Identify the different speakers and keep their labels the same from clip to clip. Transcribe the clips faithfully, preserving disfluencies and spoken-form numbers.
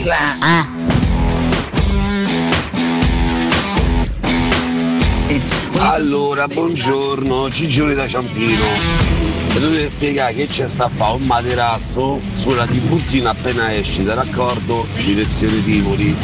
Speaker 1: sigla. Ah.
Speaker 2: Allora, buongiorno, Cigione da Ciampino. E dovete spiegare che c'è sta a fare un materasso sulla Tiburtina appena esci da raccordo direzione Tivoli.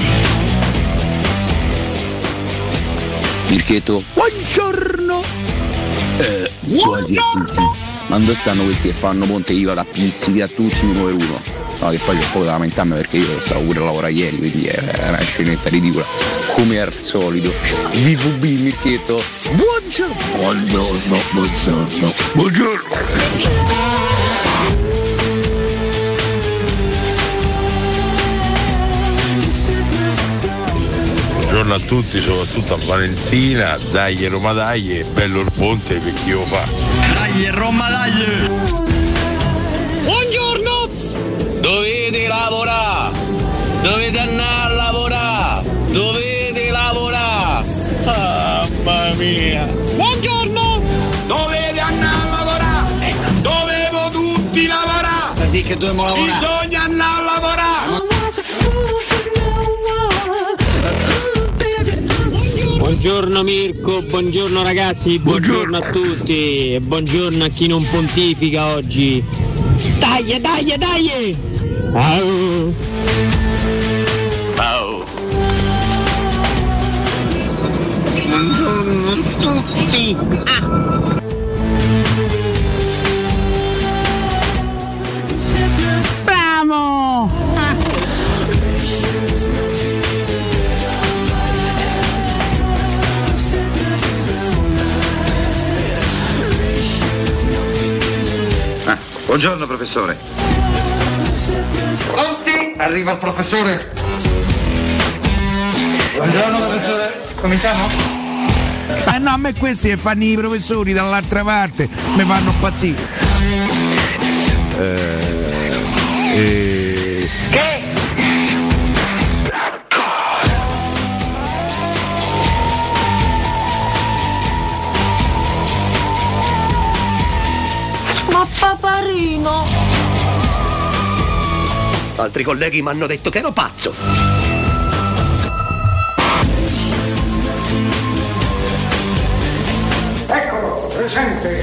Speaker 3: Mirchetto, buongiorno! Eh, quasi a tutti. Ma dove stanno questi che fanno ponte? Io vado a pizzichi a tutti uno per uno. No, che poi c'è poco da lamentarmi perché io stavo pure a lavorare ieri, quindi è una scenetta ridicola. Come al solito. V V B Mirchetto. Buongiorno! Buongiorno, buongiorno, buongiorno!
Speaker 4: Buongiorno a tutti, soprattutto a Valentina, dai Roma dai, bello il ponte per chi lo fa.
Speaker 5: Dai Roma dai!
Speaker 6: Buongiorno! Dovete lavorare! Dovete andare a lavorare! Dovete lavorare! Mamma mia!
Speaker 7: Buongiorno! Dovete andare a lavorare! Dovevo tutti lavorare!
Speaker 1: Sì, che dobbiamo lavorare!
Speaker 7: Bisogna andare a lavorare!
Speaker 8: Buongiorno Mirko, buongiorno ragazzi, buongiorno, buongiorno a tutti e buongiorno a chi non pontifica oggi. Dai, dai, dai! Au.
Speaker 1: Au. Buongiorno a tutti! Ah. Bravo! Ah.
Speaker 9: Buongiorno professore.
Speaker 7: Pronti? Arriva il professore. Buongiorno professore. Cominciamo?
Speaker 10: Ah no, a me questi che fanno i professori dall'altra parte mi fanno impazzire. Eh, eh.
Speaker 7: Che?
Speaker 11: Ma paparino!
Speaker 12: Altri colleghi mi hanno detto che ero pazzo.
Speaker 7: Eccolo, presente!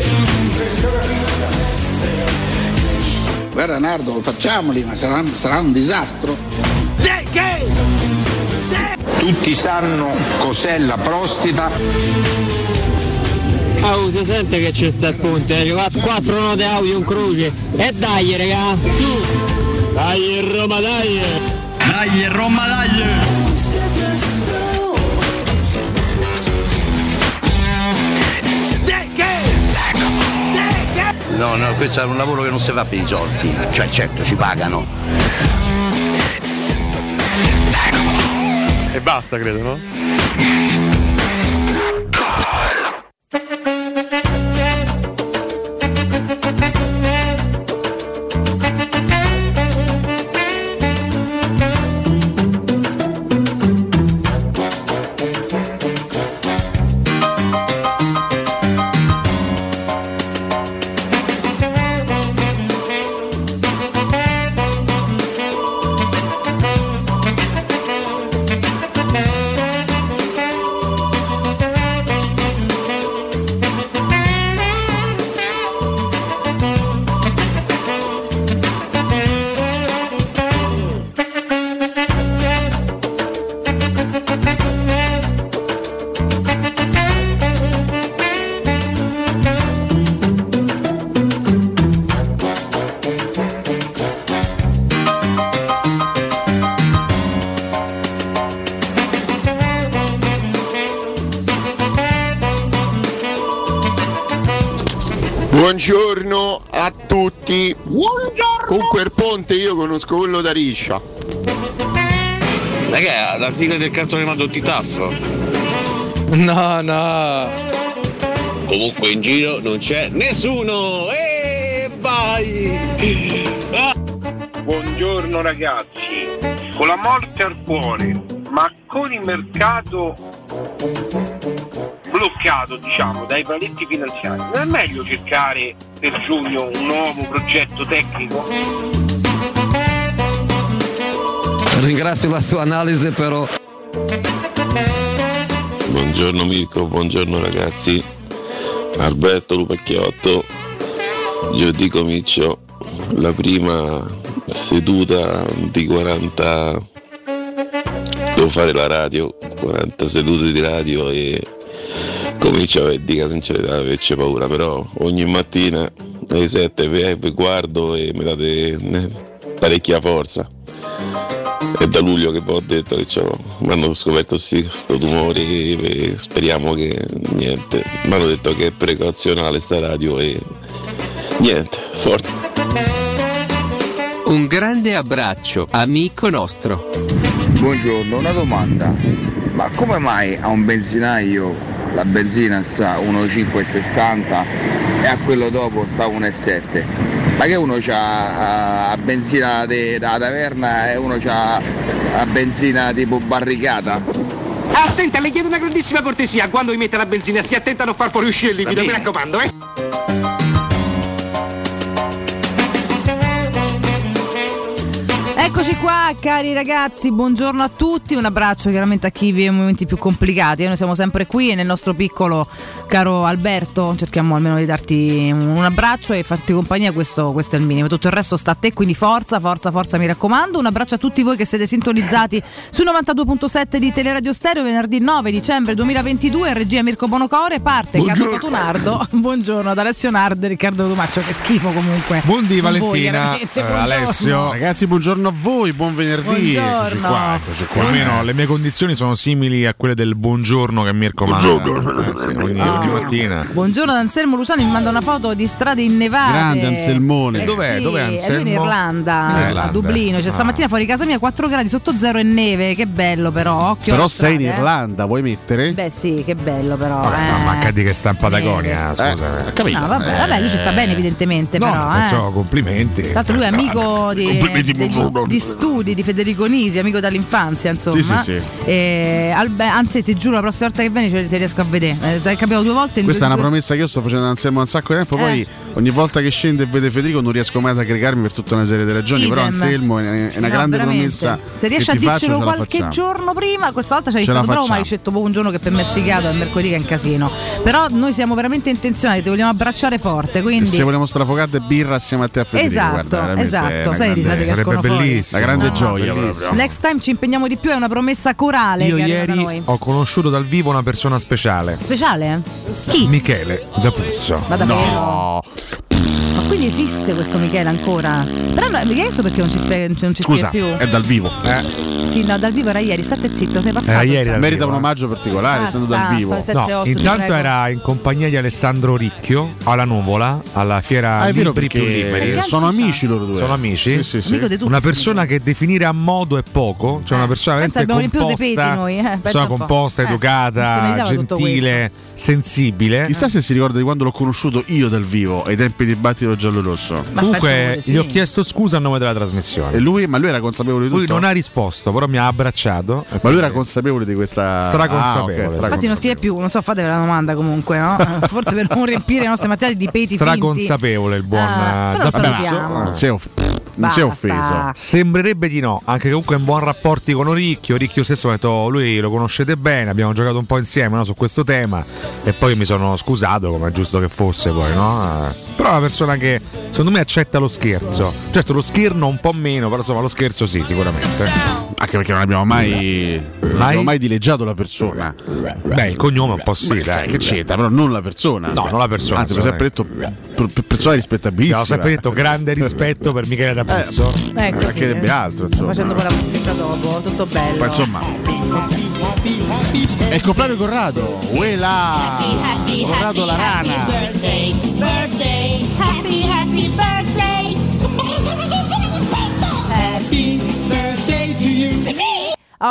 Speaker 1: Guarda Nardo, facciamoli, ma sarà, sarà un disastro.
Speaker 7: De che?
Speaker 9: Tutti sanno cos'è la prostata.
Speaker 8: Oh, si sente che c'è sta il ponte, è arrivato quattro note audio in croce. E dai raga! Dai Roma dai!
Speaker 5: Dai Roma dai!
Speaker 9: No, no, questo è un lavoro che non si fa per i soldi. Cioè certo ci pagano.
Speaker 13: E basta credo, no?
Speaker 14: Buongiorno a tutti.
Speaker 7: Buongiorno.
Speaker 14: Con quel ponte io conosco quello da Riscia.
Speaker 6: Ma che è la sigla del cartone animato Titaffo?
Speaker 13: No, no.
Speaker 6: Comunque in giro non c'è nessuno. E vai! Ah.
Speaker 15: Buongiorno ragazzi. Con la morte al cuore, ma con il mercato bloccato, diciamo, dai paletti finanziari, non è meglio cercare per giugno un nuovo progetto tecnico?
Speaker 16: Ringrazio la sua analisi, però.
Speaker 17: Buongiorno Mirko, buongiorno ragazzi. Alberto Lupacchiotto. Giovedì comincio la prima seduta di quaranta. Devo fare la radio, quaranta sedute di radio e comincio a avere, dica sincerità, averci paura, però ogni mattina alle sette vi guardo e mi date parecchia forza. È da luglio che ho detto che mi hanno scoperto questo tumore e speriamo che niente, mi hanno detto che è precauzionale sta radio e niente, forza.
Speaker 18: Un grande abbraccio, amico nostro.
Speaker 3: Buongiorno, una domanda. Ma come mai a un benzinaio la benzina sta uno virgola cinque sessanta e a quello dopo sta uno virgola sette? Ma che uno c'ha a benzina de, da taverna e uno c'ha a benzina tipo barricata?
Speaker 12: Ah, senta, le chiedo una grandissima cortesia, quando mi mette la benzina stia attenta a non far fuoriuscire il liquido, mi raccomando, eh?
Speaker 19: Eccoci qua cari ragazzi, buongiorno a tutti, un abbraccio chiaramente a chi vive i momenti più complicati. Noi siamo sempre qui nel nostro piccolo caro Alberto, cerchiamo almeno di darti un abbraccio e farti compagnia, questo, questo è il minimo, tutto il resto sta a te, quindi forza, forza, forza mi raccomando. Un abbraccio a tutti voi che siete sintonizzati su novantadue virgola sette di Teleradio Stereo, venerdì nove dicembre duemilaventidue, regia Mirko Bonocore, parte Carlo Cotunardo, buongiorno ad Alessio Nardo e Riccardo Tomaccio, che schifo comunque.
Speaker 20: Buondì Valentina,
Speaker 19: voi,
Speaker 20: eh, Alessio.
Speaker 13: Ragazzi, buongiorno a voi, buon venerdì. Eccoci qua, eccoci qua.
Speaker 20: Almeno le mie condizioni sono simili a quelle del buongiorno che Mirko manda. Eh, sì, quindi
Speaker 19: oh.
Speaker 20: ogni mattina.
Speaker 19: Buongiorno ad Anselmo Luciani, mi manda una foto di strade innevate.
Speaker 13: Grande Anselmone.
Speaker 19: Eh
Speaker 20: Dov'è?
Speaker 19: sì,
Speaker 20: Dov'è
Speaker 19: È
Speaker 20: Anselmo?
Speaker 19: lui in Irlanda,
Speaker 20: in Irlanda.
Speaker 19: a Dublino. Cioè,
Speaker 20: ah.
Speaker 19: stamattina fuori casa mia quattro gradi sotto zero e neve, che bello però. Occhio
Speaker 13: però
Speaker 19: alla
Speaker 13: sei in
Speaker 19: strada,
Speaker 13: Irlanda,
Speaker 19: eh?
Speaker 13: vuoi mettere?
Speaker 19: Beh sì, che bello però.
Speaker 20: Vabbè,
Speaker 19: eh.
Speaker 20: no, ma accadi che sta in Patagonia,
Speaker 13: Eh,
Speaker 20: scusa.
Speaker 13: eh, capito?
Speaker 19: No, vabbè, vabbè, lui ci sta bene evidentemente,
Speaker 20: No,
Speaker 19: però.
Speaker 20: nel senso,
Speaker 19: eh.
Speaker 20: complimenti.
Speaker 19: Tra l'altro lui è amico di,
Speaker 20: Complimenti,
Speaker 19: degli-
Speaker 20: buongiorno.
Speaker 19: di studi di Federico Nisi, amico dall'infanzia, insomma.
Speaker 13: Sì, sì, sì.
Speaker 19: E, Albe- anzi, ti giuro, la prossima volta che vieni ce- te riesco a vedere. Eh, sai, capito due volte in
Speaker 13: Questa è
Speaker 19: due,
Speaker 13: una
Speaker 19: due...
Speaker 13: promessa che io sto facendo da Anselmo da un sacco di tempo,
Speaker 19: Eh.
Speaker 13: poi ogni volta che scende e vede Federico non riesco mai ad aggregarmi per tutta una serie di ragioni,
Speaker 19: Idem.
Speaker 13: però Anselmo è è una
Speaker 19: No,
Speaker 13: grande
Speaker 19: veramente.
Speaker 13: promessa.
Speaker 19: Se riesci
Speaker 13: che
Speaker 19: a
Speaker 13: ti faccio,
Speaker 19: dircelo
Speaker 13: ce la
Speaker 19: qualche
Speaker 13: facciamo.
Speaker 19: giorno prima, questa volta ci hai
Speaker 13: Ce la
Speaker 19: stato bravo, ma hai
Speaker 13: facciamo.
Speaker 19: detto un giorno che per me è sfigato, è mercoledì che è un casino. Però noi siamo veramente intenzionati, ti vogliamo abbracciare forte,
Speaker 13: E
Speaker 19: quindi
Speaker 13: se vogliamo strafogate birra assieme a te a Federico,
Speaker 19: Esatto,
Speaker 13: guarda, veramente
Speaker 19: esatto.
Speaker 13: è una
Speaker 19: Sai,
Speaker 13: grande-
Speaker 19: risate che
Speaker 20: sarebbe
Speaker 19: escono fuori.
Speaker 20: bellissimo.
Speaker 13: la grande
Speaker 19: No,
Speaker 13: gioia
Speaker 20: bellissimo.
Speaker 13: proprio.
Speaker 19: Next time ci impegniamo di più, è una promessa corale
Speaker 20: Io
Speaker 19: che arriva da
Speaker 20: ieri
Speaker 19: noi.
Speaker 20: ho conosciuto dal vivo una persona speciale.
Speaker 19: Speciale? Chi?
Speaker 20: Michele da Puzzo.
Speaker 19: Ma davvero?
Speaker 13: No,
Speaker 19: Ma quindi esiste questo Michele ancora? Però no, Michele so perché non ci spiega, non ci
Speaker 13: scusa,
Speaker 19: spiega più.
Speaker 13: è dal vivo.
Speaker 20: Eh,
Speaker 19: Sì, no, dal vivo era ieri, state zitto, sei passato.
Speaker 20: Era ieri
Speaker 19: già.
Speaker 20: dal
Speaker 13: Merita
Speaker 20: vivo,
Speaker 13: un
Speaker 20: eh.
Speaker 13: omaggio particolare,
Speaker 19: Ah,
Speaker 13: essendo
Speaker 19: sta,
Speaker 13: dal vivo.
Speaker 19: sta, sette,
Speaker 20: No,
Speaker 19: otto, ti
Speaker 20: intanto
Speaker 19: prego.
Speaker 20: era in compagnia di Alessandro Ricchio alla Nuvola, alla fiera
Speaker 13: Ah, è vero,
Speaker 20: Libri più
Speaker 13: perché
Speaker 20: liberi.
Speaker 13: sono amici loro due.
Speaker 20: Sono amici?
Speaker 13: Sì, sì, sì.
Speaker 19: Amico di tutti,
Speaker 20: Una
Speaker 19: sì,
Speaker 20: persona che definire a modo è poco, cioè una persona
Speaker 19: Pensa,
Speaker 20: veramente
Speaker 19: abbiamo riempito
Speaker 20: composta,
Speaker 19: dei peti noi, eh, pensa
Speaker 20: persona
Speaker 19: un po'.
Speaker 20: composta,
Speaker 19: Eh, non si
Speaker 20: educata,
Speaker 19: meritava tutto
Speaker 20: gentile, sensibile.
Speaker 13: Chissà se si ricorda di quando l'ho conosciuto io dal vivo, ai tempi di Battito Giallorosso.
Speaker 19: Ma
Speaker 20: Comunque
Speaker 19: penso pure sì.
Speaker 20: gli ho chiesto scusa a nome della trasmissione.
Speaker 13: E lui, ma lui era consapevole di tutto?
Speaker 20: Lui non ha risposto, però mi ha abbracciato.
Speaker 13: Ma lui era consapevole di questa
Speaker 20: Straconsapevole.
Speaker 13: Ah, ok,
Speaker 19: Infatti non scrive più, non so, fatevi la domanda comunque, no? Forse per non riempire le nostre mattinate di peti finti.
Speaker 20: Straconsapevole il buon
Speaker 19: Ah, però
Speaker 20: da
Speaker 19: lo
Speaker 20: Puzzo.
Speaker 19: salutiamo.
Speaker 13: Non si è, off- non si è
Speaker 19: Basta.
Speaker 13: offeso.
Speaker 20: Sembrerebbe di no, anche comunque in buon rapporti con Ricchio. Ricchio stesso ha detto, lui lo conoscete bene, abbiamo giocato un po' insieme, no, su questo tema e poi mi sono scusato come è giusto che fosse poi, no? Eh, Però è una persona che secondo me accetta lo scherzo. Certo lo schirno un po' meno, però insomma lo scherzo sì, sicuramente.
Speaker 13: Anche perché non abbiamo mai, non abbiamo mai dileggiato la persona.
Speaker 20: Beh, il cognome un po' sì,
Speaker 13: Beh,
Speaker 20: dai.
Speaker 13: che c'entra, però non la persona.
Speaker 20: No, non la persona.
Speaker 13: Anzi, ho sempre detto per, per persona rispettabilissima.
Speaker 20: Ho sempre detto grande rispetto per Michele da Puzzo.
Speaker 19: Eh, così,
Speaker 13: mancherebbe
Speaker 19: eh.
Speaker 13: altro,
Speaker 19: Sto
Speaker 13: insomma.
Speaker 19: facendo poi la puzzetta dopo, tutto bello.
Speaker 13: Ma insomma, è il compleanno di Corrado. Uela! Corrado la rana.
Speaker 11: birthday, birthday, happy, happy birthday. Happy birthday to you. To me.
Speaker 19: Oh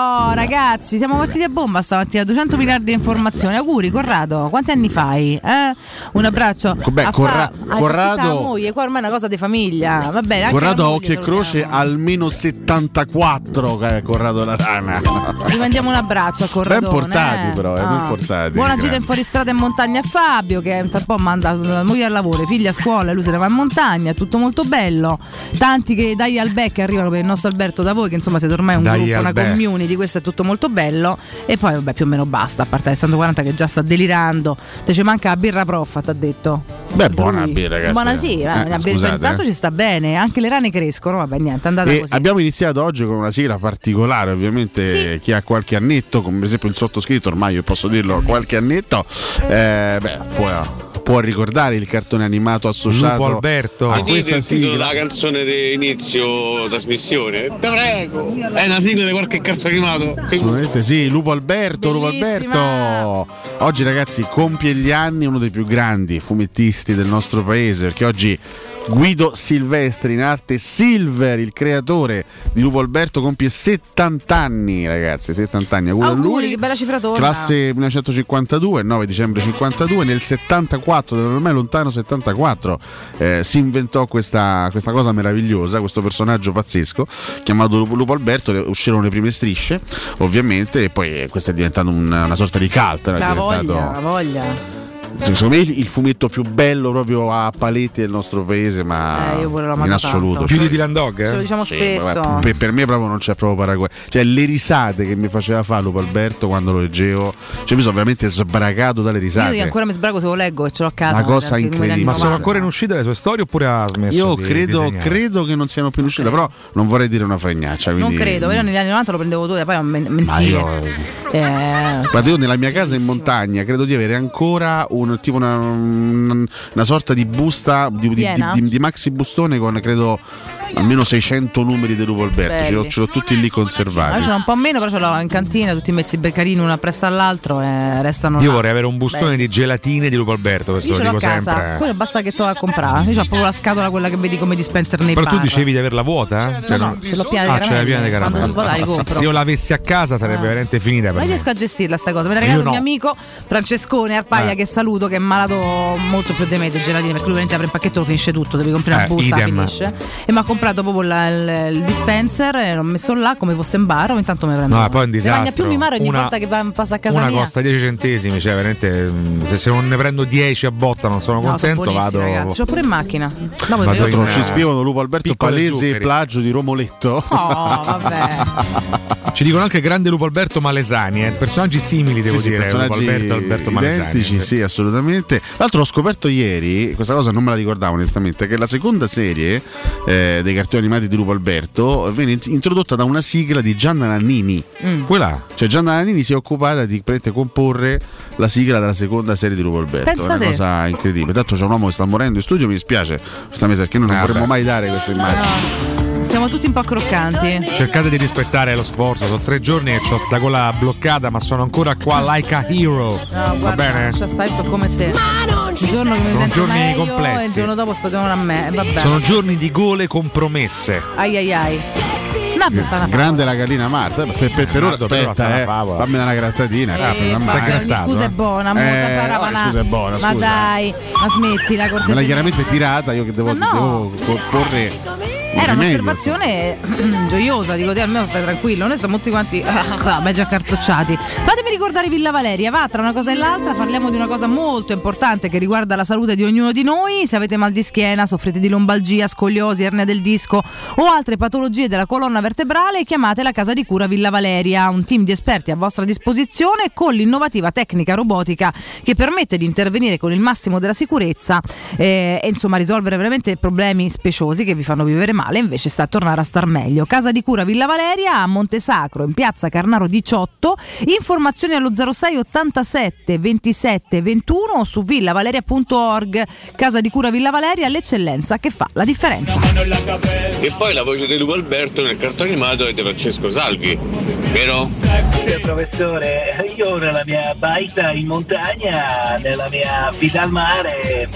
Speaker 19: ragazzi, siamo partiti a bomba stamattina, duecento miliardi di informazioni. Auguri Corrado, quanti anni fai? Eh? Un abbraccio.
Speaker 13: Beh,
Speaker 19: a
Speaker 13: Corra-
Speaker 19: fa- a-
Speaker 13: Corrado
Speaker 19: la moglie, qua ormai è una cosa di famiglia. Va bene, anche
Speaker 13: Corrado
Speaker 19: la
Speaker 13: a
Speaker 19: moglie
Speaker 13: occhio e croce
Speaker 19: salutiamo.
Speaker 13: almeno settantaquattro, eh, Corrado la rana.
Speaker 19: Gli mandiamo un abbraccio a Corrado.
Speaker 13: Ben portati però, eh, ben portati.
Speaker 19: Buona gita
Speaker 13: grandi.
Speaker 19: in fuoristrada in montagna a Fabio, che un po' manda la moglie al lavoro, i figli a scuola e lui se ne va in montagna, è tutto molto bello. Tanti che dai al bec arrivano per il nostro Alberto da voi, che insomma siete ormai un
Speaker 20: Dai
Speaker 19: gruppo,
Speaker 20: al
Speaker 19: una
Speaker 20: bec.
Speaker 19: community, questo è tutto molto bello. E poi vabbè, più o meno basta, a parte Alessandro quaranta che già sta delirando. Te ci manca la birra prof, ti ha detto.
Speaker 13: Beh, buona
Speaker 19: Lui.
Speaker 13: birra, ragazzi.
Speaker 19: Buona sì, eh, una birra
Speaker 13: scusate,
Speaker 19: intanto
Speaker 13: eh.
Speaker 19: ci sta bene, anche le rane crescono, vabbè niente, è andata
Speaker 13: E
Speaker 19: così.
Speaker 13: abbiamo iniziato oggi con una sigla particolare, ovviamente
Speaker 19: Sì.
Speaker 13: chi ha qualche annetto, come per esempio il sottoscritto, ormai io posso dirlo, qualche annetto, eh, beh, può, può ricordare il cartone animato associato
Speaker 20: Lupo Alberto.
Speaker 13: a
Speaker 6: Ma dite
Speaker 13: questa
Speaker 6: il titolo
Speaker 13: sigla.
Speaker 6: della canzone di inizio trasmissione? Te prego! È una sigla di qualche cartone animato?
Speaker 13: Assolutamente sì, Lupo Alberto, Lupo
Speaker 19: Bellissima.
Speaker 13: Alberto. Oggi ragazzi compie gli anni uno dei più grandi fumettisti del nostro paese, perché oggi Guido Silvestri, in arte Silver, il creatore di Lupo Alberto, compie settanta anni, ragazzi, settanta anni. Auguri a
Speaker 19: Auguri,
Speaker 13: lui.
Speaker 19: che bella cifratona.
Speaker 13: Classe millenovecentocinquantadue, nove dicembre cinquantadue, nel settantaquattro, nell'ormai lontano settantaquattro, eh, si inventò questa, questa cosa meravigliosa, questo personaggio pazzesco chiamato Lupo, Lupo Alberto. Le- uscirono le prime strisce, ovviamente, e poi questo è diventato un- una sorta di cult. Era
Speaker 19: La
Speaker 13: diventato,
Speaker 19: voglia, la voglia.
Speaker 13: secondo me, il il fumetto più bello proprio a paletti del nostro paese, ma
Speaker 19: Eh, io pure l'ho amato
Speaker 13: in assoluto.
Speaker 19: tanto.
Speaker 20: Più di Dylan Dog,
Speaker 19: Ce lo
Speaker 20: eh?
Speaker 19: diciamo
Speaker 13: Sì,
Speaker 19: spesso.
Speaker 13: vabbè, per, per me proprio non c'è proprio paragone. Cioè, le risate che mi faceva fare Lupo Alberto quando lo leggevo, cioè mi sono veramente sbragato dalle risate.
Speaker 19: Io ancora mi sbrago se lo leggo e ce l'ho a casa.
Speaker 13: Una cosa
Speaker 19: tanti numeri
Speaker 13: incredibile.
Speaker 20: Ma
Speaker 19: anni
Speaker 20: sono
Speaker 19: novanta.
Speaker 20: ancora in uscita le sue storie oppure ha smesso
Speaker 13: Io
Speaker 20: di
Speaker 13: credo,
Speaker 20: disegnare?
Speaker 13: credo che non siano più in uscita, però non vorrei dire una fregnaccia.
Speaker 19: Non
Speaker 13: quindi-
Speaker 19: credo, io negli anni novanta lo prendevo tutto, poi men-
Speaker 13: Ma
Speaker 19: mensile.
Speaker 13: io,
Speaker 19: Eh,
Speaker 13: guarda, io nella mia casa in montagna credo di avere ancora un tipo una, una sorta di busta di, di,
Speaker 19: Piena?
Speaker 13: di, di, di maxi bustone con credo almeno seicento numeri di Lupo Alberto. Ce l'ho,
Speaker 19: Belli.
Speaker 13: ce l'ho tutti lì
Speaker 19: io
Speaker 13: conservati.
Speaker 19: ce l'ho un po' meno, però ce l'ho in cantina, tutti i mezzi beccarini uno appresso all'altro e restano
Speaker 20: Io
Speaker 19: là.
Speaker 20: vorrei avere un bustone
Speaker 19: Belli.
Speaker 20: di gelatine di Lupo Alberto, questo
Speaker 19: Io
Speaker 20: lo
Speaker 19: ce l'ho
Speaker 20: dico
Speaker 19: a casa,
Speaker 20: sempre.
Speaker 19: poi basta che te la comprare. Io ho proprio la scatola quella che vedi come dispenser nei
Speaker 20: Però
Speaker 19: bar.
Speaker 20: tu dicevi di averla vuota? Eh?
Speaker 19: No, no, ce l'ho piena di
Speaker 20: Ah, ce l'hai piena di
Speaker 19: caramelle. Quando si svuota li
Speaker 20: caramelle.
Speaker 19: compro.
Speaker 20: Se io l'avessi a casa sarebbe veramente finita per
Speaker 19: Ma
Speaker 20: me.
Speaker 19: riesco a gestirla sta cosa. Me l'ha
Speaker 20: Io
Speaker 19: regalato
Speaker 20: no.
Speaker 19: un mio amico Francescone Arpaia,
Speaker 20: Eh.
Speaker 19: che saluto, che è malato molto più di me di gelatine, perché lui veramente apre un pacchetto e lo finisce tutto, devi comprare una
Speaker 20: Eh,
Speaker 19: busta,
Speaker 20: idem.
Speaker 19: finisce. E mi ha comprato proprio la- il, il dispenser e l'ho messo là come fosse in bar, ogni tanto mi prendo.
Speaker 20: No, poi è un
Speaker 19: Mi magna
Speaker 20: disastro.
Speaker 19: più mi mare ogni
Speaker 20: Una-
Speaker 19: volta che va- passa a casa
Speaker 20: Una
Speaker 19: mia.
Speaker 20: costa dieci centesimi, cioè veramente mm, se, se non ne prendo dieci a botta non sono
Speaker 19: No, sono
Speaker 20: contento,
Speaker 19: buonissimi,
Speaker 20: vado.
Speaker 19: ragazzi. C'ho pure in macchina. Dopo
Speaker 20: Vado
Speaker 19: vi
Speaker 20: in-
Speaker 13: Non ci scrivono Lupo Alberto
Speaker 20: Piccoli
Speaker 13: palese
Speaker 20: zuccheri.
Speaker 13: plagio di Romoletto.
Speaker 19: Oh, vabbè.
Speaker 20: Ci dicono anche grande Lupo Alberto Malesani, eh. personaggi simili devo
Speaker 13: Sì, sì,
Speaker 20: dire, Lupo
Speaker 13: personaggi
Speaker 20: Alberto e Alberto Malesani.
Speaker 13: identici, sì, assolutamente. Tra l'altro ho scoperto ieri, questa cosa non me la ricordavo onestamente, che la seconda serie eh, dei cartoni animati di Lupo Alberto venne int- introdotta da una sigla di Gianna Nannini.
Speaker 19: Mm.
Speaker 20: Quella?
Speaker 13: Cioè Gianna Nannini si è occupata di praticamente comporre la sigla della seconda serie di Lupo Alberto.
Speaker 19: Pensa
Speaker 13: È una
Speaker 19: te.
Speaker 13: cosa incredibile. Tanto c'è un uomo che sta morendo in studio, mi dispiace, giustamente perché noi non
Speaker 20: Ah,
Speaker 13: vorremmo
Speaker 20: beh.
Speaker 13: mai dare questa immagine.
Speaker 19: Siamo tutti un po' croccanti.
Speaker 20: Cercate di rispettare lo sforzo, sono tre giorni che ho sta gola bloccata, ma sono ancora qua like a hero.
Speaker 19: No,
Speaker 20: Va
Speaker 19: guarda,
Speaker 20: bene?
Speaker 19: lascia stare, sto come te. Il giorno che mi
Speaker 20: Sono
Speaker 19: sento
Speaker 20: giorni
Speaker 19: meglio
Speaker 20: complessi.
Speaker 19: e il giorno dopo sto con a me. Vabbè.
Speaker 20: Sono giorni di gole compromesse.
Speaker 19: Ai ai ai. Nato sta una
Speaker 13: Grande la gallina Marta. Per, per, per ora
Speaker 20: Nato, però sta
Speaker 13: aspetta,
Speaker 20: una
Speaker 13: eh,
Speaker 20: favola.
Speaker 13: fammi una grattatina.
Speaker 19: Eh,
Speaker 13: cazzo,
Speaker 19: ma-
Speaker 13: mamma.
Speaker 20: si è grattato,
Speaker 19: scusa
Speaker 20: eh.
Speaker 19: è buona, mo
Speaker 13: Eh,
Speaker 19: saprà,
Speaker 13: no,
Speaker 19: ma-
Speaker 13: scusa è buona,
Speaker 19: ma
Speaker 13: scusa.
Speaker 19: dai, ma smetti la cortesia.
Speaker 13: Me l'hai chiaramente tirata, io che devo,
Speaker 19: Ma no.
Speaker 13: devo porre.
Speaker 19: Era
Speaker 13: rimedio.
Speaker 19: un'osservazione gioiosa, dico te, almeno stai tranquillo, noi siamo tutti quanti beh già cartocciati. Fatemi ricordare Villa Valeria, va, tra una cosa e l'altra parliamo di una cosa molto importante che riguarda la salute di ognuno di noi. Se avete mal di schiena, soffrite di lombalgia, scoliosi, ernia del disco o altre patologie della colonna vertebrale, chiamate la casa di cura Villa Valeria, un team di esperti a vostra disposizione con l'innovativa tecnica robotica che permette di intervenire con il massimo della sicurezza eh, e insomma risolvere veramente problemi speciosi che vi fanno vivere male, invece sta a tornare a star meglio. Casa di cura Villa Valeria a Montesacro in piazza Carnaro diciotto, informazioni allo zero sei ottantasette ventisette ventuno o su villavaleria punto org. Casa di cura Villa Valeria, l'eccellenza che fa la differenza.
Speaker 6: E poi la voce di Lupo Alberto nel cartone animato è di Francesco Salvi, vero?
Speaker 21: Sì, professore, io nella mia baita in montagna, nella mia vita al mare.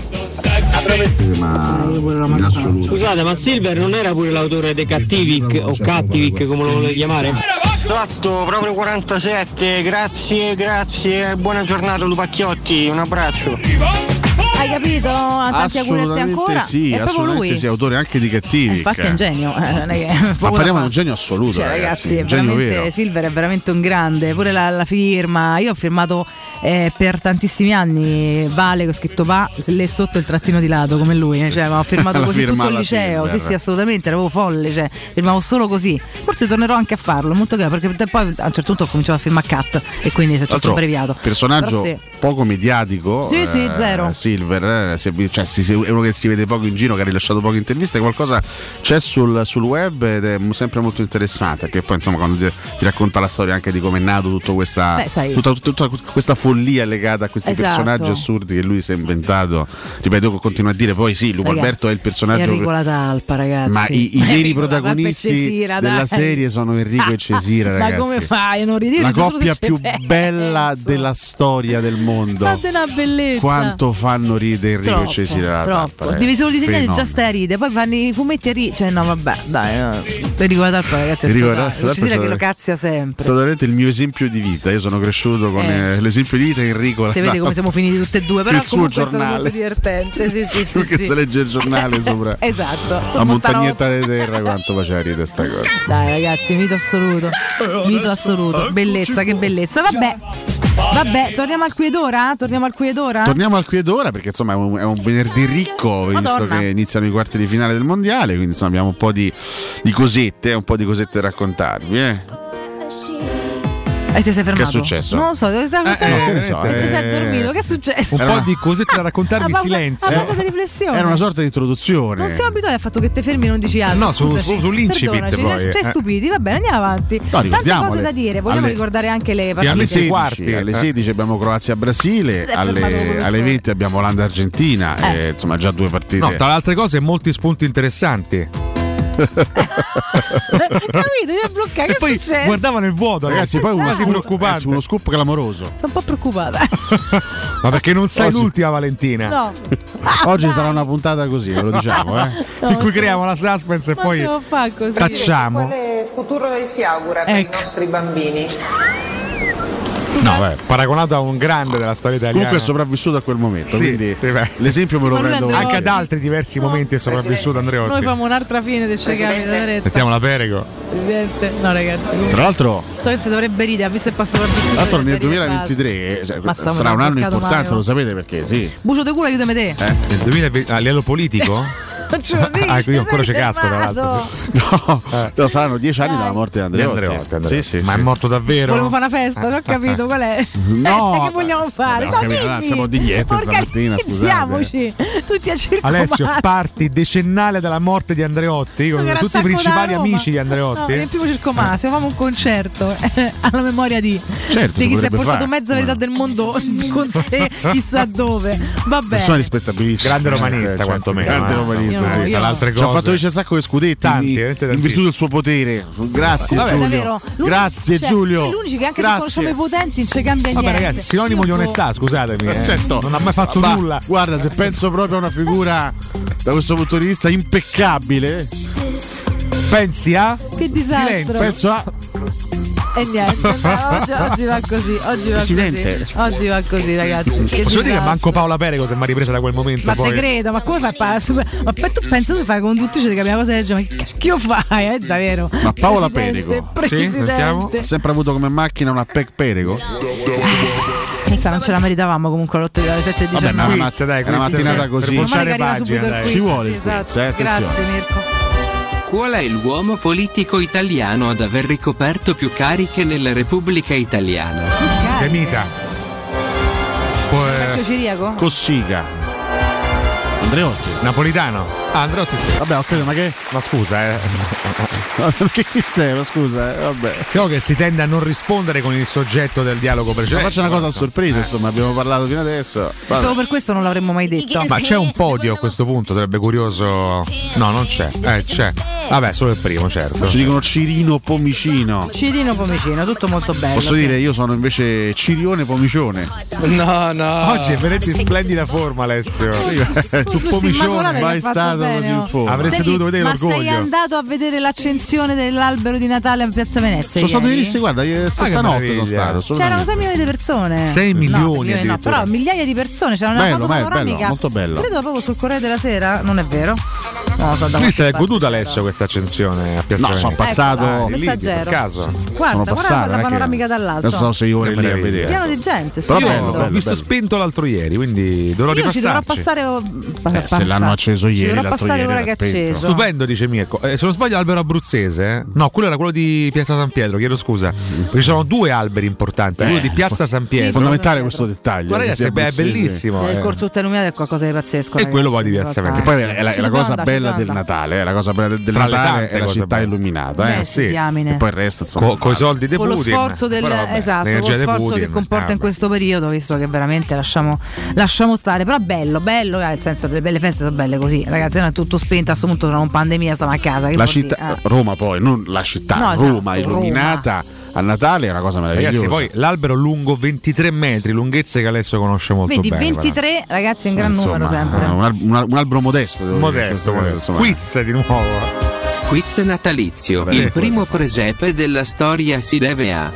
Speaker 13: Ma in assoluto.
Speaker 8: Scusate, ma Silver non era pure l'autore dei Cattivic o Cattivic come lo volete chiamare?
Speaker 2: Esatto, proprio quarantasette, grazie, grazie, buona giornata Lupacchiotti, un abbraccio.
Speaker 19: Hai capito? Tanti auguri a te ancora.
Speaker 13: Sì,
Speaker 19: è proprio
Speaker 13: assolutamente
Speaker 19: lui.
Speaker 13: sì, autore anche di Cattivi.
Speaker 19: Infatti è un genio. Eh, non è che
Speaker 13: ma parliamo di un genio assoluto,
Speaker 19: cioè,
Speaker 13: ragazzi.
Speaker 19: ragazzi, è
Speaker 13: Un genio
Speaker 19: veramente,
Speaker 13: vero.
Speaker 19: Silver è veramente un grande. Pure la, la firma. Io ho firmato eh, per tantissimi anni Vale, che ho scritto Va, lì sotto il trattino di lato come lui. eh, Cioè, ma ho firmato
Speaker 13: La
Speaker 19: così
Speaker 13: firma
Speaker 19: tutto il
Speaker 13: alla
Speaker 19: liceo.
Speaker 13: Silver.
Speaker 19: Sì, sì, assolutamente, ero proprio folle. Cioè, firmavo solo così. Forse tornerò anche a farlo, molto caro, perché poi a un certo punto ho cominciato a firmare Cat e quindi si è tutto abbreviato.
Speaker 13: Personaggio
Speaker 19: Però sì.
Speaker 13: poco mediatico.
Speaker 19: Sì, sì, zero.
Speaker 13: Silver, eh, si è vi- cioè, si- si- è uno che si vede poco in giro, che ha rilasciato poche interviste. Qualcosa c'è sul, sul web ed è m- sempre molto interessante. Che poi, insomma, quando ti, ti racconta la storia anche di come è nato tutto questa,
Speaker 19: Beh, sai.
Speaker 13: tutta, tutta questa follia legata a questi
Speaker 19: Esatto.
Speaker 13: personaggi assurdi che lui si è inventato. Ripeto, continuo a dire, poi sì, Lupo
Speaker 19: Ragazzi,
Speaker 13: Alberto è il personaggio.
Speaker 19: Enrico La Talpa, ragazzi.
Speaker 13: Ma i, i veri
Speaker 19: Enrico La Talpa e
Speaker 13: protagonisti
Speaker 19: Cesira,
Speaker 13: della
Speaker 19: dai.
Speaker 13: serie sono Enrico e Cesira, ragazzi.
Speaker 19: Ma come fai a non ridere?
Speaker 13: La
Speaker 19: Solo
Speaker 13: coppia
Speaker 19: se ci
Speaker 13: più
Speaker 19: penso.
Speaker 13: bella della storia del mondo.
Speaker 19: Fate una bellezza.
Speaker 13: Quanto fanno ridere Enrico
Speaker 19: Troppo,
Speaker 13: e Cesira La
Speaker 19: troppo.
Speaker 13: Talpa, ragazzi.
Speaker 19: Devi solo disegnare
Speaker 13: Fenomeno.
Speaker 19: già stai a ride, poi fanno i fumetti a ride. Cioè, no, vabbè, dai. No. Enrico La Talpa, ragazzi, è
Speaker 13: Enrico La
Speaker 19: totale.
Speaker 13: Talpa è
Speaker 19: Cesira
Speaker 13: stato-
Speaker 19: che lo cazzia
Speaker 13: È
Speaker 19: sempre.
Speaker 13: stato veramente il mio esempio di vita. Io sono cresciuto con
Speaker 19: Eh.
Speaker 13: eh, l'esempio di vita di Enrico La
Speaker 19: Si vede come
Speaker 13: Talpa.
Speaker 19: siamo finiti tutte e due, però
Speaker 13: Il suo
Speaker 19: comunque è stato
Speaker 13: giornale.
Speaker 19: molto divertente. Sì, sì, sì.
Speaker 13: Tu che
Speaker 19: sì.
Speaker 13: se legge il giornale sopra
Speaker 19: Esatto.
Speaker 13: la
Speaker 19: Sono
Speaker 13: montagnetta di terra, quanto faceva ridere sta cosa.
Speaker 19: Dai ragazzi, mito assoluto. Mito assoluto. Bellezza, che bellezza. Vabbè. Vabbè, torniamo al qui ed ora? Torniamo al qui ed ora?
Speaker 13: Torniamo al qui ed ora perché insomma è un, è un venerdì ricco, visto
Speaker 19: Madonna.
Speaker 13: che iniziano i quarti di finale del mondiale, quindi insomma abbiamo un po' di, di cosette, un po' di cosette da raccontarvi. Eh.
Speaker 19: E ti sei fermato?
Speaker 13: Che è successo?
Speaker 19: Non lo so, dove stai,
Speaker 13: Eh, eh, che ne so,
Speaker 19: ti sei
Speaker 13: eh.
Speaker 19: dormito? Che è successo?
Speaker 20: Un
Speaker 13: Era
Speaker 20: po'
Speaker 13: una-
Speaker 20: di cosette da raccontarvi in
Speaker 19: Una pausa-
Speaker 20: silenzio.
Speaker 19: una pausa di riflessione.
Speaker 13: Era una sorta di introduzione.
Speaker 19: Non siamo abituati al fatto che te fermi e non dici altro.
Speaker 20: No, su-
Speaker 19: scusaci.
Speaker 20: su- sull'incipit
Speaker 19: Perdonaci,
Speaker 20: poi,
Speaker 19: ci hai
Speaker 20: eh.
Speaker 19: stupiti, va bene, andiamo avanti. Tante
Speaker 13: ricordiamole.
Speaker 19: cose da dire, vogliamo
Speaker 13: Alle-
Speaker 19: ricordare anche le
Speaker 13: Alle
Speaker 19: partite.
Speaker 13: sedici,
Speaker 20: quarti,
Speaker 13: alle
Speaker 20: eh.
Speaker 13: sedici abbiamo Croazia-Brasile,
Speaker 19: Si è fermato
Speaker 13: alle,
Speaker 19: professore.
Speaker 13: alle venti abbiamo Olanda-Argentina,
Speaker 19: Eh.
Speaker 13: e, insomma già due partite.
Speaker 20: No, tra le altre cose molti spunti interessanti.
Speaker 19: Capito? Io bloccare,
Speaker 20: E
Speaker 19: che
Speaker 20: poi
Speaker 19: è successo?
Speaker 20: guardavano il vuoto,
Speaker 13: Ragazzi, poi uno,
Speaker 20: quasi
Speaker 13: scoop,
Speaker 20: preoccupante.
Speaker 13: ragazzi, uno scoop clamoroso.
Speaker 19: Sono un po' preoccupata.
Speaker 20: Ma perché non sei
Speaker 13: Oggi-
Speaker 20: l'ultima Valentina?
Speaker 19: No.
Speaker 13: Oggi sarà una puntata così, ve lo diciamo, eh.
Speaker 19: No,
Speaker 20: in cui
Speaker 19: non
Speaker 20: creiamo la suspense e
Speaker 19: Ma
Speaker 20: poi
Speaker 19: si può fare così.
Speaker 20: tacciamo.
Speaker 22: Quale futuro lei si augura per
Speaker 19: Ecco.
Speaker 22: i nostri bambini?
Speaker 20: No, beh, paragonato a un grande della storia italiana.
Speaker 13: Comunque è sopravvissuto a quel momento,
Speaker 20: Sì,
Speaker 13: quindi
Speaker 20: sì, beh.
Speaker 13: l'esempio me
Speaker 19: Sì,
Speaker 13: lo
Speaker 19: ma lui
Speaker 13: prendo
Speaker 19: Andreotti-
Speaker 20: Anche ad altri diversi momenti è sopravvissuto Andreotti.
Speaker 19: Noi facciamo un'altra fine del Cecami da retta.
Speaker 20: Mettiamo la Perego.
Speaker 19: Presidente. No, ragazzi. comunque-
Speaker 13: Tra l'altro,
Speaker 19: So che si dovrebbe ridere, ha visto il passo sopravvissuto.
Speaker 13: tra l'altro nel
Speaker 19: dovrebbe ridere
Speaker 13: duemilaventitré cioè,
Speaker 19: Mazza, mi
Speaker 13: sarà
Speaker 19: sono
Speaker 13: un anno
Speaker 19: bloccato
Speaker 13: importante,
Speaker 19: male, oh.
Speaker 13: lo sapete perché? Sì.
Speaker 19: Bucio de culo, aiutami te.
Speaker 13: Eh?
Speaker 20: Nel duemilaventi a livello politico?
Speaker 19: Non ce lo dici,
Speaker 20: Ah, io ancora
Speaker 19: sei
Speaker 20: ci casco, tra
Speaker 19: fermato.
Speaker 20: l'altro.
Speaker 13: No, no, saranno dieci anni
Speaker 19: Dai.
Speaker 13: dalla morte di
Speaker 20: Di
Speaker 13: Andreotti.
Speaker 20: Andreotti, Andreotti.
Speaker 13: Sì, sì,
Speaker 20: Ma
Speaker 13: sì.
Speaker 20: è morto davvero?
Speaker 19: Volevo fare una festa, non ho capito qual è.
Speaker 13: No.
Speaker 19: Festa che vogliamo fare?
Speaker 13: Vabbè,
Speaker 19: No,
Speaker 13: ho capito,
Speaker 19: dimmi.
Speaker 13: allora, siamo di niente stamattina,
Speaker 19: Organizziamoci. Tutti a circo
Speaker 20: Alessio,
Speaker 19: Mazzi.
Speaker 20: parti decennale dalla morte di Andreotti con
Speaker 19: So che era
Speaker 20: tutti i
Speaker 19: sacco
Speaker 20: principali
Speaker 19: da Roma.
Speaker 20: amici di
Speaker 19: No,
Speaker 20: Andreotti.
Speaker 19: nel primo Circo Massimo facciamo un concerto eh, alla memoria di,
Speaker 13: Certo,
Speaker 19: di
Speaker 13: si
Speaker 19: chi si è
Speaker 13: potrebbe
Speaker 19: portato
Speaker 13: fare.
Speaker 19: mezza verità del mondo con sé chissà dove. Vabbè.
Speaker 13: Persona rispettabilissima.
Speaker 20: Grande romanista,
Speaker 13: Certo,
Speaker 20: quantomeno,
Speaker 13: Grande
Speaker 20: eh.
Speaker 13: romanista,
Speaker 19: Io-
Speaker 13: sì.
Speaker 19: io-
Speaker 20: Tra le altre
Speaker 13: Ci ha
Speaker 20: cose.
Speaker 13: fatto vincere un sacco di scudetti
Speaker 20: Tanti,
Speaker 13: in,
Speaker 20: veramente
Speaker 13: in
Speaker 20: tantissimi.
Speaker 13: virtù del suo potere. Grazie
Speaker 19: Vabbè,
Speaker 13: Giulio.
Speaker 19: davvero. L'unico-
Speaker 13: Grazie
Speaker 19: cioè,
Speaker 13: Giulio.
Speaker 19: È l'unico che anche
Speaker 13: Grazie.
Speaker 19: se conosciamo i potenti non ci cambia
Speaker 20: Vabbè
Speaker 19: niente.
Speaker 20: ragazzi, sinonimo di
Speaker 19: Io-
Speaker 20: onestà, scusatemi. eh.
Speaker 13: Certo.
Speaker 20: Non ha mai fatto
Speaker 13: Ma-
Speaker 20: nulla.
Speaker 13: Guarda, se penso proprio a una figura da questo punto di vista impeccabile,
Speaker 20: Pensi a?
Speaker 19: Che disastro.
Speaker 20: Silenzio.
Speaker 13: penso a
Speaker 19: E niente, ma oggi, oggi va così, oggi va
Speaker 13: Presidente.
Speaker 19: così. Oggi va così, ragazzi. Che
Speaker 20: Posso dire che
Speaker 19: disastro.
Speaker 20: manco Paola Perego si è mai ripresa da quel momento.
Speaker 19: Ma
Speaker 20: poi.
Speaker 19: te credo, ma come fai a parlare? Ma poi tu pensi tu fai conduttrice di capire una cosa del genere? Ma che cacchio fai? Eh, davvero?
Speaker 13: Ma Paola
Speaker 19: Presidente,
Speaker 13: Perego.
Speaker 19: Presidente.
Speaker 20: Sì, sentiamo.
Speaker 13: ha sempre avuto come macchina una P E C Perego.
Speaker 19: Questa non ce la meritavamo comunque alle sette e
Speaker 13: Vabbè, ma
Speaker 19: diciannove.
Speaker 13: una,
Speaker 20: Quiz, dai,
Speaker 13: è una
Speaker 20: quiz,
Speaker 13: mattinata
Speaker 20: sì.
Speaker 13: così.
Speaker 20: Per
Speaker 19: Ormai
Speaker 20: bocciare
Speaker 19: che arriva
Speaker 20: pagine,
Speaker 19: subito il
Speaker 20: dai.
Speaker 19: quiz.
Speaker 13: Ci vuole
Speaker 19: sì,
Speaker 13: il quiz,
Speaker 19: esatto.
Speaker 13: eh, attenzione.
Speaker 19: Grazie Mirko.
Speaker 18: Qual è l'uomo politico italiano ad aver ricoperto più cariche nella Repubblica Italiana?
Speaker 20: De Mita. Poi, eh,
Speaker 19: Vecchio ciriaco?
Speaker 13: Cossiga. Andreotti.
Speaker 20: Napolitano. Ah, Andreotti sì.
Speaker 13: Vabbè, ho capito, ma che?
Speaker 20: Ma scusa, eh.
Speaker 13: Che quiz è? Ma scusa, eh, vabbè.
Speaker 20: Credo che si tende a non rispondere con il soggetto del dialogo
Speaker 13: Ma
Speaker 20: precedente.
Speaker 13: faccio una cosa a sorpresa, insomma, abbiamo parlato fino adesso. Vabbè.
Speaker 19: Solo per questo non l'avremmo mai detto.
Speaker 20: Ma c'è un podio a questo punto, sarebbe curioso. No, non c'è. Eh, c'è. Vabbè, solo il primo, certo.
Speaker 13: Ci dicono Cirino Pomicino.
Speaker 19: Cirino Pomicino, tutto molto bello.
Speaker 13: Posso
Speaker 19: sì.
Speaker 13: dire, io sono invece Cirione Pomicione.
Speaker 9: No, no.
Speaker 20: Oggi è veramente in splendida forma, Alessio.
Speaker 13: Tu
Speaker 19: Questa
Speaker 13: Pomicione,
Speaker 19: Immacolata
Speaker 13: mai
Speaker 19: che ha fatto
Speaker 13: stato andato così in fondo.
Speaker 20: Avreste
Speaker 19: Senti,
Speaker 20: dovuto vedere
Speaker 19: ma
Speaker 20: l'orgoglio.
Speaker 19: sei andato a vedere l'accensione dell'albero di Natale a Piazza Venezia?
Speaker 13: Sono stato
Speaker 19: ieri?
Speaker 13: ieri, guarda, ieri stanotte sono stato.
Speaker 19: C'erano sei milioni di persone.
Speaker 20: sei milioni
Speaker 19: no, sei milioni no, però migliaia di persone. C'era una
Speaker 13: bello,
Speaker 19: foto
Speaker 13: bello,
Speaker 19: panoramica.
Speaker 13: bello, molto bello.
Speaker 19: Credo proprio sul Corriere della Sera, non è vero? No, so da
Speaker 20: Lui si è
Speaker 19: qualche
Speaker 20: goduto Alessio questa accensione a Piazza
Speaker 13: No, sono
Speaker 20: Venezia.
Speaker 13: passato
Speaker 19: Ecco,
Speaker 20: lì,
Speaker 19: messaggero.
Speaker 20: per caso.
Speaker 19: Guarda,
Speaker 13: sono
Speaker 19: guarda
Speaker 13: passato,
Speaker 19: la
Speaker 13: non è che-
Speaker 19: panoramica dall'alto.
Speaker 13: Adesso sono sei ore lì a vedere.
Speaker 19: Pieno di gente,
Speaker 13: Però
Speaker 19: stupendo.
Speaker 13: bello,
Speaker 20: Io
Speaker 13: bello,
Speaker 20: ho visto
Speaker 13: bello.
Speaker 20: spento l'altro ieri, quindi dovrò
Speaker 19: Io ci dovrò
Speaker 20: ripassarci.
Speaker 19: passare o- pa-
Speaker 13: Eh, se l'hanno acceso
Speaker 19: ci
Speaker 13: ieri,
Speaker 19: dovrò
Speaker 13: l'altro
Speaker 19: passare
Speaker 13: ieri
Speaker 19: ora
Speaker 13: era
Speaker 19: che è
Speaker 13: spento.
Speaker 19: acceso.
Speaker 20: Stupendo, dice Mirko. Eh, se non sbaglio, l'albero abruzzese. eh? No, quello era quello di Piazza San Pietro. Chiedo scusa. Ci sono due alberi importanti. Quello di Piazza San Pietro.
Speaker 13: È fondamentale questo dettaglio.
Speaker 20: Guarda,
Speaker 13: che sia
Speaker 20: è be- è
Speaker 13: abruzzese.
Speaker 20: bellissimo.
Speaker 19: Il
Speaker 20: eh.
Speaker 19: corso illuminato è qualcosa di pazzesco.
Speaker 20: E quello
Speaker 19: ragazzi,
Speaker 20: poi di Piazza
Speaker 19: in realtà.
Speaker 13: Che poi
Speaker 20: Venezia.
Speaker 13: è la, è
Speaker 19: Ci
Speaker 13: la
Speaker 19: devo
Speaker 13: cosa
Speaker 19: andare, ci
Speaker 13: bella
Speaker 19: devo
Speaker 13: del
Speaker 19: andare.
Speaker 13: Natale, è la cosa bella del
Speaker 20: Tra le
Speaker 13: Natale
Speaker 20: tante
Speaker 13: è la
Speaker 20: cose
Speaker 13: città
Speaker 20: belle.
Speaker 13: illuminata,
Speaker 19: Beh,
Speaker 13: eh.
Speaker 19: sì, diamine.
Speaker 13: E poi il resto insomma,
Speaker 20: Co- coi soldi di
Speaker 19: con lo
Speaker 20: Putin.
Speaker 19: sforzo del
Speaker 20: Però vabbè,
Speaker 19: esatto, con lo
Speaker 20: l'energia di
Speaker 19: sforzo
Speaker 20: Putin.
Speaker 19: che comporta
Speaker 20: Eh,
Speaker 19: in questo periodo, visto che veramente lasciamo, lasciamo stare, però bello, bello, eh, nel senso le belle feste sono belle così, ragazzi, non è tutto spento, a questo punto tra una pandemia stiamo a casa. Che
Speaker 13: la
Speaker 19: vuol
Speaker 13: città
Speaker 19: dire? Eh.
Speaker 13: Roma poi, non la città,
Speaker 19: No, esatto,
Speaker 13: Roma illuminata a Natale è una cosa meravigliosa.
Speaker 20: Ragazzi, poi l'albero lungo ventitré metri, lunghezze che Alessio conosce molto
Speaker 19: Vedi,
Speaker 20: bene.
Speaker 19: ventitré ragazzi, è un gran
Speaker 13: Insomma,
Speaker 19: numero sempre.
Speaker 13: Un, al- un al- un albero modesto, devo
Speaker 20: Modesto,
Speaker 13: dire,
Speaker 20: modesto.
Speaker 13: insomma.
Speaker 20: Quiz di nuovo.
Speaker 18: Quiz natalizio.
Speaker 13: Vabbè,
Speaker 18: Il primo presepe della storia si deve a.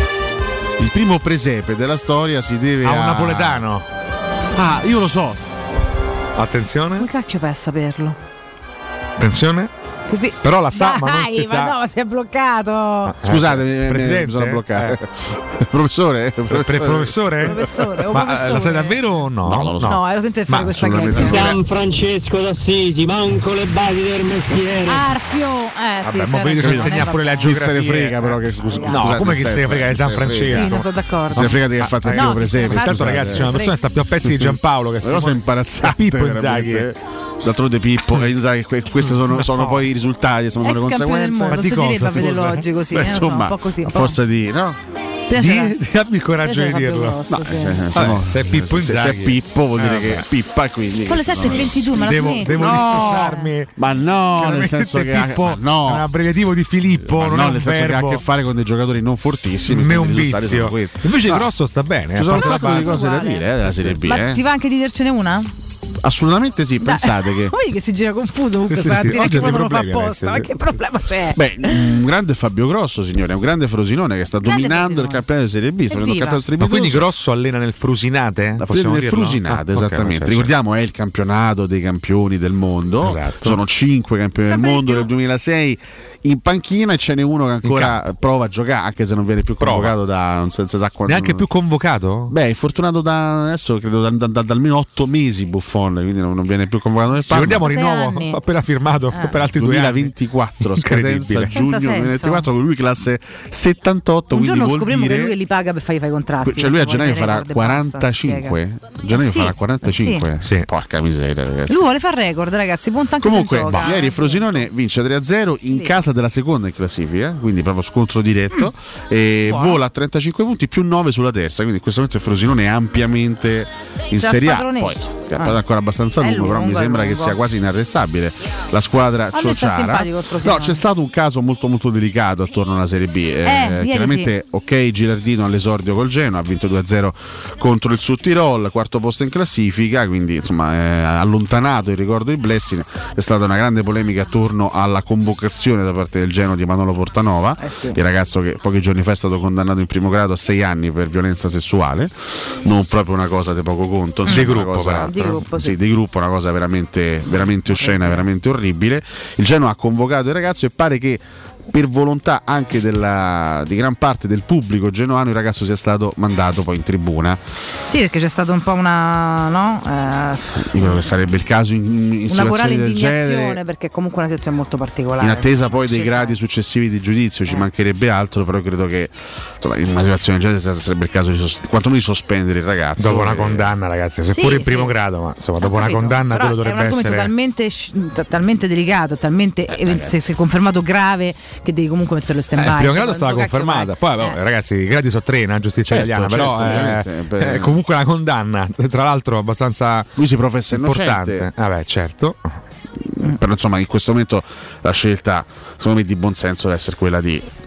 Speaker 13: Il primo presepe della storia si deve
Speaker 20: A
Speaker 13: a
Speaker 20: un napoletano.
Speaker 13: Ah, io lo so.
Speaker 20: Attenzione,
Speaker 19: Come cacchio fai a saperlo?
Speaker 20: attenzione.
Speaker 19: Che vi-
Speaker 20: Però la sa,
Speaker 19: Dai,
Speaker 20: ma non si
Speaker 19: ma
Speaker 20: sa.
Speaker 19: no, ma si è bloccato.
Speaker 13: Scusate, mi- mi,
Speaker 20: Presidente?
Speaker 13: mi sono bloccato.
Speaker 20: Eh.
Speaker 13: Professore?
Speaker 20: Per, per professore?
Speaker 19: Professore, o
Speaker 20: Ma eh,
Speaker 19: professore.
Speaker 20: la sai davvero o no?
Speaker 13: No, non lo so.
Speaker 19: No, ero sentito fare
Speaker 20: Ma
Speaker 19: questa
Speaker 13: assolutamente
Speaker 19: gag.
Speaker 13: no.
Speaker 8: San Francesco d'Assisi, manco le basi del mestiere.
Speaker 19: Arfio, eh sì,
Speaker 20: Vabbè, ma
Speaker 19: c'è
Speaker 20: vedi,
Speaker 19: ragione,
Speaker 20: si insegna
Speaker 19: eh,
Speaker 20: pure la
Speaker 19: vabbè.
Speaker 13: Chi se ne
Speaker 20: geografia.
Speaker 13: frega però che scusa,
Speaker 20: No,
Speaker 13: scusate,
Speaker 20: come
Speaker 13: nel
Speaker 20: chi se ne
Speaker 13: senso,
Speaker 20: frega di San
Speaker 13: chi se ne frega?
Speaker 20: Francesco?
Speaker 19: Sì, non sono d'accordo.
Speaker 13: Se ne frega di che ha fatto il
Speaker 19: No,
Speaker 13: primo
Speaker 19: chi
Speaker 13: presepe.
Speaker 19: se ne
Speaker 20: Tanto
Speaker 19: frega.
Speaker 20: ragazzi, c'è una persona che sta più a pezzi di Giampaolo che
Speaker 13: La cosa
Speaker 20: Simone-
Speaker 13: imbarazzante
Speaker 20: Pippo
Speaker 13: veramente.
Speaker 20: Inzaghi.
Speaker 13: D'altronde Pippo e Inzaghi, que- questi sono, sono poi i risultati, sono
Speaker 19: Ex
Speaker 13: le
Speaker 19: campione del
Speaker 13: conseguenze.
Speaker 19: mondo,
Speaker 20: Ma di
Speaker 19: non si direbbe a
Speaker 20: cosa,
Speaker 19: vederlo
Speaker 20: scusa?
Speaker 19: oggi così,
Speaker 13: Beh,
Speaker 19: eh, non so,
Speaker 13: insomma,
Speaker 19: un po' così. Un
Speaker 13: a
Speaker 19: po'.
Speaker 13: forza di no?
Speaker 19: Piaceva.
Speaker 20: Di, di abbi il coraggio di
Speaker 19: Piaceva Fabio
Speaker 20: dirlo.
Speaker 19: Grosso,
Speaker 13: No,
Speaker 19: sì.
Speaker 13: se,
Speaker 20: Vabbè,
Speaker 13: sono-
Speaker 20: se è Pippo
Speaker 13: se- se è
Speaker 20: Inzaghi.
Speaker 13: Pippo vuol dire
Speaker 20: Eh,
Speaker 13: che
Speaker 20: vabbè.
Speaker 13: Pippa e quindi
Speaker 19: Sono le sette e ventidue, ma la
Speaker 20: Devo,
Speaker 19: smetti?
Speaker 20: devo
Speaker 19: No.
Speaker 20: dissociarmi.
Speaker 13: ma no, nel
Speaker 20: Chiaramente
Speaker 13: senso che
Speaker 20: Pippo
Speaker 13: ma no,
Speaker 20: è un abbreviativo di Filippo,
Speaker 13: ma
Speaker 20: non
Speaker 13: no,
Speaker 20: è un
Speaker 13: nel senso che ha a
Speaker 20: verbo.
Speaker 13: che fare con dei giocatori non fortissimi,
Speaker 20: Né
Speaker 13: quindi
Speaker 20: un
Speaker 13: i risultati sono
Speaker 20: vizio.
Speaker 13: questi.
Speaker 20: Invece
Speaker 13: No,
Speaker 20: Grosso sta bene.
Speaker 13: ci sono
Speaker 20: a
Speaker 13: un
Speaker 20: parte
Speaker 13: sacco
Speaker 20: la
Speaker 13: di cose da
Speaker 19: uguale.
Speaker 13: dire eh, della Serie B.
Speaker 19: Ma
Speaker 13: eh.
Speaker 19: ti va anche di dircene una?
Speaker 13: Assolutamente sì, pensate che
Speaker 19: Vedi che si gira confuso comunque
Speaker 20: Sì, sì,
Speaker 19: stamattina,
Speaker 20: sì.
Speaker 19: che
Speaker 20: Oggi ha
Speaker 19: poi
Speaker 20: dei
Speaker 19: non lo fa
Speaker 20: problemi,
Speaker 19: apposta.
Speaker 20: Alessio,
Speaker 19: Ma
Speaker 20: sì.
Speaker 19: che problema c'è?
Speaker 13: Beh, un grande Fabio Grosso, signore, un grande Frosinone che sta
Speaker 19: Grande
Speaker 13: dominando
Speaker 19: Frosinone.
Speaker 13: il campionato di Serie B, sta avendo un
Speaker 19: Evviva.
Speaker 13: campionato
Speaker 20: Ma quindi
Speaker 13: strepitoso.
Speaker 20: Grosso allena nel Frusinate?
Speaker 13: La
Speaker 20: Possiamo
Speaker 13: nel
Speaker 20: dirlo?
Speaker 13: Frusinate,
Speaker 20: Ah, ok,
Speaker 13: esattamente.
Speaker 20: certo.
Speaker 13: Ricordiamo, è il campionato dei campioni del mondo.
Speaker 20: Esatto.
Speaker 13: Sono cinque campioni
Speaker 19: Sempre
Speaker 13: del
Speaker 19: di
Speaker 13: mondo
Speaker 19: più.
Speaker 13: nel duemilasei in panchina e ce n'è uno che ancora prova a giocare, anche se non viene più
Speaker 20: Prova.
Speaker 13: convocato da non so, non si sa quando.
Speaker 20: Neanche più convocato?
Speaker 13: Beh, è infortunato da adesso credo da, da, da, da almeno otto mesi Buffon, quindi non, non viene più convocato nel
Speaker 20: Ci
Speaker 13: Parma.
Speaker 20: ricordiamo
Speaker 19: Sei
Speaker 20: rinnovo
Speaker 19: anni.
Speaker 20: appena firmato
Speaker 19: Eh.
Speaker 20: per altri due anni.
Speaker 13: duemilaventiquattro, scadenza
Speaker 20: Incredibile.
Speaker 13: giugno
Speaker 19: Senza senso.
Speaker 13: duemilaventiquattro, con lui classe settantotto.
Speaker 19: Un
Speaker 13: quindi
Speaker 19: giorno
Speaker 13: vuol
Speaker 19: scopriamo
Speaker 13: dire
Speaker 19: che lui li paga per fargli fare i contratti.
Speaker 13: cioè lui a
Speaker 19: Vuole
Speaker 13: gennaio
Speaker 19: dei
Speaker 13: farà
Speaker 19: record e basta,
Speaker 13: quarantacinque.
Speaker 19: spiega.
Speaker 13: Gennaio
Speaker 19: Eh sì,
Speaker 13: farà quarantacinque.
Speaker 19: eh
Speaker 20: sì.
Speaker 13: Porca miseria, ragazzi.
Speaker 19: Lui vuole fare record, ragazzi, punta anche
Speaker 13: Comunque,
Speaker 19: se gioca.
Speaker 13: ieri Frosinone vince tre a zero in
Speaker 19: Sì.
Speaker 13: casa della seconda in classifica, quindi proprio scontro diretto,
Speaker 19: Mm.
Speaker 13: e
Speaker 19: Buono.
Speaker 13: vola a trentacinque punti più nove sulla terza, quindi in questo momento il Frosinone è ampiamente in
Speaker 19: C'è la
Speaker 13: Serie A.
Speaker 19: spadroneggia.
Speaker 13: Poi è
Speaker 19: Ah.
Speaker 13: ancora abbastanza
Speaker 19: È
Speaker 13: lungo, però mi
Speaker 19: lungo, è
Speaker 13: sembra che
Speaker 19: lungo.
Speaker 13: sia quasi inarrestabile la squadra
Speaker 19: A me sta
Speaker 13: ciociara.
Speaker 19: simpatico il Frosinone.
Speaker 13: No, c'è stato un caso molto molto delicato attorno alla Serie B. Eh,
Speaker 19: ieri
Speaker 13: chiaramente ok Gilardino all'esordio col Genoa, ha vinto due a zero contro il Sud-Tirol, quarto posto in classifica, quindi insomma è allontanato il ricordo di Blessing. È stata una grande polemica attorno alla convocazione da parte del Genoa di Manolo Portanova,
Speaker 19: Eh sì.
Speaker 13: il ragazzo che pochi giorni fa è stato condannato in primo grado a sei anni per violenza sessuale, non proprio una cosa di poco conto, insomma,
Speaker 20: Di
Speaker 13: una
Speaker 20: gruppo,
Speaker 13: cosa-
Speaker 20: peraltro.
Speaker 19: Di gruppo, sì.
Speaker 13: sì, di gruppo, una cosa veramente, veramente oscena, veramente orribile. Il Genoa ha convocato il ragazzo e pare che per volontà anche della, di gran parte del pubblico genoano il ragazzo sia stato mandato poi in tribuna,
Speaker 19: Sì, perché c'è stata un po' una, no? Eh,
Speaker 13: di quello che sarebbe il caso in, in
Speaker 19: una morale
Speaker 13: situazioni del
Speaker 19: indignazione,
Speaker 13: genere,
Speaker 19: perché è comunque una situazione molto particolare.
Speaker 13: in attesa
Speaker 19: insomma,
Speaker 13: poi dei
Speaker 19: ci
Speaker 13: gradi
Speaker 19: sta.
Speaker 13: successivi di giudizio, ci mancherebbe altro, però credo che insomma, in una situazione del genere sarebbe il caso di sos- quantomeno di sospendere il ragazzo.
Speaker 20: Dopo una
Speaker 13: e-
Speaker 20: condanna, ragazzi, seppure
Speaker 19: Sì,
Speaker 20: in primo
Speaker 19: sì.
Speaker 20: grado, ma insomma,
Speaker 19: Ho
Speaker 20: dopo una
Speaker 19: capito,
Speaker 20: condanna
Speaker 19: però
Speaker 20: quello
Speaker 19: è un
Speaker 20: dovrebbe
Speaker 19: argomento
Speaker 20: essere.
Speaker 19: talmente, sci- talmente delicato, talmente
Speaker 13: Eh,
Speaker 19: se, se confermato grave, che devi comunque metterlo in
Speaker 20: Eh,
Speaker 19: stand by.
Speaker 20: il primo grado stava
Speaker 19: Quando cacchio
Speaker 20: confermata.
Speaker 19: vai?
Speaker 20: Poi, vabbè,
Speaker 19: Eh.
Speaker 20: ragazzi, i gradi sono tre nella giustizia
Speaker 13: Certo,
Speaker 20: italiana,
Speaker 13: certo,
Speaker 20: però è,
Speaker 13: ovviamente, beh.
Speaker 20: è comunque una condanna. Tra l'altro, abbastanza
Speaker 13: Lui si professa
Speaker 20: importante.
Speaker 13: innocente.
Speaker 20: Vabbè, certo.
Speaker 13: Però insomma in questo momento la scelta secondo me di buon senso deve essere quella di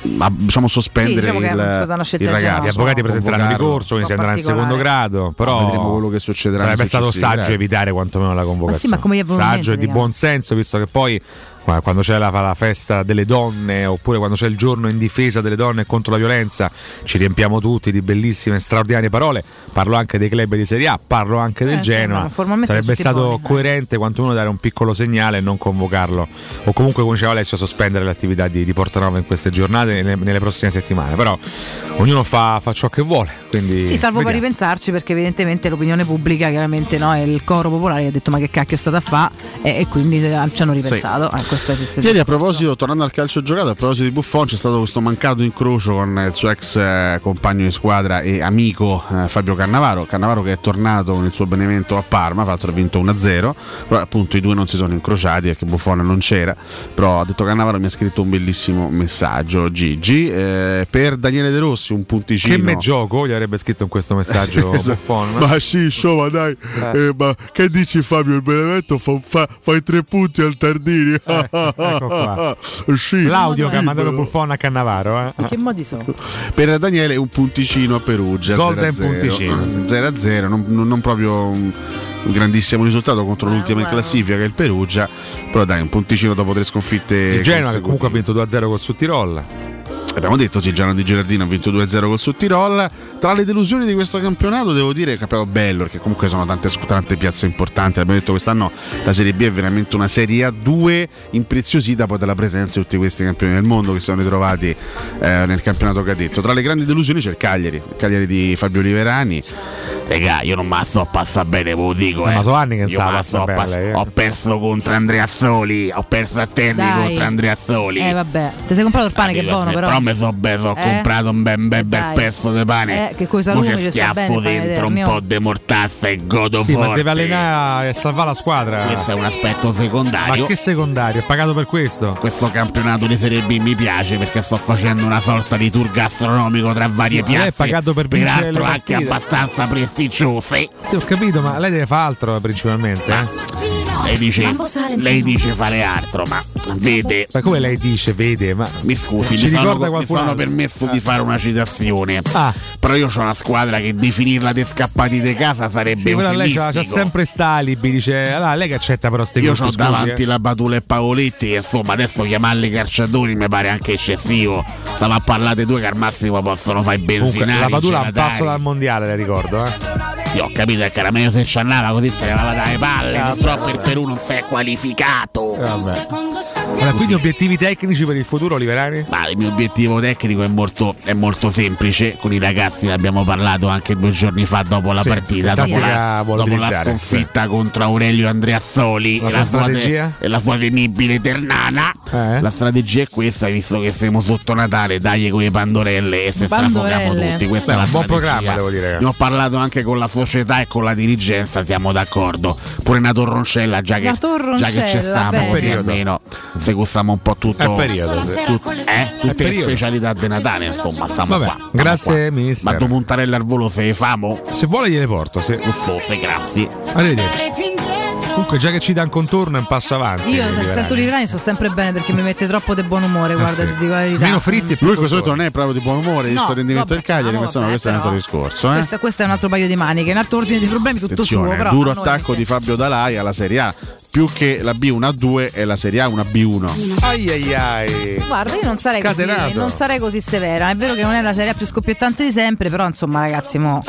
Speaker 13: diciamo sospendere
Speaker 19: Sì, diciamo che è
Speaker 13: il,
Speaker 19: stata una scelta
Speaker 13: il ragazzo.
Speaker 20: Gli avvocati presenteranno ricorso, quindi si andrà in secondo grado, però
Speaker 13: vedremo quello che succederà.
Speaker 20: Sarebbe stato
Speaker 13: successivi,
Speaker 20: saggio
Speaker 13: eh.
Speaker 20: evitare quantomeno la convocazione.
Speaker 19: Ma sì, ma come gli avvenimenti,
Speaker 20: saggio e di
Speaker 19: diciamo.
Speaker 20: buon senso, visto che poi quando c'è la, la festa delle donne oppure quando c'è il giorno in difesa delle donne e contro la violenza ci riempiamo tutti di bellissime e straordinarie parole. Parlo anche dei club di Serie A, parlo anche del
Speaker 19: Eh,
Speaker 20: Genoa.
Speaker 19: insomma, formalmente
Speaker 20: sarebbe
Speaker 19: tutti
Speaker 20: stato
Speaker 19: buoni, dai.
Speaker 20: coerente quantomeno dare un piccolo segnale e non convocarlo, o comunque, come diceva Alessio, sospendere l'attività di, di Portanova in queste giornate e nelle, nelle prossime settimane. Però ognuno fa, fa ciò che vuole, quindi
Speaker 19: Sì, salvo poi
Speaker 20: vediamo.
Speaker 19: ripensarci, perché evidentemente l'opinione pubblica, chiaramente no, è il coro popolare che ha detto ma che cacchio è stata a fa, e, e quindi eh, ci hanno ripensato. Eh, questo esiste.
Speaker 13: Ieri, a proposito, tornando al calcio giocato, a proposito di Buffon, c'è stato questo mancato incrocio con il suo ex eh, compagno di squadra e amico eh, Fabio Cannavaro. Cannavaro che è tornato con il suo Benevento a Parma, tra l'altro ha vinto uno a zero, però appunto i due non si sono incrociati perché Buffon non c'era. Però ha detto Cannavaro, mi ha scritto un bellissimo messaggio Gigi, eh, per Daniele De Rossi un punticino.
Speaker 20: Che me gioco gli avrebbe scritto in questo messaggio Buffon.
Speaker 13: Ma sì, insomma dai, eh, ma che dici Fabio, il Benevento fa, fa, fa i tre punti al Tardini.
Speaker 20: Eh, ecco qua.
Speaker 13: Sì,
Speaker 20: L'audio che ha mandato
Speaker 13: libero.
Speaker 20: Buffon a Cannavaro, eh.
Speaker 19: Che modi sono?
Speaker 13: Per Daniele un punticino a Perugia,
Speaker 20: Golden
Speaker 13: zero a zero.
Speaker 20: punticino.
Speaker 13: zero a zero, non, non- non proprio un, un grandissimo risultato contro l'ultima in classifica che è il Perugia, però dai, un punticino dopo tre sconfitte
Speaker 20: Il Genoa che
Speaker 13: consecutive.
Speaker 20: comunque ha vinto due a zero col Sudtirol.
Speaker 13: Abbiamo detto sì, il Genoa di Girardino ha vinto due a zero col Sudtirol. Tra le delusioni di questo campionato devo dire che è proprio bello, perché comunque sono tante, tante piazze importanti. Abbiamo detto quest'anno la Serie B è veramente una Serie A due impreziosita poi dalla presenza di tutti questi campioni del mondo che si sono ritrovati eh, nel campionato cadetto. Tra le grandi delusioni c'è il Cagliari, il Cagliari di Fabio Oliverani. Regà, io non me la sto a passare bene, ve lo dico.
Speaker 20: Eh,
Speaker 13: Eh.
Speaker 20: ma so anni che non
Speaker 13: Io
Speaker 20: se la
Speaker 13: me la
Speaker 20: passa
Speaker 13: sto a
Speaker 20: bene
Speaker 13: pass-
Speaker 20: lei, eh.
Speaker 13: Ho perso contro Andrea Soli, ho perso a Terni
Speaker 19: Dai.
Speaker 13: contro Andrea Soli.
Speaker 19: Eh vabbè, ti sei comprato il pane che è buono, però.
Speaker 13: Però mi so bene, ho
Speaker 19: Eh?
Speaker 13: comprato un ben bel, bel
Speaker 19: Dai.
Speaker 13: pezzo di pane.
Speaker 19: Eh, che coi
Speaker 13: Mo
Speaker 19: salumi
Speaker 13: c'è
Speaker 19: ci sta
Speaker 13: schiaffo
Speaker 19: bene, pane
Speaker 13: dentro, un
Speaker 19: Terni,
Speaker 13: po'
Speaker 19: oh.
Speaker 13: di mortazza e godo
Speaker 20: Sì,
Speaker 13: forte.
Speaker 20: ma deve allenare e salvare la squadra.
Speaker 13: Questo è un aspetto secondario.
Speaker 20: Ma che secondario? È pagato per questo?
Speaker 13: Questo campionato di Serie B mi piace perché sto facendo una sorta di tour gastronomico tra varie
Speaker 20: Ma lei è
Speaker 13: piazze.
Speaker 20: pagato per vincere
Speaker 13: peraltro
Speaker 20: le
Speaker 13: anche
Speaker 20: partite.
Speaker 13: abbastanza prestigiose.
Speaker 20: Sì, ho capito, ma lei deve fare altro principalmente, eh?
Speaker 13: Lei dice, lei dice fare altro, ma vede.
Speaker 20: Ma come lei dice, vede, ma
Speaker 13: mi scusi,
Speaker 20: ci
Speaker 13: mi sono,
Speaker 20: ricorda
Speaker 13: mi
Speaker 20: qualcun
Speaker 13: sono
Speaker 20: altro?
Speaker 13: permesso di fare una citazione.
Speaker 20: Ah.
Speaker 13: Però io ho una squadra che definirla dei scappati di casa sarebbe
Speaker 20: Sì, però lei c'ha, c'ha
Speaker 13: eufemistico.
Speaker 20: sempre sta alibi, dice, allora lei che accetta però ste
Speaker 13: Io
Speaker 20: gruppi,
Speaker 13: ho
Speaker 20: scusi,
Speaker 13: davanti
Speaker 20: eh.
Speaker 13: la Batula e Paoletti, e insomma adesso chiamarli calciatori mi pare anche eccessivo. Stavo a parlare di due che al massimo possono fare i
Speaker 20: Comunque,
Speaker 13: benzinari.
Speaker 20: la Padula ha un
Speaker 13: gelatari.
Speaker 20: passo dal mondiale, le ricordo, eh.
Speaker 13: Sì, ho capito che era meglio se ci andava così se ne va dalle palle. Purtroppo il Perù non si è qualificato.
Speaker 20: Vabbè. Allora, quindi obiettivi tecnici per il futuro, Oliverani?
Speaker 13: Ma il mio obiettivo tecnico è molto, è molto semplice. Con i ragazzi ne abbiamo parlato anche due giorni fa dopo la
Speaker 20: Sì,
Speaker 13: partita,
Speaker 20: che
Speaker 13: dopo, la,
Speaker 20: tattica vuole
Speaker 13: dopo la
Speaker 20: utilizzare,
Speaker 13: sconfitta contro Aurelio Andreazzoli
Speaker 20: La
Speaker 13: e
Speaker 20: sua
Speaker 13: la sua,
Speaker 20: strategia?
Speaker 13: e la sua temibile Ternana.
Speaker 20: Eh?
Speaker 13: La strategia è questa, visto che siamo sotto Natale, dai con le pandorelle e se strafochiamo
Speaker 19: Pandorelle.
Speaker 13: tutti. Questa
Speaker 20: Beh,
Speaker 13: è la
Speaker 20: un buon
Speaker 13: strategia.
Speaker 20: programma, devo dire.
Speaker 13: Ne ho parlato anche con la società e con la dirigenza, siamo d'accordo. Pure una torroncella, già che,
Speaker 19: La
Speaker 13: già
Speaker 19: torroncella,
Speaker 13: che ci stiamo,
Speaker 19: bene.
Speaker 13: così
Speaker 20: Periodo.
Speaker 13: almeno se gustiamo un po' tutto.
Speaker 20: È periodo, sì.
Speaker 13: tut- eh, tutte le
Speaker 20: periodo.
Speaker 13: specialità di Natale, insomma, stiamo
Speaker 20: Vabbè,
Speaker 13: qua. stiamo
Speaker 20: grazie,
Speaker 13: qua.
Speaker 20: mister.
Speaker 13: Ma due puntarelle al volo se le famo?
Speaker 20: Se vuole gliele porto, sì.
Speaker 13: Gustose, grazie.
Speaker 20: Arrivederci. Comunque, già che ci dà un contorno, è un passo avanti.
Speaker 19: Io se
Speaker 20: Oliverani.
Speaker 19: sento Livrani sto sempre bene perché mi mette troppo di buon umore, guarda,
Speaker 20: sì.
Speaker 19: ti dico la verità.
Speaker 20: Meno fritti e più
Speaker 13: Lui questo
Speaker 20: contorno.
Speaker 13: non è proprio di buon umore, visto
Speaker 19: No,
Speaker 13: il rendimento
Speaker 19: vabbè,
Speaker 13: del Cagliari,
Speaker 19: no,
Speaker 13: ma insomma
Speaker 19: vabbè,
Speaker 13: questo è un altro
Speaker 19: però
Speaker 13: discorso. Eh?
Speaker 19: Questo, questo è un altro paio di maniche, un altro ordine di problemi tutto
Speaker 13: Attenzione,
Speaker 19: suo. Però
Speaker 13: duro
Speaker 19: a noi
Speaker 13: attacco
Speaker 19: mette-
Speaker 13: di Fabio Dalai alla Serie A. Più che la B una A due è la Serie A una B uno.
Speaker 20: Ai ai ai.
Speaker 19: Guarda, io non sarei, così,
Speaker 20: Scatenato.
Speaker 19: non sarei così severa. È vero che non è la serie più scoppiettante di sempre, però insomma, ragazzi, mo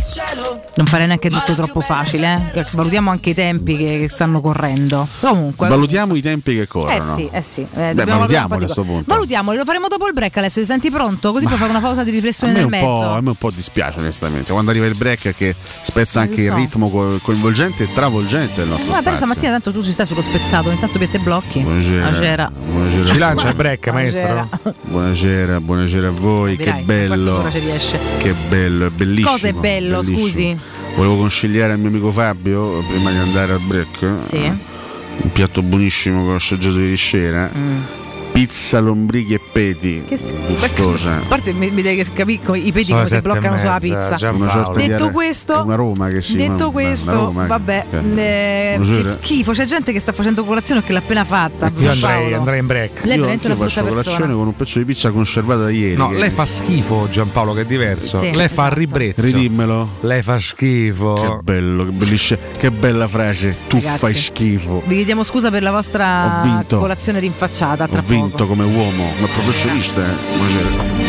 Speaker 19: non fare neanche tutto troppo facile. Eh? Valutiamo anche i tempi che, che stanno correndo. Comunque,
Speaker 13: Valutiamo i tempi che
Speaker 19: eh
Speaker 13: corrono.
Speaker 19: sì, eh sì. Eh,
Speaker 13: Beh,
Speaker 19: dobbiamo valutare un po'
Speaker 13: valutiamoli
Speaker 19: di
Speaker 13: a sto
Speaker 19: cose.
Speaker 13: punto.
Speaker 19: Valutiamoli, lo faremo dopo il break. Adesso ti senti pronto? Così puoi fare una pausa di
Speaker 13: A
Speaker 19: riflessione
Speaker 13: me,
Speaker 19: nel
Speaker 13: un
Speaker 19: mezzo.
Speaker 13: po', a me un po' dispiace onestamente quando arriva il break che spezza
Speaker 19: Non lo
Speaker 13: anche il
Speaker 19: so.
Speaker 13: ritmo co- coinvolgente e travolgente del nostro
Speaker 19: Ma per
Speaker 13: spazio.
Speaker 19: stamattina tanto tu ci stai sullo spezzato, intanto per te blocchi.
Speaker 13: Buonasera.
Speaker 19: Buonasera.
Speaker 13: Buonasera.
Speaker 20: Ci lancia il break, maestro?
Speaker 19: Buonasera.
Speaker 13: Buonasera, buonasera a voi,
Speaker 19: Capirai,
Speaker 13: che
Speaker 19: in
Speaker 13: bello.
Speaker 19: quart'ora ci riesce.
Speaker 13: Che bello, è bellissimo.
Speaker 19: Cosa è bello,
Speaker 13: bellissimo.
Speaker 19: scusi?
Speaker 13: Volevo consigliare al mio amico Fabio prima di andare al break.
Speaker 19: Sì.
Speaker 13: Un piatto buonissimo che ho assaggiato ieri sera.
Speaker 19: Mm.
Speaker 13: Pizza, lombrichi e peti.
Speaker 19: Che s-
Speaker 13: gustosa.
Speaker 19: A parte mi, mi devi capisco i peti
Speaker 20: Sono
Speaker 19: come si
Speaker 20: sette e
Speaker 19: bloccano sulla
Speaker 20: mezza,
Speaker 19: pizza.
Speaker 20: Giampaolo.
Speaker 13: Una sorta di
Speaker 19: Detto
Speaker 13: are-
Speaker 19: questo,
Speaker 13: è una Roma che si
Speaker 19: detto
Speaker 13: una-
Speaker 19: questo,
Speaker 13: una Roma che-
Speaker 19: vabbè,
Speaker 13: che-
Speaker 19: eh, che
Speaker 13: Buonasera.
Speaker 19: schifo. C'è gente che sta facendo colazione o che l'ha appena fatta.
Speaker 20: Io andrei,
Speaker 19: Paolo.
Speaker 20: andrei in break.
Speaker 19: Lei è
Speaker 13: Io
Speaker 19: veramente
Speaker 13: anch'io
Speaker 19: una
Speaker 13: faccio
Speaker 19: brutta
Speaker 13: colazione
Speaker 19: persona.
Speaker 13: con un pezzo di pizza conservata da ieri.
Speaker 20: No,
Speaker 13: che-
Speaker 20: lei fa schifo, Giampaolo, che è diverso.
Speaker 19: Sì,
Speaker 20: lei fa
Speaker 19: esatto.
Speaker 20: ribrezzo.
Speaker 13: Ridimmelo.
Speaker 20: Lei fa schifo.
Speaker 13: Che bello, che, bellisce- che bella frase. Tu
Speaker 19: Ragazzi,
Speaker 13: fai schifo.
Speaker 19: Vi chiediamo scusa per la
Speaker 13: Ho
Speaker 19: vostra
Speaker 13: vinto.
Speaker 19: colazione rinfacciata. Tra
Speaker 13: Ho vinto
Speaker 19: poco.
Speaker 13: come uomo, come professionista. eh. Buonasera.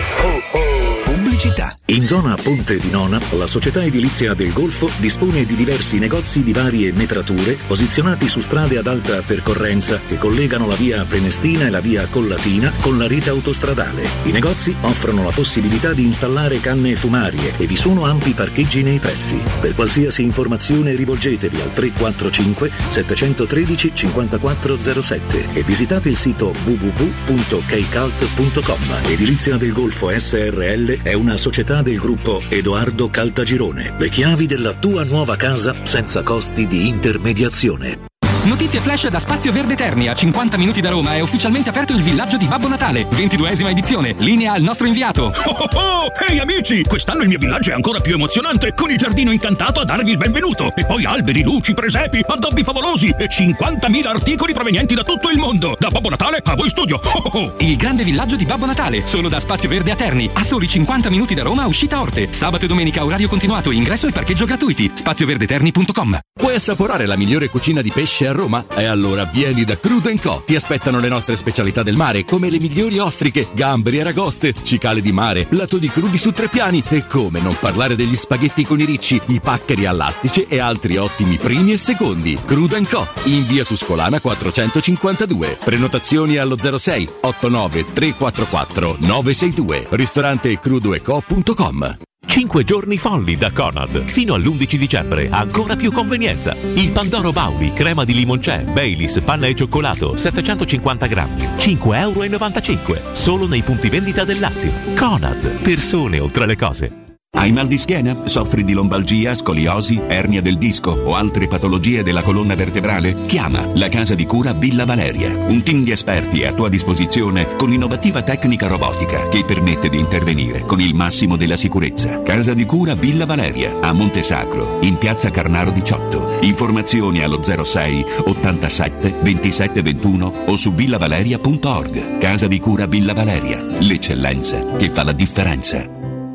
Speaker 4: Pubblicità. In zona Ponte di Nona, la società edilizia del Golfo dispone di diversi negozi di varie metrature posizionati su strade ad alta percorrenza che collegano la via Prenestina e la via Collatina con la rete autostradale. I negozi offrono la possibilità di installare canne fumarie e vi sono ampi parcheggi nei pressi. Per qualsiasi informazione rivolgetevi al tre quattro cinque sette uno tre cinque zero sette e visitate il sito w w w punto keicalt punto com. Edilizia del Golfo S R L è una società del gruppo Edoardo Caltagirone. Le chiavi della tua nuova casa senza costi di intermediazione.
Speaker 10: Notizie flash da Spazio Verde Terni, a cinquanta minuti da Roma è ufficialmente aperto il villaggio di Babbo Natale, ventiduesima edizione, linea al nostro inviato.
Speaker 23: Oh oh oh! Ehi amici, quest'anno il mio villaggio è ancora più emozionante, con il giardino incantato a darvi il benvenuto, e poi alberi, luci, presepi, addobbi favolosi e cinquantamila articoli provenienti da tutto il mondo. Da Babbo Natale a voi studio. Oh oh oh!
Speaker 10: Il grande villaggio di Babbo Natale, solo da Spazio Verde a Terni, a soli cinquanta minuti da Roma, uscita Orte. Sabato e domenica orario continuato, ingresso e parcheggio gratuiti. spazio verde terni punto com.
Speaker 24: Puoi assaporare la migliore cucina di pesce a Roma? E allora vieni da Crudo and Co. Ti aspettano le nostre specialità del mare, come le migliori ostriche, gamberi, aragoste, cicale di mare, plato di crudi su tre piani e come non parlare degli spaghetti con i ricci, i paccheri all'astice e altri ottimi primi e secondi. Crudo and Co. in via Tuscolana quattrocentocinquantadue. Prenotazioni allo zero sei otto nove tre quattro quattro nove sei due. Ristorante crudo e co punto com.
Speaker 25: cinque giorni folli da Conad. Fino all'undici dicembre, ancora più convenienza. Il Pandoro Bauli, crema di limoncè, Baileys, panna e cioccolato, settecentocinquanta grammi, cinque virgola novantacinque euro. Solo nei punti vendita del Lazio. Conad, persone oltre le cose.
Speaker 26: Hai mal di schiena? Soffri di lombalgia, scoliosi, ernia del disco o altre patologie della colonna vertebrale? Chiama la Casa di Cura Villa Valeria. Un team di esperti è a tua disposizione con innovativa tecnica robotica che permette di intervenire con il massimo della sicurezza. Casa di Cura Villa Valeria a Montesacro, in piazza Carnaro diciotto. Informazioni allo zero sei ottantasette ventisette ventuno o su villavaleria punto org. Casa di Cura Villa Valeria, l'eccellenza che fa la differenza.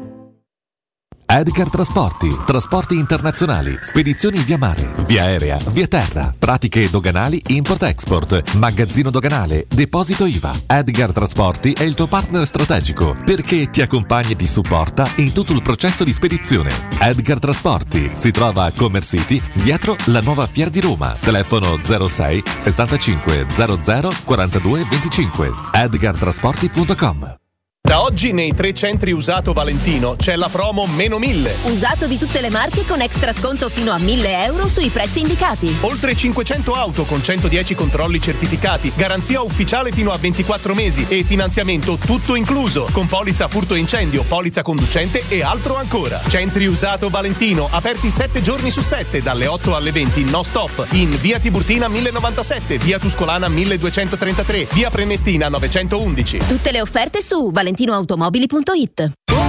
Speaker 27: Edgar Trasporti, trasporti internazionali, spedizioni via mare, via aerea, via terra, pratiche doganali, import-export, magazzino doganale, deposito I V A. Edgar Trasporti è il tuo partner strategico perché ti accompagna e ti supporta in tutto il processo di spedizione. Edgar Trasporti si trova a Commerce City, dietro la nuova Fiera di Roma. Telefono zero sei sessantacinque zero zero quarantadue venticinque. edgar trasporti punto com.
Speaker 28: Da oggi nei tre centri usato Valentino c'è la promo meno mille.
Speaker 29: Usato di tutte le marche con extra sconto fino a mille euro sui prezzi indicati.
Speaker 28: Oltre cinquecento auto con centodieci controlli certificati, garanzia ufficiale fino a ventiquattro mesi e finanziamento tutto incluso, con polizza furto incendio, polizza conducente e altro ancora. Centri usato Valentino, aperti sette giorni su sette, dalle otto alle venti, no stop, in via Tiburtina mille novantasette, via Tuscolana milleduecentotrentatré, via Prenestina novecentoundici.
Speaker 29: Tutte le offerte su valentinoautomobili punto it.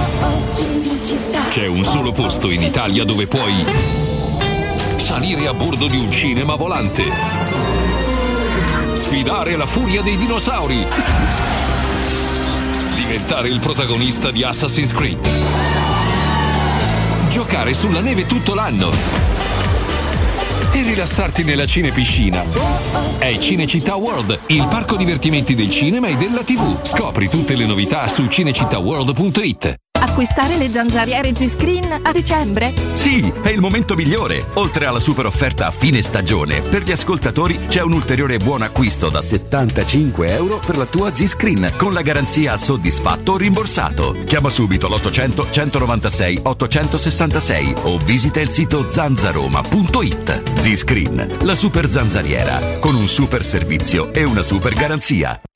Speaker 30: C'è un solo posto in Italia dove puoi salire a bordo di un cinema volante, sfidare la furia dei dinosauri, diventare il protagonista di Assassin's Creed, giocare sulla neve tutto l'anno e rilassarti nella cinepiscina. È Cinecittà World, il parco divertimenti del cinema e della tivù. Scopri tutte le novità su cinecittà world punto it.
Speaker 31: Acquistare le zanzariere Z-Screen a dicembre?
Speaker 30: Sì, è il momento migliore. Oltre alla super offerta a fine stagione, per gli ascoltatori c'è un ulteriore buon acquisto da settantacinque euro per la tua Z-Screen, con la garanzia soddisfatto o rimborsato. Chiama subito l'ottocento centonovantasei ottocentosessantasei o visita il sito zanzaroma punto it. Z-Screen, la super zanzariera, con un super servizio e una super garanzia.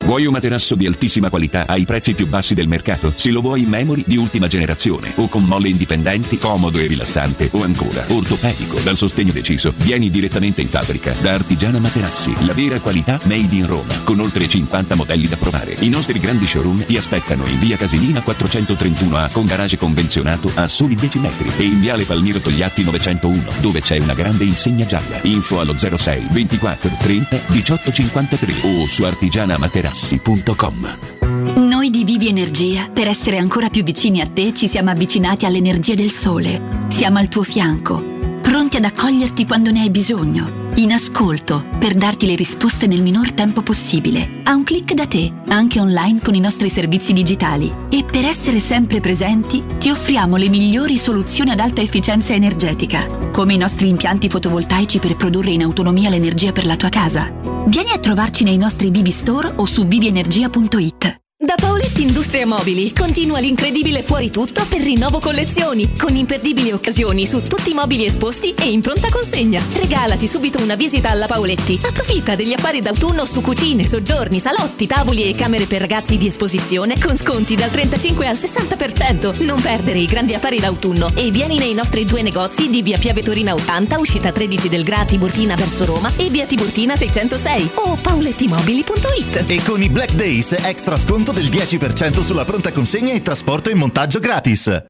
Speaker 26: Vuoi un materasso di altissima qualità ai prezzi più bassi del mercato? Se lo vuoi in memory di ultima generazione o con molle indipendenti, comodo e rilassante, o ancora ortopedico dal sostegno deciso, vieni direttamente in fabbrica da Artigiana Materassi, la vera qualità made in Roma, con oltre cinquanta modelli da provare. I nostri grandi showroom ti aspettano in via Casilina quattrocentotrentuno A con garage convenzionato a soli dieci metri e in viale Palmiro Togliatti novecentouno dove c'è una grande insegna gialla. Info allo zero sei ventiquattro trenta diciotto cinquantatré o su artigianamaterassi punto com.
Speaker 1: Noi di Vivi Energia, per essere ancora più vicini a te, ci siamo avvicinati all'energia del sole. Siamo al tuo fianco, pronti ad accoglierti quando ne hai bisogno, in ascolto per darti le risposte nel minor tempo possibile, a un click da te, anche online con i nostri servizi digitali. E per essere sempre presenti ti offriamo le migliori soluzioni ad alta efficienza energetica, come i nostri impianti fotovoltaici per produrre in autonomia l'energia per la tua casa. Vieni a trovarci nei nostri Vivi Store o su vivi energia punto it.
Speaker 3: Da Paoletti Industria Mobili continua l'incredibile fuori tutto per rinnovo collezioni, con imperdibili occasioni su tutti i mobili esposti e in pronta consegna. Regalati subito una visita alla Paoletti. Approfitta degli affari d'autunno su cucine, soggiorni, salotti, tavoli e camere per ragazzi di esposizione con sconti dal trentacinque al sessanta per cento. Non perdere i grandi affari d'autunno e vieni nei nostri due negozi di via Piave Torina ottanta, uscita tredici del Gra Tiburtina verso Roma e via Tiburtina seicentosei o paolettimobili punto it.
Speaker 5: E con i Black Days extra sconto del dieci per cento sulla pronta consegna e trasporto e montaggio gratis.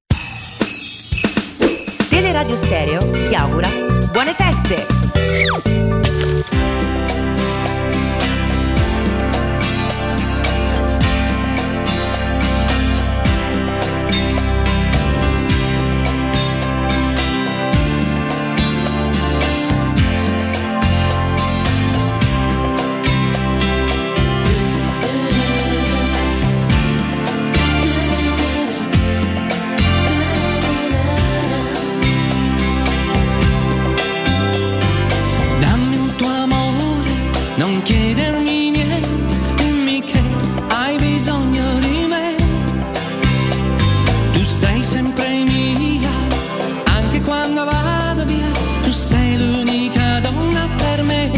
Speaker 6: Teleradio Stereo ti augura buone feste.
Speaker 7: Non chiedermi niente, dimmi che hai bisogno di me. Tu sei sempre mia, anche quando vado via. Tu sei l'unica donna per me.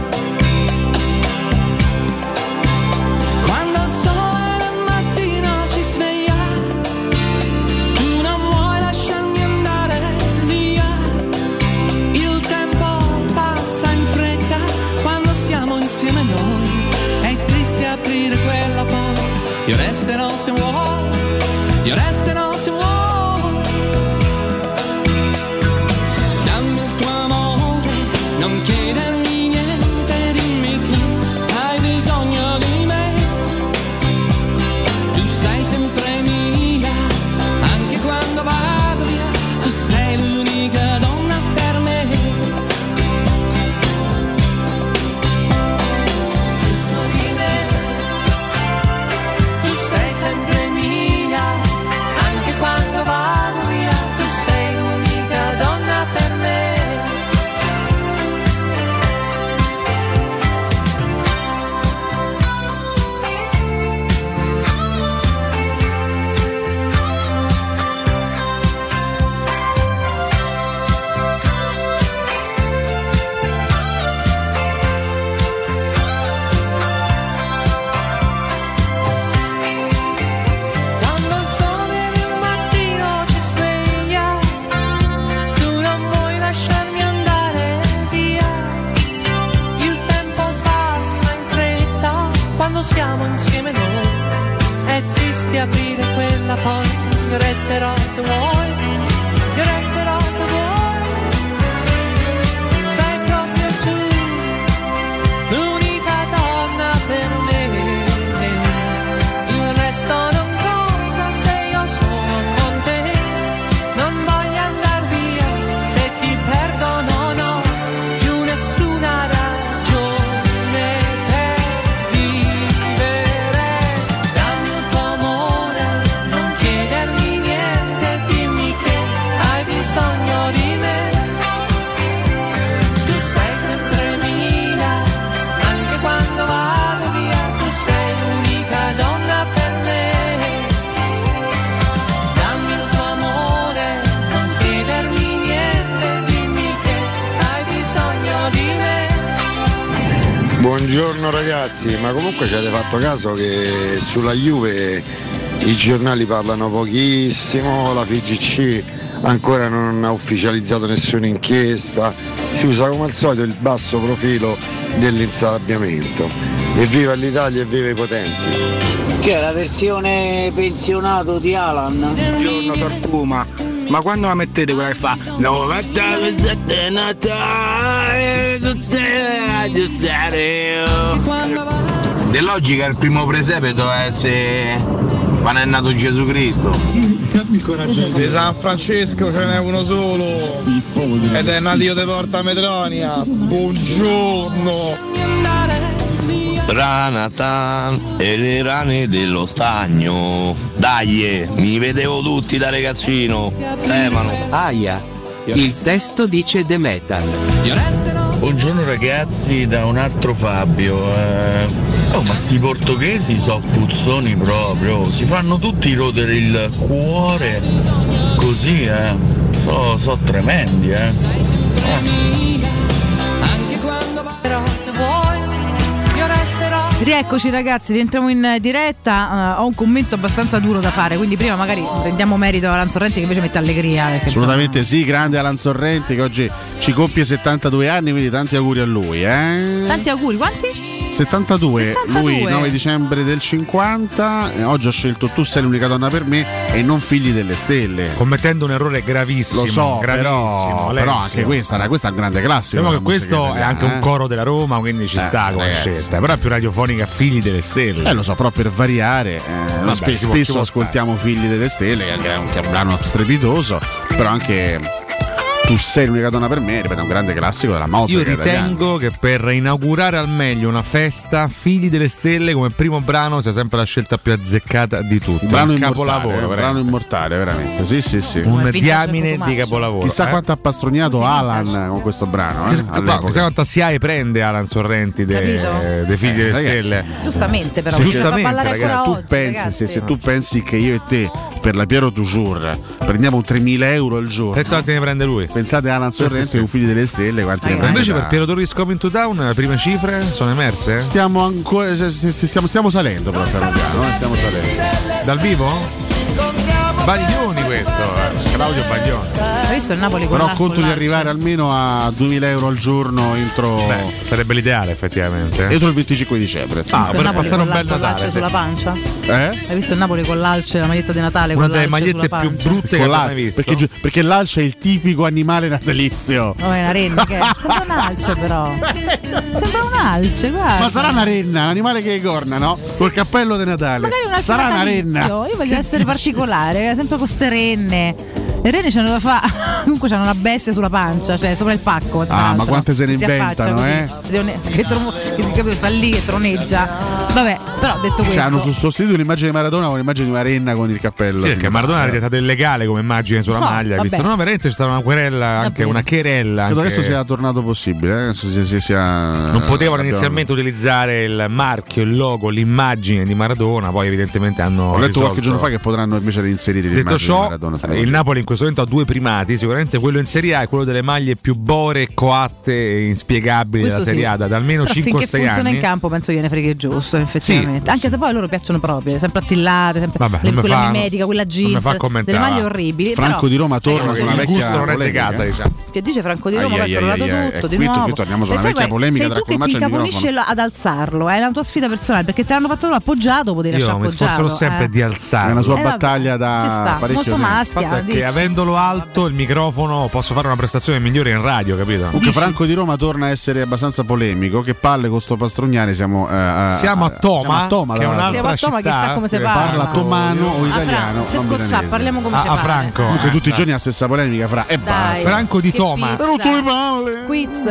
Speaker 7: Quando il sole del mattino ci sveglia, tu non vuoi lasciarmi andare via. Il tempo passa in fretta quando siamo insieme noi, è triste aprire quella porta. Io resterò se vuoi, io resterò se vuoi. Dammi il tuo amore, non chiedermi niente, dimmi che hai bisogno di me. Tu sei sempre mia, anche quando vado via. Tu sei l'unica donna per me. Sei sempre mia, anche quando vado via. Tu sei l'unica donna per me. Siamo insieme noi, è triste aprire quella porta. Io resterò se vuoi, io resterò se vuoi. Sei proprio tu, l'unica donna per me. Il resto non conta se io sono con te. Non voglio andar via, se ti perdo non ho più nessuna ragione. Dammi il tuo amore, non chiedermi niente, dimmi che
Speaker 2: Buongiorno ragazzi, ma comunque ci avete fatto caso che sulla Juve i giornali parlano pochissimo, la F I G C ancora non ha ufficializzato nessuna inchiesta, si usa come al solito il basso profilo dell'insabbiamento. Evviva l'Italia e viva i potenti!
Speaker 9: Che è la versione pensionato di Alan?
Speaker 11: Buongiorno Tortuma, ma quando la mettete quella che fa novantasette Natale tutte
Speaker 12: di logica il primo presepe doveva essere quando è nato Gesù Cristo.
Speaker 11: Di San Francesco ce n'è uno solo ed è nato di Porta Metronia. Buongiorno.
Speaker 12: Ranatan e le rane dello stagno. Dai, mi vedevo tutti da ragazzino. Stefano.
Speaker 14: Aia, il testo dice The Metal.
Speaker 12: Buongiorno ragazzi, da un altro Fabio. Eh... Oh, ma sti portoghesi so puzzoni proprio, si fanno tutti rodere il cuore così, eh. So, so tremendi, eh. eh.
Speaker 19: Rieccoci ragazzi, rientriamo in diretta. Uh, ho un commento abbastanza duro da fare, quindi prima magari rendiamo merito a Alan Sorrenti che invece mette allegria.
Speaker 13: Assolutamente insomma... sì, grande Alan Sorrenti che oggi ci compie settantadue anni, quindi tanti auguri a lui. Eh?
Speaker 19: Tanti auguri, quanti?
Speaker 13: settantadue,
Speaker 19: settantadue.
Speaker 13: Lui nove dicembre del cinquanta, eh, oggi ho scelto Tu sei l'unica donna per me e non Figli delle stelle,
Speaker 20: commettendo un errore gravissimo.
Speaker 13: Lo so,
Speaker 20: gravissimo,
Speaker 13: però, però anche questa, questa è un grande classico.
Speaker 20: Diciamo che questo è anche
Speaker 13: eh?
Speaker 20: un coro della Roma, quindi ci
Speaker 13: eh,
Speaker 20: sta come
Speaker 13: ragazzi.
Speaker 20: scelta, però è più radiofonica Figli delle stelle.
Speaker 13: Eh lo so, però per variare eh,
Speaker 20: Vabbè,
Speaker 13: spe-
Speaker 20: si può,
Speaker 13: spesso
Speaker 20: si può
Speaker 13: ascoltiamo
Speaker 20: stare.
Speaker 13: Figli delle stelle, che è un, che è un brano strepitoso, però anche Tu sei l'unica donna per me, ripeto, è un grande classico della musica.
Speaker 20: Io ritengo che per inaugurare al meglio una festa, Figli delle Stelle come primo brano sia sempre la scelta più azzeccata di tutti.
Speaker 13: Un brano
Speaker 20: un
Speaker 13: immortale,
Speaker 20: capolavoro,
Speaker 13: un brano immortale, veramente. Sì, sì, sì.
Speaker 20: Un diamine di capolavoro.
Speaker 13: Chissà
Speaker 20: eh?
Speaker 13: quanto ha pastrognato Alan con questo brano. Eh,
Speaker 20: no, chissà quanta S I A E prende Alan Sorrenti dei de Figli
Speaker 13: eh,
Speaker 20: delle
Speaker 13: ragazzi,
Speaker 20: Stelle.
Speaker 19: Giustamente, però.
Speaker 13: Se,
Speaker 20: giustamente,
Speaker 13: ragazzi,
Speaker 19: ancora
Speaker 13: tu
Speaker 19: oggi,
Speaker 13: pensi,
Speaker 19: ragazzi.
Speaker 13: se, se tu pensi che io e te per la Piero Toujours prendiamo tremila euro al giorno,
Speaker 20: pensate ne prende lui.
Speaker 13: Pensate a Alan Sorrenti sì, sì, sì. con Figli delle Stelle quanti ne prende.
Speaker 20: Invece
Speaker 13: da...
Speaker 20: per Piero Torres Coming to Town le prime cifre sono emerse?
Speaker 13: Stiamo ancora stiamo, stiamo salendo però piano piano, eh? Stiamo salendo.
Speaker 20: Dal vivo? Baglioni questo, eh. Claudio Baglioni.
Speaker 19: Hai visto il Napoli con
Speaker 13: però conto di arrivare almeno a duemila euro al giorno entro.
Speaker 20: Beh, sarebbe l'ideale effettivamente.
Speaker 13: Entro il venticinque dicembre.
Speaker 20: Ah, per passare un bel Natale.
Speaker 19: L'alce sulla pancia?
Speaker 13: Eh?
Speaker 19: Hai visto il Napoli con l'alce, la maglietta di Natale?
Speaker 13: Una
Speaker 19: con
Speaker 13: delle
Speaker 19: magliette
Speaker 13: più
Speaker 20: brutte che abbia mai visto.
Speaker 13: Perché, perché l'alce è il tipico animale natalizio.
Speaker 19: Oh, è una renna che è. Sembra un alce però. Sembra un alce, guarda.
Speaker 13: Ma sarà una renna, un animale che corna, no? Col cappello di Natale.
Speaker 19: Magari un alce
Speaker 13: sarà una
Speaker 19: natalizio.
Speaker 13: renna.
Speaker 19: Io voglio che essere particolare, sempre con ste renne. Le renne c'hanno da fa. Comunque c'hanno una bestia sulla pancia, cioè sopra il pacco.
Speaker 13: Ah, ma quante se ne inventano, eh?
Speaker 19: Che, tron- che si capisce, sta lì che troneggia. Vabbè, però detto questo.
Speaker 13: Cioè, hanno sostituito l'immagine di Maradona con l'immagine di una renna con il cappello.
Speaker 20: Sì, perché Maradona è diventato illegale come immagine sulla
Speaker 19: no,
Speaker 20: maglia.
Speaker 19: Vabbè.
Speaker 20: Visto? No, veramente c'è stata una querella, anche
Speaker 19: Davvero.
Speaker 20: una querella.
Speaker 13: Credo
Speaker 20: Anche...
Speaker 13: adesso sia tornato possibile, eh? Adesso sia, sia, sia...
Speaker 20: Non potevano
Speaker 13: abbiamo...
Speaker 20: inizialmente utilizzare il marchio, il logo, l'immagine di Maradona, poi evidentemente hanno.
Speaker 13: Ho letto
Speaker 20: risolto...
Speaker 13: qualche giorno fa che potranno invece inserire l'immagine
Speaker 20: Detto ciò,
Speaker 13: di Maradona.
Speaker 20: il Napoli in questo momento ha due primati, sicuramente quello in Serie A è quello delle maglie più bore, coatte e inspiegabili
Speaker 19: Questo
Speaker 20: della Serie A
Speaker 19: sì.
Speaker 20: da, da almeno
Speaker 19: Però
Speaker 20: cinque o sei
Speaker 19: finché funziona
Speaker 20: anni.
Speaker 19: in campo penso gliene freghi giusto effettivamente,
Speaker 20: Sì,
Speaker 19: anche se poi a loro piacciono proprio, sempre attillate, sempre
Speaker 20: Vabbè,
Speaker 19: le,
Speaker 20: non mi
Speaker 19: quella
Speaker 20: fa-
Speaker 19: mimetica, quella
Speaker 20: non mi
Speaker 19: jeans,
Speaker 20: fa commentare,
Speaker 19: delle maglie
Speaker 20: va.
Speaker 19: orribili.
Speaker 13: Franco
Speaker 19: però,
Speaker 13: di Roma torna
Speaker 19: sai,
Speaker 13: con una
Speaker 19: il
Speaker 13: vecchia
Speaker 20: gusto non è di
Speaker 13: polemica.
Speaker 20: casa, diciamo.
Speaker 19: Che dice Franco di Roma
Speaker 13: Ai,
Speaker 19: che
Speaker 13: ai,
Speaker 19: ha crollato
Speaker 13: ai, ai,
Speaker 19: tutto
Speaker 13: ai,
Speaker 19: di
Speaker 13: qui,
Speaker 19: nuovo.
Speaker 13: qui torniamo su
Speaker 19: Se
Speaker 13: una
Speaker 19: sai,
Speaker 13: vecchia
Speaker 19: poi,
Speaker 13: polemica
Speaker 19: sei
Speaker 13: tra
Speaker 19: tu che
Speaker 13: Comaccio
Speaker 19: ti
Speaker 13: e il
Speaker 19: caponisci
Speaker 13: microfono.
Speaker 19: ad alzarlo, è una tua sfida personale perché ti hanno fatto loro appoggiato, potevi lasciare
Speaker 20: Io mi
Speaker 19: appoggiato.
Speaker 20: sforzerò sempre
Speaker 19: eh.
Speaker 20: di alzarlo.
Speaker 13: È una sua
Speaker 19: Eh, vabbè,
Speaker 13: battaglia
Speaker 19: ci
Speaker 13: da
Speaker 19: sta,
Speaker 13: parecchio
Speaker 19: molto
Speaker 13: tempo.
Speaker 19: maschia.
Speaker 20: Fatto è che
Speaker 19: dici.
Speaker 20: avendolo alto il microfono posso fare una prestazione migliore in radio, capito?
Speaker 13: Comunque Franco di Roma torna a essere abbastanza polemico. Che palle con sto Pastrugnani. Siamo, eh,
Speaker 20: Siamo a Toma,
Speaker 13: siamo a Toma,
Speaker 20: che è
Speaker 13: tra
Speaker 20: un'altra
Speaker 19: Siamo a Toma,
Speaker 20: città,
Speaker 19: chissà come si
Speaker 20: sì.
Speaker 19: parla.
Speaker 13: parla tomano o
Speaker 19: Ah,
Speaker 13: italiano.
Speaker 19: Fra, se
Speaker 13: non
Speaker 19: scoccia,
Speaker 13: milanese.
Speaker 19: parliamo come
Speaker 20: A,
Speaker 19: ci
Speaker 20: a
Speaker 19: pare.
Speaker 20: Franco.
Speaker 13: Comunque
Speaker 20: eh,
Speaker 13: tutti i
Speaker 20: dai.
Speaker 13: giorni la stessa polemica fra e
Speaker 19: Dai.
Speaker 13: basta.
Speaker 20: Franco di
Speaker 19: Che
Speaker 20: Toma.
Speaker 19: pizza.
Speaker 13: Rotto le palle.
Speaker 19: Quiz.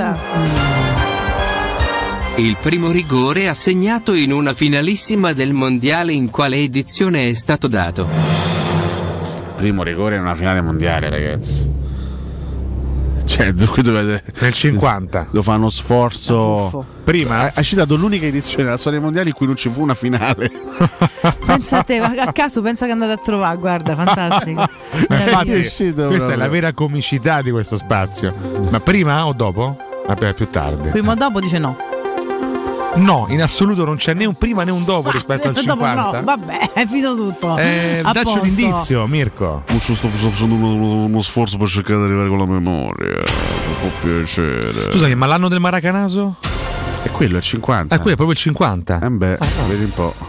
Speaker 14: Il primo rigore assegnato in una finalissima del mondiale in quale edizione è stato dato?
Speaker 13: Primo rigore in una finale mondiale, ragazzi. Cioè, qui dovete.
Speaker 20: Nel cinquanta.
Speaker 13: Lo fa uno sforzo.
Speaker 20: Prima
Speaker 13: hai citato l'unica edizione della storia mondiale in cui non ci fu una finale.
Speaker 19: Pensa a te, a caso pensa che andate a trovare, guarda, fantastico.
Speaker 20: Ma infatti,
Speaker 19: Meraviglioso.
Speaker 20: questa
Speaker 13: proprio.
Speaker 20: è la vera comicità di questo spazio. Ma prima o dopo? Vabbè, più tardi.
Speaker 19: Prima o dopo dice no.
Speaker 20: No, in assoluto non c'è né un prima né un dopo rispetto al cinquanta.
Speaker 19: No, vabbè, è finito tutto.
Speaker 20: Eh,
Speaker 19: A
Speaker 20: dacci un
Speaker 19: posto.
Speaker 20: indizio, Mirko.
Speaker 13: Sto, sto facendo uno, uno sforzo per cercare di arrivare con la memoria. Mi può piacere.
Speaker 20: Scusami, ma l'anno del Maracanaso?
Speaker 13: È quello, è il cinquanta.
Speaker 20: È quello, è proprio il cinquanta.
Speaker 13: Eh beh, vedi un po'.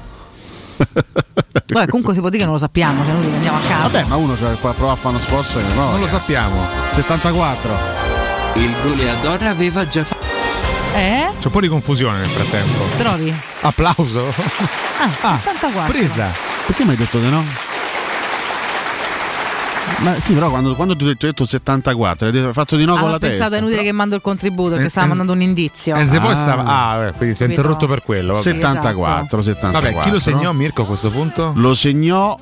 Speaker 19: Vabbè, comunque si può dire che non lo sappiamo, cioè noi andiamo a casa.
Speaker 13: Vabbè, ma uno cioè, prova a fare uno sforzo e no,
Speaker 20: Non lo sappiamo.
Speaker 13: settantaquattro.
Speaker 14: Il goleador aveva già fatto.
Speaker 19: Eh?
Speaker 20: C'è un po' di confusione nel frattempo.
Speaker 19: Trovi?
Speaker 20: Applauso.
Speaker 19: Ah, settantaquattro.
Speaker 20: Presa.
Speaker 13: Perché mi hai detto di no? Ma sì, però quando, quando ti ho detto, detto settantaquattro, hai fatto di no
Speaker 19: Ah,
Speaker 13: con
Speaker 19: ho
Speaker 13: la
Speaker 19: pensato
Speaker 13: testa.
Speaker 19: è inutile che mando il contributo, perché
Speaker 20: Eh,
Speaker 19: stava
Speaker 20: eh,
Speaker 19: mandando un indizio.
Speaker 20: E se poi
Speaker 13: Ah.
Speaker 20: stava. Ah, quindi si è
Speaker 19: Capito?
Speaker 20: interrotto per quello. Vabbè.
Speaker 13: settantaquattro, settantaquattro.
Speaker 20: Vabbè, chi lo segnò, Mirko, a questo punto?
Speaker 13: Lo segnò.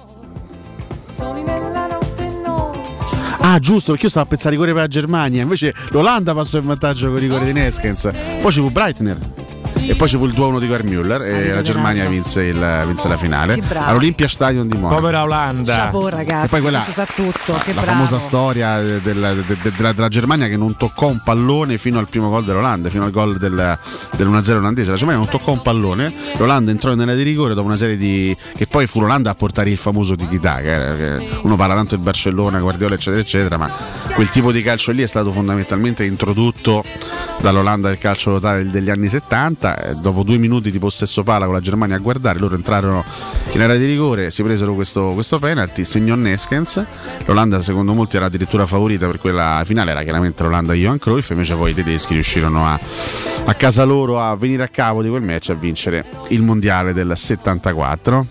Speaker 13: Ah, giusto, perché io stavo a pensare ai rigori per la Germania, invece l'Olanda passò in vantaggio con i rigori di Neskens. Poi ci fu Breitner. E poi ci fu il due a uno di Gerd Müller e la Germania vinse, il, vinse la finale
Speaker 19: Che bravo.
Speaker 13: all'Olympia Stadion di Monaco.
Speaker 20: Povera Olanda.
Speaker 19: Chapeau, ragazzi,
Speaker 13: E poi quella-
Speaker 19: questo sa tutto. Che
Speaker 13: La
Speaker 19: bravo.
Speaker 13: famosa storia del- de- de- della, della Germania che non toccò un pallone fino al primo gol dell'Olanda, fino al gol del, dell'uno a zero olandese. La Germania non toccò un pallone, l'Olanda entrò nell'area di rigore dopo una serie di. Che poi fu l'Olanda a portare il famoso tiki-taka. Che uno parla tanto di Barcellona, Guardiola, eccetera, eccetera, ma quel tipo di calcio lì è stato fondamentalmente introdotto dall'Olanda del calcio totale degli anni settanta. E dopo due minuti di possesso palla con la Germania a guardare, loro entrarono in area di rigore, si presero questo, questo penalty, segnò Neskens. L'Olanda secondo molti era addirittura favorita per quella finale, era chiaramente l'Olanda di Johan Cruyff, invece poi i tedeschi riuscirono a, a casa loro a venire a capo di quel match e a vincere il mondiale del settantaquattro.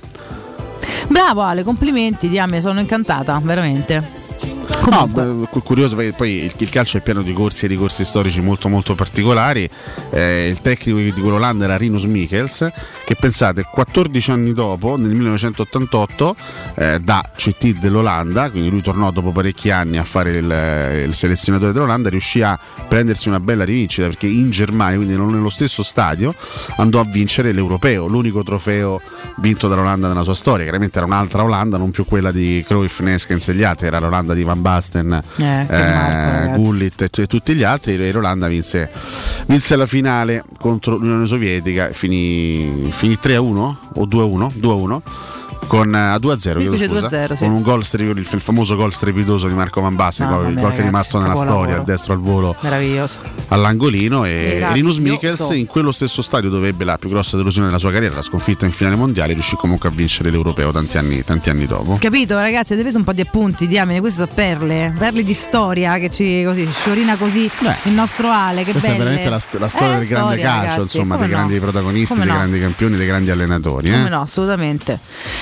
Speaker 19: Bravo Ale, complimenti, diamine, sono incantata, veramente.
Speaker 13: No, beh, cu- curioso perché poi il, il calcio è pieno di corsi e ricorsi storici molto molto particolari. Eh, il tecnico di quell'Olanda era Rinus Michels, che pensate quattordici anni dopo, nel millenovecentottantotto, eh, da C T dell'Olanda, quindi lui tornò dopo parecchi anni a fare il, il selezionatore dell'Olanda, riuscì a prendersi una bella rivincita perché in Germania, quindi non nello stesso stadio, andò a vincere l'Europeo, l'unico trofeo vinto dall'Olanda nella sua storia. Chiaramente era un'altra Olanda, non più quella di Cruyff, Neskens e gli altri, era l'Olanda di Van Basten,
Speaker 19: Eh, che marco,
Speaker 13: eh,
Speaker 19: ragazzi.
Speaker 13: Gullit e, t- e tutti gli altri. E l'Olanda vinse, vinse la finale contro l'Unione Sovietica, finì, finì tre a uno o due a uno, due a uno con a due a zero,
Speaker 19: Mi
Speaker 13: chiedo
Speaker 19: piace
Speaker 13: scusa,
Speaker 19: due a zero, sì.
Speaker 13: con un gol strepitoso, il, il famoso gol strepitoso di Marco Van Basten,
Speaker 19: No,
Speaker 13: il
Speaker 19: vabbè,
Speaker 13: gol che è
Speaker 19: ragazzi,
Speaker 13: rimasto nella
Speaker 19: capolavoro.
Speaker 13: storia, il destro al volo
Speaker 19: Meraviglioso.
Speaker 13: all'angolino. E
Speaker 19: Meraviglioso.
Speaker 13: Rinus Michels in quello stesso stadio dove ebbe la più grossa delusione della sua carriera, la sconfitta in finale mondiale, riuscì comunque a vincere l'Europeo tanti anni, tanti anni dopo.
Speaker 19: Capito ragazzi, avete preso un po' di appunti, diamine, queste sono perle, perle di storia che ci così sciorina così il nostro Ale, che
Speaker 13: Questa
Speaker 19: belle.
Speaker 13: è veramente la, st- la storia
Speaker 19: Eh,
Speaker 13: del grande
Speaker 19: storia,
Speaker 13: calcio,
Speaker 19: ragazzi,
Speaker 13: insomma,
Speaker 19: come
Speaker 13: dei
Speaker 19: no?
Speaker 13: grandi protagonisti,
Speaker 19: Come
Speaker 13: dei
Speaker 19: no?
Speaker 13: grandi campioni, dei grandi allenatori. Eh?
Speaker 19: Come no, assolutamente.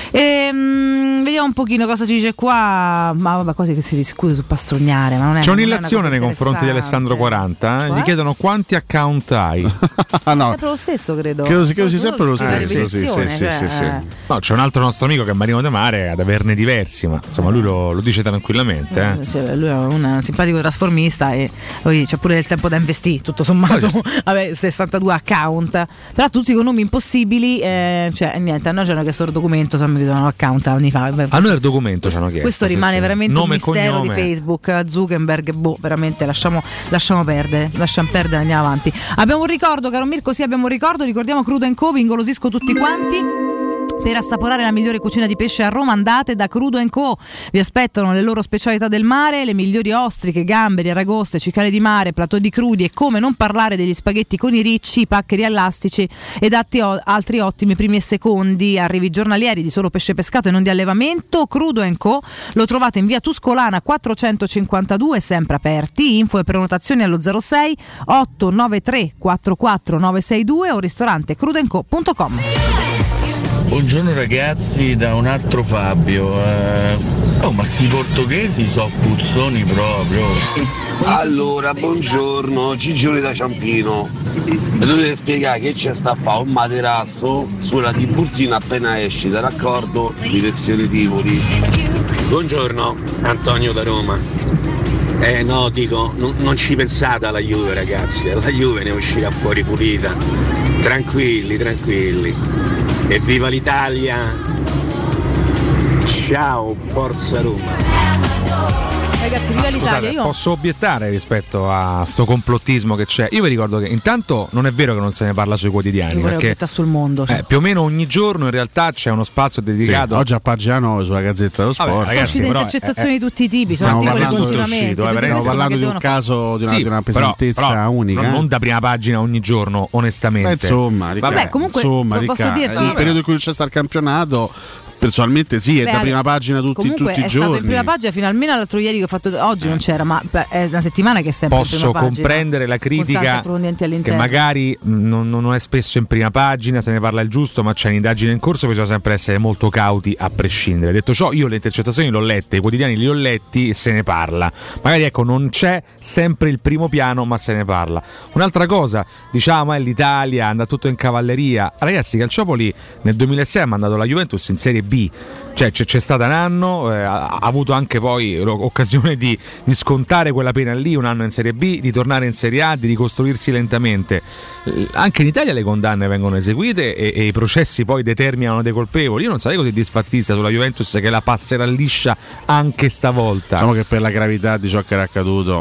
Speaker 19: Ehm, vediamo un pochino cosa ci dice qua. Ma vabbè, quasi che si discute su Pastrugnare. Ma non è,
Speaker 20: C'è
Speaker 19: non è una
Speaker 20: un'illazione
Speaker 19: cosa
Speaker 20: nei confronti di Alessandro quaranta. eh?
Speaker 19: Cioè?
Speaker 20: Gli chiedono quanti account hai.
Speaker 13: Ah, no.
Speaker 19: Sempre lo stesso, credo.
Speaker 13: Credo, credo sia
Speaker 19: Solo
Speaker 13: sempre lo
Speaker 19: che scrive
Speaker 13: stesso. Sì, sì,
Speaker 19: ripetizione,
Speaker 13: sì,
Speaker 19: cioè,
Speaker 13: sì, sì.
Speaker 19: eh.
Speaker 20: No, c'è un altro nostro amico che è Marino De Mare ad averne diversi, ma insomma lui lo, lo dice tranquillamente. Eh.
Speaker 19: Eh, cioè, lui è un simpatico trasformista e poi c'è pure del tempo da investire, tutto sommato. Vabbè, sessantadue account, però tutti con nomi impossibili. Eh, cioè, niente, a noi c'erano chiesto il documento, se mi chiedono account anni fa. Beh,
Speaker 20: A noi il documento ci hanno chiesto.
Speaker 19: questo
Speaker 20: sì,
Speaker 19: rimane
Speaker 20: sì.
Speaker 19: veramente
Speaker 20: Nome
Speaker 19: un
Speaker 20: e
Speaker 19: mistero
Speaker 20: cognome.
Speaker 19: di Facebook, Zuckerberg, boh, veramente lasciamo, lasciamo perdere, lasciamo perdere, andiamo avanti. Abbiamo un ricordo, caro Mirko, sì, abbiamo un ricordo, ricordiamo Crudo and Co, vi ingolosisco tutti quanti. Per assaporare la migliore cucina di pesce a Roma andate da Crudo and Co. Vi aspettano le loro specialità del mare, le migliori ostriche, gamberi, aragoste, cicale di mare, platò di crudi e come non parlare degli spaghetti con i ricci, i paccheri elastici ed atti- altri ottimi primi e secondi arrivi giornalieri di solo pesce pescato e non di allevamento. Crudo and Co. lo trovate in via Tuscolana quattrocentocinquantadue, sempre aperti. Info e prenotazioni allo zero sei otto nove tre quattro quattro nove sei due o ristorante crudo and co punto com.
Speaker 12: Buongiorno ragazzi, da un altro Fabio. Eh, oh, ma sti portoghesi so puzzoni proprio.
Speaker 4: Allora, buongiorno, Cigione da Ciampino. E dovete spiegare che c'è sta a fare un materasso sulla Tiburtina appena esci da raccordo direzione Tivoli.
Speaker 8: Buongiorno, Antonio da Roma. Eh no, dico, non, non ci pensate alla Juve ragazzi, la Juve ne uscirà fuori pulita. Tranquilli, tranquilli. Evviva l'Italia! Ciao, forza Roma!
Speaker 19: ragazzi, viva l'Italia.
Speaker 20: Scusate,
Speaker 19: Io
Speaker 20: posso obiettare rispetto a sto complottismo che c'è? Io vi ricordo che intanto non è vero che non se ne parla sui quotidiani, perché
Speaker 19: sul mondo, cioè.
Speaker 20: eh, più o meno ogni giorno in realtà c'è uno spazio dedicato.
Speaker 13: Sì, oggi a pagina nove sulla Gazzetta dello Sport.
Speaker 19: Vabbè, ragazzi, sono uscite intercettazioni di tutti i tipi, sono
Speaker 13: stiamo
Speaker 19: articoli
Speaker 13: parlando,
Speaker 19: continuamente.
Speaker 20: uscito, eh,
Speaker 13: stiamo parlando di un caso di una,
Speaker 20: sì,
Speaker 13: di una
Speaker 20: però,
Speaker 13: pesantezza
Speaker 20: però,
Speaker 13: unica.
Speaker 20: Non, non da prima pagina ogni giorno, onestamente.
Speaker 13: Beh, insomma, Ricca,
Speaker 19: Vabbè, comunque
Speaker 13: insomma,
Speaker 19: posso
Speaker 13: Ricca,
Speaker 19: dirti,
Speaker 13: il periodo in cui c'è sta il campionato. Personalmente sì, è
Speaker 19: Beh,
Speaker 13: da prima pagina tutti,
Speaker 19: comunque
Speaker 13: tutti i
Speaker 19: è
Speaker 13: giorni.
Speaker 19: stato in prima pagina fino almeno l'altro ieri che ho fatto, oggi non c'era, ma è una settimana che è sempre
Speaker 20: Posso
Speaker 19: in prima pagina.
Speaker 20: comprendere la critica che magari non, non è spesso in prima pagina, se ne parla il giusto, ma c'è un'indagine in corso, bisogna sempre essere molto cauti a prescindere. Detto ciò, io le intercettazioni le ho lette, i quotidiani li ho letti e se ne parla. Magari ecco, non c'è sempre il primo piano, ma se ne parla. Un'altra cosa, diciamo, è l'Italia, anda tutto in cavalleria. Ragazzi, Calciopoli nel duemilasei ha mandato la Juventus in Serie B. Cioè c'è, c'è stato un anno, eh, ha, ha avuto anche poi l'occasione di, di scontare quella pena lì, un anno in Serie B, di tornare in Serie A, di ricostruirsi lentamente. Anche in Italia le condanne vengono eseguite e, e i processi poi determinano dei colpevoli. Io non sarei così disfattista sulla Juventus che la passerà liscia anche stavolta.
Speaker 13: Diciamo che per la gravità di ciò che era accaduto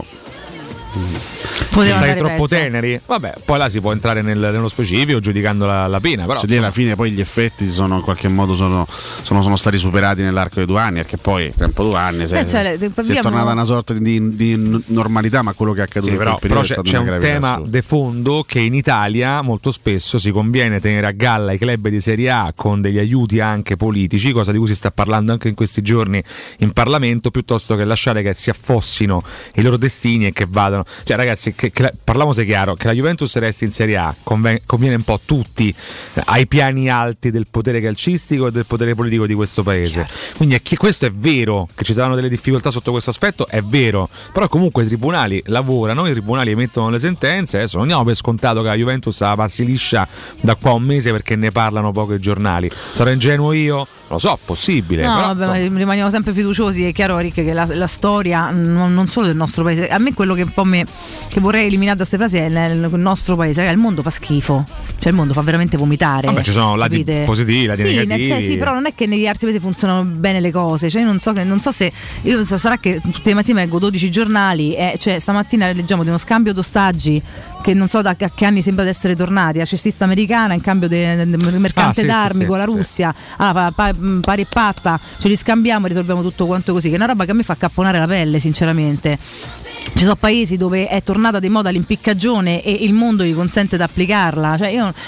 Speaker 20: stai troppo peggio. Teneri, vabbè, poi là si può entrare nel, nello specifico giudicando la, la pena, però
Speaker 13: cioè, alla fine poi gli effetti sono in qualche modo sono, sono, sono stati superati nell'arco di due anni, perché poi tempo due anni se, eh, cioè, si abbiamo... è tornata una sorta di, di normalità, ma quello che è accaduto
Speaker 20: sì, però, però c'è, c'è un tema de fondo che in Italia molto spesso si conviene tenere a galla i club di Serie A con degli aiuti anche politici, cosa di cui si sta parlando anche in questi giorni in Parlamento, piuttosto che lasciare che si affossino i loro destini e che vadano. Cioè ragazzi, che, che la, parliamoci chiaro, che la Juventus resti in Serie A conven, conviene un po' a tutti, eh, ai piani alti del potere calcistico e del potere politico di questo paese. Chiaro. Quindi è che questo è vero, che ci saranno delle difficoltà sotto questo aspetto, è vero, però comunque i tribunali lavorano, i tribunali emettono le sentenze. Adesso non diamo per scontato che la Juventus la passi liscia da qua a un mese perché ne parlano poco i giornali. Sarò ingenuo io? Lo so, possibile.
Speaker 19: No,
Speaker 20: però,
Speaker 19: vabbè, ma rimaniamo sempre fiduciosi. È chiaro, Rick, che la, la storia non, non solo del nostro paese, a me quello che un po' me, che vorrei eliminare da queste frasi è il, il nostro paese. Il mondo fa schifo, cioè il mondo fa veramente vomitare.
Speaker 20: Vabbè, ci sono lati
Speaker 19: capite?
Speaker 20: positivi, lati
Speaker 19: sì,
Speaker 20: negativi.
Speaker 19: Nel, sì, però non è che negli altri paesi funzionano bene le cose. Cioè, io non so, che, non so se io sarà che tutte le mattine leggo dodici giornali. E cioè, stamattina leggiamo di uno scambio d'ostaggi che non so da che anni sembra di essere tornati, la cestista americana in cambio del de, mercante ah, sì, d'armi sì, con sì, la Russia. Sì. Allora, pa, pa, pari e patta, ce li scambiamo e risolviamo tutto quanto così, che è una roba che a me fa accapponare la pelle, sinceramente. Ci sono paesi dove è tornata di moda l'impiccagione e il mondo gli consente di applicarla. Cioè io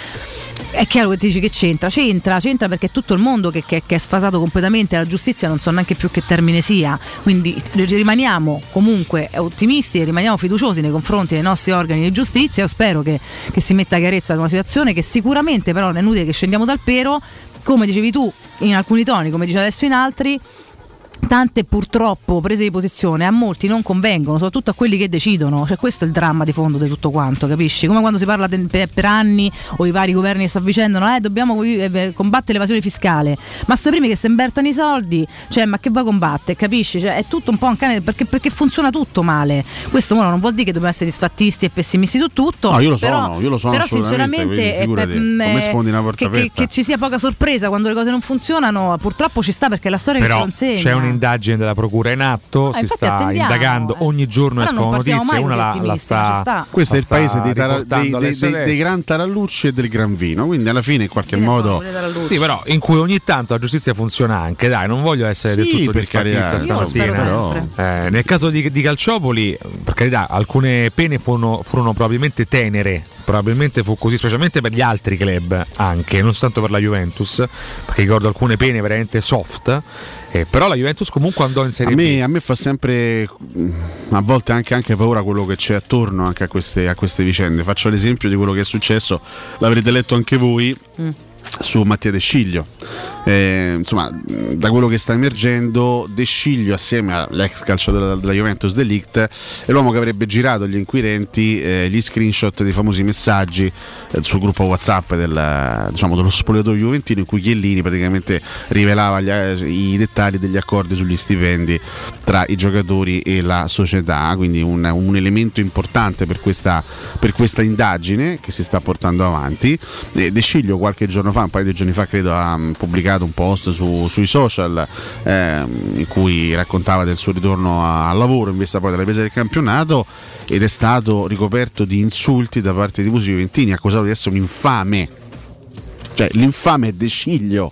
Speaker 19: è chiaro che ti dici che c'entra, c'entra, c'entra perché è tutto il mondo che, che, che è sfasato completamente, la giustizia non so neanche più che termine sia, quindi rimaniamo comunque ottimisti e rimaniamo fiduciosi nei confronti dei nostri organi di giustizia. Io spero che, che si metta chiarezza in una situazione che sicuramente però non è inutile che scendiamo dal pero, come dicevi tu in alcuni toni, come dice adesso in altri. Tante purtroppo prese di posizione a molti non convengono, soprattutto a quelli che decidono. Cioè questo è il dramma di fondo di tutto quanto, capisci? Come quando si parla de, per, per anni o i vari governi che si avvicendano, eh dobbiamo eh, combattere l'evasione fiscale, ma sono i primi che si imbertano i soldi, cioè ma che va a combattere, capisci? Cioè, è tutto un po' un cane perché, perché funziona tutto male. Questo ora non vuol dire che dobbiamo essere disfattisti e pessimisti su tutto.
Speaker 13: No, io lo
Speaker 19: però,
Speaker 13: sono, io lo sono
Speaker 19: però sinceramente è,
Speaker 13: come sfondi una porta
Speaker 19: che, che, che ci sia poca sorpresa quando le cose non funzionano, purtroppo ci sta, perché la storia
Speaker 20: però
Speaker 19: che ce lo insegna.
Speaker 20: C'è un'indagine della procura in atto,
Speaker 19: eh,
Speaker 20: si sta
Speaker 19: attendiamo,
Speaker 20: indagando,
Speaker 19: eh.
Speaker 20: ogni giorno
Speaker 19: però
Speaker 20: escono notizie, una la, la sta,
Speaker 19: sta
Speaker 13: questo
Speaker 20: la
Speaker 13: è il paese dei, tara, dei,
Speaker 20: dei,
Speaker 13: dei, dei gran tarallucci e del gran vino, quindi alla fine in qualche
Speaker 19: Fine
Speaker 13: modo
Speaker 20: sì, però in cui ogni tanto la giustizia funziona anche, dai, non voglio essere
Speaker 13: sì,
Speaker 20: del tutto
Speaker 13: per
Speaker 20: disfattista
Speaker 13: carità,
Speaker 20: stamattina,
Speaker 13: però.
Speaker 20: Eh, nel caso di, di Calciopoli, per carità, alcune pene furono, furono probabilmente tenere, probabilmente fu così, specialmente per gli altri club anche, non soltanto per la Juventus, perché ricordo alcune pene veramente soft. Eh, però la Juventus comunque andò in Serie
Speaker 13: a me,
Speaker 20: B.
Speaker 13: A me fa sempre a volte anche, anche paura quello che c'è attorno anche a queste, a queste vicende. Faccio l'esempio di quello che è successo, l'avrete letto anche voi, mm. su Mattia De Sciglio. Eh, insomma, da quello che sta emergendo, De Sciglio assieme all'ex calciatore della, della Juventus De Ligt è l'uomo che avrebbe girato agli inquirenti eh, gli screenshot dei famosi messaggi eh, sul gruppo WhatsApp del, diciamo, dello spogliatoio juventino, in cui Chiellini praticamente rivelava gli, i dettagli degli accordi sugli stipendi tra i giocatori e la società, quindi un, un elemento importante per questa, per questa indagine che si sta portando avanti. eh, De Sciglio qualche giorno fa, un paio di giorni fa credo, ha pubblicato pubblicato un post su, sui social eh, in cui raccontava del suo ritorno a, al lavoro in vista poi della ripresa del campionato, ed è stato ricoperto di insulti da parte dei tifosi juventini, accusato di essere un infame. Cioè l'infame è De Sciglio,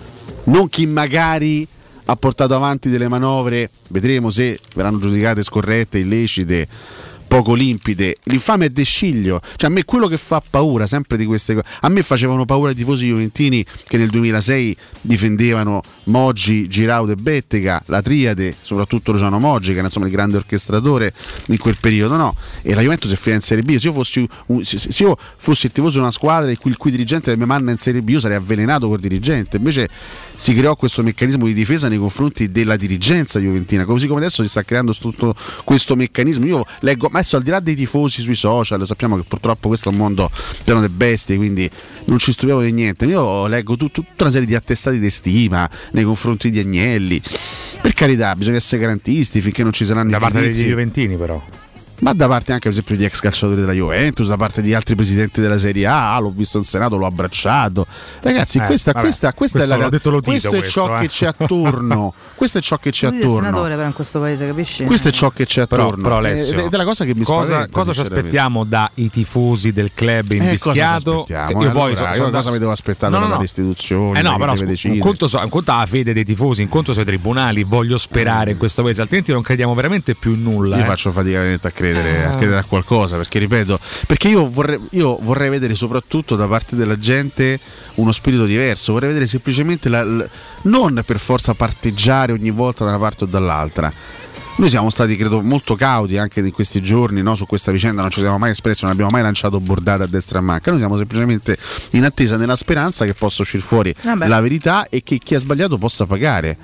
Speaker 13: non chi magari ha portato avanti delle manovre, vedremo se verranno giudicate scorrette, illecite, poco limpide. L'infame è De Sciglio. Cioè a me quello che fa paura sempre di queste cose, a me facevano paura i tifosi juventini che nel duemilasei difendevano Moggi, Giraudo e Bettega, la triade, soprattutto Luciano Moggi che era insomma il grande orchestratore in quel periodo, no? E la Juventus è finita in Serie B. Se io fossi, un, se io fossi il tifoso di una squadra il cui, il cui dirigente mi manda in Serie B, io sarei avvelenato col dirigente. Invece si creò questo meccanismo di difesa nei confronti della dirigenza juventina, così come adesso si sta creando tutto questo meccanismo. Io leggo, ma adesso al di là dei tifosi sui social, sappiamo che purtroppo questo è un mondo pieno di bestie, quindi non ci stupiamo di niente. Io leggo tut, tutta una serie di attestati di stima nei confronti di Agnelli. Per carità, bisogna essere garantisti finché non ci saranno
Speaker 20: da
Speaker 13: i
Speaker 20: parte
Speaker 13: giudizi.
Speaker 20: dei juventini però,
Speaker 13: ma da parte anche per esempio di ex calciatori della Juventus, da parte di altri presidenti della Serie A, l'ho visto in Senato, l'ho abbracciato. Ragazzi,
Speaker 20: eh,
Speaker 13: questa,
Speaker 20: vabbè,
Speaker 13: questa, questa
Speaker 20: questo
Speaker 13: è la
Speaker 20: l'ho detto lo Tito,
Speaker 13: questo è
Speaker 20: questo,
Speaker 13: ciò
Speaker 20: eh.
Speaker 13: che c'è attorno. Questo è ciò che c'è
Speaker 19: Lui è
Speaker 13: attorno.
Speaker 19: senatore però in questo paese, capisci?
Speaker 13: Questo è ciò che c'è
Speaker 20: Però,
Speaker 13: attorno.
Speaker 20: però Alessio,
Speaker 13: ed è la cosa che mi
Speaker 20: cosa,
Speaker 13: spaventa.
Speaker 20: cosa ci aspettiamo dai tifosi del club
Speaker 13: Eh,
Speaker 20: invischiato?
Speaker 13: cosa
Speaker 20: Che
Speaker 13: io
Speaker 20: io
Speaker 13: allora,
Speaker 20: poi so,
Speaker 13: io
Speaker 20: so,
Speaker 13: cosa mi devo aspettare
Speaker 20: no, no,
Speaker 13: dalle
Speaker 20: no.
Speaker 13: istituzioni?
Speaker 20: Eh no,
Speaker 13: che
Speaker 20: però
Speaker 13: deve
Speaker 20: un conto, so, un conto ha la fede dei tifosi, un conto sui tribunali, voglio sperare in questo paese, altrimenti non crediamo veramente più in nulla.
Speaker 13: Io
Speaker 20: eh.
Speaker 13: faccio fatica veramente a credere,
Speaker 20: Ah.
Speaker 13: a credere a qualcosa, perché ripeto, perché io vorrei, io vorrei vedere soprattutto da parte della gente uno spirito diverso, vorrei vedere semplicemente la, la, non per forza parteggiare ogni volta da una parte o dall'altra. Noi siamo stati, credo, molto cauti anche in questi giorni, no, su questa vicenda, non ci siamo mai espressi, non abbiamo mai lanciato bordate a destra e a manca. Noi siamo semplicemente in attesa, nella speranza che possa uscire fuori
Speaker 19: Vabbè.
Speaker 13: la verità e che chi ha sbagliato possa pagare.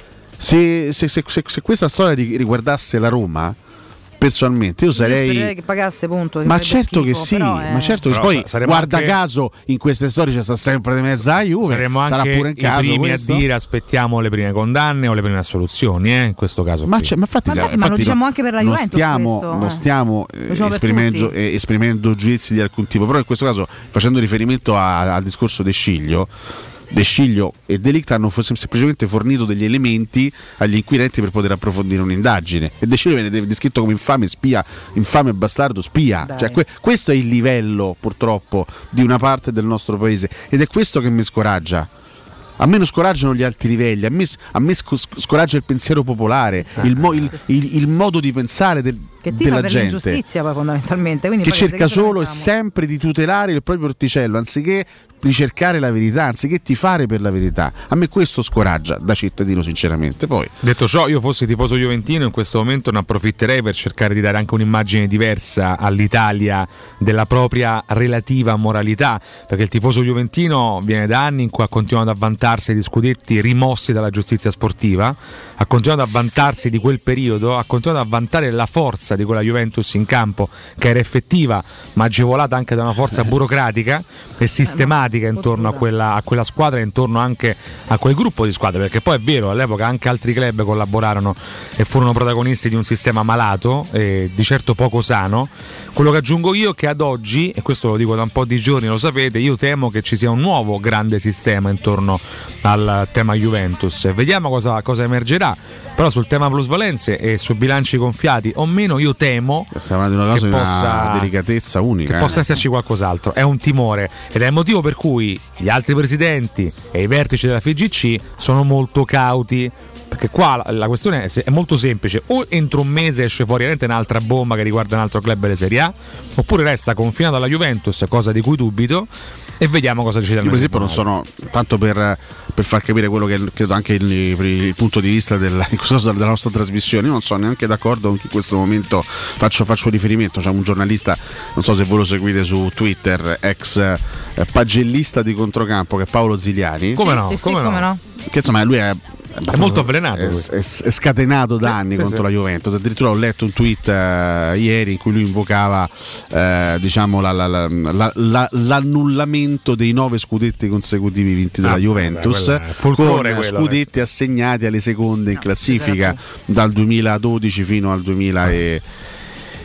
Speaker 13: Se, se, se, se, se questa storia riguardasse la Roma, personalmente io sarei,
Speaker 19: Io spererei che pagasse, punto.
Speaker 13: ma
Speaker 19: farebbe
Speaker 13: certo
Speaker 19: schifo,
Speaker 13: che sì,
Speaker 19: però, eh.
Speaker 13: ma certo che
Speaker 20: Però
Speaker 13: poi
Speaker 20: saremo
Speaker 13: guarda
Speaker 20: anche-
Speaker 13: caso in queste storie c'è sta sempre di mezzo a Juve,
Speaker 20: Saremo anche
Speaker 13: sarà pure in
Speaker 20: i
Speaker 13: caso
Speaker 20: primi
Speaker 13: questo?
Speaker 20: a dire aspettiamo le prime condanne o le prime assoluzioni, eh, in questo caso.
Speaker 13: Ma,
Speaker 20: qui.
Speaker 13: c'è- ma infatti,
Speaker 19: Ma infatti,
Speaker 13: infatti
Speaker 19: ma lo diciamo anche per la
Speaker 13: non
Speaker 19: Juventus
Speaker 13: stiamo,
Speaker 19: questo,
Speaker 13: non
Speaker 19: eh.
Speaker 13: stiamo eh,
Speaker 19: Lo diciamo per
Speaker 13: esprimendo,
Speaker 19: tutti.
Speaker 13: eh, esprimendo giudizi di alcun tipo, però in questo caso facendo riferimento a- al discorso De Sciglio, De Sciglio e Delict hanno for- semplicemente fornito degli elementi agli inquirenti per poter approfondire un'indagine, e De Sciglio viene descritto come infame spia, infame bastardo spia.
Speaker 19: Dai.
Speaker 13: Cioè, que- questo è il livello purtroppo di una parte del nostro paese, ed è questo che mi scoraggia. A me non scoraggiano gli alti livelli, a me, a me sc- scoraggia il pensiero popolare,
Speaker 19: Sì,
Speaker 13: il, mo- il-
Speaker 19: sì, sì.
Speaker 13: il- il modo di pensare del-
Speaker 19: Che tifa
Speaker 13: della
Speaker 19: per
Speaker 13: gente,
Speaker 19: l'ingiustizia poi fondamentalmente. Quindi
Speaker 13: che
Speaker 19: poi
Speaker 13: cerca
Speaker 19: che se ne
Speaker 13: solo e
Speaker 19: andiamo.
Speaker 13: sempre di tutelare il proprio orticello anziché ricercare la verità, anziché tifare per la verità. A me questo scoraggia da cittadino, sinceramente. Poi
Speaker 20: Detto ciò, io fossi tifoso juventino in questo momento ne approfitterei per cercare di dare anche un'immagine diversa all'Italia della propria relativa moralità, perché il tifoso juventino viene da anni in cui ha continuato a vantarsi di scudetti rimossi dalla giustizia sportiva, ha continuato a vantarsi di quel periodo, ha continuato a vantare la forza di quella Juventus in campo, che era effettiva ma agevolata anche da una forza burocratica e sistematica intorno a quella, a quella squadra e intorno anche a quel gruppo di squadre, perché poi è vero, all'epoca anche altri club collaborarono e furono protagonisti di un sistema malato e di certo poco sano. Quello che aggiungo io è che ad oggi, e questo lo dico da un po' di giorni, lo sapete, io temo che ci sia un nuovo grande sistema intorno al tema Juventus. Vediamo cosa, cosa emergerà, però sul tema plusvalenze e sui bilanci gonfiati o meno io temo
Speaker 13: stiamo parlando di una cosa
Speaker 20: che
Speaker 13: di
Speaker 20: possa,
Speaker 13: una delicatezza unica,
Speaker 20: che
Speaker 13: eh.
Speaker 20: possa esserci qualcos'altro. È un timore ed è il motivo per cui gli altri presidenti e i vertici della F I G C sono molto cauti, perché qua la, la questione è, è molto semplice: o entro un mese esce fuori veramente un'altra bomba che riguarda un altro club delle Serie A, oppure resta confinato alla Juventus, cosa di cui dubito, e vediamo cosa decideranno.
Speaker 13: Io per esempio non sono, tanto per, per far capire quello che credo anche il, il punto di vista del, in questo caso della nostra trasmissione, io non sono neanche d'accordo con chi in questo momento faccio, faccio riferimento. C'è un giornalista, non so se voi lo seguite su Twitter, ex eh, pagellista di Controcampo, che è Paolo Ziliani.
Speaker 20: Come
Speaker 19: Sì,
Speaker 20: no?
Speaker 19: sì, sì,
Speaker 20: come no?
Speaker 19: come no?
Speaker 13: Che insomma lui è
Speaker 20: È molto avvelenato.
Speaker 13: È,
Speaker 20: lui.
Speaker 13: è, è scatenato da anni
Speaker 20: sì,
Speaker 13: contro
Speaker 20: sì.
Speaker 13: la Juventus. Addirittura ho letto un tweet eh, ieri in cui lui invocava eh, diciamo la, la, la, la, la, l'annullamento dei nove scudetti consecutivi vinti dalla
Speaker 20: Ah,
Speaker 13: Juventus,
Speaker 20: beh, folklore
Speaker 13: con
Speaker 20: quello,
Speaker 13: scudetti assegnati alle seconde in classifica dal duemiladodici fino al duemila e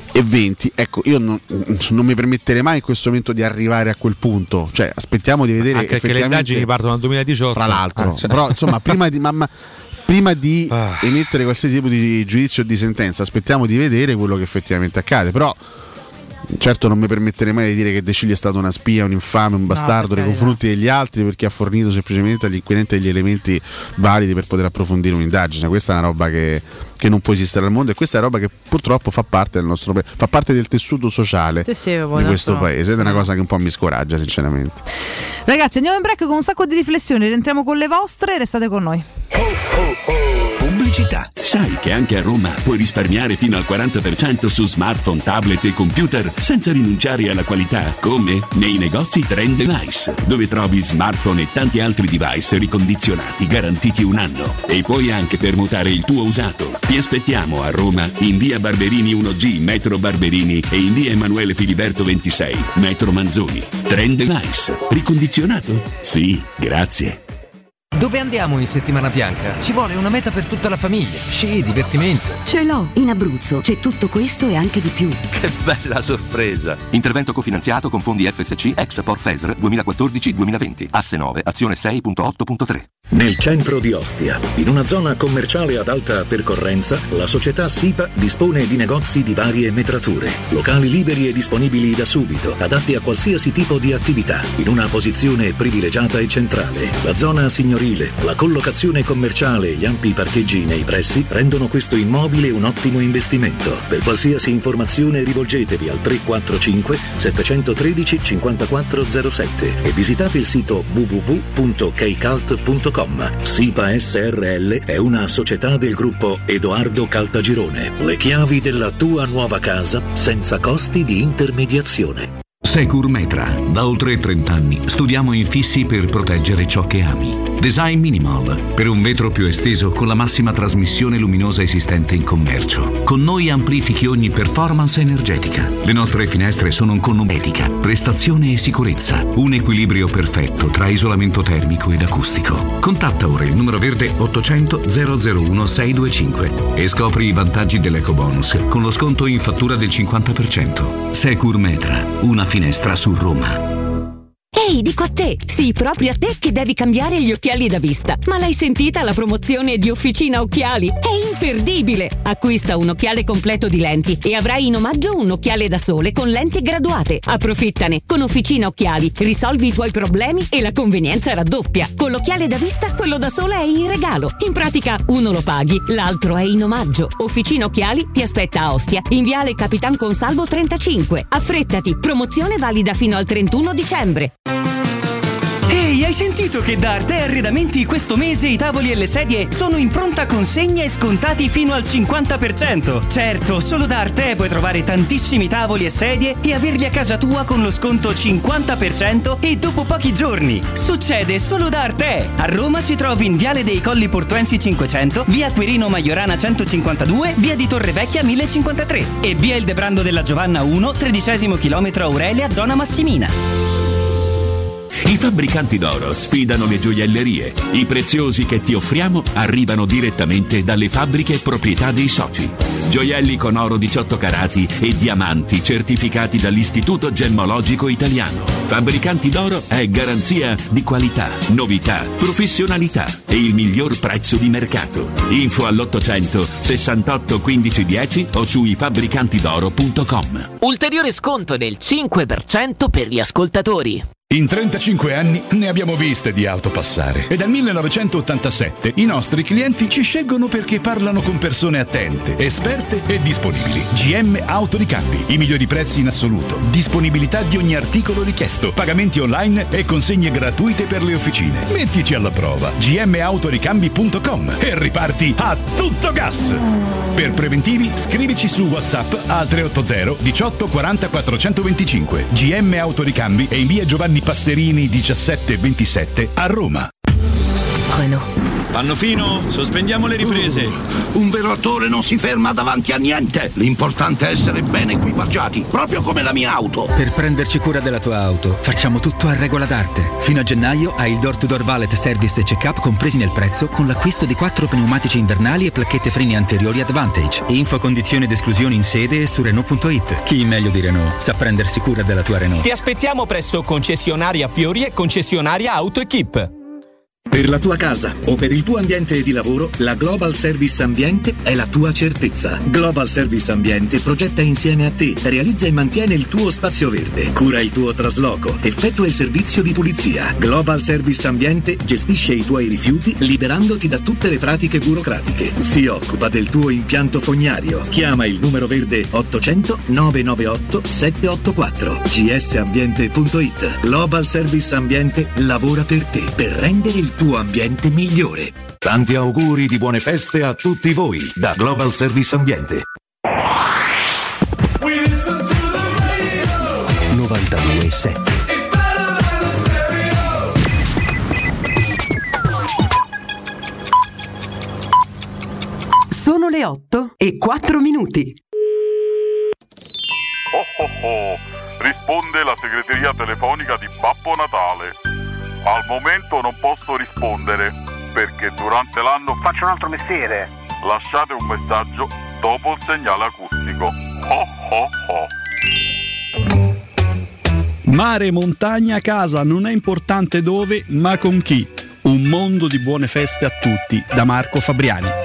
Speaker 13: e venti. Ecco, io non, non mi permetterei mai in questo momento di arrivare a quel punto, cioè aspettiamo di vedere.
Speaker 20: Anche perché le indagini partono dal duemiladiciotto,
Speaker 13: tra l'altro,
Speaker 20: ah, cioè.
Speaker 13: però insomma prima di mamma prima di
Speaker 20: ah.
Speaker 13: emettere qualsiasi tipo di giudizio o di sentenza aspettiamo di vedere quello che effettivamente accade. Però certo non mi permetterei mai di dire che De Cigli è stato una spia, un infame, un bastardo no, nei confronti degli altri, perché ha fornito semplicemente agli inquirenti degli elementi validi per poter approfondire un'indagine. Questa è una roba che, che non può esistere al mondo, e questa è una roba che purtroppo fa parte del nostro paese, fa parte del tessuto sociale sì, sì, di questo paese, ed è una cosa che un po' mi scoraggia sinceramente.
Speaker 19: Ragazzi, andiamo in break con un sacco di riflessioni, rientriamo con le vostre, restate con noi.
Speaker 26: Pubblicità. Sai che anche a Roma puoi risparmiare fino al quaranta per cento su smartphone, tablet e computer senza rinunciare alla qualità? Come? Nei negozi Trend Device, dove trovi smartphone e tanti altri device ricondizionati garantiti un anno. E puoi anche permutare il tuo usato. Ti aspettiamo a Roma in via Barberini uno G, metro Barberini, e in via Emanuele Filiberto ventisei, metro Manzoni. Trend Device. Ricondizionato? Sì, grazie.
Speaker 10: Dove andiamo in settimana bianca? Ci vuole una meta per tutta la famiglia. Sci, divertimento.
Speaker 15: Ce l'ho, in Abruzzo. C'è tutto questo e anche di più.
Speaker 10: Che bella sorpresa.
Speaker 16: Intervento cofinanziato con fondi F S C ex Por Fesr duemilaquattordici duemilaventi. Asse nove, azione sei punto otto punto tre.
Speaker 17: Nel centro di Ostia, in una zona commerciale ad alta percorrenza, la società SIPA dispone di negozi di varie metrature, locali liberi e disponibili da subito, adatti a qualsiasi tipo di attività, in una posizione privilegiata e centrale. La zona signorile, la collocazione commerciale e gli ampi parcheggi nei pressi rendono questo immobile un ottimo investimento. Per qualsiasi informazione rivolgetevi al tre quattro cinque sette uno tre cinque quattro zero sette e visitate il sito w w w punto keicalt punto com. SIPA S R L è una società del gruppo Edoardo Caltagirone. Le chiavi della tua nuova casa senza costi di intermediazione.
Speaker 26: Securmetra. Da oltre trenta anni studiamo infissi per proteggere ciò che ami. Design minimal, per un vetro più esteso con la massima trasmissione luminosa esistente in commercio. Con noi amplifichi ogni performance energetica. Le nostre finestre sono con etica, prestazione e sicurezza. Un equilibrio perfetto tra isolamento termico ed acustico. Contatta ora il numero verde ottocento zero zero uno sei due cinque e scopri i vantaggi dell'ecobonus con lo sconto in fattura del cinquanta per cento. Securmetra, una finestra su Roma.
Speaker 3: Ehi, dico a te, sì, proprio a te che devi cambiare gli occhiali da vista. Ma l'hai sentita la promozione di Officina Occhiali? È imperdibile! Acquista un occhiale completo di lenti e avrai in omaggio un occhiale da sole con lenti graduate. Approfittane! Con Officina Occhiali risolvi i tuoi problemi e la convenienza raddoppia. Con l'occhiale da vista, quello da sole è in regalo. In pratica, uno lo paghi, l'altro è in omaggio. Officina Occhiali ti aspetta a Ostia, in viale Capitan Consalvo trentacinque. Affrettati, promozione valida fino al trentuno dicembre.
Speaker 18: Ehi, hai sentito che da Arte Arredamenti questo mese i tavoli e le sedie sono in pronta consegna e scontati fino al cinquanta per cento? Certo, solo da Arte puoi trovare tantissimi tavoli e sedie e averli a casa tua con lo sconto cinquanta per cento e dopo pochi giorni. Succede solo da Arte. A Roma ci trovi in Viale dei Colli Portuensi cinquecento, via Quirino Maiorana centocinquantadue, via di Torrevecchia mille cinquantatré e via Il Debrando della Giovanna uno, tredicesimo chilometro Aurelia, zona Massimina.
Speaker 26: I fabbricanti d'oro sfidano le gioiellerie. I preziosi che ti offriamo arrivano direttamente dalle fabbriche proprietà dei soci. Gioielli con oro diciotto carati e diamanti certificati dall'Istituto Gemmologico Italiano. Fabbricanti d'oro è garanzia di qualità, novità, professionalità e il miglior prezzo di mercato. Info all'ottocento sessantotto quindici dieci o su i fabbricanti d'oro punto com.
Speaker 21: Ulteriore sconto del cinque per cento per gli ascoltatori.
Speaker 22: In trentacinque anni ne abbiamo viste di auto passare e dal millenovecentottantasette i nostri clienti ci scelgono perché parlano con persone attente, esperte e disponibili. G M Autoricambi, i migliori prezzi in assoluto, disponibilità di ogni articolo richiesto, pagamenti online e consegne gratuite per le officine. Mettici alla prova g m autoricambi punto com e riparti a tutto gas. Per preventivi scrivici su WhatsApp al tre otto zero diciotto quaranta quattrocentoventicinque. G M Autoricambi e in via Giovanni Passerini diciassette ventisette a Roma.
Speaker 23: Renault.
Speaker 1: Panno fino, sospendiamo le riprese.
Speaker 5: Uh, un vero attore non si ferma davanti a niente. L'importante è essere ben equipaggiati, proprio come la mia auto.
Speaker 6: Per prenderci cura della tua auto, facciamo tutto a regola d'arte. Fino a gennaio hai il door to door valet service e check-up compresi nel prezzo con l'acquisto di quattro pneumatici invernali e placchette freni anteriori Advantage. Info, condizioni ed esclusioni in sede e su Renault punto it. Chi meglio di Renault sa prendersi cura della tua Renault.
Speaker 23: Ti aspettiamo presso concessionaria Fiori e concessionaria Auto Equip.
Speaker 17: Per la tua casa o per il tuo ambiente di lavoro, la Global Service Ambiente è la tua certezza. Global Service Ambiente progetta insieme a te, realizza e mantiene il tuo spazio verde, cura il tuo trasloco, effettua il servizio di pulizia. Global Service Ambiente gestisce i tuoi rifiuti liberandoti da tutte le pratiche burocratiche. Si occupa del tuo impianto fognario. Chiama il numero verde ottocento nove nove otto sette otto quattro g s ambiente punto it. Global Service Ambiente lavora per te, per rendere il tuo ambiente migliore.
Speaker 24: Tanti auguri di buone feste a tutti voi da Global Service Ambiente.
Speaker 17: novantadue sette.
Speaker 25: Sono le otto e quattro minuti.
Speaker 27: Oh oh oh, risponde la segreteria telefonica di Babbo Natale. Al momento non posso rispondere perché durante l'anno faccio un altro mestiere. Lasciate un messaggio dopo il segnale acustico. Oh oh oh.
Speaker 28: Mare, montagna, casa, non è importante dove, ma con chi. Un mondo di buone feste a tutti, da Marco Fabriani.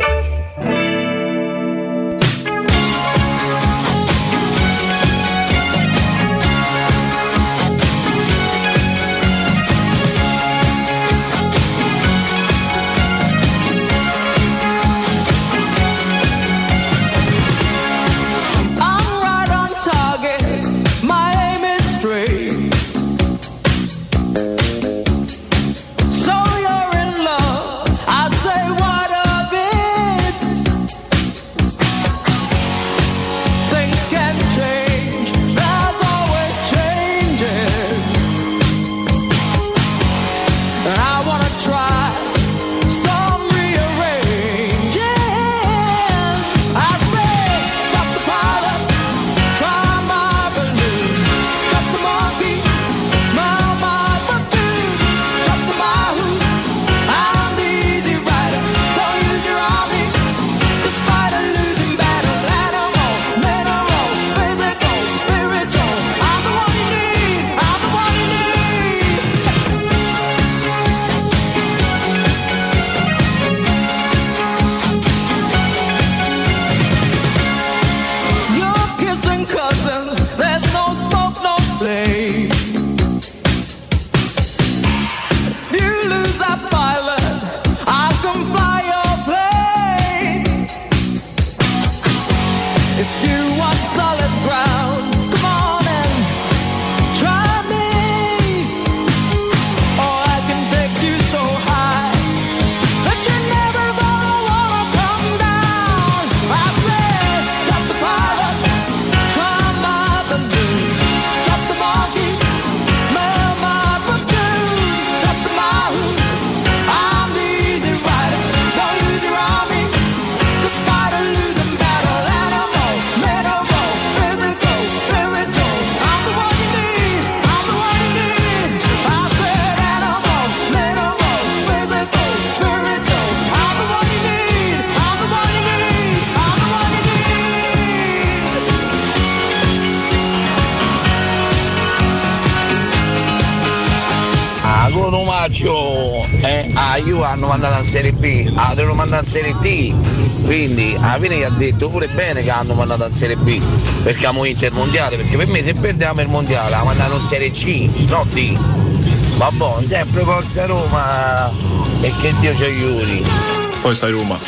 Speaker 4: Eh, ah, io hanno mandato in Serie B, ah, devono mandare in Serie D, quindi alla fine gli ha detto pure bene che hanno mandato in Serie B, perché abbiamo vinto il mondiale, perché per me se perdiamo il mondiale la mandano in Serie C, no D. Vabbè, sempre forza Roma e che Dio ci aiuti.
Speaker 28: Poi stai Roma.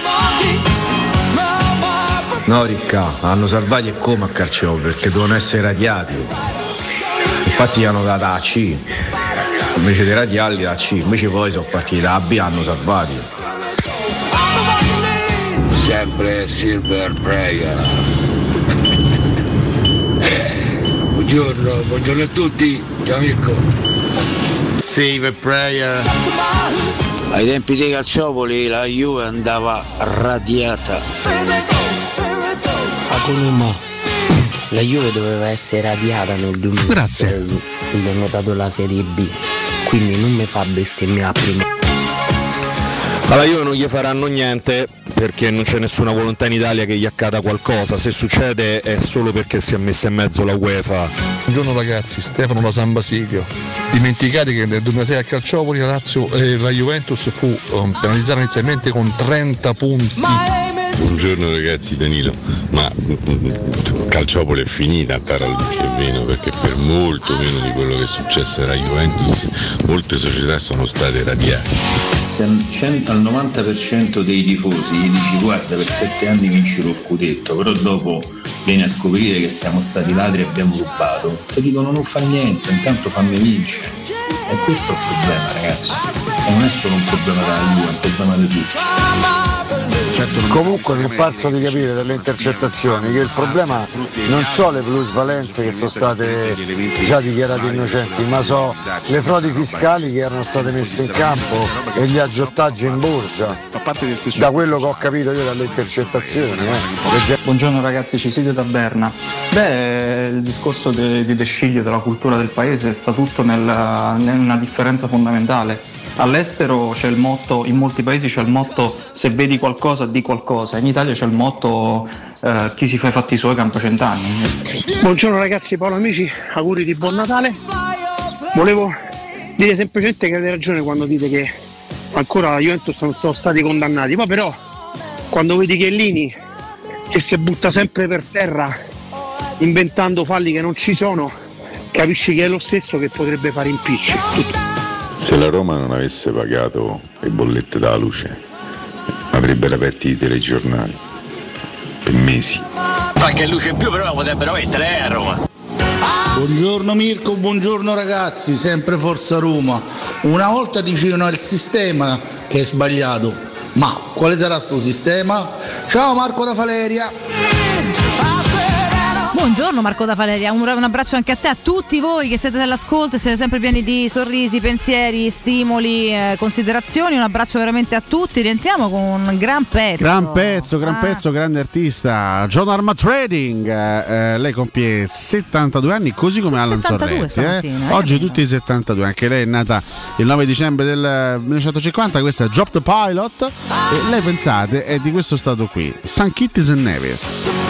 Speaker 29: No Ricca, hanno salvati e come a Calcio, perché devono essere radiati. Infatti gli hanno dato a C. Invece dei radiali da C, invece poi sono partiti da B, hanno salvati.
Speaker 4: Sempre Silver Prayer. Buongiorno, buongiorno a tutti, ciao Mirko.
Speaker 29: Silver Prayer.
Speaker 2: Ai tempi dei Calciopoli la Juve andava radiata.
Speaker 7: Akunuma, la Juve doveva essere radiata nel duemilasei.
Speaker 8: Grazie.
Speaker 7: Quindi ho notato la Serie B, quindi non mi fa bestemmiare prima.
Speaker 29: Alla Juve non gli faranno niente perché non c'è nessuna volontà in Italia che gli accada qualcosa. Se succede è solo perché si è messa in mezzo la UEFA.
Speaker 9: Buongiorno ragazzi, Stefano da San Basilio. Dimenticate che nel duemilasei a Calciopoli la Lazio e la Juventus fu um, penalizzata inizialmente con trenta punti.
Speaker 11: Buongiorno ragazzi, Danilo, ma Calciopoli è finita a Taraluce e Vino, perché per molto meno di quello che è successo alla Juventus molte società sono state radiate.
Speaker 12: Se al novanta per cento dei tifosi gli dici guarda per sette anni vinci lo scudetto, però dopo vieni a scoprire che siamo stati ladri e abbiamo rubato, ti dicono non fa niente, intanto fammi vincere. E questo è il problema ragazzi, e non è solo un problema della Juve, è un problema di tutti.
Speaker 13: Certo, comunque mi pazzo di capire delle intercettazioni che il problema non sono le plusvalenze che sono state già dichiarate innocenti, ma sono le frodi fiscali che erano state messe in campo e gli aggiottaggi in borsa, da quello che ho capito io dalle intercettazioni. Eh.
Speaker 14: Buongiorno ragazzi, ci siete da Berna. Beh, il discorso de, di De Sciglio, della cultura del paese, sta tutto nel, nella differenza fondamentale. All'estero c'è il motto, in molti paesi c'è il motto se vedi qualcosa di qualcosa, in Italia c'è il motto eh, chi si fa i fatti suoi campa cent'anni.
Speaker 20: Buongiorno ragazzi, Paolo amici, auguri di buon Natale. Volevo dire semplicemente che avete ragione quando dite che ancora la Juventus non sono stati condannati, poi però quando vedi Chiellini che si butta sempre per terra inventando falli che non ci sono, capisci che è lo stesso che potrebbe fare impicci. Tutto.
Speaker 11: Se la Roma non avesse pagato le bollette della luce, avrebbero aperto i telegiornali per mesi.
Speaker 30: Qualche luce in più però la potrebbero mettere eh, a Roma.
Speaker 31: Buongiorno Mirko, buongiorno ragazzi, sempre Forza Roma. Una volta dicevano è il sistema che è sbagliato, ma quale sarà sto sistema? Ciao Marco da Valeria.
Speaker 19: Buongiorno Marco da Valeria, un, un abbraccio anche a te, a tutti voi che siete dell'ascolto e siete sempre pieni di sorrisi, pensieri, stimoli, eh, considerazioni. Un abbraccio veramente a tutti. Rientriamo con un gran pezzo.
Speaker 32: Gran pezzo, gran
Speaker 19: ah.
Speaker 32: pezzo, grande artista. John Arma Trading. Eh, lei compie settantadue anni, così come Alan Sorretti. Eh. Eh. Oggi tutti i settantadue. Anche lei è nata il nove dicembre del millenovecentocinquanta. Questa è Drop the Pilot. E lei, pensate, è di questo stato qui, Saint Kitts and Nevis.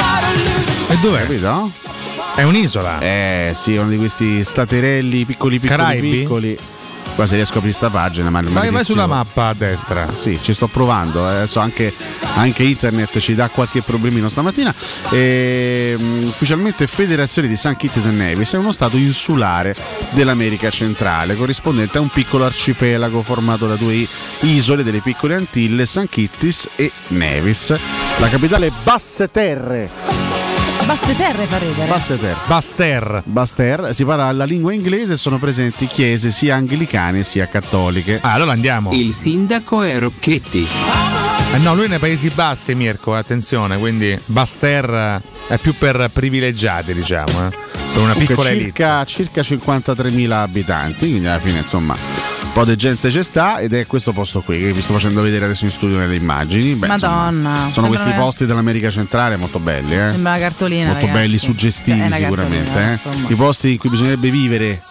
Speaker 8: E dov'è?
Speaker 32: Capito?
Speaker 8: È un'isola.
Speaker 32: Eh sì, uno di questi staterelli piccoli piccoli
Speaker 8: Caraibi?
Speaker 32: piccoli. Qua se riesco a aprire sta pagina, ma
Speaker 8: vai, vai sulla mappa a destra.
Speaker 32: Sì, ci sto provando. Adesso anche, anche internet ci dà qualche problemino stamattina. E, um, ufficialmente Federazione di Saint Kitts and Nevis è uno stato insulare dell'America centrale, corrispondente a un piccolo arcipelago formato da due isole delle piccole Antille, Saint Kitts e Nevis. La capitale è Basse Terre.
Speaker 19: Basse Terre fa ridere.
Speaker 32: Basse Terre.
Speaker 8: Baster.
Speaker 32: Baster. Si parla la lingua inglese e sono presenti chiese sia anglicane sia cattoliche.
Speaker 8: Ah, allora andiamo.
Speaker 21: Il sindaco è Rocchetti.
Speaker 8: Eh no, lui è nei Paesi Bassi, Mirko, attenzione, quindi Baster è più per privilegiati, diciamo, eh. Per una piccola
Speaker 32: circa, circa cinquantatremila abitanti, quindi alla fine insomma un po' di gente c'è sta, ed è questo posto qui che vi sto facendo vedere adesso in studio nelle immagini. Beh,
Speaker 19: Madonna,
Speaker 32: insomma, sono questi posti dell'America centrale molto belli, eh?
Speaker 19: Sembra una cartolina,
Speaker 32: molto
Speaker 19: ragazzi.
Speaker 32: belli, suggestivi sicuramente, eh? I posti in cui bisognerebbe vivere,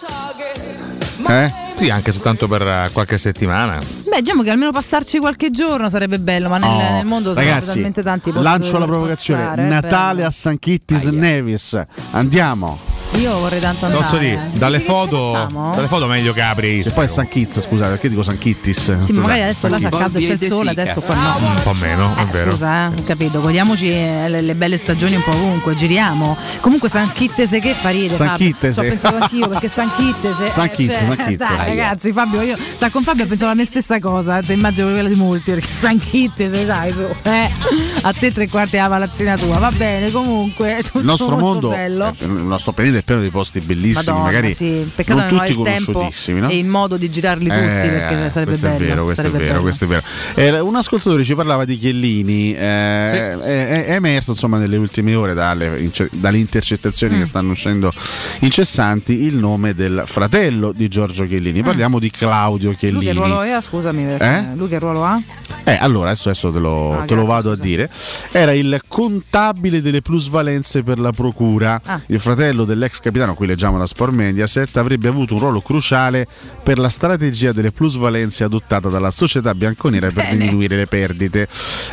Speaker 32: eh?
Speaker 8: Sì, anche soltanto per qualche settimana.
Speaker 19: Beh, diciamo che almeno passarci qualche giorno sarebbe bello, ma nel,
Speaker 32: oh,
Speaker 19: nel mondo sono
Speaker 32: ragazzi,
Speaker 19: talmente tanti posti.
Speaker 32: Lancio la provocazione,
Speaker 19: passare,
Speaker 32: Natale a Saint Kitts and Nevis. Andiamo.
Speaker 19: Io vorrei tanto andare.
Speaker 8: Posso dire, dalle foto, dalle foto meglio che apri.
Speaker 32: E poi è Saint Kitts, scusate, perché dico Saint Kitts?
Speaker 19: Sì, ma magari adesso là c'è caldo e c'è il sole, adesso qua no.
Speaker 8: Un po' meno, è
Speaker 19: eh,
Speaker 8: vero.
Speaker 19: Scusa, eh, ho capito, godiamoci le, le belle stagioni un po' ovunque, giriamo. Comunque Saint Kitts che fa ridere,
Speaker 32: Saint Kitts.
Speaker 19: Sto pensando anch'io perché Saint Kitts.
Speaker 32: Saint Kitts,
Speaker 19: cioè,
Speaker 32: Saint Kitts.
Speaker 19: Dai, ragazzi, Fabio, io sta con Fabio pensavo la mia stessa cosa, se immagino quella di molti, perché Saint Kitts, dai, su. Eh, a te tre quarti della palazzina tua, va bene, comunque è tutto
Speaker 32: il nostro
Speaker 19: molto
Speaker 32: mondo,
Speaker 19: bello.
Speaker 32: Eh, il nostro pianeta è pieno di posti bellissimi,
Speaker 19: Madonna,
Speaker 32: magari
Speaker 19: sì. Peccato
Speaker 32: non
Speaker 19: che non
Speaker 32: tutti
Speaker 19: ha il tempo
Speaker 32: conosciutissimi, no?
Speaker 19: e il modo di girarli tutti,
Speaker 32: Eh,
Speaker 19: perché sarebbe
Speaker 32: questo
Speaker 19: bello.
Speaker 32: È vero, questo
Speaker 19: sarebbe
Speaker 32: è vero,
Speaker 19: bello.
Speaker 32: questo è vero. Eh, un ascoltatore ci parlava di Chiellini, eh,
Speaker 8: Sì.
Speaker 32: è, è- è emerso insomma nelle ultime ore dalle, ince- dalle intercettazioni
Speaker 19: Mm.
Speaker 32: che stanno uscendo incessanti il nome del fratello di Giorgio Chiellini. Parliamo di Claudio
Speaker 19: Lui che
Speaker 32: Chiellini.
Speaker 19: ruolo ha? Scusami, perché
Speaker 32: Eh?
Speaker 19: lui che ruolo ha?
Speaker 32: Eh, allora adesso, adesso te lo,
Speaker 19: Ah,
Speaker 32: te lo
Speaker 19: grazie,
Speaker 32: vado
Speaker 19: scusa.
Speaker 32: a dire. Era il contabile delle plusvalenze per la procura.
Speaker 19: Ah.
Speaker 32: Il fratello dell'ex capitano, qui leggiamo da Sport Mediaset, avrebbe avuto un ruolo cruciale per la strategia delle plusvalenze adottata dalla società bianconera per
Speaker 19: Bene.
Speaker 32: diminuire le perdite.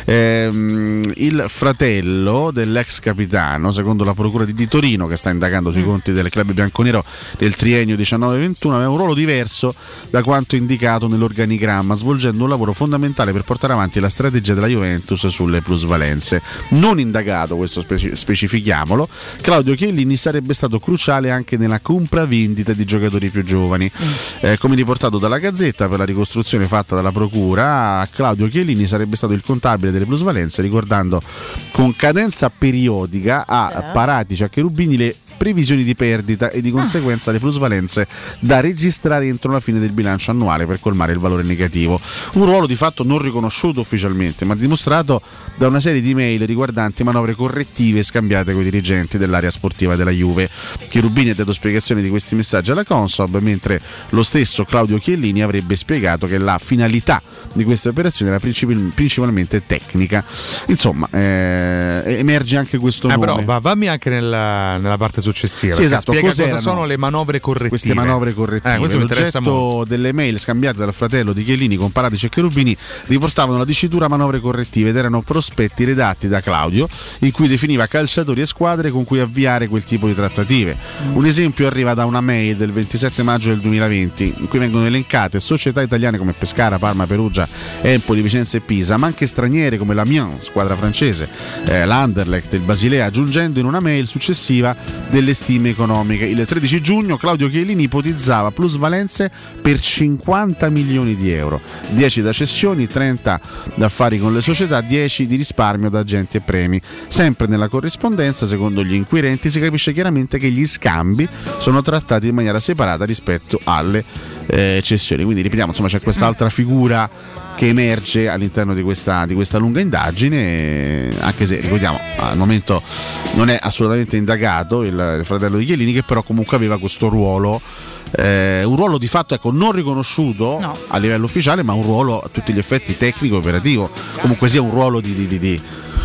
Speaker 32: Ehm, il fratello dell'ex capitano, secondo la procura di, di Torino, che sta indagando sui
Speaker 19: Mm.
Speaker 32: conti del club bianconero del triennio diciannove ventuno, aveva un ruolo diverso da quanto indicato nell'organigramma, svolgendo un lavoro fondamentale per portare avanti la strategia della Juventus sulle plusvalenze. Non indagato, questo speci- specifichiamolo, Claudio Chiellini sarebbe stato cruciale anche nella compravendita di giocatori più giovani. Eh, come riportato dalla Gazzetta, per la ricostruzione fatta dalla procura, Claudio Chiellini sarebbe stato il contabile delle plusvalenze, ricordando con cadenza periodica a Paratici, a Cherubini, le previsioni di perdita e di conseguenza le plusvalenze da registrare entro la fine del bilancio annuale per colmare il valore negativo. Un ruolo di fatto non riconosciuto ufficialmente, ma dimostrato da una serie di mail riguardanti manovre correttive scambiate con i dirigenti dell'area sportiva della Juve. Cherubini ha dato spiegazioni di questi messaggi alla Consob, mentre lo stesso Claudio Chiellini avrebbe spiegato che la finalità di queste operazioni era principal- principalmente tecnica. Insomma, eh, emerge anche questo
Speaker 8: Eh,
Speaker 32: nome.
Speaker 8: però va, vammi anche nella, nella parte successiva.
Speaker 32: Sì,
Speaker 8: perché
Speaker 32: esatto,
Speaker 8: spiega
Speaker 32: cos'erano
Speaker 8: cosa sono le manovre correttive.
Speaker 32: Queste manovre correttive.
Speaker 8: Eh, questo mi interessa
Speaker 32: L'oggetto
Speaker 8: molto.
Speaker 32: delle mail scambiate dal fratello di Chiellini con Paratici e Cherubini riportavano la dicitura manovre correttive ed erano prospetti redatti da Claudio in cui definiva calciatori e squadre con cui avviare quel tipo di trattative. Un esempio arriva da una mail del ventisette maggio del duemilaventi in cui vengono elencate società italiane come Pescara, Parma, Perugia, Empoli, Vicenza e Pisa, ma anche straniere come l'Amiens, squadra francese, eh, l'Anderlecht, il Basilea, aggiungendo in una mail successiva delle stime economiche. Il tredici giugno Claudio Chiellini ipotizzava plusvalenze per cinquanta milioni di euro, dieci da cessioni, trenta da affari con le società, dieci di risparmio da agenti e premi. Sempre nella corrispondenza, secondo gli inquirenti, si capisce chiaramente che gli scambi sono trattati in maniera separata rispetto alle eh, cessioni. Quindi ripetiamo, insomma, c'è quest'altra figura che emerge all'interno di questa, di questa lunga indagine, anche se ricordiamo al momento non è assolutamente indagato il, il fratello di Chiellini, che però comunque aveva questo ruolo, eh, un ruolo di fatto, ecco, non riconosciuto
Speaker 19: No.
Speaker 32: a livello ufficiale, ma un ruolo a tutti gli effetti tecnico operativo, comunque sia un ruolo di, di, di, di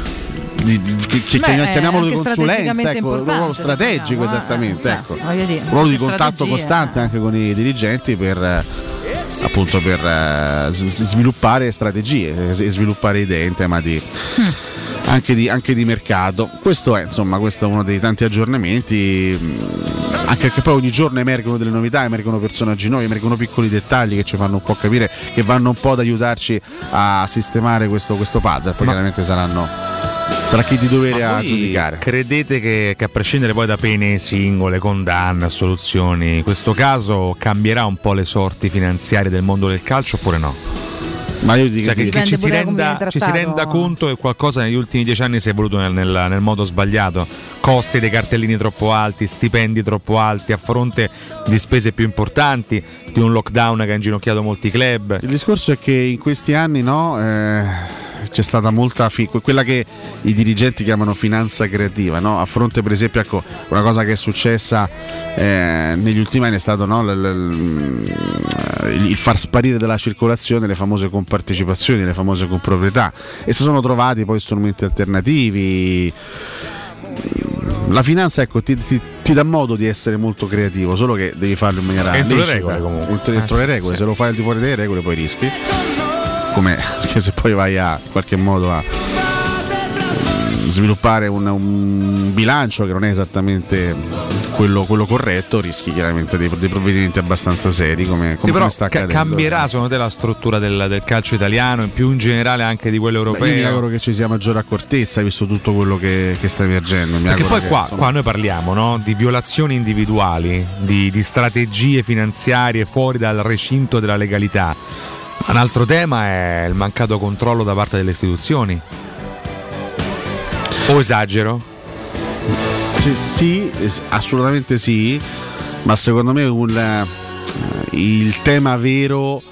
Speaker 32: di, di, che
Speaker 19: Beh,
Speaker 32: chiamiamolo di
Speaker 19: anche
Speaker 32: consulenza,
Speaker 19: strategicamente
Speaker 32: ecco, un ruolo
Speaker 19: importante,
Speaker 32: strategico,
Speaker 19: no?
Speaker 32: esattamente,
Speaker 19: Eh,
Speaker 32: ecco.
Speaker 19: voglio dire,
Speaker 32: un ruolo di
Speaker 19: anche
Speaker 32: contatto
Speaker 19: strategie,
Speaker 32: costante anche con i dirigenti per eh, appunto per eh, s- sviluppare strategie e sviluppare idee in tema di anche di, anche di mercato. Questo è, insomma, questo è uno dei tanti aggiornamenti, mh, anche perché poi ogni giorno emergono delle novità, emergono personaggi nuovi, emergono piccoli dettagli che ci fanno un po' capire, che vanno un po' ad aiutarci a sistemare questo, questo puzzle. Poi
Speaker 8: Ma-
Speaker 32: chiaramente saranno sarà chi di dovere
Speaker 8: Ma
Speaker 32: a
Speaker 8: voi
Speaker 32: giudicare.
Speaker 8: Credete che, che a prescindere poi da pene singole, condanne, assoluzioni, questo caso cambierà un po' le sorti finanziarie del mondo del calcio oppure no?
Speaker 32: Ma io dico
Speaker 8: Cioè, che,
Speaker 32: che-
Speaker 8: che ci, si
Speaker 19: pure da come
Speaker 8: renda,
Speaker 19: viene
Speaker 8: ci si
Speaker 19: trattato.
Speaker 8: renda conto che qualcosa negli ultimi dieci anni si è evoluto nel, nel- nel modo sbagliato. Costi dei cartellini troppo alti, stipendi troppo alti a fronte di spese più importanti, di un lockdown che ha inginocchiato molti club.
Speaker 32: Il discorso è che in questi anni, no, eh, c'è stata molta fi- quella che i dirigenti chiamano finanza creativa, no? A fronte, per esempio, ecco, una cosa che è successa eh, negli ultimi anni è stato, no, l- l- il il far sparire dalla circolazione le famose compartecipazioni, le famose comproprietà, e si sono trovati poi strumenti alternativi. La finanza, ecco, ti, ti- ti dà modo di essere molto creativo, solo che devi farlo in maniera
Speaker 8: Entro le
Speaker 32: lecita,
Speaker 8: regole, comunque.
Speaker 32: entro, entro
Speaker 8: Eh,
Speaker 32: le
Speaker 8: sì,
Speaker 32: regole.
Speaker 8: sì.
Speaker 32: Se lo fai al di fuori delle regole poi rischi, come perché se poi vai a in qualche modo a mm, sviluppare un, un bilancio che non è esattamente quello, quello corretto, rischi chiaramente dei, dei provvedimenti abbastanza seri, come,
Speaker 8: Sì,
Speaker 32: come
Speaker 8: però
Speaker 32: sta
Speaker 8: ca-
Speaker 32: accadendo.
Speaker 8: cambierà secondo te la struttura del, del calcio italiano, in più in generale anche di quello
Speaker 32: Beh,
Speaker 8: europeo?
Speaker 32: io mi auguro che ci sia maggiore accortezza visto tutto quello che, che sta emergendo. Mi
Speaker 8: Perché
Speaker 32: auguro
Speaker 8: poi
Speaker 32: che,
Speaker 8: qua,
Speaker 32: insomma,
Speaker 8: qua noi parliamo, no, di violazioni individuali, di, di strategie finanziarie fuori dal recinto della legalità. Un altro tema è il mancato controllo da parte delle istituzioni. O esagero?
Speaker 32: Sì, sì, assolutamente sì, ma secondo me un, il tema vero,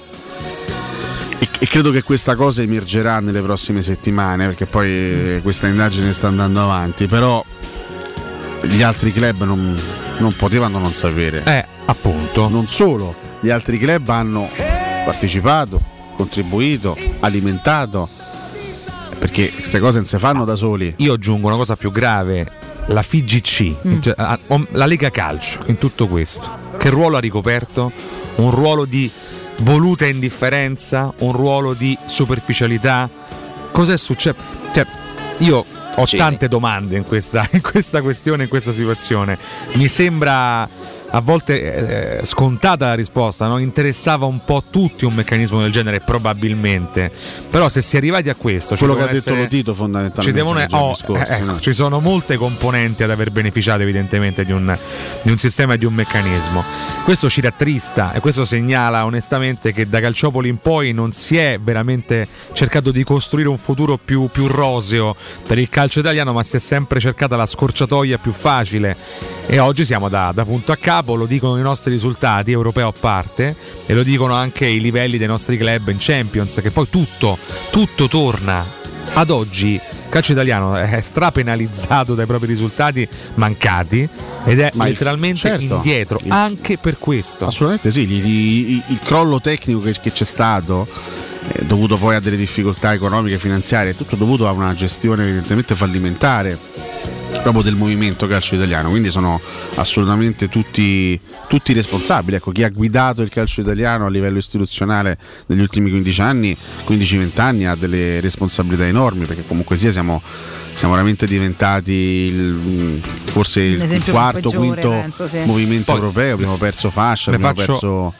Speaker 32: e, e credo che questa cosa emergerà nelle prossime settimane, perché poi questa indagine sta andando avanti, però gli altri club non, non potevano non sapere.
Speaker 8: Eh, appunto.
Speaker 32: Non solo, gli altri club hanno partecipato, contribuito, alimentato, perché queste cose non si fanno da soli.
Speaker 8: Io aggiungo una cosa più grave. La F I G C, mm. cioè, la Lega Calcio in tutto questo, che ruolo ha ricoperto? Un ruolo di voluta indifferenza, un ruolo di superficialità? Cos'è successo? Cioè, io ho sì. tante domande in questa, in questa questione, in questa situazione. Mi sembra a volte eh, scontata la risposta, no? Interessava un po' tutti un meccanismo del genere, probabilmente, però se si è arrivati a questo,
Speaker 32: quello che ha
Speaker 8: essere,
Speaker 32: detto Lotito fondamentalmente
Speaker 8: ci, devono, oh, scorsi, eh, no? ci sono molte componenti ad aver beneficiato evidentemente di un, di un sistema e di un meccanismo. Questo ci rattrista e questo segnala onestamente che da Calciopoli in poi non si è veramente cercato di costruire un futuro più, più roseo per il calcio italiano, ma si è sempre cercata la scorciatoia più facile, e oggi siamo da, da punto a capo. Lo dicono i nostri risultati, europeo a parte, e lo dicono anche i livelli dei nostri club in Champions, che poi tutto, tutto torna. Ad oggi il calcio italiano è strapenalizzato dai propri risultati mancati ed è Ma letteralmente certo, indietro il, anche per questo.
Speaker 32: Assolutamente sì, il, il, il crollo tecnico che, che c'è stato, eh, dovuto poi a delle difficoltà economiche e finanziarie, è tutto dovuto a una gestione evidentemente fallimentare proprio del movimento calcio italiano, quindi sono assolutamente tutti, tutti responsabili. Ecco, chi ha guidato il calcio italiano a livello istituzionale negli ultimi quindici anni, quindici venti anni, ha delle responsabilità enormi, perché comunque sia siamo, siamo veramente diventati il, forse il, il quarto, peggiore, quinto penso, sì. movimento Poi, europeo, abbiamo perso fascia, abbiamo faccio... perso...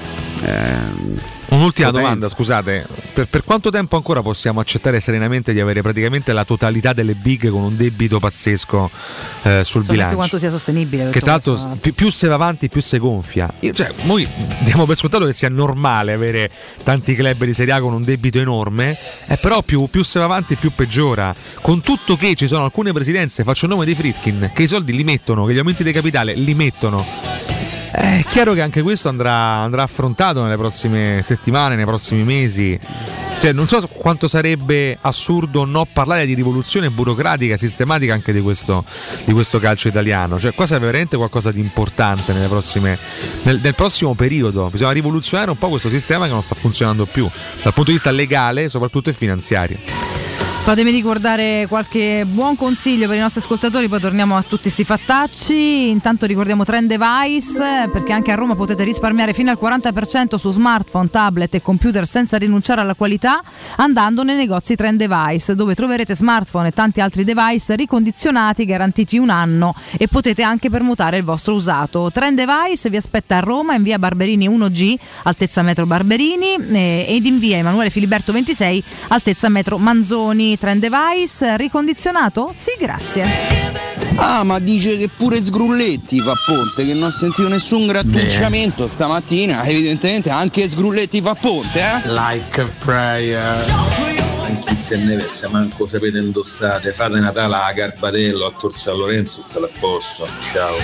Speaker 32: Eh,
Speaker 8: Un'ultima potenza. domanda, scusate, per, per quanto tempo ancora possiamo accettare serenamente di avere praticamente la totalità delle big con un debito pazzesco eh, sul so bilancio?
Speaker 19: Quanto sia sostenibile?
Speaker 8: Che tra l'altro più, più se va avanti più si gonfia. Io, cioè, noi diamo per scontato che sia normale avere tanti club di Serie A con un debito enorme, eh, però più, più se va avanti più peggiora. Con tutto che ci sono alcune presidenze, faccio il nome di Friedkin, che i soldi li mettono, che gli aumenti di capitale li mettono. È chiaro che anche questo andrà, andrà affrontato nelle prossime settimane, nei prossimi mesi. Cioè, non so quanto sarebbe assurdo o no parlare di rivoluzione burocratica sistematica anche di questo, di questo calcio italiano. Cioè, qua serve veramente qualcosa di importante nelle prossime, nel, nel prossimo periodo. Bisogna rivoluzionare un po' questo sistema che non sta funzionando più dal punto di vista legale, soprattutto e finanziario.
Speaker 19: Fatemi ricordare qualche buon consiglio per i nostri ascoltatori, poi torniamo a tutti sti fattacci. Intanto ricordiamo Trend Device, perché anche a Roma potete risparmiare fino al quaranta per cento su smartphone, tablet e computer senza rinunciare alla qualità andando nei negozi Trend Device, dove troverete smartphone e tanti altri device ricondizionati, garantiti un anno, e potete anche permutare il vostro usato. Trend Device vi aspetta a Roma in via Barberini uno G, altezza metro Barberini, ed in via Emanuele Filiberto ventisei, altezza metro Manzoni. Trend Device ricondizionato? Sì, grazie.
Speaker 1: Ah, ma dice che pure Sgrulletti fa ponte, che non ha sentito nessun grattucciamento stamattina. Evidentemente anche Sgrulletti fa ponte, eh?
Speaker 32: Like a prayer.
Speaker 12: Tutte neve, se manco sapete indossate, fate Natale a Garbatello, a Tor San Lorenzo, state a posto. Ciao.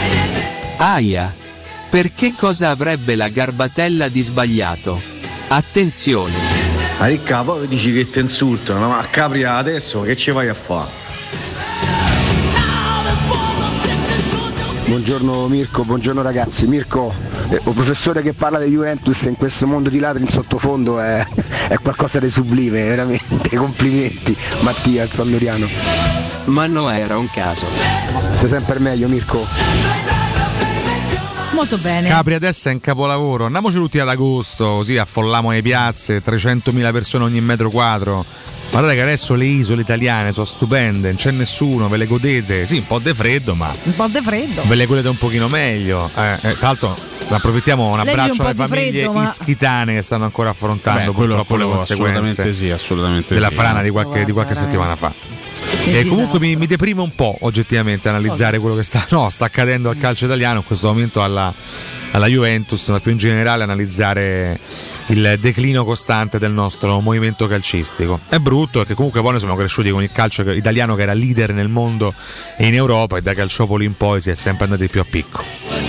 Speaker 21: Aia, perché cosa avrebbe la Garbatella di sbagliato? Attenzione.
Speaker 29: Ma ricca, poi dici che ti insultano, ma Capri adesso che ci vai a fare?
Speaker 3: Buongiorno Mirko, buongiorno ragazzi. Mirko, eh, un professore che parla di Juventus in questo mondo di ladri in sottofondo è, è qualcosa di sublime, veramente, complimenti. Mattia, il San Luriano.
Speaker 21: Ma no, era un caso.
Speaker 3: Sei sempre meglio Mirko.
Speaker 19: Molto bene.
Speaker 8: Capri adesso è in capolavoro. Andiamoci tutti ad agosto, così affolliamo le piazze, trecentomila persone ogni metro quadro. Guardate che adesso le isole italiane sono stupende, non c'è nessuno, ve le godete. Sì, un po' di freddo, ma
Speaker 19: un po' di freddo.
Speaker 8: Ve le godete un pochino meglio. Eh, eh, tra l'altro approfittiamo, un abbraccio un alle famiglie freddo, ma... ischitane che stanno ancora affrontando Beh, purtroppo le conseguenze
Speaker 32: assolutamente sì, assolutamente
Speaker 8: della
Speaker 32: sì.
Speaker 8: frana di qualche, di qualche settimana fa. E comunque mi, mi deprime un po' oggettivamente analizzare quello che sta, no, sta accadendo al calcio italiano in questo momento, alla, alla Juventus, ma più in generale analizzare il declino costante del nostro movimento calcistico. È brutto perché comunque poi noi siamo cresciuti con il calcio italiano che era leader nel mondo e in Europa, e da Calciopoli in poi si è sempre andati più a picco.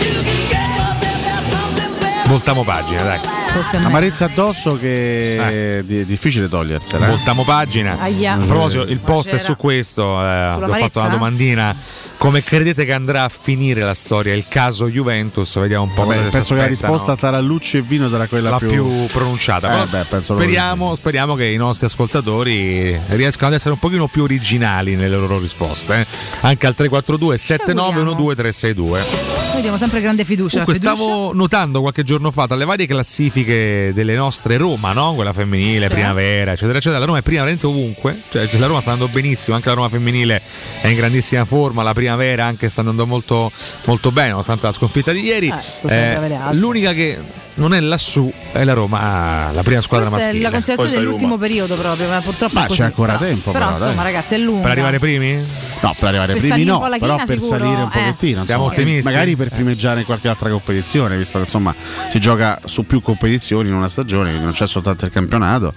Speaker 8: Voltiamo pagina, dai.
Speaker 32: Amarezza addosso che eh. è difficile togliersela.
Speaker 8: Voltiamo pagina.
Speaker 19: Aia.
Speaker 8: A proposito, il post è su questo. Eh, ho fatto una domandina. Come credete che andrà a finire la storia? Il caso Juventus? Vediamo un po'.
Speaker 32: Vabbè, penso aspettano. Che la risposta tra Lucci e Vino sarà quella
Speaker 8: la
Speaker 32: più,
Speaker 8: più pronunciata.
Speaker 32: Eh, beh,
Speaker 8: speriamo, speriamo che i nostri ascoltatori riescano ad essere un pochino più originali nelle loro risposte. Eh? Anche al tre quattro due sette nove uno due tre sei due.
Speaker 19: Noi diamo sempre grande fiducia.
Speaker 8: Comunque
Speaker 19: fiducia.
Speaker 8: Stavo notando qualche giorno fa tra le varie classifiche delle nostre Roma, no? Quella femminile, sì. Primavera, eccetera, eccetera. La Roma è prima veramente ovunque. Cioè, la Roma sta andando benissimo, anche la Roma femminile è in grandissima forma, la Primavera anche sta andando molto, molto bene, nonostante la sconfitta di ieri.
Speaker 19: Eh, eh,
Speaker 8: l'unica che non è lassù è la Roma, la prima squadra
Speaker 19: questa
Speaker 8: maschile.
Speaker 19: È la considerazione dell'ultimo periodo proprio, ma purtroppo
Speaker 32: ma
Speaker 19: è così.
Speaker 32: C'è ancora tempo,
Speaker 19: però,
Speaker 32: però
Speaker 19: insomma,
Speaker 32: dai.
Speaker 19: ragazzi, è lunga.
Speaker 8: Per arrivare primi?
Speaker 32: No, per arrivare
Speaker 19: per
Speaker 32: primi no,
Speaker 19: china,
Speaker 32: però per
Speaker 19: sicuro,
Speaker 32: salire un
Speaker 19: eh.
Speaker 32: pochettino,
Speaker 8: Siamo
Speaker 32: insomma,
Speaker 8: ottimisti.
Speaker 32: magari per primeggiare in qualche altra competizione, visto che insomma si gioca su più competizioni in una stagione, quindi non c'è soltanto il campionato,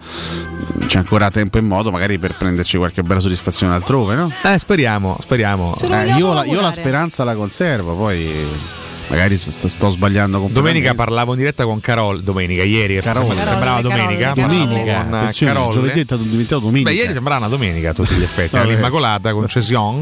Speaker 32: c'è ancora tempo e modo magari per prenderci qualche bella soddisfazione altrove, no?
Speaker 8: Eh, speriamo, speriamo.
Speaker 32: Eh, io, la, io la speranza la conservo, poi magari sto, sto sbagliando completamente.
Speaker 8: Domenica parlavo in diretta con Carol, domenica, ieri
Speaker 32: Carol.
Speaker 8: sembrava
Speaker 19: Carol,
Speaker 8: domenica,
Speaker 19: Carol,
Speaker 8: domenica con
Speaker 32: attenzione,
Speaker 8: Carol.
Speaker 32: giovedì è diventato domenica.
Speaker 8: Beh, ieri sembrava una domenica a tutti gli effetti, era
Speaker 32: Vabbè.
Speaker 8: l'Immacolata con Cesion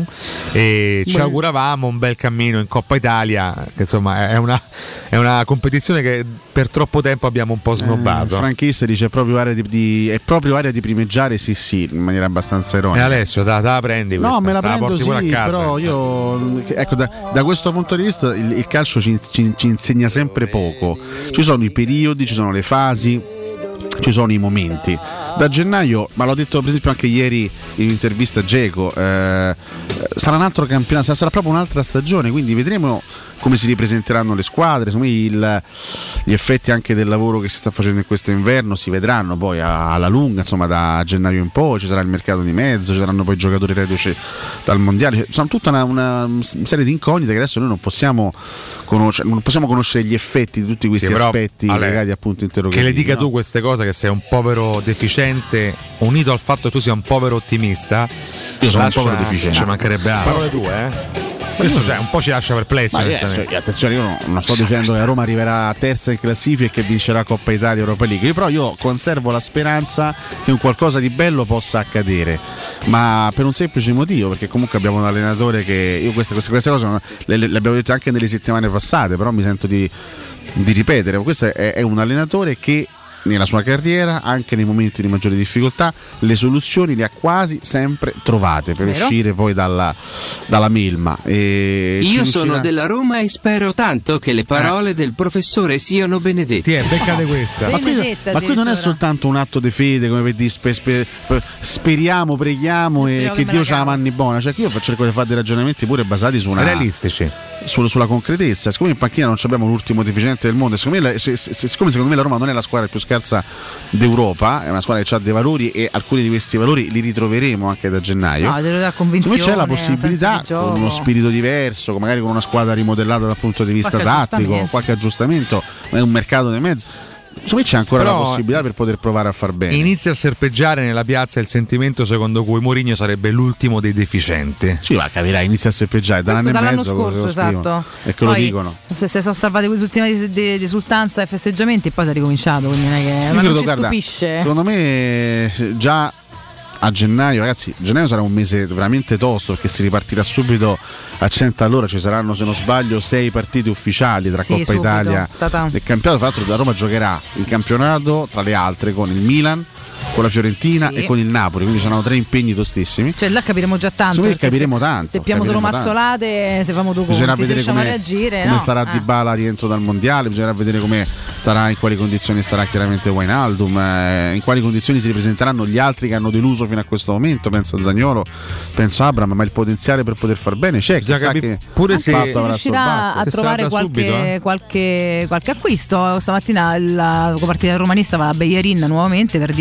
Speaker 8: e ci
Speaker 32: Beh.
Speaker 8: auguravamo un bel cammino in Coppa Italia, che insomma è una, è una competizione che per troppo tempo abbiamo un po' snobbato.
Speaker 32: Eh, Franchista dice è proprio area di, di, è proprio area di primeggiare, sì sì, in maniera abbastanza ironica.
Speaker 8: E Alessio, te la prendi questa?
Speaker 32: No, me la
Speaker 8: te
Speaker 32: prendo
Speaker 8: porti pure
Speaker 32: sì,
Speaker 8: a casa.
Speaker 32: però io ecco da, da questo punto di vista il, il calcio ci, ci, ci insegna sempre poco. Ci sono i periodi, ci sono le fasi, ci sono i momenti. Da gennaio, ma l'ho detto per esempio anche ieri in un'intervista a Geco, eh, sarà un altro campionato, sarà proprio un'altra stagione, quindi vedremo come si ripresenteranno le squadre, insomma, il, gli effetti anche del lavoro che si sta facendo in questo inverno si vedranno poi alla lunga, insomma da gennaio in poi ci sarà il mercato di mezzo, ci saranno poi i giocatori reduci dal mondiale, sono tutta una, una serie di incognite che adesso noi non possiamo conoscere, non possiamo conoscere gli effetti di tutti questi
Speaker 8: sì, però,
Speaker 32: aspetti
Speaker 8: Ale,
Speaker 32: legati appunto interrogativi.
Speaker 8: Che le dica
Speaker 32: no?
Speaker 8: tu queste cose, che sei un povero deficiente unito al fatto che tu sia un povero ottimista.
Speaker 32: Io sono
Speaker 8: lascia,
Speaker 32: un povero deficiente,
Speaker 8: ci mancherebbe altro. Parole tue, eh? Questo cioè, un po' ci lascia perplessi.
Speaker 32: Adesso, attenzione, io non, non sto dicendo che Roma arriverà terza in classifica e che vincerà Coppa Italia e Europa League. Io però io conservo la speranza che un qualcosa di bello possa accadere, ma per un semplice motivo, perché comunque abbiamo un allenatore che io queste, queste, queste cose le, le abbiamo dette anche nelle settimane passate, però mi sento di, di ripetere. Questo è, è un allenatore che nella sua carriera, anche nei momenti di maggiore difficoltà, le soluzioni le ha quasi sempre trovate per
Speaker 21: Vero?
Speaker 32: uscire poi dalla, dalla melma. E
Speaker 21: Io
Speaker 32: ci
Speaker 21: sono
Speaker 32: riuscirà...
Speaker 21: della Roma e spero tanto che le parole eh. del professore siano benedette.
Speaker 8: Ti è, beccate questa.
Speaker 32: Ma qui, ma qui non è soltanto un atto di fede, come per dire, spe, spe, speriamo, preghiamo e che, che Dio ce la manni buona. Cioè, che io cerco di fare dei ragionamenti pure basati su una
Speaker 8: realistici.
Speaker 32: Sulla, sulla concretezza. Siccome in panchina non abbiamo l'ultimo deficiente del mondo, siccome, la, se, se, siccome secondo me la Roma non è la squadra più scarsa d'Europa, è una squadra che ha dei valori e alcuni di questi valori li ritroveremo anche da gennaio.
Speaker 19: No, devo dare convinzione,
Speaker 32: come c'è la possibilità con uno spirito diverso, magari con una squadra rimodellata dal punto di vista
Speaker 19: qualche
Speaker 32: tattico,
Speaker 19: aggiustamento.
Speaker 32: qualche aggiustamento, è un mercato nel mezzo. Secondo me c'è ancora
Speaker 8: Però
Speaker 32: la possibilità per poter provare a far bene.
Speaker 8: Inizia a serpeggiare nella piazza il sentimento secondo cui Mourinho sarebbe l'ultimo dei deficienti.
Speaker 32: Sì, ma capirai, inizia a serpeggiare da
Speaker 19: Questo
Speaker 32: un anno e
Speaker 19: dall'anno
Speaker 32: mezzo
Speaker 19: scorso, esatto.
Speaker 32: E che
Speaker 19: poi,
Speaker 32: lo dicono.
Speaker 19: Se si sono salvate queste ultime di, di, di esultanza e festeggiamenti e poi si è ricominciato, quindi non è che
Speaker 32: Io
Speaker 19: ma
Speaker 32: credo,
Speaker 19: non ci
Speaker 32: guarda,
Speaker 19: stupisce.
Speaker 32: Secondo me già a gennaio, ragazzi, gennaio sarà un mese veramente tosto perché si ripartirà subito a cento all'ora, ci saranno se non sbaglio sei partite ufficiali tra
Speaker 19: Sì,
Speaker 32: Coppa
Speaker 19: subito.
Speaker 32: Italia
Speaker 19: Ta-ta.
Speaker 32: e campionato. Tra l'altro la Roma giocherà il campionato tra le altre con il Milan, con la Fiorentina
Speaker 19: Sì.
Speaker 32: e con il Napoli, quindi saranno tre impegni tostissimi.
Speaker 19: Cioè là capiremo già tanto.
Speaker 32: Secondo me
Speaker 19: perché
Speaker 32: capiremo
Speaker 19: se,
Speaker 32: tanto,
Speaker 19: Se abbiamo solo
Speaker 32: capiremo
Speaker 19: mazzolate, se famo due
Speaker 32: Bisognerà
Speaker 19: conti, se
Speaker 32: vedere
Speaker 19: riusciamo a
Speaker 32: come,
Speaker 19: reagire,
Speaker 32: come
Speaker 19: no?
Speaker 32: starà
Speaker 19: Ah.
Speaker 32: Dybala rientro dal mondiale, bisognerà vedere come starà, in quali condizioni starà chiaramente Wijnaldum, eh, in quali condizioni si ripresenteranno gli altri che hanno deluso fino a questo momento. Penso a Zaniolo, penso a Abraham, ma il potenziale per poter far bene c'è. Chissà che
Speaker 8: pure
Speaker 32: se
Speaker 19: si riuscirà a trovare qualche,
Speaker 8: subito, eh?
Speaker 19: qualche, qualche acquisto. Stamattina la copartita romanista va a Bellerin nuovamente, per dire, no?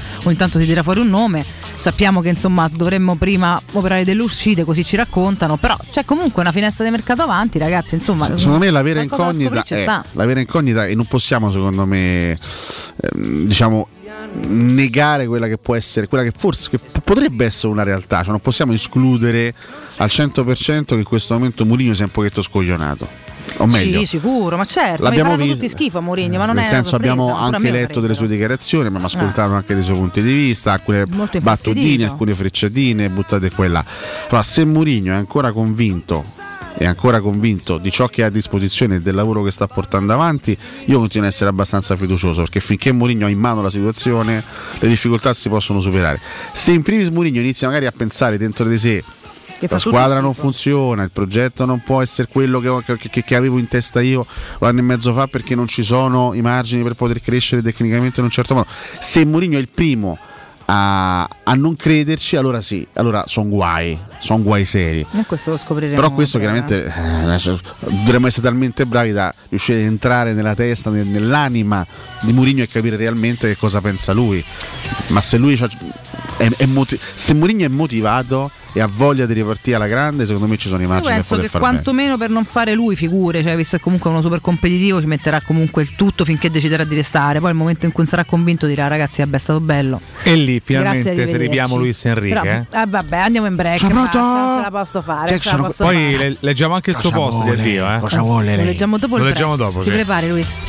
Speaker 19: ogni tanto si tira fuori un nome. Sappiamo che insomma dovremmo prima operare delle uscite, così ci raccontano, però c'è comunque una finestra di mercato avanti, ragazzi, insomma.
Speaker 32: Secondo me la vera incognita
Speaker 19: è
Speaker 32: sta. la vera incognita e non possiamo secondo me ehm, diciamo negare quella che può essere, quella che forse che potrebbe essere una realtà, cioè non possiamo escludere al cento per cento che in questo momento Mourinho sia un pochetto scoglionato. O meglio,
Speaker 19: sì, sicuro, ma certo,
Speaker 32: l'abbiamo
Speaker 19: mi
Speaker 32: visto
Speaker 19: tutti schifo a Mourinho, ma non
Speaker 32: nel
Speaker 19: è
Speaker 32: senso
Speaker 19: sorpresa,
Speaker 32: abbiamo anche letto delle sue dichiarazioni, abbiamo ascoltato ah. anche dei suoi punti di vista, alcune battutine, alcune frecciatine buttate qua e là. Allora, se Mourinho è ancora convinto è ancora convinto di ciò che ha a disposizione e del lavoro che sta portando avanti, io continuo ad essere abbastanza fiducioso, perché finché Mourinho ha in mano la situazione le difficoltà si possono superare. Se in primis Mourinho inizia magari a pensare dentro di sé la squadra non funziona, il progetto non può essere quello che, che, che avevo in testa io un anno e mezzo fa, perché non ci sono i margini per poter crescere tecnicamente in un certo modo, se Mourinho è il primo a, a non crederci, allora sì, allora sono guai, sono guai seri.
Speaker 19: E questo lo scopriremo.
Speaker 32: Però questo chiaramente eh, dovremmo essere talmente bravi da riuscire ad entrare nella testa, nell'anima di Mourinho e capire realmente che cosa pensa lui. Ma se lui è, è motiv- se Mourinho è motivato e ha voglia di ripartire alla grande, secondo me ci sono i margini.
Speaker 19: Io penso che quantomeno per non fare lui figure, cioè visto che comunque è uno super competitivo, ci metterà comunque il tutto finché deciderà di restare. Poi il momento in cui sarà convinto dirà ragazzi vabbè è stato bello,
Speaker 8: e lì finalmente se ripiamo Luis Enrique. Però, eh?
Speaker 19: ah, vabbè andiamo in break, basta, non ce la posso fare, ce la posso
Speaker 8: poi
Speaker 19: fare.
Speaker 8: Le, leggiamo anche il
Speaker 32: cosa
Speaker 8: suo posto
Speaker 32: vuole,
Speaker 8: di addio, eh?
Speaker 32: Cosa vuole lei?
Speaker 19: Lo leggiamo dopo
Speaker 8: Lo
Speaker 19: il
Speaker 8: leggiamo
Speaker 19: break.
Speaker 8: dopo,
Speaker 19: Si
Speaker 8: sì.
Speaker 19: prepari Luis.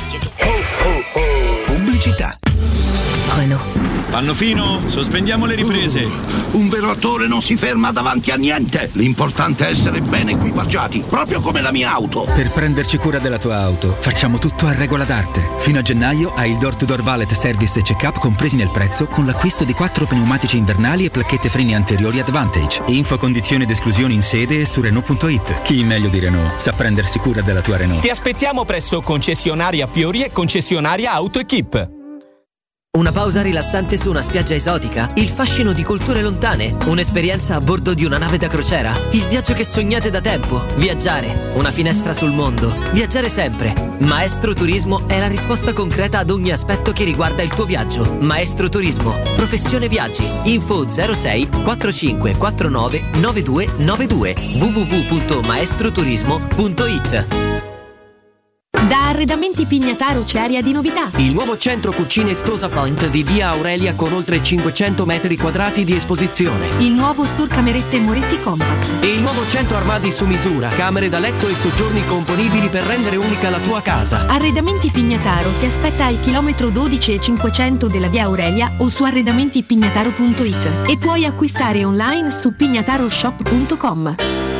Speaker 5: Pubblicità.
Speaker 19: Renault.
Speaker 5: Fanno fino, sospendiamo le riprese.
Speaker 6: Uh, un vero attore non si ferma davanti a niente. L'importante è essere ben equipaggiati, proprio come la mia auto.
Speaker 5: Per prenderci cura della tua auto, facciamo tutto a regola d'arte. Fino a gennaio hai il door-to-door valet service e check-up compresi nel prezzo, con l'acquisto di quattro pneumatici invernali e placchette freni anteriori Advantage. Info, condizioni ed esclusioni in sede e su Renault punto it. Chi meglio di Renault sa prendersi cura della tua Renault.
Speaker 10: Ti aspettiamo presso concessionaria Fiori e concessionaria Auto Equip.
Speaker 15: Una pausa rilassante su una spiaggia esotica? Il fascino di culture lontane? Un'esperienza a bordo di una nave da crociera? Il viaggio che sognate da tempo? Viaggiare, una finestra sul mondo. Viaggiare sempre. Maestro Turismo è la risposta concreta ad ogni aspetto che riguarda il tuo viaggio. Maestro Turismo, professione viaggi. Info zero sei quarantacinque quarantanove novantadue novantadue w w w punto maestroturismo punto it.
Speaker 16: Da Arredamenti Pignataro c'è aria di novità.
Speaker 21: Il nuovo centro cucine Stosa Point di via Aurelia con oltre cinquecento metri quadrati di esposizione.
Speaker 16: Il nuovo store camerette Moretti Compact.
Speaker 21: E il nuovo centro armadi su misura, camere da letto e soggiorni componibili per rendere unica la tua casa.
Speaker 16: Arredamenti Pignataro ti aspetta al chilometro dodici e cinquecento della via Aurelia o su arredamenti pignataro punto it e puoi acquistare online su pignataroshop punto com.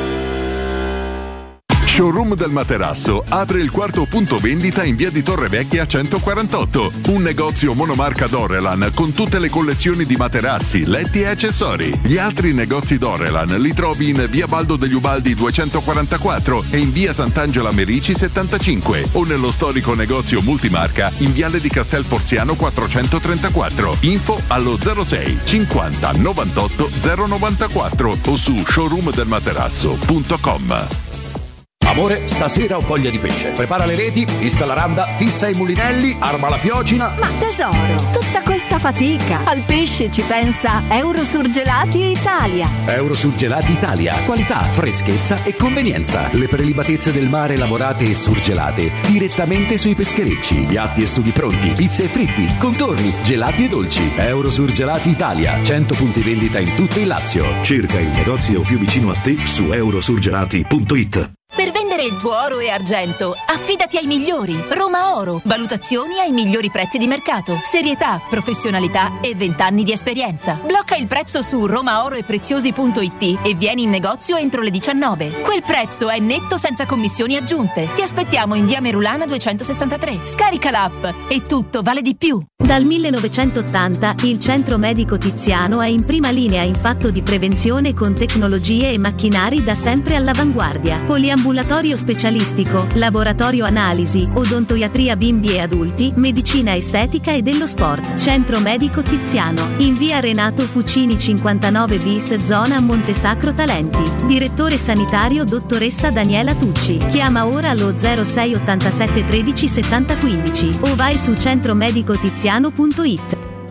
Speaker 17: Showroom del Materasso apre il quarto punto vendita in via di Torrevecchia centoquarantotto. Un negozio monomarca Dorelan con tutte le collezioni di materassi, letti e accessori. Gli altri negozi Dorelan li trovi in via Baldo degli Ubaldi duecentoquarantaquattro e in via Sant'Angela Merici settantacinque o nello storico negozio multimarca in viale di Castel Porziano quattrocentotrentaquattro. Info allo zero sei cinquanta novantotto zero novantaquattro o su showroom del materasso punto com.
Speaker 18: Amore, stasera ho voglia di pesce. Prepara le reti, fissa la randa, fissa i mulinelli, arma la fiocina.
Speaker 22: Ma tesoro, tutta questa fatica. Al pesce ci pensa Eurosurgelati Italia.
Speaker 18: Eurosurgelati Italia. Qualità, freschezza e convenienza. Le prelibatezze del mare lavorate e surgelate direttamente sui pescherecci. Piatti e sughi pronti, pizze e fritti, contorni, gelati e dolci. Eurosurgelati Italia. cento punti vendita in tutto il Lazio. Cerca il negozio più vicino a te su eurosurgelati punto it.
Speaker 23: Per vendere il tuo oro e argento, affidati ai migliori. Roma Oro. Valutazioni ai migliori prezzi di mercato. Serietà, professionalità e vent'anni di esperienza. Blocca il prezzo su romaoroepreziosi punto it e vieni in negozio entro le diciannove. Quel prezzo è netto senza commissioni aggiunte. Ti aspettiamo in via Merulana duecentosessantatré. Scarica l'app e tutto vale di più.
Speaker 16: Dal millenovecentottanta il Centro Medico Tiziano è in prima linea in fatto di prevenzione con tecnologie e macchinari da sempre all'avanguardia. Poliambulatorio specialistico, laboratorio analisi, odontoiatria bimbi e adulti, medicina estetica e dello sport. Centro Medico Tiziano, in via Renato Fucini cinquantanove bis, zona Montesacro Talenti. Direttore sanitario dottoressa Daniela Tucci. Chiama ora allo zero sei ottantasette tredici settanta quindici o vai su centromedicotiziano punto it.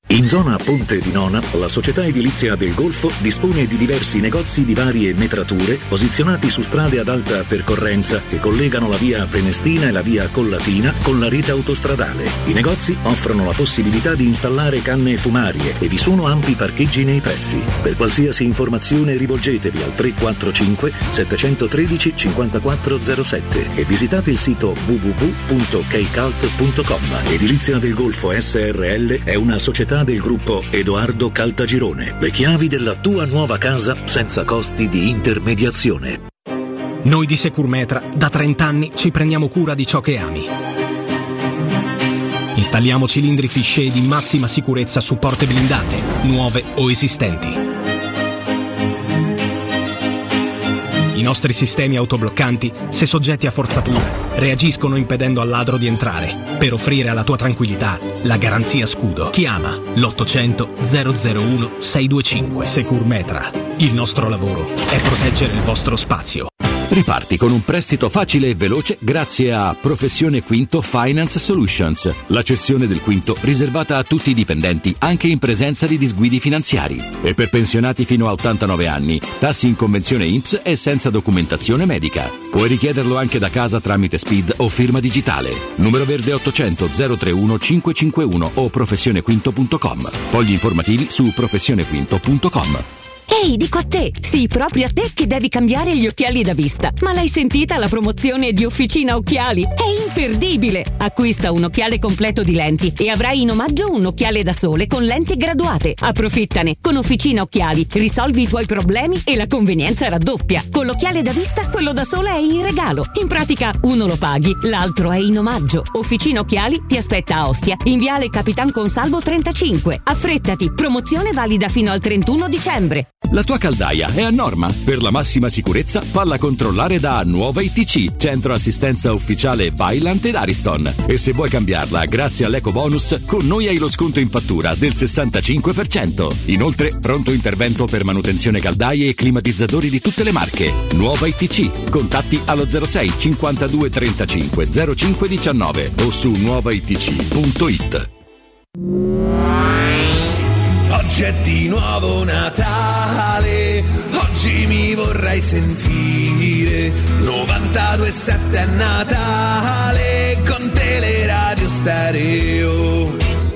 Speaker 2: In zona Ponte di Nona, la società edilizia del Golfo dispone di diversi negozi di varie metrature posizionati su strade ad alta percorrenza che collegano la via Prenestina e la via Collatina con la rete autostradale. I negozi offrono la possibilità di installare canne fumarie e vi sono ampi parcheggi nei pressi. Per qualsiasi informazione rivolgetevi al tre quattro cinque sette uno tre cinque zero sette e visitate il sito w w w punto keicalt punto com. Edilizia del Golfo S R L è una società del gruppo Edoardo Caltagirone. Le chiavi della tua nuova casa senza costi di intermediazione.
Speaker 4: Noi di Securmetra da trenta anni ci prendiamo cura di ciò che ami. Installiamo cilindri Fichet di massima sicurezza su porte blindate, nuove o esistenti. I nostri sistemi autobloccanti, se soggetti a forzatura, reagiscono impedendo al ladro di entrare, per offrire alla tua tranquillità la garanzia scudo. Chiama l'ottocento zero zero uno sei due cinque. Securmetra. Il nostro lavoro è proteggere il vostro spazio.
Speaker 7: Riparti con un prestito facile e veloce grazie a Professione Quinto Finance Solutions, la cessione del quinto riservata a tutti i dipendenti anche in presenza di disguidi finanziari. E per pensionati fino a ottantanove anni, tassi in convenzione I N P S e senza documentazione medica. Puoi richiederlo anche da casa tramite S P I D o firma digitale. Numero verde ottocento zero trentuno cinquecentocinquantuno o professionequinto punto com. Fogli informativi su professionequinto punto com.
Speaker 9: Ehi, dico a te, sì, proprio a te che devi cambiare gli occhiali da vista. Ma l'hai sentita la promozione di Officina Occhiali? È imperdibile! Acquista un occhiale completo di lenti e avrai in omaggio un occhiale da sole con lenti graduate. Approfittane! Con Officina Occhiali risolvi i tuoi problemi e la convenienza raddoppia. Con l'occhiale da vista, quello da sole è in regalo. In pratica, uno lo paghi, l'altro è in omaggio. Officina Occhiali ti aspetta a Ostia, in viale Capitan Consalvo trentacinque. Affrettati, promozione valida fino al trentuno dicembre.
Speaker 7: La tua caldaia è a norma. Per la massima sicurezza, falla controllare da Nuova I T C, centro assistenza ufficiale Vaillant ed Ariston. E se vuoi cambiarla grazie all'eco bonus, con noi hai lo sconto in fattura del sessantacinque per cento. Inoltre, pronto intervento per manutenzione caldaie e climatizzatori di tutte le marche. Nuova I T C. Contatti allo zero sei cinquantadue trentacinque zero cinque diciannove o su nuova i t c punto it.
Speaker 13: Oggi è di nuovo Natale, oggi mi vorrei sentire novantadue virgola sette è Natale, con Teleradio Stereo.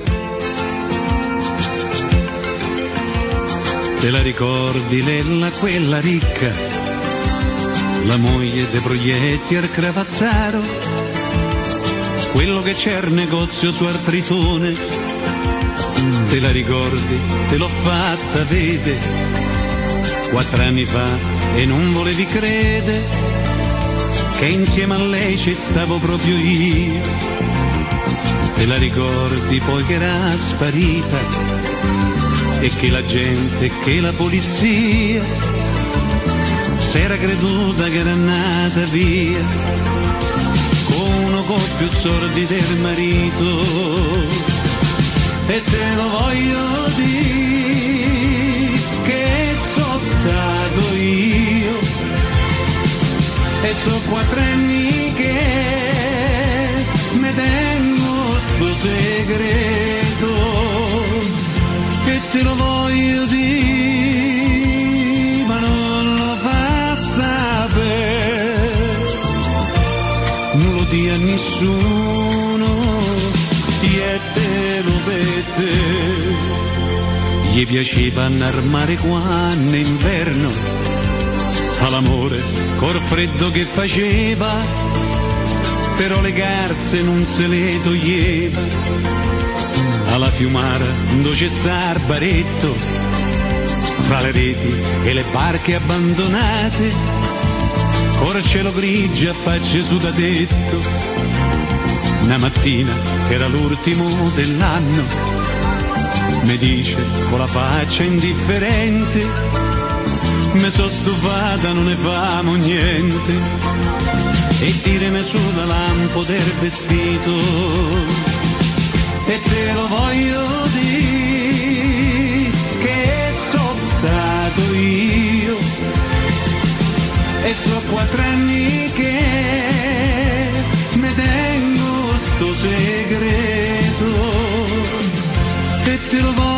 Speaker 14: Te la ricordi Lella, quella ricca, la moglie dei proietti al cravattaro, quello che c'è al negozio su Artritone? Te la ricordi, te l'ho fatta vedere quattro anni fa e non volevi credere che insieme a lei ci stavo proprio io. Te la ricordi poi che era sparita e che la gente, che la polizia s'era creduta che era nata via con uno con più sordi del marito. E te lo voglio dire che sono stato io e so quattro anni che me tengo sto segreto e te lo voglio dire ma non lo fa sapere, non lo dia a nessuno e te lo vede. Gli piaceva andare al mare quando inverno, all'amore col freddo che faceva, però le garze non se le toglieva. Alla Fiumara dove c'è sta il baretto, fra le reti e le barche abbandonate, ora il cielo grigio a facce su da tetto. Una mattina, che era l'ultimo dell'anno, mi dice con la faccia indifferente, mi so stufata, non ne famo niente, e tirami sulla lampo del vestito, e te lo voglio dire che so stato io, e so quattro anni che me tengo sto segreto e te lo voglio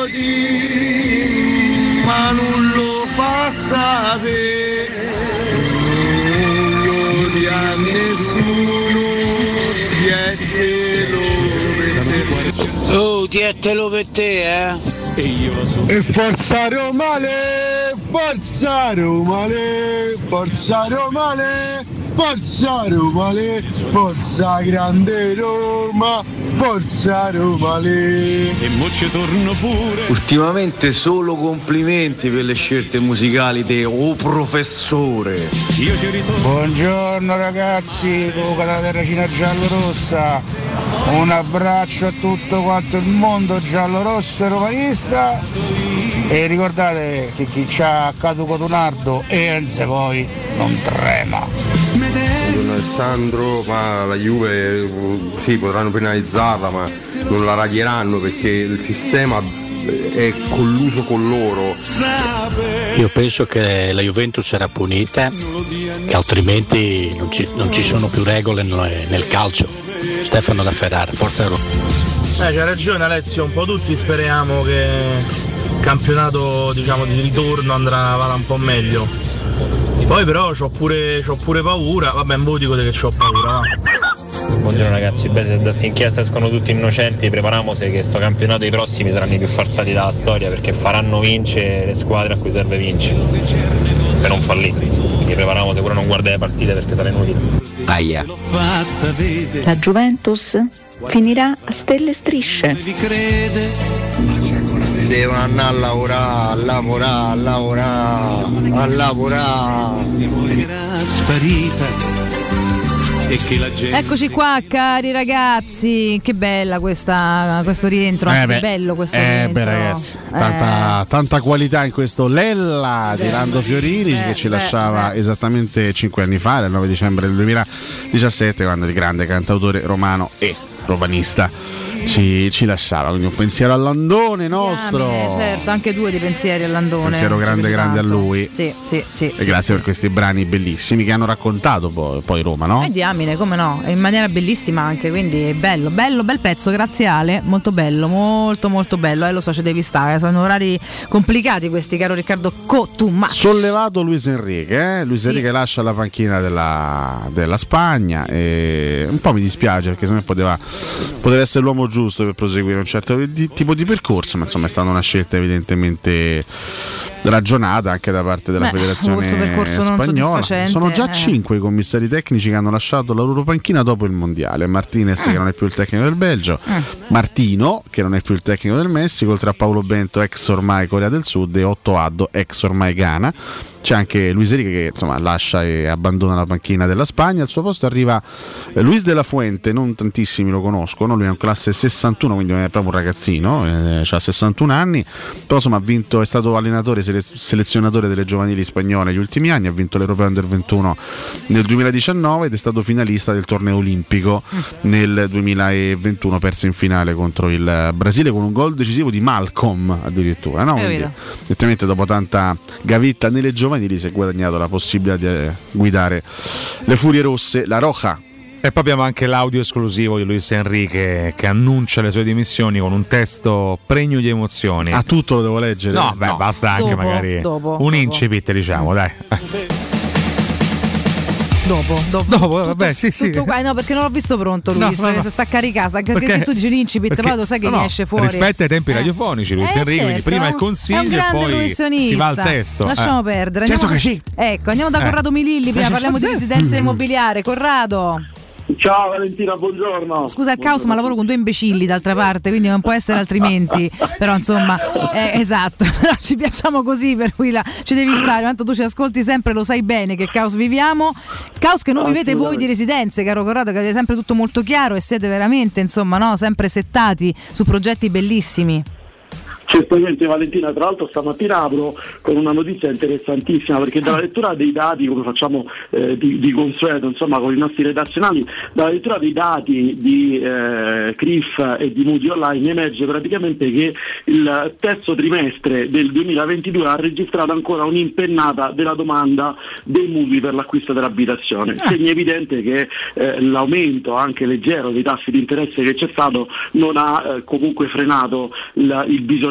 Speaker 13: di ma non lo fa sapere, non lo di a nessuno, dietelo per te.
Speaker 1: Oh, dietelo per te, eh?
Speaker 13: E io lo so. E forza Romale, forza Romale, forza Romale, forza Romale, forza grande Roma, forza Romale.
Speaker 14: E mo ci torno pure.
Speaker 11: Ultimamente solo complimenti per le scelte musicali di O Professore.
Speaker 14: Io ci ritorno.
Speaker 12: Buongiorno ragazzi, Luca da Terracina Giallorossa. Un abbraccio a tutto quanto il mondo giallorosso e romanista. E ricordate che chi c'ha caduco Donardo e Enze poi non trema.
Speaker 20: Buongiorno Alessandro, ma la Juve sì, potranno penalizzarla, ma non la raghieranno perché il sistema è colluso con loro.
Speaker 24: Io penso che la Juventus sarà punita, che altrimenti non ci, non ci sono più regole nel, nel calcio. Stefano da Ferrara, forza Roma.
Speaker 25: Eh, c'ha ragione Alessio, un po' tutti speriamo che il campionato, diciamo, di ritorno andrà vada un po' meglio. Poi però c'ho pure, c'ho pure paura, vabbè non ve lo dico che c'ho paura, va.
Speaker 26: Buongiorno ragazzi, beh, se da questa inchiesta escono tutti innocenti, prepariamoci che sto campionato i prossimi saranno i più forzati dalla storia, perché faranno vincere le squadre a cui serve vincere per non fallire, quindi prepariamoci pure a non guardare le partite perché sarà inutile.
Speaker 24: Aia.
Speaker 22: La Juventus finirà a stelle strisce.
Speaker 11: Devono andare a lavorare, a lavorare, a lavorare, a lavorare.
Speaker 14: Sparita. E che la gente...
Speaker 19: Eccoci qua cari ragazzi, che bella questa, questo rientro, anzi
Speaker 32: eh beh,
Speaker 19: che bello questo
Speaker 32: eh
Speaker 19: rientro.
Speaker 32: beh ragazzi, tanta,
Speaker 19: eh.
Speaker 32: tanta qualità in questo Lella di Lando Fiorini
Speaker 19: beh,
Speaker 32: che ci
Speaker 19: beh,
Speaker 32: lasciava
Speaker 19: beh.
Speaker 32: esattamente cinque anni fa, il nove dicembre del duemiladiciassette, quando il grande cantautore romano e romanista ci, ci lasciava. Quindi un pensiero al Landone nostro.
Speaker 19: Diamine, certo, anche due di pensieri al Landone.
Speaker 32: Pensiero grande grande a lui.
Speaker 19: Sì, sì, sì.
Speaker 32: E
Speaker 19: sì,
Speaker 32: grazie
Speaker 19: sì.
Speaker 32: per questi brani bellissimi che hanno raccontato poi, poi Roma, no?
Speaker 19: Eh, diamine, come no, in maniera bellissima anche, quindi bello, bello, bel pezzo, grazie Ale, molto bello, molto molto bello, eh, lo so, ci devi stare, sono orari complicati questi, caro Riccardo Cotumaccio.
Speaker 32: Sollevato Luis Enrique, eh? Luis
Speaker 19: Sì.
Speaker 32: Enrique lascia la panchina della, della Spagna e un po' mi dispiace perché secondo me poteva, poteva essere l'uomo giusto per proseguire un certo di, tipo di percorso, ma insomma è stata una scelta evidentemente ragionata anche da parte della
Speaker 19: Beh,
Speaker 32: federazione spagnola. Sono già
Speaker 19: eh.
Speaker 32: cinque i commissari tecnici che hanno lasciato la loro panchina dopo il mondiale. Martinez
Speaker 19: eh.
Speaker 32: che non è più il tecnico del Belgio,
Speaker 19: eh.
Speaker 32: Martino che non è più il tecnico del Messico, oltre a Paolo Bento ex ormai Corea del Sud e Otto Addo ex ormai Ghana. C'è anche Luis Enrique che insomma lascia e abbandona la panchina della Spagna. Al suo posto arriva eh, Luis de la Fuente, non tantissimi lo conoscono, lui è un classe sessantuno, quindi è proprio un ragazzino, eh, ha sessantuno anni, però insomma ha vinto, è stato allenatore, sele- selezionatore delle giovanili spagnole negli ultimi anni, ha vinto l'Europeo Under ventuno nel duemiladiciannove ed è stato finalista del torneo olimpico nel duemilaventuno, perso in finale contro il Brasile con un gol decisivo di Malcolm addirittura, no? Quindi, effettivamente dopo tanta gavetta nelle giovanili si è guadagnato la possibilità di eh, guidare le Furie Rosse, la Roja.
Speaker 8: E poi abbiamo anche l'audio esclusivo di Luis Enrique che annuncia le sue dimissioni con un testo pregno di emozioni.
Speaker 32: A tutto lo devo leggere?
Speaker 8: No, beh,
Speaker 32: no.
Speaker 8: basta anche
Speaker 19: Dopo,
Speaker 8: magari
Speaker 19: dopo,
Speaker 8: un
Speaker 19: dopo.
Speaker 8: incipit, diciamo, dai.
Speaker 19: Dopo, dopo,
Speaker 8: dopo
Speaker 19: tutto,
Speaker 8: vabbè, sì, sì.
Speaker 19: tutto qua, no, perché non l'ho visto pronto Luis,
Speaker 8: No, no, no.
Speaker 19: si sta a caricare, anche
Speaker 8: Perché-
Speaker 19: perché tu dici l'incipit,
Speaker 8: perché-
Speaker 19: poi lo sai che
Speaker 8: no,
Speaker 19: ne
Speaker 8: no,
Speaker 19: esce fuori.
Speaker 8: rispetta ai tempi
Speaker 19: Eh.
Speaker 8: radiofonici, Luis
Speaker 19: Eh,
Speaker 8: Enrique, quindi
Speaker 19: certo,
Speaker 8: prima il
Speaker 19: è un
Speaker 8: consiglio e
Speaker 19: grande
Speaker 8: poi
Speaker 19: professionista.
Speaker 8: si va al testo.
Speaker 19: Lasciamo
Speaker 8: eh.
Speaker 19: perdere.
Speaker 8: Certo
Speaker 19: Andiamo-
Speaker 8: che sì.
Speaker 19: Ecco, andiamo da
Speaker 8: Eh.
Speaker 19: Corrado Mililli, prima
Speaker 8: Eh,
Speaker 19: parliamo di
Speaker 8: eh.
Speaker 19: residenza immobiliare. Corrado.
Speaker 27: Ciao Valentina, buongiorno.
Speaker 19: Scusa il caos, ma lavoro con due imbecilli d'altra parte, quindi non può essere altrimenti. Però insomma, eh, esatto, ci piacciamo così, per cui là, ci devi stare. Tanto tu ci ascolti sempre, lo sai bene che caos viviamo. Caos che non vivete voi di residenze, caro Corrado, che avete sempre tutto molto chiaro e siete veramente, insomma, no, sempre settati su progetti bellissimi.
Speaker 27: Certamente Valentina, tra l'altro stamattina apro con una notizia interessantissima, perché dalla lettura dei dati, come facciamo eh, di, di consueto, insomma con i nostri redazionali, dalla lettura dei dati di eh, C R I F e di Moody Online emerge praticamente che il terzo trimestre del duemilaventidue ha registrato ancora un'impennata della domanda dei mutui per l'acquisto dell'abitazione. Segno evidente che eh, l'aumento anche leggero dei tassi di interesse che c'è stato non ha eh, comunque frenato il, il bisogno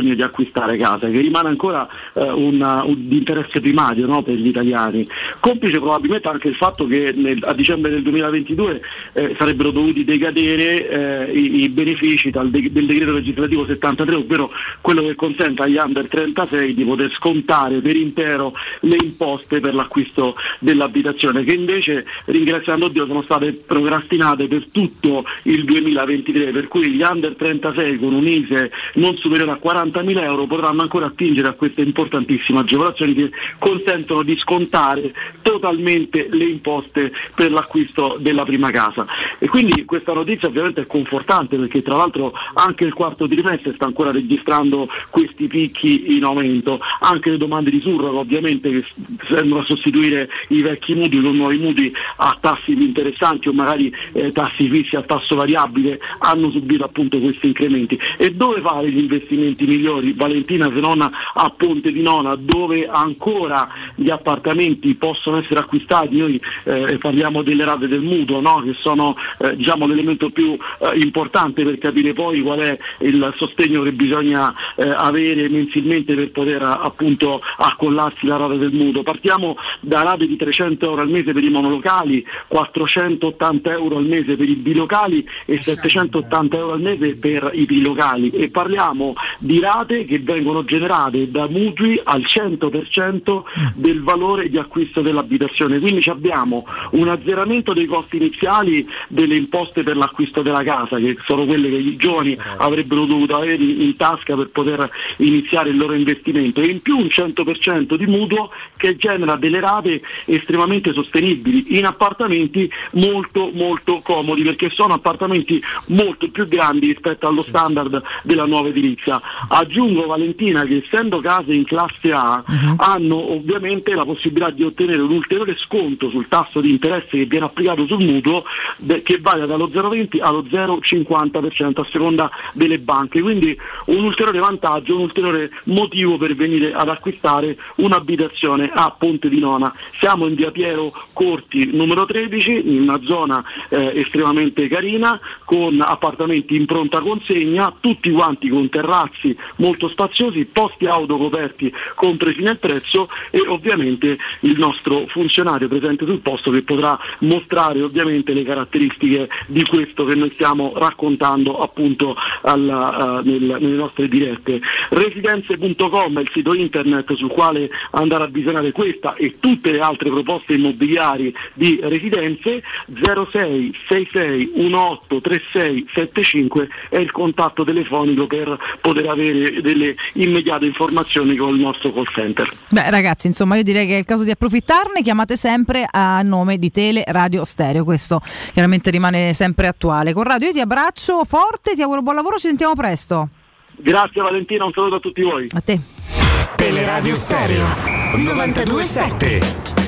Speaker 27: bisogno di acquistare casa, che rimane ancora eh, una, un interesse primario, no, per gli italiani, complice probabilmente anche il fatto che nel, a dicembre del duemilaventidue eh, sarebbero dovuti decadere eh, i, i benefici dal de- del decreto legislativo settantatré, ovvero quello che consente agli under trentasei di poter scontare per intero le imposte per l'acquisto dell'abitazione, che invece, ringraziando Dio, sono state procrastinate per tutto il duemilaventitré, per cui gli under trentasei con un I S E E non superiore a quarantamila euro potranno ancora attingere a queste importantissime agevolazioni che consentono di scontare totalmente le imposte per l'acquisto della prima casa. E quindi questa notizia ovviamente è confortante, perché tra l'altro anche il quarto trimestre sta ancora registrando questi picchi in aumento, anche le domande di surroga ovviamente che servono a sostituire i vecchi mutui con nuovi mutui a tassi più interessanti o magari eh, tassi fissi a tasso variabile hanno subito appunto questi incrementi. E dove fare gli investimenti migliori, Valentina, se non a Ponte di Nona, dove ancora gli appartamenti possono essere acquistati? Noi eh, parliamo delle rate del mutuo, no? Che sono eh, diciamo l'elemento più eh, importante per capire poi qual è il sostegno che bisogna eh, avere mensilmente per poter appunto accollarsi la rata del mutuo. Partiamo da rate di trecento euro al mese per i monolocali, quattrocentottanta euro al mese per i bilocali e settecentottanta euro al mese per i trilocali, e parliamo di rate che vengono generate da mutui al cento per cento del valore di acquisto dell'abitazione. Quindi abbiamo un azzeramento dei costi iniziali delle imposte per l'acquisto della casa, che sono quelle che i giovani avrebbero dovuto avere in tasca per poter iniziare il loro investimento, e in più un cento per cento di mutuo che genera delle rate estremamente sostenibili in appartamenti molto molto comodi, perché sono appartamenti molto più grandi rispetto allo standard della nuova edilizia. Aggiungo, Valentina, che essendo case in classe A uh-huh. hanno ovviamente la possibilità di ottenere un ulteriore sconto sul tasso di interesse che viene applicato sul mutuo, de- che varia dallo zero virgola venti allo zero virgola cinquanta per cento a seconda delle banche, quindi un ulteriore vantaggio, un ulteriore motivo per venire ad acquistare un'abitazione a Ponte di Nona. Siamo in via Piero Corti numero tredici, in una zona eh, estremamente carina, con appartamenti in pronta consegna, tutti quanti con terrazzi molto spaziosi, posti auto coperti compresi nel prezzo, e ovviamente il nostro funzionario presente sul posto che potrà mostrare ovviamente le caratteristiche di questo che noi stiamo raccontando appunto alla, uh, nel, nelle nostre dirette. Residenze punto com è il sito internet sul quale andare a visionare questa e tutte le altre proposte immobiliari di residenze. Zero sei sei sei uno otto tre sei sette cinque è il contatto telefonico per poter avere delle immediate informazioni con il nostro call center.
Speaker 19: Beh ragazzi, insomma, io direi che è il caso di approfittarne. Chiamate sempre a nome di Tele Radio Stereo, questo chiaramente rimane sempre attuale. Corrado, io ti abbraccio forte, ti auguro buon lavoro, ci sentiamo presto.
Speaker 27: Grazie Valentina, un saluto a tutti voi.
Speaker 19: A te.
Speaker 3: Teleradio Stereo novantadue sette.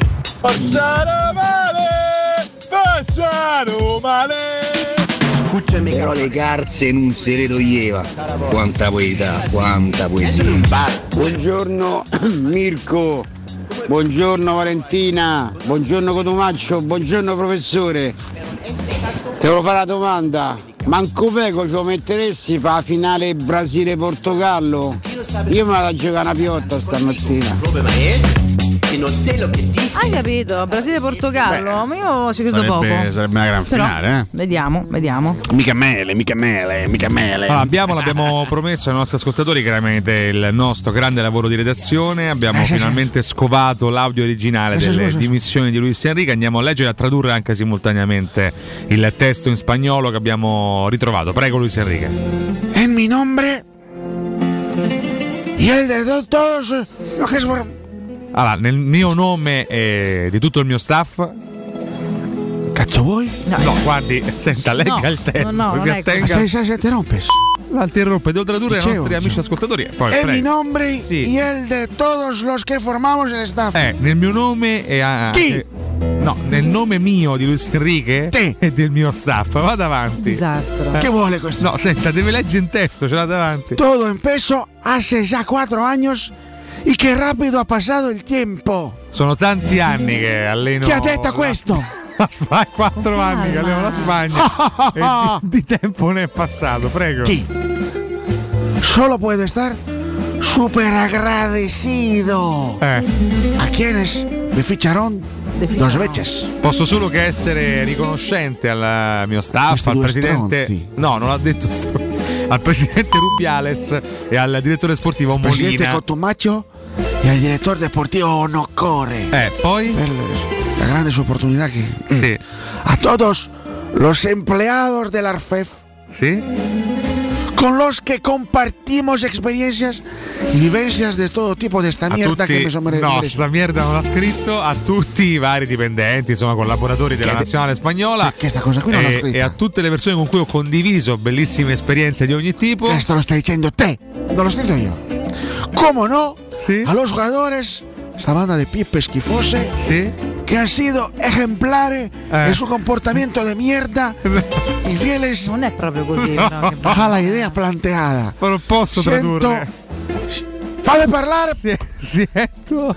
Speaker 13: Forzano male, forzano male.
Speaker 11: Però le carze non se le toglieva. Quanta poesia, quanta poesia.
Speaker 12: Buongiorno Mirko, buongiorno Valentina, buongiorno Cotumaccio, buongiorno professore. Te volevo fare la domanda. Manco Peco ci lo metteresti per la finale Brasile-Portogallo? Io me la da giocare una piotta stamattina.
Speaker 19: Hai capito? Brasile-Portogallo? Beh, io ci credo
Speaker 32: sarebbe,
Speaker 19: poco.
Speaker 32: Sarebbe una gran
Speaker 19: Però,
Speaker 32: finale, eh?
Speaker 19: Vediamo, vediamo.
Speaker 32: Mica mele, mica mele, mica mele.
Speaker 8: Allora, abbiamo, l'abbiamo promesso ai nostri ascoltatori chiaramente il nostro grande lavoro di redazione. Abbiamo
Speaker 32: eh,
Speaker 8: finalmente sì. scovato l'audio originale eh, delle sì, dimissioni sì. di Luis Enrique. Andiamo a leggere e a tradurre anche simultaneamente il testo in spagnolo che abbiamo ritrovato. Prego Luis Enrique.
Speaker 12: En mi nombre y el de todos los que es...
Speaker 8: Allora, nel mio nome e di tutto il mio staff.
Speaker 32: Cazzo vuoi?
Speaker 8: No, no guardi, senta, legga
Speaker 19: no,
Speaker 8: il testo.
Speaker 19: No, no,
Speaker 8: si attenga.
Speaker 12: Se, se, se te rompes.
Speaker 8: La interrompe, devo tradurre ai nostri amici cioè. ascoltatori. Poi,
Speaker 12: en
Speaker 8: prego.
Speaker 12: mi nombre
Speaker 8: sì.
Speaker 12: y el de todos los que formamos el staff.
Speaker 8: Eh, nel mio nome e a.
Speaker 12: Chi?
Speaker 8: Eh, no, nel nome mio di Luis Enrique
Speaker 12: Te.
Speaker 8: e del mio staff. Vada avanti.
Speaker 19: Disastro.
Speaker 12: Eh. Che vuole questo?
Speaker 8: No, senta, deve leggere in testo, ce l'ha davanti.
Speaker 12: Todo empezó hace ya cuatro años. Y qué rápido ha pasado il tempo.
Speaker 8: Sono tanti anni che alleno.
Speaker 12: Chi ha detto questo?
Speaker 8: La Spagna, quattro oh, anni che alleno la Spagna. E di, di tempo ne è passato, prego.
Speaker 12: Chi? Solo puede estar
Speaker 32: super agradecido.
Speaker 8: Eh.
Speaker 32: ¿A quiénes me ficharon dos veces?
Speaker 8: Posso solo che essere riconoscente al mio staff,
Speaker 32: Questi
Speaker 8: al
Speaker 32: due
Speaker 8: presidente.
Speaker 32: stronzi.
Speaker 8: No, non l'ha detto stronzi. Al presidente Rubiales e al direttore sportivo
Speaker 32: Presidente
Speaker 8: Molina.
Speaker 32: Cotumaccio y al director deportivo Nocore.
Speaker 8: Eh, poi
Speaker 32: Per la grande oportunidad que
Speaker 8: sì.
Speaker 32: a todos los empleados del Arfef,
Speaker 8: ¿sí?
Speaker 32: con los que compartimos experiencias y vivencias de todo tipo de esta
Speaker 8: A
Speaker 32: mierda
Speaker 8: tutti,
Speaker 32: que me sono
Speaker 8: no, sta merda non l'ha scritto, a tutti i vari dipendenti, insomma collaboratori della
Speaker 32: Che-
Speaker 8: nazionale spagnola
Speaker 32: che sta cosa qui non l'ha
Speaker 8: e,
Speaker 32: scritta.
Speaker 8: e a tutte le persone con cui ho condiviso bellissime esperienze di ogni tipo.
Speaker 32: Esto lo está diciendo te, no lo estoy diciendo yo. ¿Cómo no?
Speaker 8: ¿Sí?
Speaker 32: A los jugadores, esta banda de pipe esquifose,
Speaker 8: ¿sí?
Speaker 32: que han sido ejemplares
Speaker 8: Eh.
Speaker 32: en su comportamiento de mierda y fieles
Speaker 19: Non è proprio così.
Speaker 32: No.
Speaker 19: però, che
Speaker 32: a la idea planteada.
Speaker 8: Ma non posso
Speaker 32: Siento-
Speaker 8: tradurre.
Speaker 32: Fame parlare.
Speaker 8: Siento.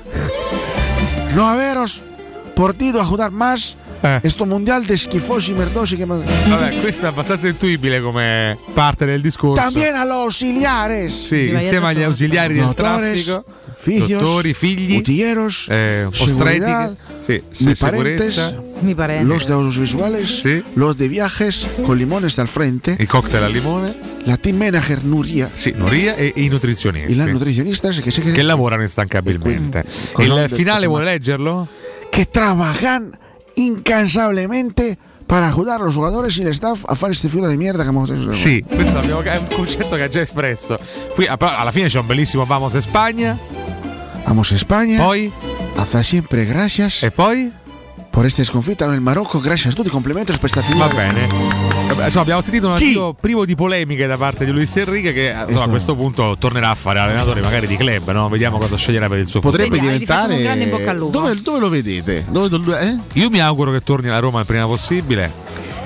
Speaker 32: No haberos podido ayudar más
Speaker 8: Eh.
Speaker 32: esto mundial de esquifosi merdosi que me-
Speaker 8: Vabbè, questo è abbastanza intuibile come parte del discorso.
Speaker 32: También a los auxiliares.
Speaker 8: Sì, insieme agli ausiliari del
Speaker 32: Dottores,
Speaker 8: traffico,
Speaker 32: filios,
Speaker 8: dottori, figli,
Speaker 32: utilleros,
Speaker 8: eh,
Speaker 32: seguridad,
Speaker 8: ostretiche, sì, sì,
Speaker 32: mi
Speaker 8: sicurezza,
Speaker 32: parentes,
Speaker 19: Mi pare.
Speaker 32: los de los visuales, los de viajes con limones al frente,
Speaker 8: il cocktail al limone,
Speaker 32: la team manager Nuria
Speaker 8: sì, Nuria e i nutrizionisti
Speaker 32: y las nutricionistas que, se
Speaker 8: che lavorano instancabilmente.
Speaker 32: con
Speaker 8: Il
Speaker 32: onde
Speaker 8: finale
Speaker 32: forma-
Speaker 8: vuole leggerlo?
Speaker 32: que trabajan incansablemente para ayudar a los jugadores y el staff a fare este filo de mierda que hemos hecho.
Speaker 8: Sì, questo abbiamo- è un concetto che ha già espresso. Qui ah, però alla fine c'è un bellissimo Vamos Spagna.
Speaker 32: Vamos a España.
Speaker 8: Poi?
Speaker 32: Hasta siempre, gracias.
Speaker 8: E poi?
Speaker 32: Por esta sconfitta con il Marocco, gracias a tutti, complementos per sta
Speaker 8: Va
Speaker 32: finale.
Speaker 8: bene. Vabbè, insomma, abbiamo sentito un
Speaker 32: Chi?
Speaker 8: articolo privo di polemiche da parte di Luis Enrique che insomma,
Speaker 32: Questo-
Speaker 8: a questo punto tornerà a fare allenatore magari di club, no? Vediamo cosa sceglierà per il suo futuro.
Speaker 32: Potrebbe
Speaker 19: Vediamo, gli facciamo un grande in bocca
Speaker 32: diventare.
Speaker 19: al lupo.
Speaker 32: Dove, dove lo vedete? Dove, dove- eh?
Speaker 8: Io mi auguro che torni alla Roma il prima possibile.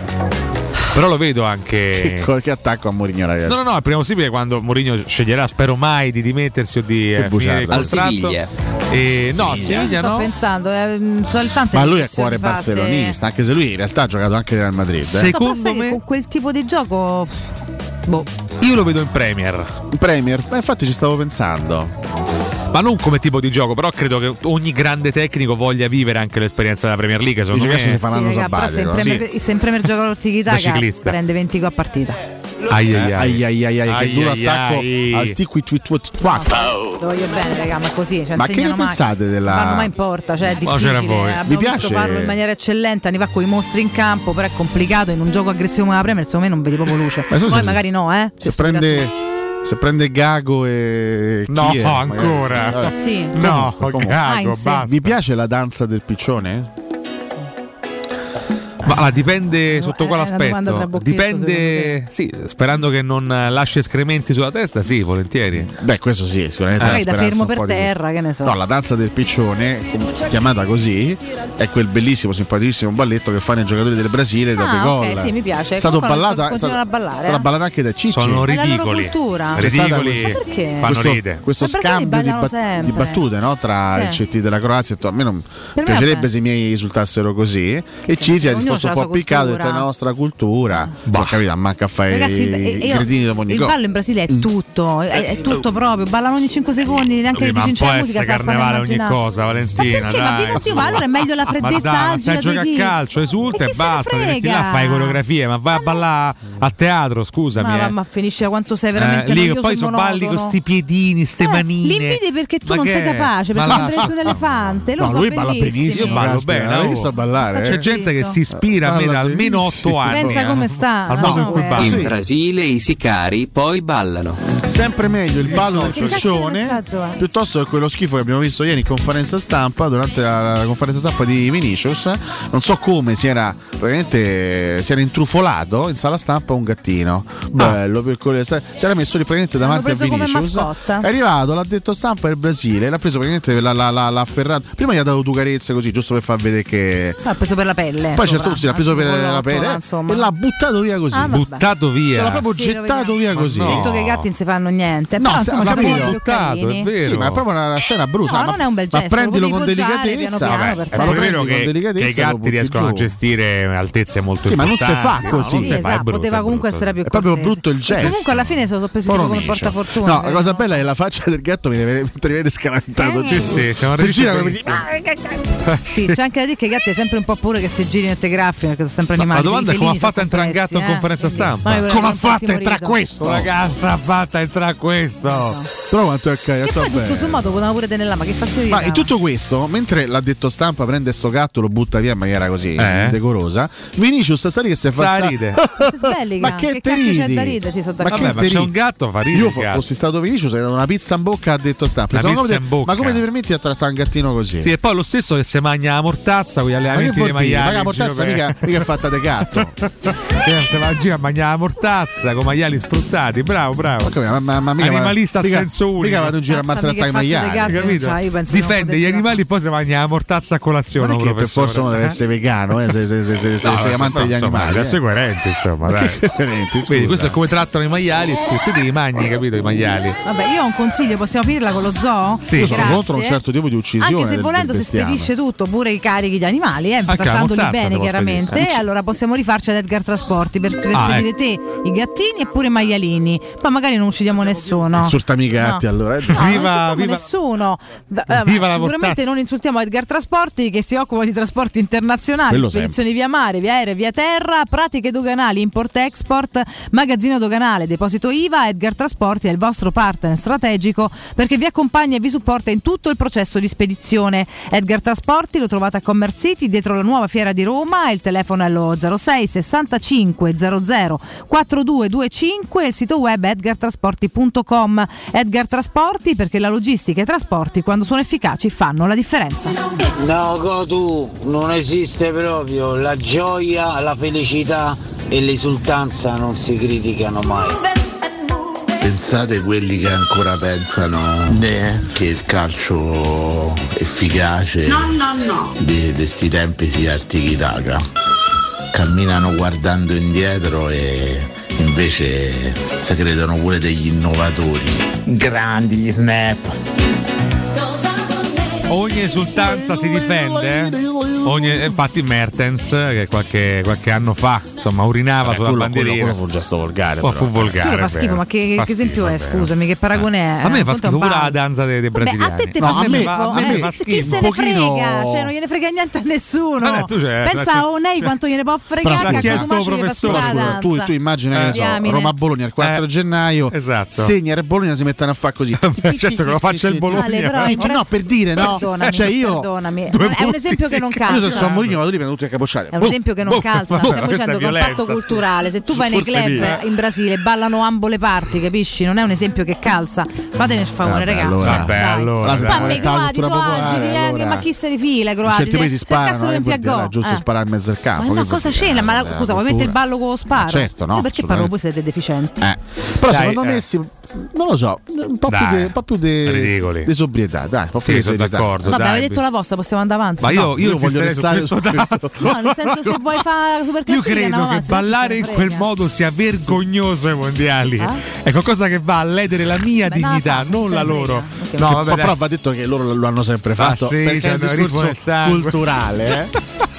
Speaker 8: Però lo vedo
Speaker 32: Che,
Speaker 8: anche.
Speaker 32: co- che attacco a Mourinho, ragazzi.
Speaker 8: No, no, no, il prima possibile quando Mourinho sceglierà, spero mai di dimettersi o di eh, finire il
Speaker 32: bugiardo.
Speaker 5: Al
Speaker 8: contratto.
Speaker 5: Siviglia.
Speaker 8: E, no,
Speaker 19: Io
Speaker 8: Siviglia
Speaker 19: sto
Speaker 8: no.
Speaker 19: pensando, eh, sono tante
Speaker 32: Ma lui è
Speaker 19: decisioni
Speaker 32: cuore
Speaker 19: fatte.
Speaker 32: barcelonista, anche se lui in realtà ha giocato anche Real Madrid. Eh.
Speaker 8: Secondo
Speaker 19: So, sai che
Speaker 8: me-
Speaker 19: con quel tipo di gioco boh.
Speaker 8: Io lo vedo in Premier.
Speaker 32: Premier, ma infatti ci stavo pensando.
Speaker 8: Ma non come tipo di gioco, però credo che ogni grande tecnico voglia vivere anche l'esperienza della Premier League. Secondo
Speaker 32: Dice che
Speaker 8: me
Speaker 32: adesso si fa un
Speaker 19: Sì,
Speaker 32: anno
Speaker 19: raga, però
Speaker 32: sabbatico.
Speaker 19: sempre,
Speaker 8: Sì.
Speaker 19: sempre per giocare
Speaker 8: Da
Speaker 19: all'Ortichità
Speaker 8: ciclista.
Speaker 19: prende venti gol a partita.
Speaker 8: Ai ai
Speaker 32: Eh,
Speaker 8: ai.
Speaker 32: ai ai ai ai, che
Speaker 8: Ai
Speaker 32: duro
Speaker 8: ai
Speaker 32: attacco
Speaker 8: ai.
Speaker 32: al tiqui twi twi twa.
Speaker 19: Lo voglio bene, raga, ma così. Cioè,
Speaker 32: Ma che ne
Speaker 19: insegnano mai.
Speaker 32: pensate della-
Speaker 19: Non vanno mai in porta, cioè è
Speaker 8: Ma c'era
Speaker 19: difficile.
Speaker 8: voi.
Speaker 19: Abbiamo
Speaker 32: Vi
Speaker 19: visto
Speaker 32: piace?
Speaker 19: farlo in maniera eccellente, anni fa con i mostri in campo, però è complicato in un gioco aggressivo come la Premier, secondo me non vedi proprio luce.
Speaker 32: Ma scusa,
Speaker 19: Poi
Speaker 32: se-
Speaker 19: magari no, eh.
Speaker 32: Se
Speaker 19: Ci
Speaker 32: prende,
Speaker 19: stupirà tutti.
Speaker 32: se prende Gago e.
Speaker 8: No,
Speaker 32: chi è?
Speaker 8: ancora.
Speaker 32: Magari-
Speaker 19: Sì.
Speaker 8: No,
Speaker 32: Comunque,
Speaker 8: Gago,
Speaker 19: Heinz.
Speaker 8: basta.
Speaker 32: Vi piace la danza del piccione?
Speaker 8: Ma allora, dipende sotto
Speaker 19: è
Speaker 8: quale
Speaker 19: una domanda
Speaker 8: aspetto.
Speaker 19: trabocchetto,
Speaker 8: Dipende, sì, sperando che non lasci escrementi sulla testa, sì, volentieri.
Speaker 32: Beh, questo sì, sicuramente.
Speaker 19: Magari
Speaker 32: è una
Speaker 19: da
Speaker 32: speranza
Speaker 19: fermo
Speaker 32: un
Speaker 19: per
Speaker 32: po' di-
Speaker 19: terra, che ne so.
Speaker 32: No, la danza del piccione, chiamata così, è quel bellissimo, simpaticissimo balletto che fanno i giocatori del Brasile dopo i
Speaker 19: Ah,
Speaker 32: gol.
Speaker 19: ok, sì, mi piace.
Speaker 32: È stato
Speaker 19: Comunque
Speaker 32: ballato, è
Speaker 19: continuano
Speaker 32: stato,
Speaker 19: a ballare,
Speaker 32: è stato
Speaker 19: eh.
Speaker 32: ballato anche da Cicci.
Speaker 8: Sono
Speaker 19: È la loro
Speaker 8: ridicoli.
Speaker 19: cultura.
Speaker 32: C'è stata
Speaker 8: Ridicoli.
Speaker 32: questa-
Speaker 19: Ma perché?
Speaker 8: Fanno
Speaker 32: questo,
Speaker 8: ride.
Speaker 32: questo
Speaker 19: Ma i brasiliani
Speaker 32: scambio di,
Speaker 19: ballano
Speaker 32: bat-
Speaker 19: sempre.
Speaker 32: di battute, no? Tra
Speaker 19: Sì.
Speaker 32: il C T della Croazia e a me non
Speaker 19: me
Speaker 32: piacerebbe
Speaker 19: vabbè.
Speaker 32: se i miei risultassero così. E
Speaker 19: Sì,
Speaker 32: Cicci ha
Speaker 19: ognuno
Speaker 32: risposto
Speaker 19: c'ha
Speaker 32: un
Speaker 19: la
Speaker 32: po'
Speaker 19: sua
Speaker 32: piccato, ha detto è
Speaker 19: cultura.
Speaker 32: la nostra cultura. Bah. Capito, manca a fare
Speaker 19: Ragazzi,
Speaker 32: i
Speaker 19: io-
Speaker 32: gridini dopo ogni
Speaker 19: il
Speaker 32: gol.
Speaker 19: ballo in Brasile è tutto, è, è tutto proprio, ballano ogni cinque secondi, neanche
Speaker 8: Sì,
Speaker 19: che
Speaker 8: ma
Speaker 19: dici
Speaker 8: può
Speaker 19: c'è la musica,
Speaker 8: essere
Speaker 19: se la stanno
Speaker 8: carnevale ogni
Speaker 19: immaginando.
Speaker 8: cosa, Valentina.
Speaker 19: Ma perché? Ma
Speaker 8: dai,
Speaker 19: vi
Speaker 8: su.
Speaker 19: allora è meglio la
Speaker 8: Ma
Speaker 19: freddezza
Speaker 8: dai, ma
Speaker 19: agile
Speaker 8: stai a giocare a
Speaker 19: dei-
Speaker 8: calcio, esulta
Speaker 19: Ma
Speaker 8: e
Speaker 19: chi se ne
Speaker 8: basta. Ti metti là,
Speaker 19: frega?
Speaker 8: fai coreografie, ma vai a ballare a teatro, scusami.
Speaker 19: Ma,
Speaker 8: eh.
Speaker 19: ma finisce da quanto sei veramente
Speaker 8: Eh, lì
Speaker 19: noioso
Speaker 8: poi
Speaker 19: e
Speaker 8: sono
Speaker 19: monotono.
Speaker 8: balli con sti piedini, ste
Speaker 19: Eh,
Speaker 8: manine.
Speaker 19: li invidi perché tu
Speaker 8: Ma
Speaker 19: non
Speaker 8: che
Speaker 19: sei
Speaker 8: è?
Speaker 19: capace,
Speaker 8: Ma
Speaker 19: perché
Speaker 8: la-
Speaker 19: hai preso un elefante. Lo
Speaker 32: No,
Speaker 19: so,
Speaker 32: lui balla
Speaker 19: bellissimi.
Speaker 32: benissimo.
Speaker 8: Io ballo
Speaker 32: caspita,
Speaker 8: bene,
Speaker 32: l'hai
Speaker 8: oh.
Speaker 32: visto ballare?
Speaker 19: Sta
Speaker 8: C'è
Speaker 32: eh?
Speaker 8: gente che
Speaker 19: zitto.
Speaker 8: si ispira a me da
Speaker 32: Balla
Speaker 8: almeno
Speaker 32: benissimo.
Speaker 8: otto anni.
Speaker 19: Pensa
Speaker 8: eh.
Speaker 19: come sta,
Speaker 8: Al
Speaker 19: no,
Speaker 8: modo in cui
Speaker 19: eh.
Speaker 8: balla.
Speaker 5: In
Speaker 32: Sì.
Speaker 5: Brasile i sicari poi ballano.
Speaker 32: Sempre meglio il ballo del
Speaker 19: Che cacchio di
Speaker 32: piccione
Speaker 19: messaggio è?
Speaker 32: piuttosto che quello schifo che abbiamo visto ieri in conferenza stampa durante la, la conferenza stampa di Vinicius. Non so come si era praticamente si era intrufolato in sala stampa un gattino bello piccolo, si era messo lì praticamente davanti a
Speaker 19: preso come
Speaker 32: Vinicius.
Speaker 19: mascotta.
Speaker 32: È arrivato, l'ha detto stampa del Brasile, l'ha preso praticamente, l'ha, l'ha, l'ha, l'ha afferrato. Prima gli ha dato due carezze così giusto per far vedere che
Speaker 19: L'ha preso per la pelle.
Speaker 32: poi
Speaker 19: sopra,
Speaker 32: certo sì, l'ha preso per
Speaker 19: tipo
Speaker 32: la pelle
Speaker 19: là,
Speaker 32: eh,
Speaker 19: insomma.
Speaker 32: e l'ha buttato via così.
Speaker 19: Ah, vabbè.
Speaker 8: Buttato via.
Speaker 32: Ce l'ha proprio
Speaker 19: Sì, lo
Speaker 32: gettato
Speaker 19: vediamo.
Speaker 32: via
Speaker 8: Ma
Speaker 32: così.
Speaker 8: no.
Speaker 19: Detto che i gatti non si fanno fanno niente.
Speaker 32: No,
Speaker 19: però
Speaker 32: se-
Speaker 19: insomma
Speaker 32: ma
Speaker 19: sono
Speaker 32: capito,
Speaker 19: molto più carini.
Speaker 32: Sì, ma è proprio una scena brutta.
Speaker 19: No,
Speaker 32: ma,
Speaker 19: non è un bel
Speaker 32: ma
Speaker 19: gesto,
Speaker 32: prendilo
Speaker 19: lo
Speaker 32: con
Speaker 19: devi poggiare
Speaker 32: delicatezza.
Speaker 19: piano piano
Speaker 32: Vabbè,
Speaker 19: per
Speaker 32: è
Speaker 8: È vero
Speaker 32: con
Speaker 8: che, che i
Speaker 32: delicatezza lo
Speaker 8: gatti
Speaker 32: butti
Speaker 8: riescono
Speaker 32: giù.
Speaker 8: a gestire altezze molto
Speaker 32: Sì, ma non si
Speaker 8: importanti.
Speaker 32: fa
Speaker 8: No,
Speaker 32: così.
Speaker 8: non si
Speaker 19: Sì,
Speaker 8: fa, è
Speaker 19: esatto,
Speaker 8: brutto,
Speaker 19: poteva
Speaker 8: è
Speaker 19: comunque
Speaker 8: brutto.
Speaker 19: essere più
Speaker 32: È proprio
Speaker 19: cortese.
Speaker 32: brutto il gesto.
Speaker 19: Comunque alla fine sono presi come
Speaker 32: Poromicio.
Speaker 19: portafortuna.
Speaker 32: No, la cosa bella è la faccia del gatto mi deve mi viene scalantato.
Speaker 19: Sì, sì,
Speaker 8: siamo
Speaker 32: si
Speaker 8: riusciti
Speaker 32: gira come
Speaker 8: benissimo.
Speaker 19: Sì, c'è anche da dire che i gatti è sempre un po' pure che si girino e te graffino, perché sono sempre animali.
Speaker 8: La domanda è
Speaker 19: i
Speaker 8: come ha
Speaker 19: felini
Speaker 8: fatto a
Speaker 19: sono
Speaker 8: entrare un gatto in
Speaker 19: complessi,
Speaker 8: conferenza
Speaker 19: eh.
Speaker 8: stampa?
Speaker 19: Ma io
Speaker 32: Come ha
Speaker 19: un
Speaker 32: fatto a
Speaker 19: attimo
Speaker 32: entrare
Speaker 19: rido.
Speaker 32: questo?
Speaker 8: Ragazza, ha fatto a entrare questo.
Speaker 32: Però quanto è
Speaker 19: Che
Speaker 32: cagato
Speaker 19: poi tutto
Speaker 32: bene.
Speaker 19: sommato potevamo pure tenerla, ma che fastidio.
Speaker 32: Ma in tutto questo, mentre l'addetto stampa prende sto gatto, lo butta via in maniera così
Speaker 8: Eh?
Speaker 32: decorosa, Vinicius sta lì che si è
Speaker 8: Sa
Speaker 32: fatto.
Speaker 8: ride.
Speaker 19: Si sbellica.
Speaker 32: Ma che,
Speaker 19: che
Speaker 32: te
Speaker 19: cacchio c'è
Speaker 32: ridi?
Speaker 19: da ridere? Sì, sono
Speaker 32: Ma
Speaker 19: d'accordo.
Speaker 32: che
Speaker 8: Vabbè, ma
Speaker 32: te
Speaker 8: c'è
Speaker 32: ridi?
Speaker 8: un gatto, fa ridere
Speaker 32: Io
Speaker 8: il
Speaker 32: fo-
Speaker 8: gatto.
Speaker 32: fossi stato Vinicius, avrei dato una pizza in bocca a detto stampa.
Speaker 8: La
Speaker 32: Ma come
Speaker 8: pizza
Speaker 32: ti-
Speaker 8: in bocca.
Speaker 32: Ma come ti permetti a trattare un gattino così?
Speaker 8: Sì, e poi lo stesso che si mangia la mortazza con gli
Speaker 32: Ma che
Speaker 8: allenamenti
Speaker 32: vuol
Speaker 8: dei
Speaker 32: dire?
Speaker 8: maiali.
Speaker 32: Ma la
Speaker 8: in giro
Speaker 32: mortazza
Speaker 8: per-
Speaker 32: mica, mica è fatta di gatto.
Speaker 8: Si mangia a mangiare la mortazza con maiali sfruttati. Bravo, bravo.
Speaker 32: Ma, ma, ma mica
Speaker 8: Animalista a
Speaker 32: mica-
Speaker 8: senso unico.
Speaker 32: Mica vado in giro a
Speaker 19: Mazza,
Speaker 32: maltrattare i
Speaker 19: mica è fatto
Speaker 32: maiali.
Speaker 19: dei gatti,
Speaker 8: Capito?
Speaker 19: non c'ha, io penso che non
Speaker 8: Difende gli
Speaker 19: potesse
Speaker 8: animali, poi si mangia la mortazza a colazione.
Speaker 32: Non è che per
Speaker 8: professore.
Speaker 32: forza uno deve essere vegano, eh, se, se, se, se, se
Speaker 8: No,
Speaker 32: sei amante degli
Speaker 8: insomma,
Speaker 32: animali.
Speaker 8: deve
Speaker 32: eh.
Speaker 8: essere coerente, insomma. Dai.
Speaker 32: Coerenti,
Speaker 8: Quindi
Speaker 32: scusa.
Speaker 8: questo è come trattano i maiali e tu, te devi mangi, capito? I maiali.
Speaker 19: Vabbè, io ho un consiglio, possiamo finirla con lo zoo?
Speaker 8: Sì.
Speaker 32: Io sono
Speaker 19: Grazie.
Speaker 32: contro un certo tipo di uccisione.
Speaker 19: Anche se
Speaker 32: del-
Speaker 19: volendo
Speaker 32: del
Speaker 19: si
Speaker 32: bestiame.
Speaker 19: spedisce tutto, pure i carichi di animali, eh,
Speaker 32: Anche la
Speaker 19: trattandoli
Speaker 32: mortazza
Speaker 19: bene
Speaker 32: si può
Speaker 19: chiaramente.
Speaker 32: spedire.
Speaker 19: E allora possiamo rifarci ad Edgar Trasporti per, per
Speaker 32: Ah,
Speaker 19: spedire te, i gattini e pure i maialini. Poi magari non uccidiamo nessuno.
Speaker 32: Insultami i gatti
Speaker 19: No.
Speaker 32: allora. eh.
Speaker 19: No, non
Speaker 8: Viva-
Speaker 19: insultiamo
Speaker 8: viva-
Speaker 19: nessuno. Eh, ma
Speaker 8: viva la
Speaker 19: sicuramente
Speaker 8: mortazza.
Speaker 19: non insultiamo Edgar Trasporti che si occupa di trasporti internazionali,
Speaker 32: Quello
Speaker 19: spedizioni via mare, via aereo, via terra, pratiche doganali, import-export, magazzino doganale, deposito I V A. Edgar Trasporti è il vostro partner strategico perché vi accompagna e vi supporta in tutto il processo di spedizione. Edgar Trasporti lo trovate a Commerce City dietro la nuova fiera di Roma, il telefono è lo zero sei sessantacinque zero zero quarantadue venticinque e il sito web edgar trasporti punto com. Edgar Trasporti perché la logistica e i trasporti quando sono efficaci fanno la differenza.
Speaker 1: No, Gotu, non esiste proprio. La gioia, la felicità e l'esultanza non si criticano mai.
Speaker 11: Pensate quelli che ancora pensano che il calcio efficace
Speaker 13: No, no, no.
Speaker 11: di questi tempi sia il tiki-taka. Camminano guardando indietro e invece si credono pure degli innovatori. Grandi gli snap.
Speaker 8: Ogni esultanza si difende. eh? Ogni, infatti Mertens che qualche, qualche anno fa insomma urinava
Speaker 32: Beh,
Speaker 8: sulla
Speaker 32: quello-
Speaker 8: bandierina.
Speaker 32: quello- quello fu un gesto volgare,
Speaker 8: Oh,
Speaker 32: però.
Speaker 8: fu volgare.
Speaker 19: Tu lo fa schifo,
Speaker 8: vero.
Speaker 19: ma che,
Speaker 8: Fa
Speaker 19: che esempio è?
Speaker 8: schifo,
Speaker 19: Scusami, che paragone è?
Speaker 8: A me fa
Speaker 19: Racconta
Speaker 8: schifo
Speaker 19: un
Speaker 8: pure
Speaker 19: po'.
Speaker 8: la danza dei, dei
Speaker 19: Vabbè,
Speaker 8: brasiliani.
Speaker 19: a te te
Speaker 32: No,
Speaker 19: fa
Speaker 32: a me-
Speaker 19: schifo,
Speaker 32: a me-
Speaker 19: eh,
Speaker 32: a me fa
Speaker 19: chi- chi
Speaker 32: schifo.
Speaker 19: se
Speaker 32: Un
Speaker 19: ne
Speaker 32: pochino-
Speaker 19: frega, cioè non gliene frega niente a nessuno.
Speaker 8: Vabbè, tu c'è-
Speaker 19: Pensa
Speaker 8: cioè-
Speaker 19: a Onei quanto gliene può
Speaker 32: Però
Speaker 19: fregare
Speaker 32: scusa,
Speaker 19: a
Speaker 8: chiesto
Speaker 19: Cotumacci che fa
Speaker 8: professore,
Speaker 19: pure la
Speaker 32: Scusa,
Speaker 19: danza.
Speaker 32: tu, tu immagina che ne so,
Speaker 19: Diamine.
Speaker 32: Roma-Bologna il quattro
Speaker 8: Eh,
Speaker 32: gennaio,
Speaker 8: esatto.
Speaker 32: Segna e Bologna si mettono a fare così.
Speaker 8: Certo che lo faccia il Bologna.
Speaker 19: Ale, però
Speaker 32: Eh,
Speaker 19: in
Speaker 32: no, per dire, no?
Speaker 19: Perdonami,
Speaker 32: Cioè io
Speaker 19: perdonami.
Speaker 8: Due
Speaker 19: È un
Speaker 8: punti.
Speaker 19: esempio che non
Speaker 32: Io
Speaker 19: calza.
Speaker 32: se sono Mourinho vado lì per tutti a capocciare.
Speaker 19: È un esempio che non
Speaker 8: boh,
Speaker 19: calza,
Speaker 8: boh,
Speaker 19: stiamo
Speaker 8: questa
Speaker 19: dicendo
Speaker 8: è
Speaker 19: che è un
Speaker 8: violenza.
Speaker 19: fatto culturale. Se tu vai nei
Speaker 32: Forse
Speaker 19: club
Speaker 32: sì.
Speaker 19: in Brasile ballano ambo le parti, capisci? Non è un esempio che calza. Fatemi il favore,
Speaker 32: Vabbè,
Speaker 19: ragazzi.
Speaker 32: allora.
Speaker 8: Vabbè,
Speaker 19: Dai.
Speaker 8: allora,
Speaker 32: Allora,
Speaker 19: Ma
Speaker 32: dai.
Speaker 19: i croati
Speaker 32: Cultura
Speaker 19: sono
Speaker 32: popolare,
Speaker 19: agili, eh,
Speaker 32: allora.
Speaker 19: ma chi se ne fila i
Speaker 32: In
Speaker 19: croati?
Speaker 32: certi paesi
Speaker 19: Se- se il cazzo
Speaker 32: sparano,
Speaker 19: non
Speaker 32: eh, vuol dire,
Speaker 19: piagò,
Speaker 32: è giusto
Speaker 19: eh.
Speaker 32: sparare in mezzo al campo.
Speaker 19: Ma
Speaker 32: che
Speaker 19: una cosa
Speaker 32: vuol dire?
Speaker 19: scena, ma la-
Speaker 32: Eh,
Speaker 19: scusa, vuoi
Speaker 32: cultura.
Speaker 19: mettere il ballo con lo sparo?
Speaker 32: Ma certo, no,
Speaker 19: Eh, perché però
Speaker 32: assolutamente.
Speaker 19: voi siete deficienti?
Speaker 32: Eh. Però
Speaker 8: Dai,
Speaker 32: secondo me
Speaker 8: eh.
Speaker 32: sì, non lo so, un po'
Speaker 8: Dai,
Speaker 32: più di un po' più di
Speaker 8: ridicoli.
Speaker 32: di sobrietà, dai, un po'
Speaker 8: Sì,
Speaker 32: più di
Speaker 8: sono
Speaker 32: serietà.
Speaker 8: d'accordo.
Speaker 19: Vabbè,
Speaker 8: dai,
Speaker 19: avete detto la vostra, possiamo andare avanti.
Speaker 8: Ma io,
Speaker 32: No,
Speaker 8: io,
Speaker 32: io voglio
Speaker 8: insisterei su
Speaker 32: restare
Speaker 8: questo
Speaker 32: su questo.
Speaker 8: tasto.
Speaker 19: No, nel senso se vuoi fare super
Speaker 8: Io
Speaker 19: classifica,
Speaker 8: credo
Speaker 19: andiamo
Speaker 8: che
Speaker 19: avanti,
Speaker 8: ballare
Speaker 19: chi
Speaker 8: in
Speaker 19: se ne
Speaker 8: quel
Speaker 19: frega.
Speaker 8: modo sia vergognoso ai mondiali.
Speaker 19: Eh?
Speaker 8: È qualcosa che va a ledere la mia
Speaker 19: Beh, no,
Speaker 8: dignità,
Speaker 19: fa-
Speaker 8: non
Speaker 19: se
Speaker 8: la
Speaker 19: ne
Speaker 8: loro.
Speaker 19: frega. Ok.
Speaker 8: No,
Speaker 32: Che-
Speaker 8: vabbè,
Speaker 32: però
Speaker 8: dai.
Speaker 32: va detto che loro lo hanno sempre fatto
Speaker 8: sì,
Speaker 32: perché è un
Speaker 8: c'hanno il ritmo
Speaker 32: discorso
Speaker 8: del sangue.
Speaker 32: culturale, eh?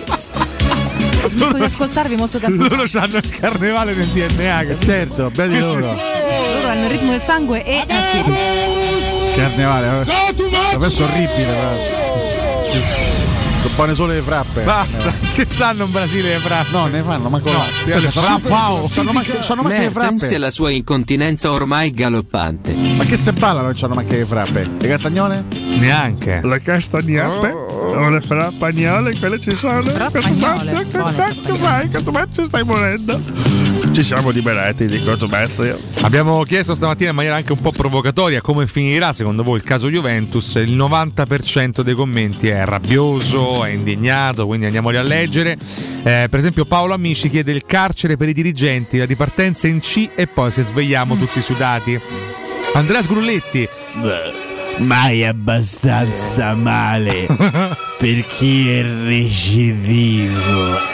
Speaker 19: Ho visto di ascoltarvi molto tempo fa.
Speaker 8: Loro hanno il carnevale nel D N A. che-
Speaker 32: Certo, beati loro.
Speaker 19: Loro hanno il ritmo del sangue e ah, sì.
Speaker 32: Carnevale, eh. Adesso è orribile, però. Buone solo le frappe.
Speaker 8: Basta, ci stanno in Brasile le frappe.
Speaker 32: No, ne fanno, ma
Speaker 8: No,
Speaker 32: cosa
Speaker 8: fra- wow.
Speaker 32: Sono macchine sono macchine
Speaker 5: Mertens e
Speaker 32: frappe.
Speaker 5: la sua incontinenza ormai galoppante.
Speaker 32: Ma che se ballano non c'hanno macchine frappe? Le castagnole?
Speaker 8: Neanche.
Speaker 32: Le castagnole? O le frappagnole, quelle ci sono.
Speaker 19: Frappagnole, buone
Speaker 32: Che fai? Cotumaccio stai morendo. Ci siamo liberati di Cotumaccio.
Speaker 8: Abbiamo chiesto stamattina in maniera anche un po' provocatoria come finirà secondo voi il caso Juventus. Il novanta per cento dei commenti è rabbioso, è indignato, quindi andiamoli a leggere. Eh, per esempio Paolo Amici chiede il carcere per i dirigenti, la ripartenza in C e poi se svegliamo tutti sudati. Andrea Sgrulletti,
Speaker 6: mai abbastanza male per chi è recidivo.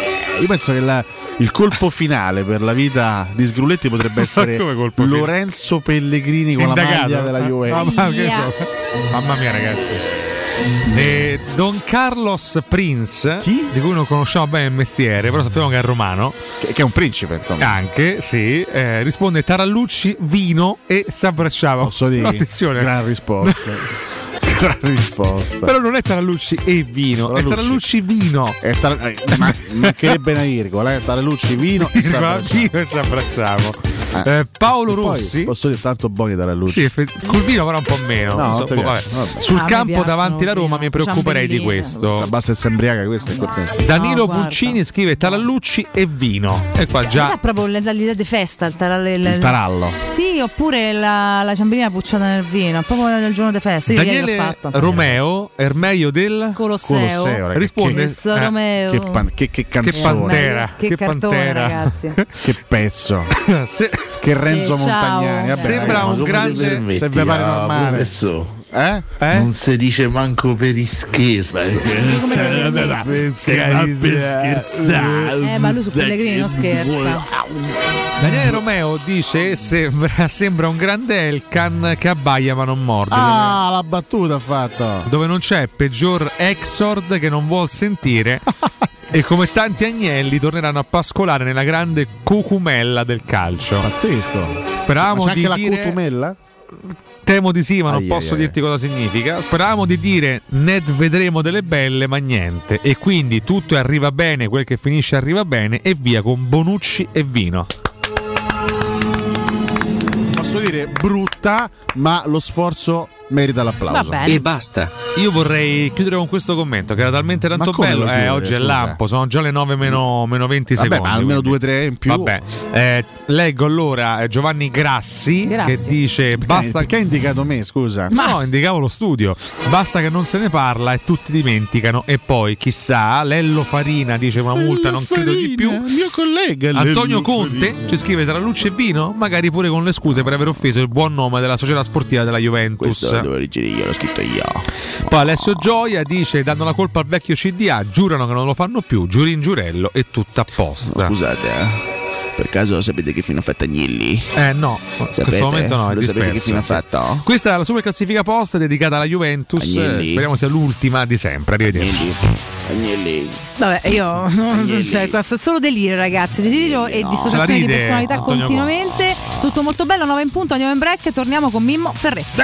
Speaker 32: io penso che la, il colpo finale per la vita di Sgrulletti potrebbe essere Lorenzo Pellegrini con Indagato. La maglia della Juventus.
Speaker 8: Mamma, che so. Mamma mia, ragazzi. E Don Carlos Prince, Chi? di cui non conosciamo bene il mestiere, però sappiamo che è romano,
Speaker 32: che, che è un principe, insomma.
Speaker 8: Anche, sì, eh, risponde Tarallucci, vino e s'abbracciava.
Speaker 32: Posso dire,
Speaker 8: attenzione,
Speaker 32: gran risposta. Gran risposta.
Speaker 8: Però non è Tarallucci e vino, Tarallucci. È Tarallucci vino.
Speaker 32: È tar- eh, ma mancherebbe una virgola, eh? Tarallucci vino e
Speaker 8: s'abbracciamo. Eh. Eh, Paolo Rossi.
Speaker 32: Posso dire tanto buoni Tarallucci.
Speaker 8: Sì, col vino però un po' meno.
Speaker 32: No,
Speaker 8: so, vabbè. Vabbè. Sul ah, campo davanti alla Roma mi preoccuperei di questo.
Speaker 32: Basta essere embriaca, questo è contento.
Speaker 8: Danilo
Speaker 19: no,
Speaker 8: Pulcini scrive Tarallucci e vino. E qua già.
Speaker 19: È proprio l'idea di festa, il, taral- il,
Speaker 32: il tarallo.
Speaker 19: Sì, oppure la, la ciambellina pucciata nel vino, proprio nel giorno di festa. Io
Speaker 8: Daniele
Speaker 19: l'ho fatto.
Speaker 8: Romeo, er meglio del
Speaker 19: Colosseo,
Speaker 32: Colosseo
Speaker 8: risponde
Speaker 19: che, eh, Romeo.
Speaker 32: Che, pan, che, che canzone,
Speaker 8: che pantera,
Speaker 19: che,
Speaker 8: che
Speaker 19: cartone,
Speaker 8: pantera.
Speaker 19: Ragazzi.
Speaker 32: Che pezzo.
Speaker 8: Se,
Speaker 32: che Renzo
Speaker 19: eh,
Speaker 32: Montagnani. Vabbè,
Speaker 8: sembra
Speaker 32: ragazzi,
Speaker 8: un grande.
Speaker 32: Se vi pare normale.
Speaker 11: Eh? Eh? Non si dice manco per i scherzi.
Speaker 19: Eh, ma lui su Pellegrini non scherza.
Speaker 8: Daniele Romeo dice sembra, sembra un grande Elkan che abbaia ma non morde.
Speaker 32: Ah, la battuta ha fatto.
Speaker 8: Dove non c'è peggior Exord che non vuol sentire. E come tanti agnelli torneranno a pascolare nella grande cucumella del calcio.
Speaker 32: Pazzesco.
Speaker 8: Speravamo
Speaker 32: ma c'è
Speaker 8: di
Speaker 32: anche
Speaker 8: dire...
Speaker 32: la cucumella?
Speaker 8: Temo di sì, ma non
Speaker 32: ai
Speaker 8: posso
Speaker 32: ai
Speaker 8: dirti
Speaker 32: ai.
Speaker 8: cosa significa. Speravamo di dire Ned vedremo delle belle, ma niente. E quindi tutto arriva bene, quel che finisce arriva bene, e via con Bonucci e vino.
Speaker 32: Posso dire brutta, ma lo sforzo merita l'applauso.
Speaker 5: E basta.
Speaker 8: Io vorrei chiudere con questo commento che era talmente tanto bello. Eh, oggi è lampo, sono già le nove meno, meno venti
Speaker 32: Vabbè,
Speaker 8: secondi.
Speaker 32: Ma almeno due tre in più.
Speaker 8: Vabbè, eh, leggo allora eh, Giovanni Grassi,
Speaker 19: Grassi
Speaker 8: che dice
Speaker 32: perché,
Speaker 8: basta.
Speaker 32: Perché hai indicato me, scusa?
Speaker 8: Ma no, indicavo lo studio. Basta che non se ne parla e tutti dimenticano. E poi chissà, Lello Farina dice una multa,
Speaker 32: Lello
Speaker 8: non credo
Speaker 32: Farina,
Speaker 8: di più.
Speaker 32: Mio collega
Speaker 8: Antonio
Speaker 32: Lello
Speaker 8: Conte
Speaker 32: Farina.
Speaker 8: ci scrive tra luce e vino, magari pure con le scuse per aver offeso il buon nome della società sportiva della Juventus.
Speaker 32: Questo lo devo leggere io, l'ho scritto io.
Speaker 8: Poi Alessio Gioia dice, danno la colpa al vecchio C D A, giurano che non lo fanno più, giuri in giurello e tutto a posto.
Speaker 32: Scusate, eh. Per caso sapete che fine ha fatto Agnelli?
Speaker 8: Eh no, in
Speaker 32: sapete?
Speaker 8: questo momento no, è
Speaker 32: Lo
Speaker 8: disperso,
Speaker 32: sapete che fine ha
Speaker 8: sì.
Speaker 32: fatto?
Speaker 8: Questa è la super classifica post dedicata alla Juventus.
Speaker 32: Agnelli.
Speaker 8: Speriamo sia l'ultima di sempre. Arrivederci.
Speaker 32: Agnelli. Agnelli.
Speaker 19: Vabbè, io non cioè, questo è solo delirio, ragazzi. Delirio e
Speaker 32: No.
Speaker 19: dissociazione di
Speaker 8: ride,
Speaker 19: personalità
Speaker 8: Antonio
Speaker 19: continuamente. Tutto molto bello, nove in punto, andiamo in break e torniamo con Mimmo Ferretti.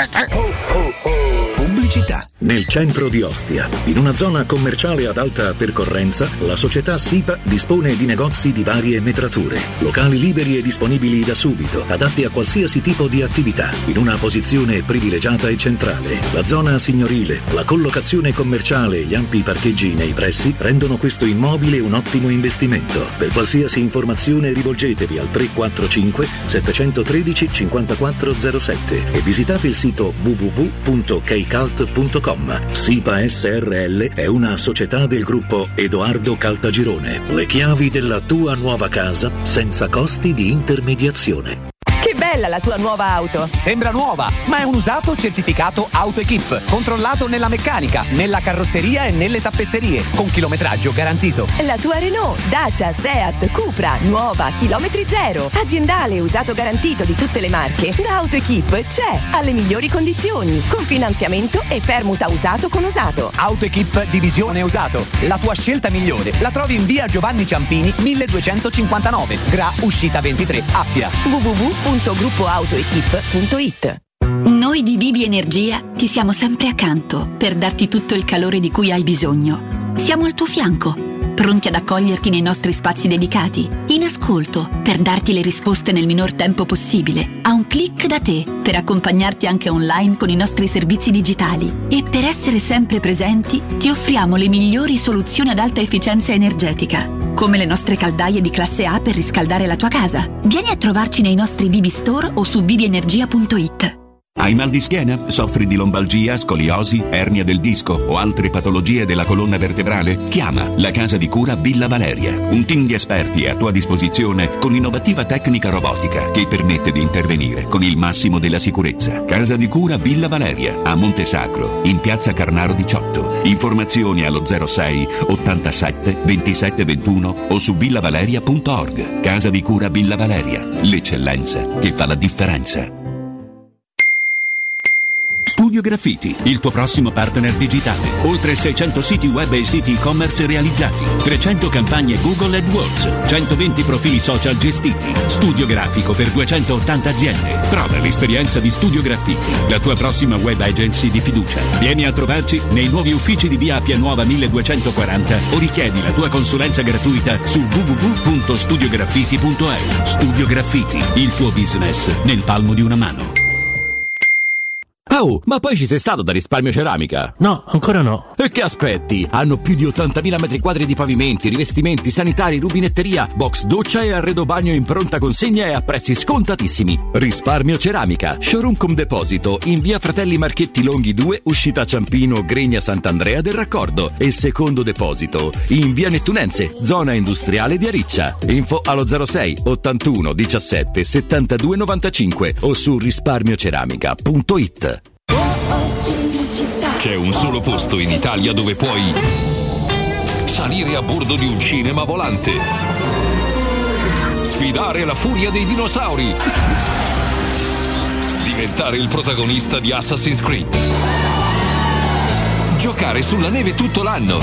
Speaker 2: Pubblicità. Nel centro di Ostia, in una zona commerciale ad alta percorrenza, la società SIPA dispone di negozi di varie metrature, locali liberi e disponibili da subito, adatti a qualsiasi tipo di attività, in una posizione privilegiata e centrale. La zona signorile, la collocazione commerciale e gli ampi parcheggi nei pressi rendono questo immobile un ottimo investimento. Per qualsiasi informazione rivolgetevi al tre quattro cinque sette uno tre cinque zero sette e visitate il sito w w w punto keycult punto com. SIPA S R L è una società del gruppo Edoardo Caltagirone. Le chiavi della tua nuova casa senza costi di intermediazione.
Speaker 10: Che bella la tua nuova auto!
Speaker 15: Sembra nuova, ma è un usato certificato AutoEquip, controllato nella meccanica, nella carrozzeria e nelle tappezzerie, con chilometraggio garantito.
Speaker 10: La tua Renault, Dacia, Seat, Cupra, nuova, chilometri zero, aziendale usato garantito di tutte le marche, da AutoEquip c'è, alle migliori condizioni, con finanziamento e permuta usato con usato.
Speaker 15: AutoEquip Divisione Usato, la tua scelta migliore la trovi in via Giovanni Ciampini milleduecentocinquantanove, Gra Uscita ventitré, Appia.
Speaker 10: w w w punto gruppo autoequip punto it.
Speaker 16: Noi di Bibi Energia ti siamo sempre accanto per darti tutto il calore di cui hai bisogno. Siamo al tuo fianco, pronti ad accoglierti nei nostri spazi dedicati, in ascolto per darti le risposte nel minor tempo possibile, a un click da te, per accompagnarti anche online con i nostri servizi digitali. E per essere sempre presenti ti offriamo le migliori soluzioni ad alta efficienza energetica, come le nostre caldaie di classe A per riscaldare la tua casa. Vieni a trovarci nei nostri Bibi Store o su bibi energia punto it.
Speaker 4: Hai mal di schiena? Soffri di lombalgia, scoliosi, ernia del disco o altre patologie della colonna vertebrale? Chiama la Casa di Cura Villa Valeria. Un team di esperti è a tua disposizione con innovativa tecnica robotica che permette di intervenire con il massimo della sicurezza. Casa di Cura Villa Valeria a Montesacro, in piazza Carnaro diciotto. Informazioni allo zero sei ottantasette ventisette ventuno o su villavaleria punto org. Casa di Cura Villa Valeria, l'eccellenza che fa la differenza. Studio Graffiti, il tuo prossimo partner digitale. Oltre seicento siti web e siti e-commerce realizzati, trecento campagne Google AdWords, centoventi profili social gestiti. Studio grafico per duecentottanta aziende. Prova l'esperienza di Studio Graffiti, la tua prossima web agency di fiducia. Vieni a trovarci nei nuovi uffici di via Appia Nuova milleduecentoquaranta o richiedi la tua consulenza gratuita su w w w punto studio graffiti punto e u. Studio Graffiti, il tuo business nel palmo di una mano.
Speaker 7: Oh, ma poi ci sei stato da Risparmio Ceramica?
Speaker 9: No, ancora no.
Speaker 7: E che aspetti? Hanno più di ottantamila metri quadri di pavimenti, rivestimenti, sanitari, rubinetteria, box doccia e arredo bagno in pronta consegna e a prezzi scontatissimi. Risparmio Ceramica, showroom con deposito in via Fratelli Marchetti Longhi due, uscita Ciampino, Gregna Sant'Andrea del Raccordo, e secondo deposito in via Nettunense, zona industriale di Ariccia. Info allo zero sei ottantuno diciassette settantadue novantacinque o su risparmioceramica punto it.
Speaker 17: C'è un solo posto in Italia dove puoi salire a bordo di un cinema volante, sfidare la furia dei dinosauri, diventare il protagonista di Assassin's Creed, giocare sulla neve tutto l'anno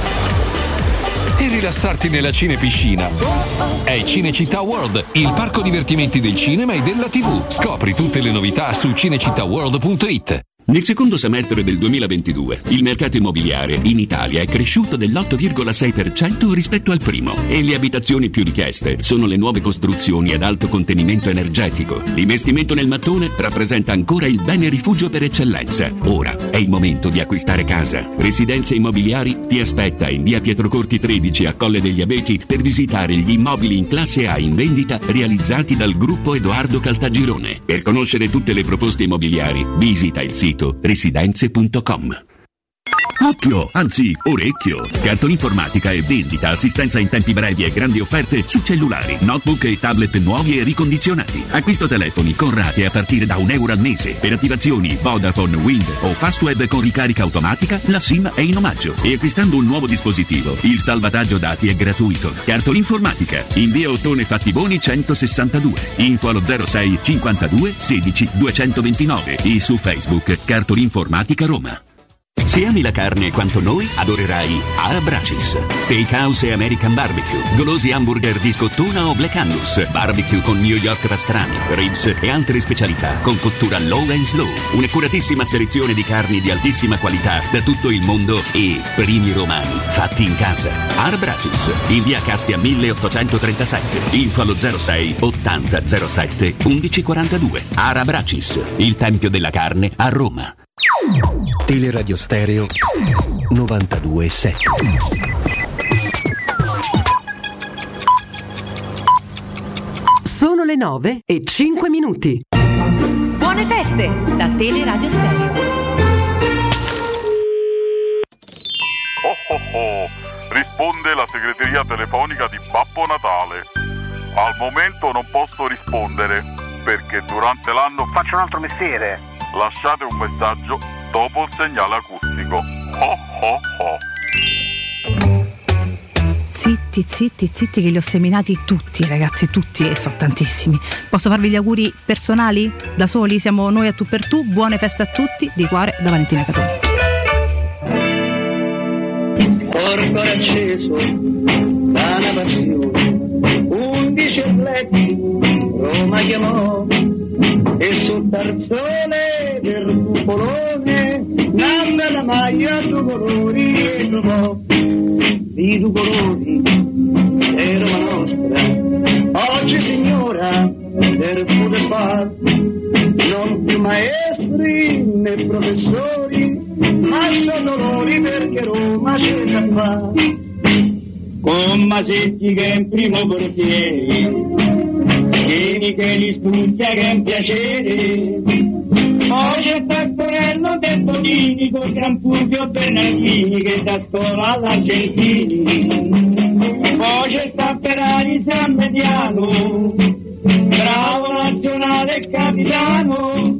Speaker 17: e rilassarti nella cinepiscina. È Cinecittà World, il parco divertimenti del cinema e della tivù. Scopri tutte le novità su cinecittà world punto it.
Speaker 4: Nel secondo semestre del duemilaventidue il mercato immobiliare in Italia è cresciuto dell'otto virgola sei per cento rispetto al primo e le abitazioni più richieste sono le nuove costruzioni ad alto contenimento energetico. L'investimento nel mattone rappresenta ancora il bene rifugio per eccellenza. Ora è il momento di acquistare casa. Residenze Immobiliari ti aspetta in via Pietrocorti tredici a Colle degli Abeti per visitare gli immobili in classe A in vendita realizzati dal gruppo Edoardo Caltagirone. Per conoscere tutte le proposte immobiliari visita il sito residenze punto com. Occhio, anzi orecchio! Cartolinformatica e vendita, assistenza in tempi brevi e grandi offerte su cellulari, notebook e tablet nuovi e ricondizionati. Acquisto telefoni con rate a partire da un euro al mese. Per attivazioni Vodafone, Wind o Fastweb con ricarica automatica, la SIM è in omaggio. E acquistando un nuovo dispositivo, il salvataggio dati è gratuito. Cartolinformatica, in via Ottone Fattiboni centosessantadue. Info allo zero sei cinquantadue sedici duecentoventinove e su Facebook Cartolinformatica Roma. Se ami la carne quanto noi, adorerai Ara Bracis. Steakhouse e American Barbecue, golosi hamburger di scottuna o Black Angus, barbecue con New York pastrami, ribs e altre specialità con cottura low and slow. Un'accuratissima selezione di carni di altissima qualità da tutto il mondo e primi romani fatti in casa. Ara Bracis, in via Cassia milleottocentotrentasette. Info allo zero sei ottanta zero sette undici quarantadue. Ara Bracis, il tempio della carne a Roma.
Speaker 18: Teleradio Stereo novantadue sette.
Speaker 22: Sono le nove e cinque minuti.
Speaker 10: Buone feste da Teleradio Stereo.
Speaker 20: Oh oh oh, risponde la segreteria telefonica di Babbo Natale. Al momento non posso rispondere perché durante l'anno faccio un altro mestiere. Lasciate un messaggio dopo il segnale acustico. Oh oh oh.
Speaker 21: Zitti, zitti, zitti che li ho seminati tutti, ragazzi, tutti, e sono tantissimi. Posso farvi gli auguri personali? Da soli? Siamo noi a tu per tu. Buone feste a tutti, di cuore, da Valentina Catoni.
Speaker 13: Corpo acceso da una passione, undici letti Roma chiamò, e sul tarzone del cupolone nanda la maglia due colori e trovò di due colori è Roma nostra. Oggi signora del poter far non più maestri né professori, ma sono dolori perché Roma c'è già fa. Con Masetti che è in primo portiere, Vieni che li studia che è un piacere,
Speaker 3: Pasolini con Gran Fulvio Bernardini che da scuola all'Argentini. Poi c'è sta Ferrari San Mediano, bravo nazionale e capitano.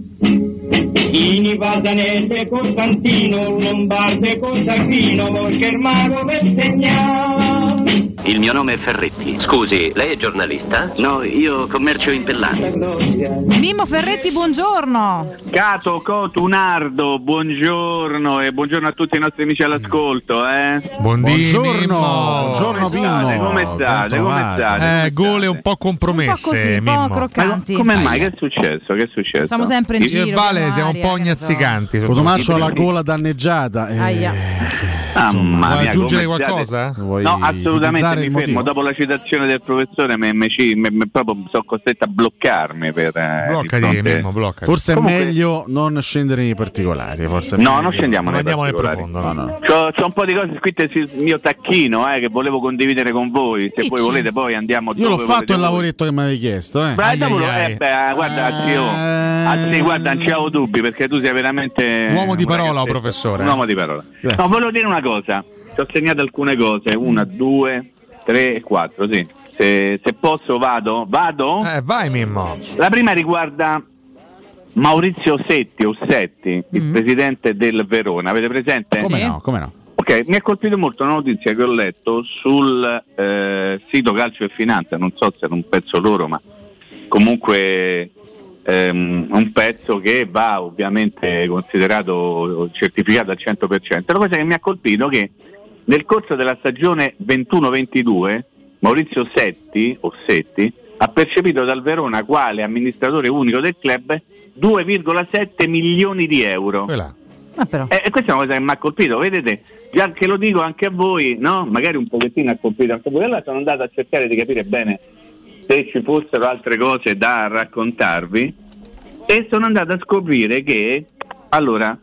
Speaker 3: Ini Pasanelle Costantino, Lombarde con Tacchino, perché il mago per segnare.
Speaker 9: Il mio nome è Ferretti. Scusi, lei è giornalista? No, io commercio in Pellani.
Speaker 19: Mimmo Ferretti, buongiorno.
Speaker 14: Cato Cotunardo, buongiorno e buongiorno a tutti i nostri amici all'ascolto. Eh?
Speaker 8: Buongiorno,
Speaker 32: buongiorno
Speaker 14: Mimmo. Come state? Come state?
Speaker 8: Eh, gole un po' compromesse.
Speaker 19: Un po' così, un po'
Speaker 8: Mimmo.
Speaker 19: croccanti.
Speaker 14: Ma come mai? Che è successo? Che è successo?
Speaker 19: Siamo sempre in
Speaker 8: Io
Speaker 19: giro.
Speaker 8: e Vale
Speaker 19: con
Speaker 8: siamo un
Speaker 19: Maria,
Speaker 8: po'
Speaker 19: che
Speaker 8: gnazzicanti.
Speaker 32: Cotomaccio ha la gola danneggiata. eh,
Speaker 19: Aia.
Speaker 14: Mamma
Speaker 8: Vuoi
Speaker 14: mia,
Speaker 8: aggiungere
Speaker 14: come
Speaker 8: qualcosa?
Speaker 14: siete-
Speaker 32: Vuoi
Speaker 14: No, assolutamente
Speaker 32: ipotizzare
Speaker 14: mi
Speaker 32: il
Speaker 14: fermo.
Speaker 32: motivo?
Speaker 14: Dopo la citazione del professore me, me, ci- me- me- proprio sono costretto a bloccarmi per eh,
Speaker 8: Bloccati,
Speaker 14: di fronte-
Speaker 8: Mimmo, bloccati.
Speaker 32: Forse è
Speaker 14: Comunque-
Speaker 32: meglio non scendere nei particolari. Forse è
Speaker 14: No,
Speaker 32: meglio-
Speaker 14: non scendiamo
Speaker 8: Non
Speaker 14: nei
Speaker 8: andiamo nel
Speaker 14: particolari.
Speaker 8: profondo. No, no.
Speaker 14: C'ho, c'ho un po' di cose scritte sul mio tacchino eh, che volevo condividere con voi. Se
Speaker 19: Dici?
Speaker 14: poi volete poi andiamo
Speaker 32: Io l'ho
Speaker 14: dove
Speaker 32: fatto
Speaker 14: volete
Speaker 32: il
Speaker 14: voi.
Speaker 32: lavoretto che mi avevi chiesto. Eh.
Speaker 14: Bravo,
Speaker 8: Ai, ai,
Speaker 14: eh,
Speaker 8: ai.
Speaker 14: beh, guarda, zio, ah, sì, guarda, non c'avevo dubbi perché tu sei veramente
Speaker 8: Uomo di
Speaker 14: un
Speaker 8: parola,
Speaker 14: ragazzetto.
Speaker 8: professore.
Speaker 14: Un uomo di parola.
Speaker 32: Grazie.
Speaker 14: No, volevo dire una cosa. Ti ho segnato alcune cose. Una, due, tre e quattro. Sì. Se, se posso vado? Vado?
Speaker 8: Eh, vai Mimmo.
Speaker 14: La prima riguarda Maurizio Setti o Setti, il
Speaker 19: Mm.
Speaker 14: presidente del Verona. Avete presente?
Speaker 32: Come
Speaker 19: Sì.
Speaker 32: no? Come no?
Speaker 14: Ok, mi ha colpito molto una notizia che ho letto sul eh, sito Calcio e Finanza, non so se era un pezzo loro, ma comunque ehm, un pezzo che va ovviamente considerato certificato al cento per cento. La cosa che mi ha colpito è che nel corso della stagione ventuno ventidue Maurizio Setti, o Setti ha percepito dal Verona quale amministratore unico del club due virgola sette milioni di euro.
Speaker 8: Quella.
Speaker 19: Ah, però.
Speaker 14: E, e questa è una cosa che mi ha colpito, vedete, già che lo dico anche a voi, no? Magari un pochettino ha colpito anche a voi. Allora sono andato a cercare di capire bene se ci fossero altre cose da raccontarvi e sono andato a scoprire che, allora,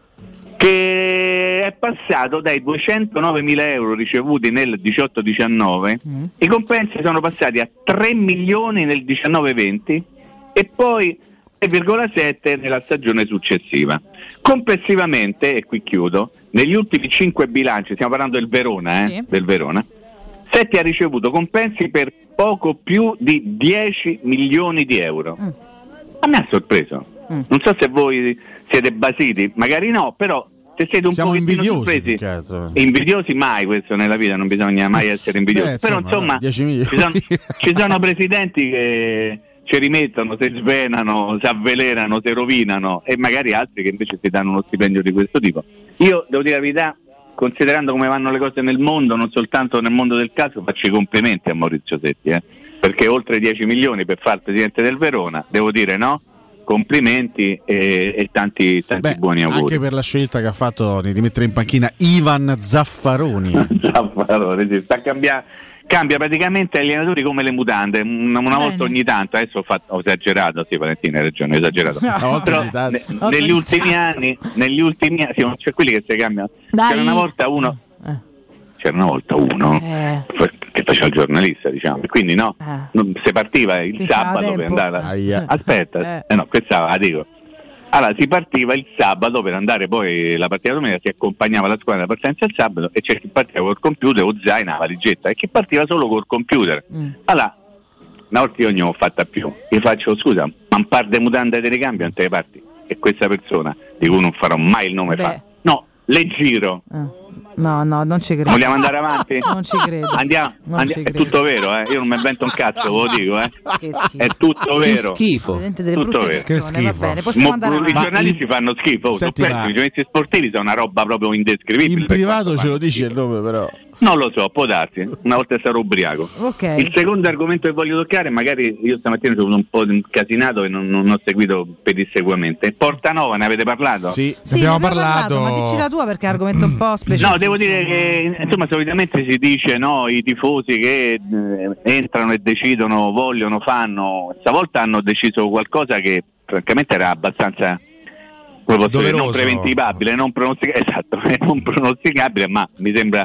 Speaker 14: che è passato dai duecentonovemila euro ricevuti nel diciotto diciannove,
Speaker 19: Mm.
Speaker 14: i compensi sono passati a tre milioni nel diciannove venti e poi tre virgola sette nella stagione successiva. Complessivamente, e qui chiudo, negli ultimi cinque bilanci, stiamo parlando del Verona, eh,
Speaker 19: Sì.
Speaker 14: del Verona, Setti ha ricevuto compensi per poco più di dieci milioni di euro.
Speaker 19: Mm.
Speaker 14: A me ha sorpreso.
Speaker 19: Mm.
Speaker 14: Non so se voi siete basiti, magari no, però se siete un
Speaker 32: Siamo
Speaker 14: pochettino
Speaker 32: invidiosi,
Speaker 14: sorpresi,
Speaker 32: più che altro.
Speaker 14: invidiosi mai, questo nella vita non bisogna mai essere invidiosi.
Speaker 32: Beh,
Speaker 14: Però
Speaker 32: insomma,
Speaker 14: insomma
Speaker 32: dieci milioni.
Speaker 14: ci sono, ci sono presidenti che ci rimettono, si svenano, si avvelenano, si rovinano e magari altri che invece si danno uno stipendio di questo tipo. Io devo dire la verità, considerando come vanno le cose nel mondo, non soltanto nel mondo del calcio, faccio i complimenti a Maurizio Setti, eh, perché oltre dieci milioni per fare il presidente del Verona, devo dire no, complimenti e, e tanti, tanti
Speaker 32: Beh,
Speaker 14: buoni auguri.
Speaker 32: anche per la scelta che ha fatto di mettere in panchina Ivan Zaffaroni.
Speaker 14: Zaffaroni, sì, sta a cambiare. Cambia praticamente gli allenatori come le mutande, una, una volta ogni tanto, adesso ho, fatto, ho esagerato, sì Valentina hai ragione, ho esagerato.
Speaker 32: Una volta
Speaker 14: Però
Speaker 32: ogni tanto.
Speaker 14: ne- negli ultimi anni, negli ultimi anni, sì, c'è quelli che si cambiano.
Speaker 19: Dai.
Speaker 14: C'era una volta uno, c'era una volta uno
Speaker 19: Eh.
Speaker 14: che faceva il giornalista, diciamo, e quindi no,
Speaker 19: Eh.
Speaker 14: non- si partiva il
Speaker 19: Quindi c'era
Speaker 14: sabato per
Speaker 19: tempo.
Speaker 14: andare.
Speaker 32: Aia.
Speaker 14: Aspetta,
Speaker 19: Eh.
Speaker 14: eh no, questa la dico. Allora si partiva il sabato per andare poi la partita domenica, si accompagnava la squadra alla partenza il sabato e c'è chi partiva col computer o zaino, la valigetta, e chi partiva solo col computer.
Speaker 19: Mm.
Speaker 14: Allora, una volta io non ho fatta più, io faccio scusa, ma un par di mutande di ricambio non te le parti? E questa persona, di cui non farò mai il nome,
Speaker 19: Beh.
Speaker 14: fa no, le giro.
Speaker 19: Eh. No, no, non ci credo.
Speaker 14: Vogliamo andare avanti?
Speaker 19: Non ci credo.
Speaker 14: Andiamo,
Speaker 19: Non
Speaker 14: andiamo.
Speaker 19: ci
Speaker 14: È
Speaker 19: credo.
Speaker 14: tutto vero, eh? Io non mi invento un cazzo, ve lo dico, eh?
Speaker 19: Che schifo.
Speaker 14: È tutto
Speaker 5: Che
Speaker 14: vero.
Speaker 5: schifo.
Speaker 19: Presidente delle
Speaker 14: Tutto
Speaker 19: brutte
Speaker 14: vero.
Speaker 19: persone,
Speaker 8: Che
Speaker 19: va
Speaker 8: schifo.
Speaker 19: bene, possiamo
Speaker 14: Mo-
Speaker 19: andare
Speaker 14: I
Speaker 19: avanti.
Speaker 14: giornali
Speaker 32: in-
Speaker 14: ci fanno schifo, oh, sono
Speaker 32: Senti,
Speaker 14: persi,
Speaker 32: ma-
Speaker 14: i giornalisti sportivi sono una roba proprio indescrivibile.
Speaker 32: In
Speaker 14: per
Speaker 32: privato
Speaker 14: quanto
Speaker 32: ce lo
Speaker 14: fanno
Speaker 32: dice il
Speaker 14: schifo.
Speaker 32: nome, però.
Speaker 14: Non lo so, può darsi, una volta sarò ubriaco.
Speaker 19: Ok.
Speaker 14: Il secondo argomento che voglio toccare, magari io stamattina sono un po' incasinato e non, non ho seguito pedissequamente. Portanova, ne avete parlato?
Speaker 32: Sì.
Speaker 19: Sì,
Speaker 8: Abbiamo
Speaker 19: ne abbiamo
Speaker 8: parlato-
Speaker 19: ma dici la tua perché è un argomento un po' specifico.
Speaker 14: No, devo dire che insomma solitamente si dice no, i tifosi che eh, entrano e decidono, vogliono, fanno. Stavolta hanno deciso qualcosa che francamente era abbastanza come posso dire, non
Speaker 8: Doveroso.
Speaker 14: preventivabile, non pronosticabile, esatto, non pronosticabile, ma mi sembra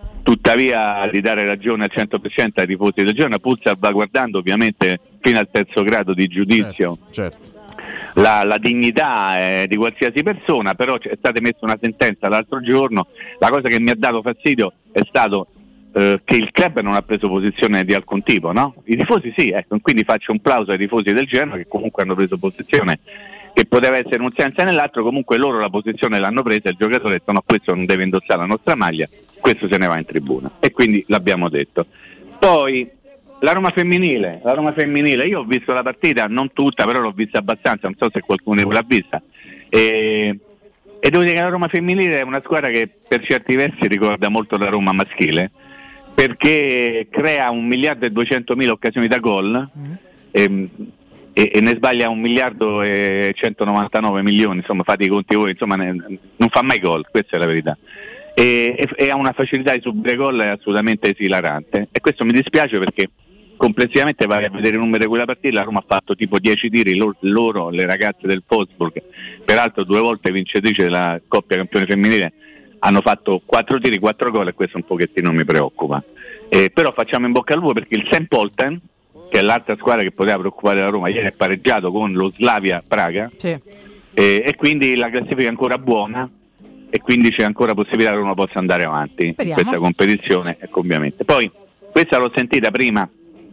Speaker 14: tuttavia di dare ragione al cento per cento ai tifosi del giorno, pur salvaguardando ovviamente fino al terzo grado di giudizio
Speaker 32: Certo, certo.
Speaker 14: la, la dignità eh, di qualsiasi persona, però è stata emessa una sentenza l'altro giorno. La cosa che mi ha dato fastidio è stato eh, che il club non ha preso posizione di alcun tipo, no? I tifosi sì, ecco, quindi faccio un plauso ai tifosi del Genoa che comunque hanno preso posizione, che poteva essere in un senso e nell'altro, comunque loro la posizione l'hanno presa, il giocatore ha detto no, questo non deve indossare la nostra maglia, questo se ne va in tribuna, e quindi l'abbiamo detto. Poi la Roma femminile, la Roma femminile, io ho visto la partita, non tutta, però l'ho vista abbastanza, non so se qualcuno l'ha vista, e, e devo dire che la Roma femminile è una squadra che per certi versi ricorda molto la Roma maschile, perché crea un miliardo e duecentomila occasioni da gol, mm. e, e, e ne sbaglia un miliardo e centonovantanove milioni, insomma fate i conti voi, insomma ne, non fa mai gol, questa è la verità. E, e, e ha una facilità di subire gol assolutamente esilarante, e questo mi dispiace perché complessivamente vai a vedere i numeri di quella partita, la Roma ha fatto tipo dieci tiri, loro, loro le ragazze del Wolfsburg, peraltro due volte vincitrice della coppia campione femminile, hanno fatto quattro tiri, quattro gol, e questo un pochettino mi preoccupa. Eh, però facciamo in bocca al lupo perché il Saint Polten, che è l'altra squadra che poteva preoccupare la Roma, ieri è pareggiato con lo Slavia Praga,
Speaker 19: sì.
Speaker 14: eh, e quindi la classifica è ancora buona, e quindi c'è ancora possibilità che Roma possa andare avanti in questa competizione, ecco, ovviamente. Poi questa l'ho sentita prima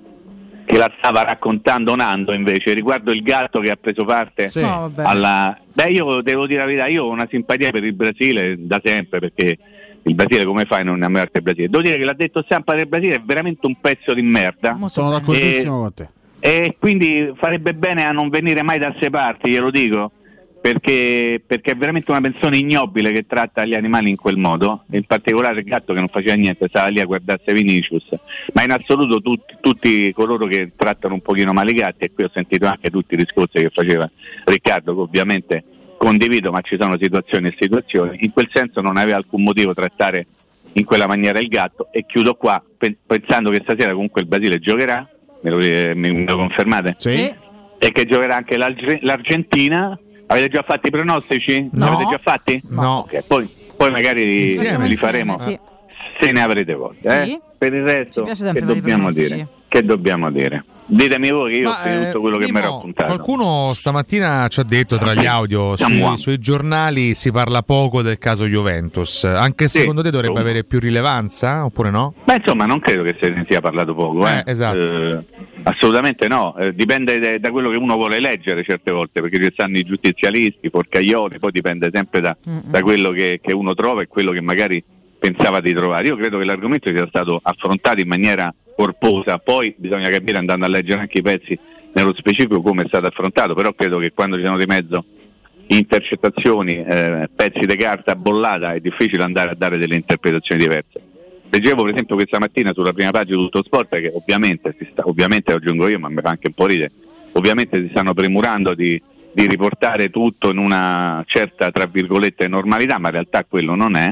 Speaker 14: che la stava raccontando Nando invece riguardo il gatto che ha preso parte
Speaker 19: sì. no,
Speaker 14: alla... Beh, io devo dire la verità, io ho una simpatia per il Brasile da sempre, perché il Brasile come fai a non innamorarti del Brasile? Devo dire che l'ha detto Stampa del Brasile, è veramente un pezzo di merda.
Speaker 32: Sono d'accordissimo
Speaker 14: e,
Speaker 32: con te.
Speaker 14: E quindi farebbe bene a non venire mai da queste parti, glielo dico, perché, perché è veramente una persona ignobile che tratta gli animali in quel modo, in particolare il gatto che non faceva niente, stava lì a guardarsi Vinicius, ma in assoluto tutti, tutti coloro che trattano un pochino male i gatti, e qui ho sentito anche tutti i discorsi che faceva Riccardo, che ovviamente condivido, ma ci sono situazioni e situazioni, in quel senso non aveva alcun motivo trattare in quella maniera il gatto. E chiudo qua pensando che stasera comunque il Brasile giocherà, me lo, me lo confermate?
Speaker 32: Sì.
Speaker 14: E che giocherà anche l'Arge- l'Argentina. Avete già fatti i pronostici?
Speaker 19: No.
Speaker 14: Li avete già fatti?
Speaker 8: No.
Speaker 14: Okay. Poi, poi magari
Speaker 19: Insieme,
Speaker 14: li faremo,
Speaker 19: insieme, sì.
Speaker 14: se ne avrete voglia.
Speaker 19: Sì.
Speaker 14: Eh? Per il resto, che
Speaker 19: sempre
Speaker 14: dobbiamo dire? Che dobbiamo dire? Ditemi voi che io
Speaker 8: Ma,
Speaker 14: ho scritto tutto quello
Speaker 8: eh,
Speaker 14: che mi ero
Speaker 8: Mimmo,
Speaker 14: appuntato.
Speaker 8: Qualcuno stamattina ci ha detto tra gli audio sui, sui giornali si parla poco del caso Juventus, anche
Speaker 14: Sì,
Speaker 8: secondo te dovrebbe
Speaker 14: insomma.
Speaker 8: avere più rilevanza oppure no?
Speaker 14: Beh, insomma, non credo che se ne sia parlato poco, eh.
Speaker 8: Eh, esatto.
Speaker 14: Eh, assolutamente no, eh, dipende de- da quello che uno vuole leggere certe volte, perché ci stanno i giustizialisti, i porcaioli, poi dipende sempre da, da quello che, che uno trova e quello che magari pensava di trovare. Io credo che l'argomento sia stato affrontato in maniera corposa, poi bisogna capire, andando a leggere anche i pezzi nello specifico, come è stato affrontato, però credo che quando ci sono di mezzo intercettazioni, eh, pezzi di carta bollata, è difficile andare a dare delle interpretazioni diverse. Leggevo per esempio questa mattina sulla prima pagina di Tutto Sport che ovviamente, si sta, ovviamente lo aggiungo io, ma mi fa anche un po' ridere, ovviamente si stanno premurando di, di riportare tutto in una certa, tra virgolette, normalità, ma in realtà quello non è.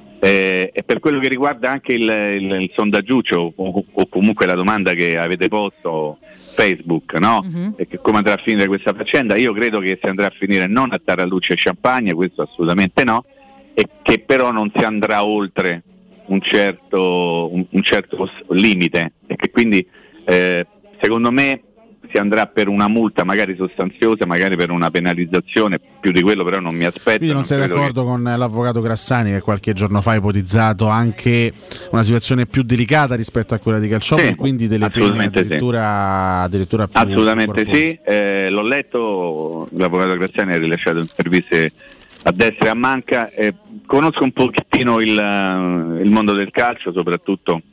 Speaker 14: Eh, e per quello che riguarda anche il, il, il sondaggiuccio o, o comunque la domanda che avete posto Facebook, no? Uh-huh. E che come andrà a finire questa faccenda, io credo che si andrà a finire non a tarallucce e champagne, questo assolutamente no, e che però non si andrà oltre un certo, un, un certo limite, e che quindi eh, secondo me si andrà per una multa magari sostanziosa, magari per una penalizzazione, più di quello però non mi aspetto.
Speaker 32: Quindi non sei d'accordo che... con l'avvocato Grassani che qualche giorno fa ha ipotizzato anche una situazione più delicata rispetto a quella di Calciopoli, sì, e quindi delle pene addirittura,
Speaker 14: sì.
Speaker 32: addirittura più
Speaker 14: assolutamente sì, eh, l'ho letto, l'avvocato Grassani ha rilasciato interviste a destra e a manca, eh, conosco un pochettino il, il mondo del calcio, soprattutto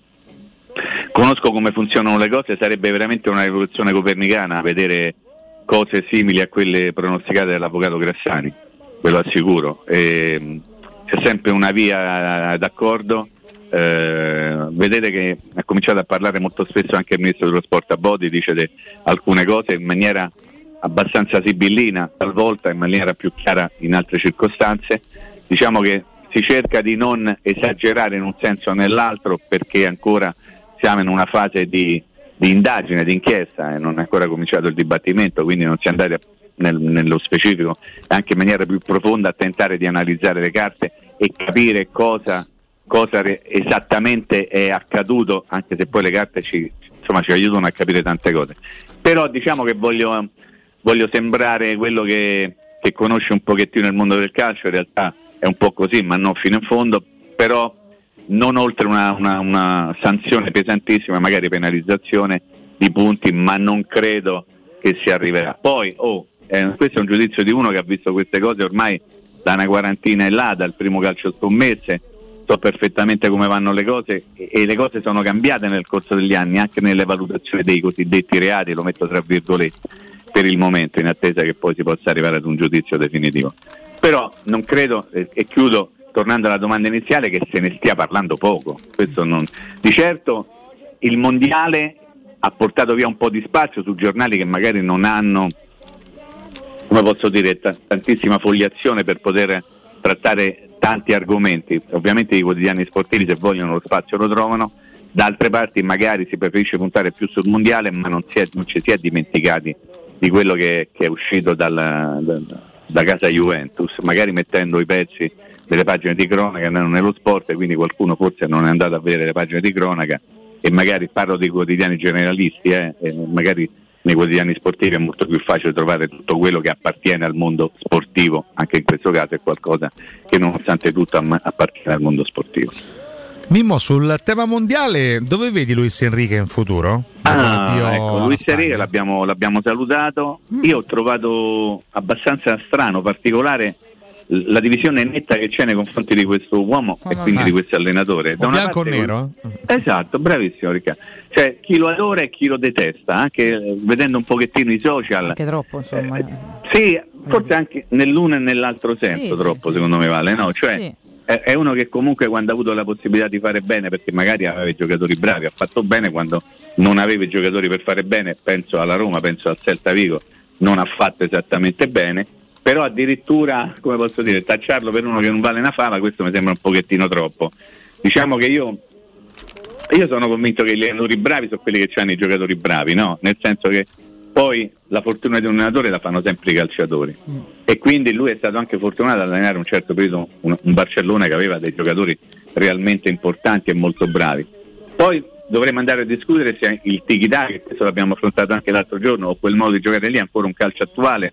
Speaker 14: conosco come funzionano le cose, sarebbe veramente una rivoluzione copernicana vedere cose simili a quelle pronosticate dall'avvocato Grassani, ve lo assicuro. E, c'è sempre una via d'accordo, eh, vedete che ha cominciato a parlare molto spesso anche il ministro dello sport Abodi, dice de, alcune cose in maniera abbastanza sibillina, talvolta in maniera più chiara in altre circostanze. Diciamo che si cerca di non esagerare in un senso o nell'altro, perché ancora siamo in una fase di, di indagine, di inchiesta, e non è ancora cominciato il dibattimento, quindi non si è andati a, nel, nello specifico, anche in maniera più profonda, a tentare di analizzare le carte e capire cosa, cosa re, esattamente è accaduto, anche se poi le carte ci, insomma, ci aiutano a capire tante cose. Però diciamo che voglio, voglio sembrare quello che, che conosce un pochettino il mondo del calcio, in realtà è un po' così, ma non fino in fondo, però non oltre una, una, una sanzione pesantissima, magari penalizzazione di punti, ma non credo che si arriverà. Poi, oh, eh, questo è un giudizio di uno che ha visto queste cose ormai da una quarantina e là, dal primo calcio scommesse, so perfettamente come vanno le cose e, e le cose sono cambiate nel corso degli anni, anche nelle valutazioni dei cosiddetti reati, lo metto tra virgolette, per il momento, in attesa che poi si possa arrivare ad un giudizio definitivo. Però non credo, e, e chiudo tornando alla domanda iniziale, che se ne stia parlando poco. Questo non... Di certo il mondiale ha portato via un po' di spazio su giornali che magari non hanno, come posso dire, t- tantissima fogliazione per poter trattare tanti argomenti. Ovviamente i quotidiani sportivi, se vogliono lo spazio, lo trovano. Da altre parti magari si preferisce puntare più sul mondiale, ma non, si è, non ci si è dimenticati di quello che, che è uscito dal, da, da casa Juventus, magari mettendo i pezzi delle pagine di cronaca nello sport, e quindi qualcuno forse non è andato a vedere le pagine di cronaca, e magari parlo dei quotidiani generalisti, eh, e magari nei quotidiani sportivi è molto più facile trovare tutto quello che appartiene al mondo sportivo, anche in questo caso è qualcosa che nonostante tutto appartiene al mondo sportivo.
Speaker 8: Mimmo, sul tema mondiale dove vedi Luis Enrique in futuro?
Speaker 14: Ah, ecco, Luis Enrique l'abbiamo, l'abbiamo salutato. Mm. Io ho trovato abbastanza strano, particolare la divisione netta che c'è nei confronti di questo uomo oh, e quindi di questo allenatore. Da una
Speaker 8: bianco
Speaker 14: parte,
Speaker 8: nero?
Speaker 14: Esatto, bravissimo Riccardo. Cioè chi lo adora e chi lo detesta, anche vedendo un pochettino i social.
Speaker 19: Anche troppo, insomma.
Speaker 14: Eh, sì, forse anche nell'uno e nell'altro senso, sì, troppo sì, secondo sì. me vale, no? Cioè sì. è, è uno che comunque quando ha avuto la possibilità di fare bene, perché magari aveva i giocatori bravi, ha fatto bene, quando non aveva i giocatori per fare bene, penso alla Roma, penso al Celta Vigo, non ha fatto esattamente bene. Però addirittura, come posso dire, tacciarlo per uno che non vale una fava, questo mi sembra un pochettino troppo. Diciamo che io io sono convinto che gli allenatori bravi sono quelli che hanno i giocatori bravi, no? Nel senso che poi la fortuna di un allenatore la fanno sempre i calciatori, mm. e quindi lui è stato anche fortunato ad allenare un certo periodo un, un Barcellona che aveva dei giocatori realmente importanti e molto bravi. Poi dovremmo andare a discutere se il tiki-taka, che questo l'abbiamo affrontato anche l'altro giorno, o quel modo di giocare lì è ancora un calcio attuale,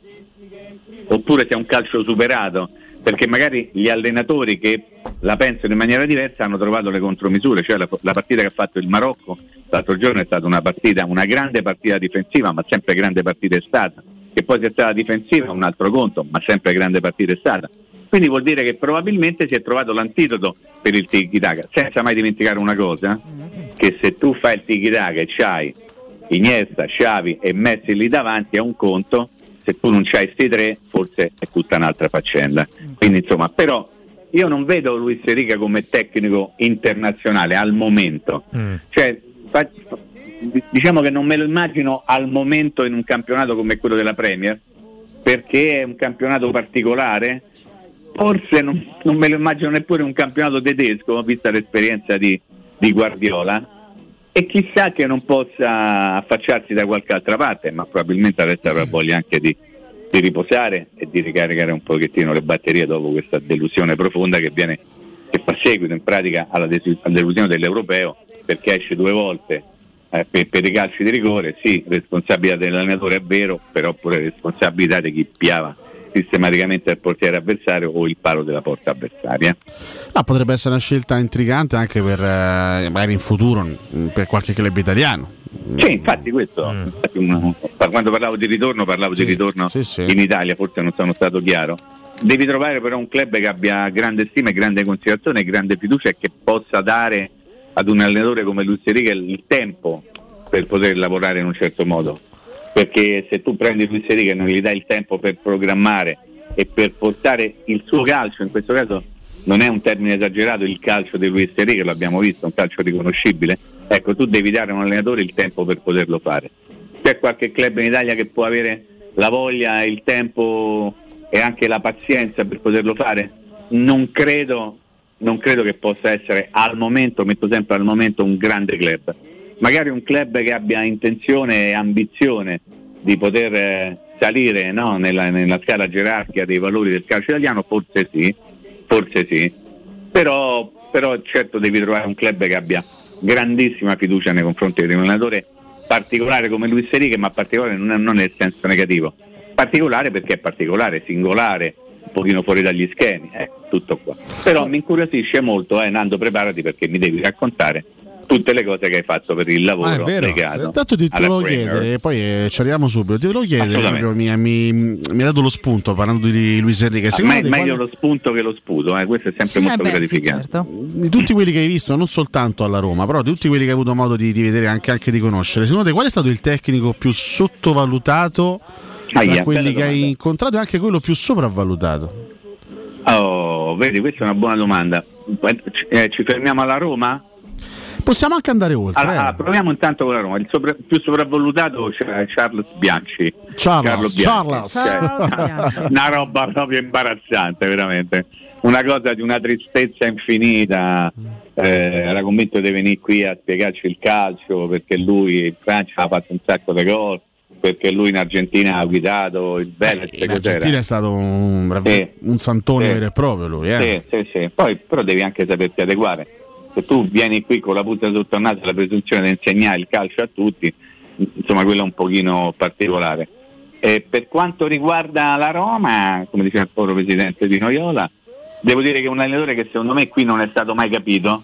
Speaker 14: oppure se è un calcio superato, perché magari gli allenatori che la pensano in maniera diversa hanno trovato le contromisure. Cioè la, la partita che ha fatto il Marocco l'altro giorno è stata una partita, una grande partita difensiva, ma sempre grande partita è stata, che poi sia stata difensiva un altro conto, ma sempre grande partita è stata. Quindi vuol dire che probabilmente si è trovato l'antidoto per il tiki-taka, senza mai dimenticare una cosa, che se tu fai il tiki-taka e c'hai Iniesta, Xavi e Messi lì davanti è un conto, se tu non c'hai sti tre forse è tutta un'altra faccenda. Quindi insomma, però io non vedo Luis Enrique come tecnico internazionale al momento, mm. cioè fa, diciamo che non me lo immagino al momento in un campionato come quello della Premier, perché è un campionato particolare. Forse non, non me lo immagino neppure in un campionato tedesco, vista l'esperienza di, di Guardiola, e chissà che non possa affacciarsi da qualche altra parte, ma probabilmente adesso avrà voglia anche di, di riposare e di ricaricare un pochettino le batterie dopo questa delusione profonda che viene, che fa seguito in pratica alla, des- alla delusione dell'Europeo, perché esce due volte eh, per, per i calci di rigore. Sì, responsabilità dell'allenatore è vero, però pure responsabilità di chi piava sistematicamente il portiere avversario o il palo della porta avversaria.
Speaker 32: No, potrebbe essere una scelta intrigante anche per eh, magari in futuro per qualche club italiano.
Speaker 14: Sì, infatti questo mm. infatti, un, quando parlavo di ritorno parlavo sì, di ritorno sì, sì. in Italia, forse non sono stato chiaro. Devi trovare però un club che abbia grande stima e grande considerazione e grande fiducia, e che possa dare ad un allenatore come Luis Enrique il tempo per poter lavorare in un certo modo. Perché se tu prendi Luis Enrique e non gli dai il tempo per programmare e per portare il suo calcio, in questo caso non è un termine esagerato, il calcio di Luis Enrique, lo abbiamo visto, un calcio riconoscibile, ecco, tu devi dare a un allenatore il tempo per poterlo fare. C'è qualche club in Italia che può avere la voglia, il tempo e anche la pazienza per poterlo fare? Non credo, non credo che possa essere al momento, metto sempre al momento, un grande club. Magari un club che abbia intenzione e ambizione di poter eh, salire, no, nella, nella scala gerarchica dei valori del calcio italiano, forse sì, forse sì, però, però certo devi trovare un club che abbia grandissima fiducia nei confronti di un allenatore particolare come Luis Enrique, ma particolare non, non nel senso negativo, particolare perché è particolare, singolare, un pochino fuori dagli schemi, eh, tutto qua. Però mi incuriosisce molto, eh, Nando, preparati perché mi devi raccontare tutte le cose che hai fatto per il lavoro
Speaker 32: ah,
Speaker 14: legato.
Speaker 32: Intanto ti, te lo chiedere, poi eh, ci arriviamo subito. Ti volevo chiedere, proprio, mi, mi, mi ha dato lo spunto parlando di Luis Enrique.
Speaker 14: Ah, me, meglio quale... lo spunto che lo sputo, eh, questo è sempre molto eh beh, gratificante.
Speaker 32: Sì, certo. Di tutti quelli che hai visto, non soltanto alla Roma, però di tutti quelli che hai avuto modo di, di vedere, anche, anche di conoscere, secondo te qual è stato il tecnico più sottovalutato tra ah, yeah, quelli che hai incontrato e anche quello più sopravvalutato?
Speaker 14: Oh, vedi, questa è una buona domanda. Eh, ci fermiamo alla Roma?
Speaker 32: Possiamo anche andare oltre.
Speaker 14: Allora,
Speaker 32: eh.
Speaker 14: proviamo intanto con la Roma. Il sopra- più sopravvalutato c'è Charles Bianchi.
Speaker 32: Charles,
Speaker 14: Bianchi.
Speaker 32: Charles.
Speaker 14: Cioè, una roba proprio imbarazzante, veramente. Una cosa di una tristezza infinita. Eh, era convinto di venire qui a spiegarci il calcio perché lui in Francia ha fatto un sacco di gol, perché lui in Argentina ha guidato il Vélez.
Speaker 32: In Argentina è stato un, sì. un santone sì. vero e proprio lui. Eh.
Speaker 14: Sì, sì, sì. Poi però devi anche saperti adeguare. Se tu vieni qui con la puzza sotto il naso e la presunzione di insegnare il calcio a tutti, insomma quello è un pochino particolare. E per quanto riguarda la Roma, come diceva il povero presidente di Noiola, devo dire che è un allenatore che secondo me qui non è stato mai capito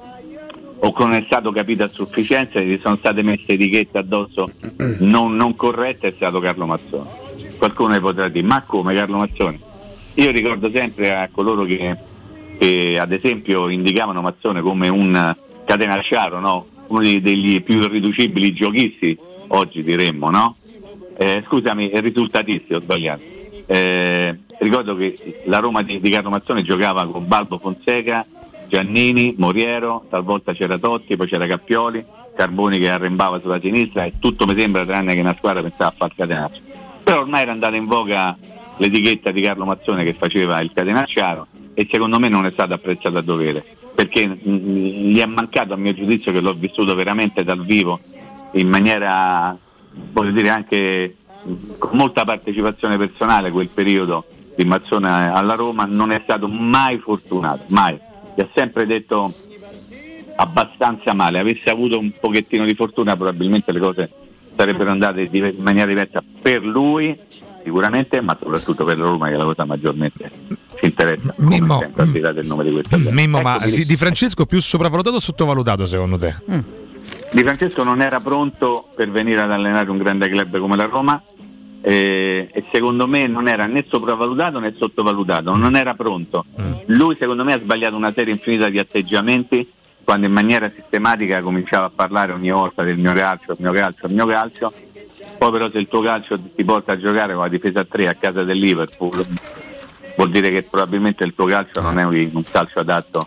Speaker 14: o che non è stato capito a sufficienza e gli sono state messe etichette addosso non, non corrette, è stato Carlo Mazzoni. Qualcuno ne potrà dire, ma come Carlo Mazzoni? Io ricordo sempre a coloro che che ad esempio indicavano Mazzone come un catenacciaro, no? Uno degli più irriducibili giochisti, oggi diremmo, no? Eh, scusami, risultatisti, ho sbagliato. Eh, ricordo che la Roma di, di Carlo Mazzone giocava con Balbo Fonseca, Giannini, Moriero, talvolta c'era Totti, poi c'era Cappioli, Carboni che arrembava sulla sinistra e tutto mi sembra tranne che una squadra pensava a far catenaccio. Però ormai era andata in voga l'etichetta di Carlo Mazzone che faceva il catenacciaro e secondo me non è stato apprezzato a dovere perché mh, gli è mancato, a mio giudizio, che l'ho vissuto veramente dal vivo in maniera, voglio dire, anche mh, con molta partecipazione personale. Quel periodo di Mazzone alla Roma non è stato mai fortunato, mai, gli ha sempre detto abbastanza male. Avesse avuto un pochettino di fortuna probabilmente le cose sarebbero andate in maniera diversa per lui sicuramente, ma soprattutto per la Roma, che è la cosa maggiormente ci interessa.
Speaker 8: Mimmo,
Speaker 14: sempre, al di là del nome di questa
Speaker 8: Mimmo
Speaker 14: ecco,
Speaker 8: ma di, di Francesco più sopravvalutato o sottovalutato secondo te?
Speaker 14: Mm. Di Francesco non era pronto per venire ad allenare un grande club come la Roma eh, e secondo me non era né sopravvalutato né sottovalutato, non era pronto. Mm. Lui secondo me ha sbagliato una serie infinita di atteggiamenti quando in maniera sistematica cominciava a parlare ogni volta del mio calcio, il mio calcio, il mio calcio. Poi però se il tuo calcio ti porta a giocare con la difesa a tre a casa del Liverpool vuol dire che probabilmente il tuo calcio non è un calcio adatto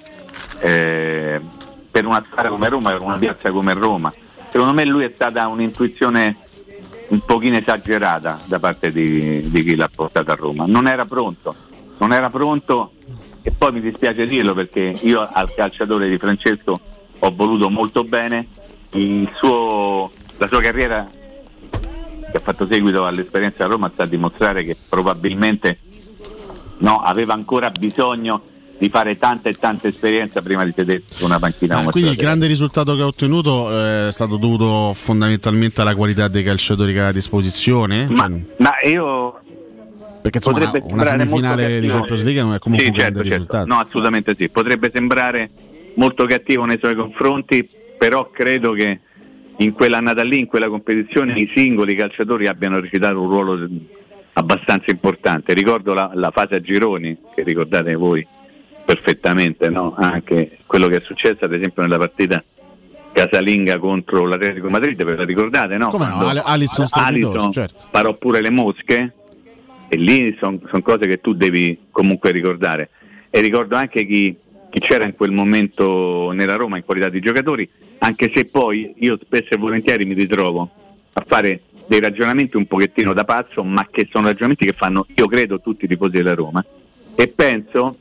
Speaker 14: eh, per una squadra come Roma, per una piazza come Roma. Secondo me lui è stata un'intuizione un pochino esagerata da parte di, di chi l'ha portato a Roma. Non era pronto, non era pronto e poi mi dispiace dirlo perché io al calciatore di Francesco ho voluto molto bene. Il suo, la sua carriera che ha fatto seguito all'esperienza a Roma sta a dimostrare che probabilmente no, aveva ancora bisogno di fare tanta e tanta esperienza prima di sedersi su una panchina.
Speaker 32: Ah, quindi il grande risultato che ha ottenuto eh, è stato dovuto fondamentalmente alla qualità dei calciatori che ha a disposizione?
Speaker 14: Ma,
Speaker 32: cioè...
Speaker 14: ma io
Speaker 32: perché insomma una semifinale di Champions League non è comunque
Speaker 14: sì,
Speaker 32: un grande
Speaker 14: certo,
Speaker 32: risultato.
Speaker 14: Certo. No, assolutamente sì, potrebbe sembrare molto cattivo nei suoi confronti, però credo che in quell'annata lì, in quella competizione, i singoli calciatori abbiano recitato un ruolo abbastanza importante. Ricordo la, la fase a gironi, che ricordate voi perfettamente, no? Anche quello che è successo ad esempio nella partita casalinga contro l'Atletico Madrid, ve la ricordate, no?
Speaker 32: Come no? Alisson,
Speaker 14: Alisson
Speaker 32: certo.
Speaker 14: Parò pure le mosche e lì sono son cose che tu devi comunque ricordare. E ricordo anche chi, chi c'era in quel momento nella Roma in qualità di giocatori, anche se poi io spesso e volentieri mi ritrovo a fare dei ragionamenti un pochettino da pazzo, ma che sono ragionamenti che fanno, io credo, tutti i tifosi della Roma, e penso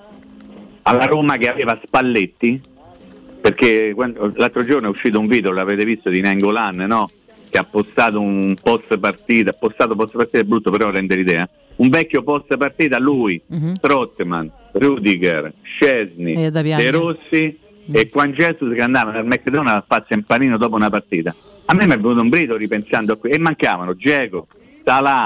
Speaker 14: alla Roma che aveva Spalletti, perché quando, l'altro giorno è uscito un video, l'avete visto, di Nainggolan, no? Che ha postato un post partita, ha postato post partita, è brutto però rende l'idea, un vecchio post partita, lui, uh-huh. Strootman, Rudiger, Szczesny, De Rossi e Juan Jesus che andavano al McDonald's a farsi un panino dopo una partita. A me mi è venuto un brido ripensando a qui, e mancavano Dzeko, Salah,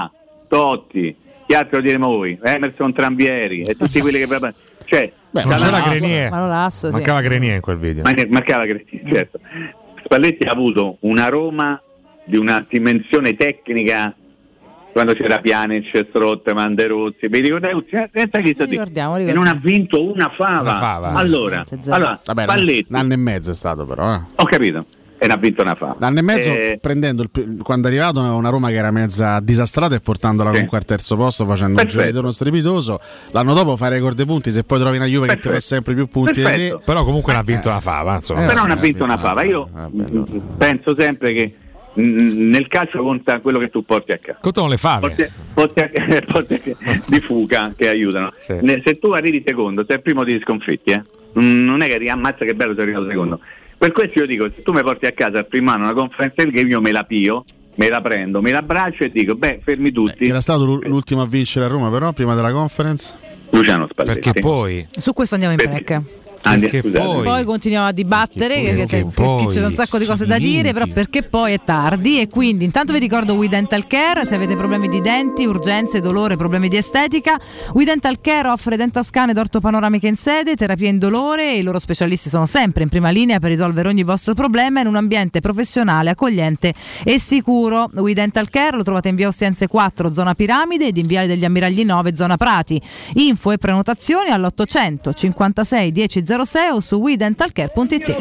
Speaker 14: Totti, chi altro diremo voi? Emerson Trambieri e tutti quelli che cioè,
Speaker 8: beh, non c'era Grenier,
Speaker 19: Manolas,
Speaker 8: mancava
Speaker 19: sì.
Speaker 8: Grenier in quel video.
Speaker 14: Ma mancava Grenier, certo. Spalletti ha avuto una Roma di una dimensione tecnica quando c'era Pjanic, Strootman, De Rossi, vi ricordate? Senza chi
Speaker 19: ricordiamo,
Speaker 14: e non ha vinto una fava.
Speaker 8: Una fava.
Speaker 14: Allora, allora
Speaker 32: Vabbè,
Speaker 14: Spalletti,
Speaker 32: un anno e mezzo è stato però. Eh.
Speaker 14: Ho capito. E ne ha vinto una fava.
Speaker 32: L'anno e mezzo
Speaker 14: eh,
Speaker 32: prendendo il, quando è arrivato una Roma che era mezza disastrata e portandola sì. comunque al terzo posto facendo Perfetto. un giro di torno strepitoso. L'anno dopo fai record dei punti se poi trovi una Juve Perfetto. che ti fa sempre più punti di te.
Speaker 8: Però comunque non ha vinto una fava, insomma.
Speaker 14: Eh, però non ha vinto una fava. Io eh, penso sempre che nel calcio conta quello che tu porti a casa.
Speaker 8: Contano le fave
Speaker 14: porti, porti a, porti a, di fuga che aiutano. Sì. Se tu arrivi secondo, sei il primo di sconfitti, eh? non è che riammazza che bello sei arrivato secondo. Per questo io dico, se tu mi porti a casa al primo anno una conferenza che io me la pio, me la prendo, me la abbraccio e dico, beh, fermi tutti.
Speaker 32: Era stato l'ultimo a vincere a Roma però, prima della conference?
Speaker 14: Luciano Spalletti.
Speaker 8: Perché poi?
Speaker 19: Su questo andiamo in break.
Speaker 14: Perché
Speaker 19: poi, poi continuiamo a dibattere che, che, che, che c'è un sacco di cose da dire, però perché poi è tardi. E quindi intanto vi ricordo We Dental Care. Se avete problemi di denti, urgenze, dolore, problemi di estetica, We Dental Care offre dentascan ed ortopanoramiche in sede, terapia indolore, e i loro specialisti sono sempre in prima linea per risolvere ogni vostro problema in un ambiente professionale, accogliente e sicuro. We Dental Care lo trovate in via Ostiense quattro, zona Piramide, ed in viale degli Ammiragli nove, zona Prati. Info e prenotazioni all'ottocento cinquantasei dieci zero sei o su we dental care punto it.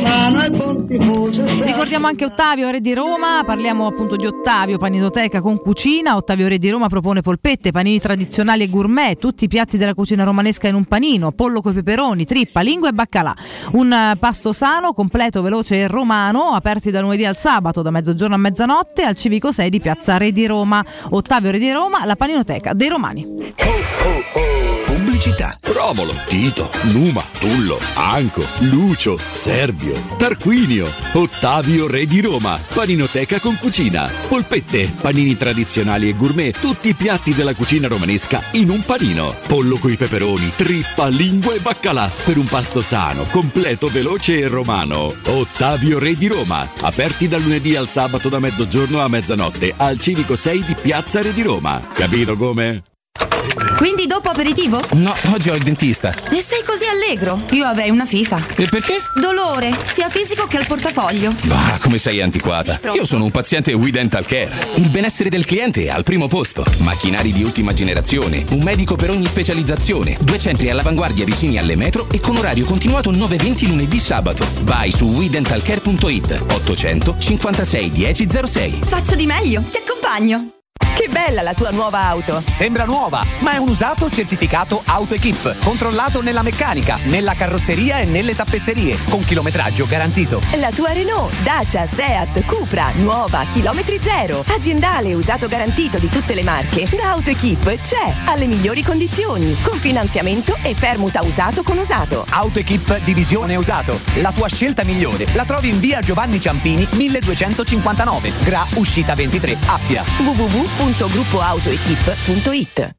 Speaker 19: Ricordiamo anche Ottavio, Re di Roma. Parliamo appunto di Ottavio, paninoteca con cucina. Ottavio, Re di Roma, propone polpette, panini tradizionali e gourmet, tutti i piatti della cucina romanesca in un panino, pollo coi peperoni, trippa, lingua e baccalà. Un pasto sano, completo, veloce e romano, aperti da lunedì al sabato da mezzogiorno a mezzanotte al Civico sei di piazza Re di Roma. Ottavio, Re di Roma, la paninoteca dei romani.
Speaker 1: Oh, oh, oh. Pubblicità. Romolo, Tito, Numa, Tullo, Anco, Lucio, Servio, Tarquinio, Ottavio, Re di Roma, paninoteca con cucina, polpette, panini tradizionali e gourmet, tutti i piatti della cucina romanesca in un panino, pollo coi peperoni, trippa, lingua e baccalà, per un pasto sano, completo, veloce e romano. Ottavio, Re di Roma, aperti dal lunedì al sabato da mezzogiorno a mezzanotte al Civico sei di piazza Re di Roma. Capito come?
Speaker 6: Quindi dopo aperitivo?
Speaker 1: No, oggi ho il dentista.
Speaker 6: E sei così allegro? Io avrei una FIFA.
Speaker 1: E perché?
Speaker 6: Dolore, sia fisico che al portafoglio.
Speaker 1: Bah, come sei antiquata. Io sono un paziente We Dental Care. Il benessere del cliente è al primo posto. Macchinari di ultima generazione, un medico per ogni specializzazione, due centri all'avanguardia vicini alle metro e con orario continuato nove venti lunedì sabato. Vai su we dental care punto it. Ottocento cinquantasei dieci zero sei.
Speaker 6: Faccio di meglio, ti accompagno.
Speaker 10: Che bella la tua nuova auto!
Speaker 15: Sembra nuova, ma è un usato certificato AutoEquip, controllato nella meccanica, nella carrozzeria e nelle tappezzerie, con chilometraggio garantito.
Speaker 10: La tua Renault, Dacia, Seat, Cupra, nuova, chilometri zero, aziendale usato garantito di tutte le marche, da AutoEquip c'è, alle migliori condizioni, con finanziamento e permuta usato con usato.
Speaker 15: AutoEquip Divisione Usato, la tua scelta migliore, la trovi in via Giovanni Ciampini milleduecentocinquantanove, Gra Uscita ventitré, Appia.
Speaker 10: w w w punto gruppo autoequip punto it.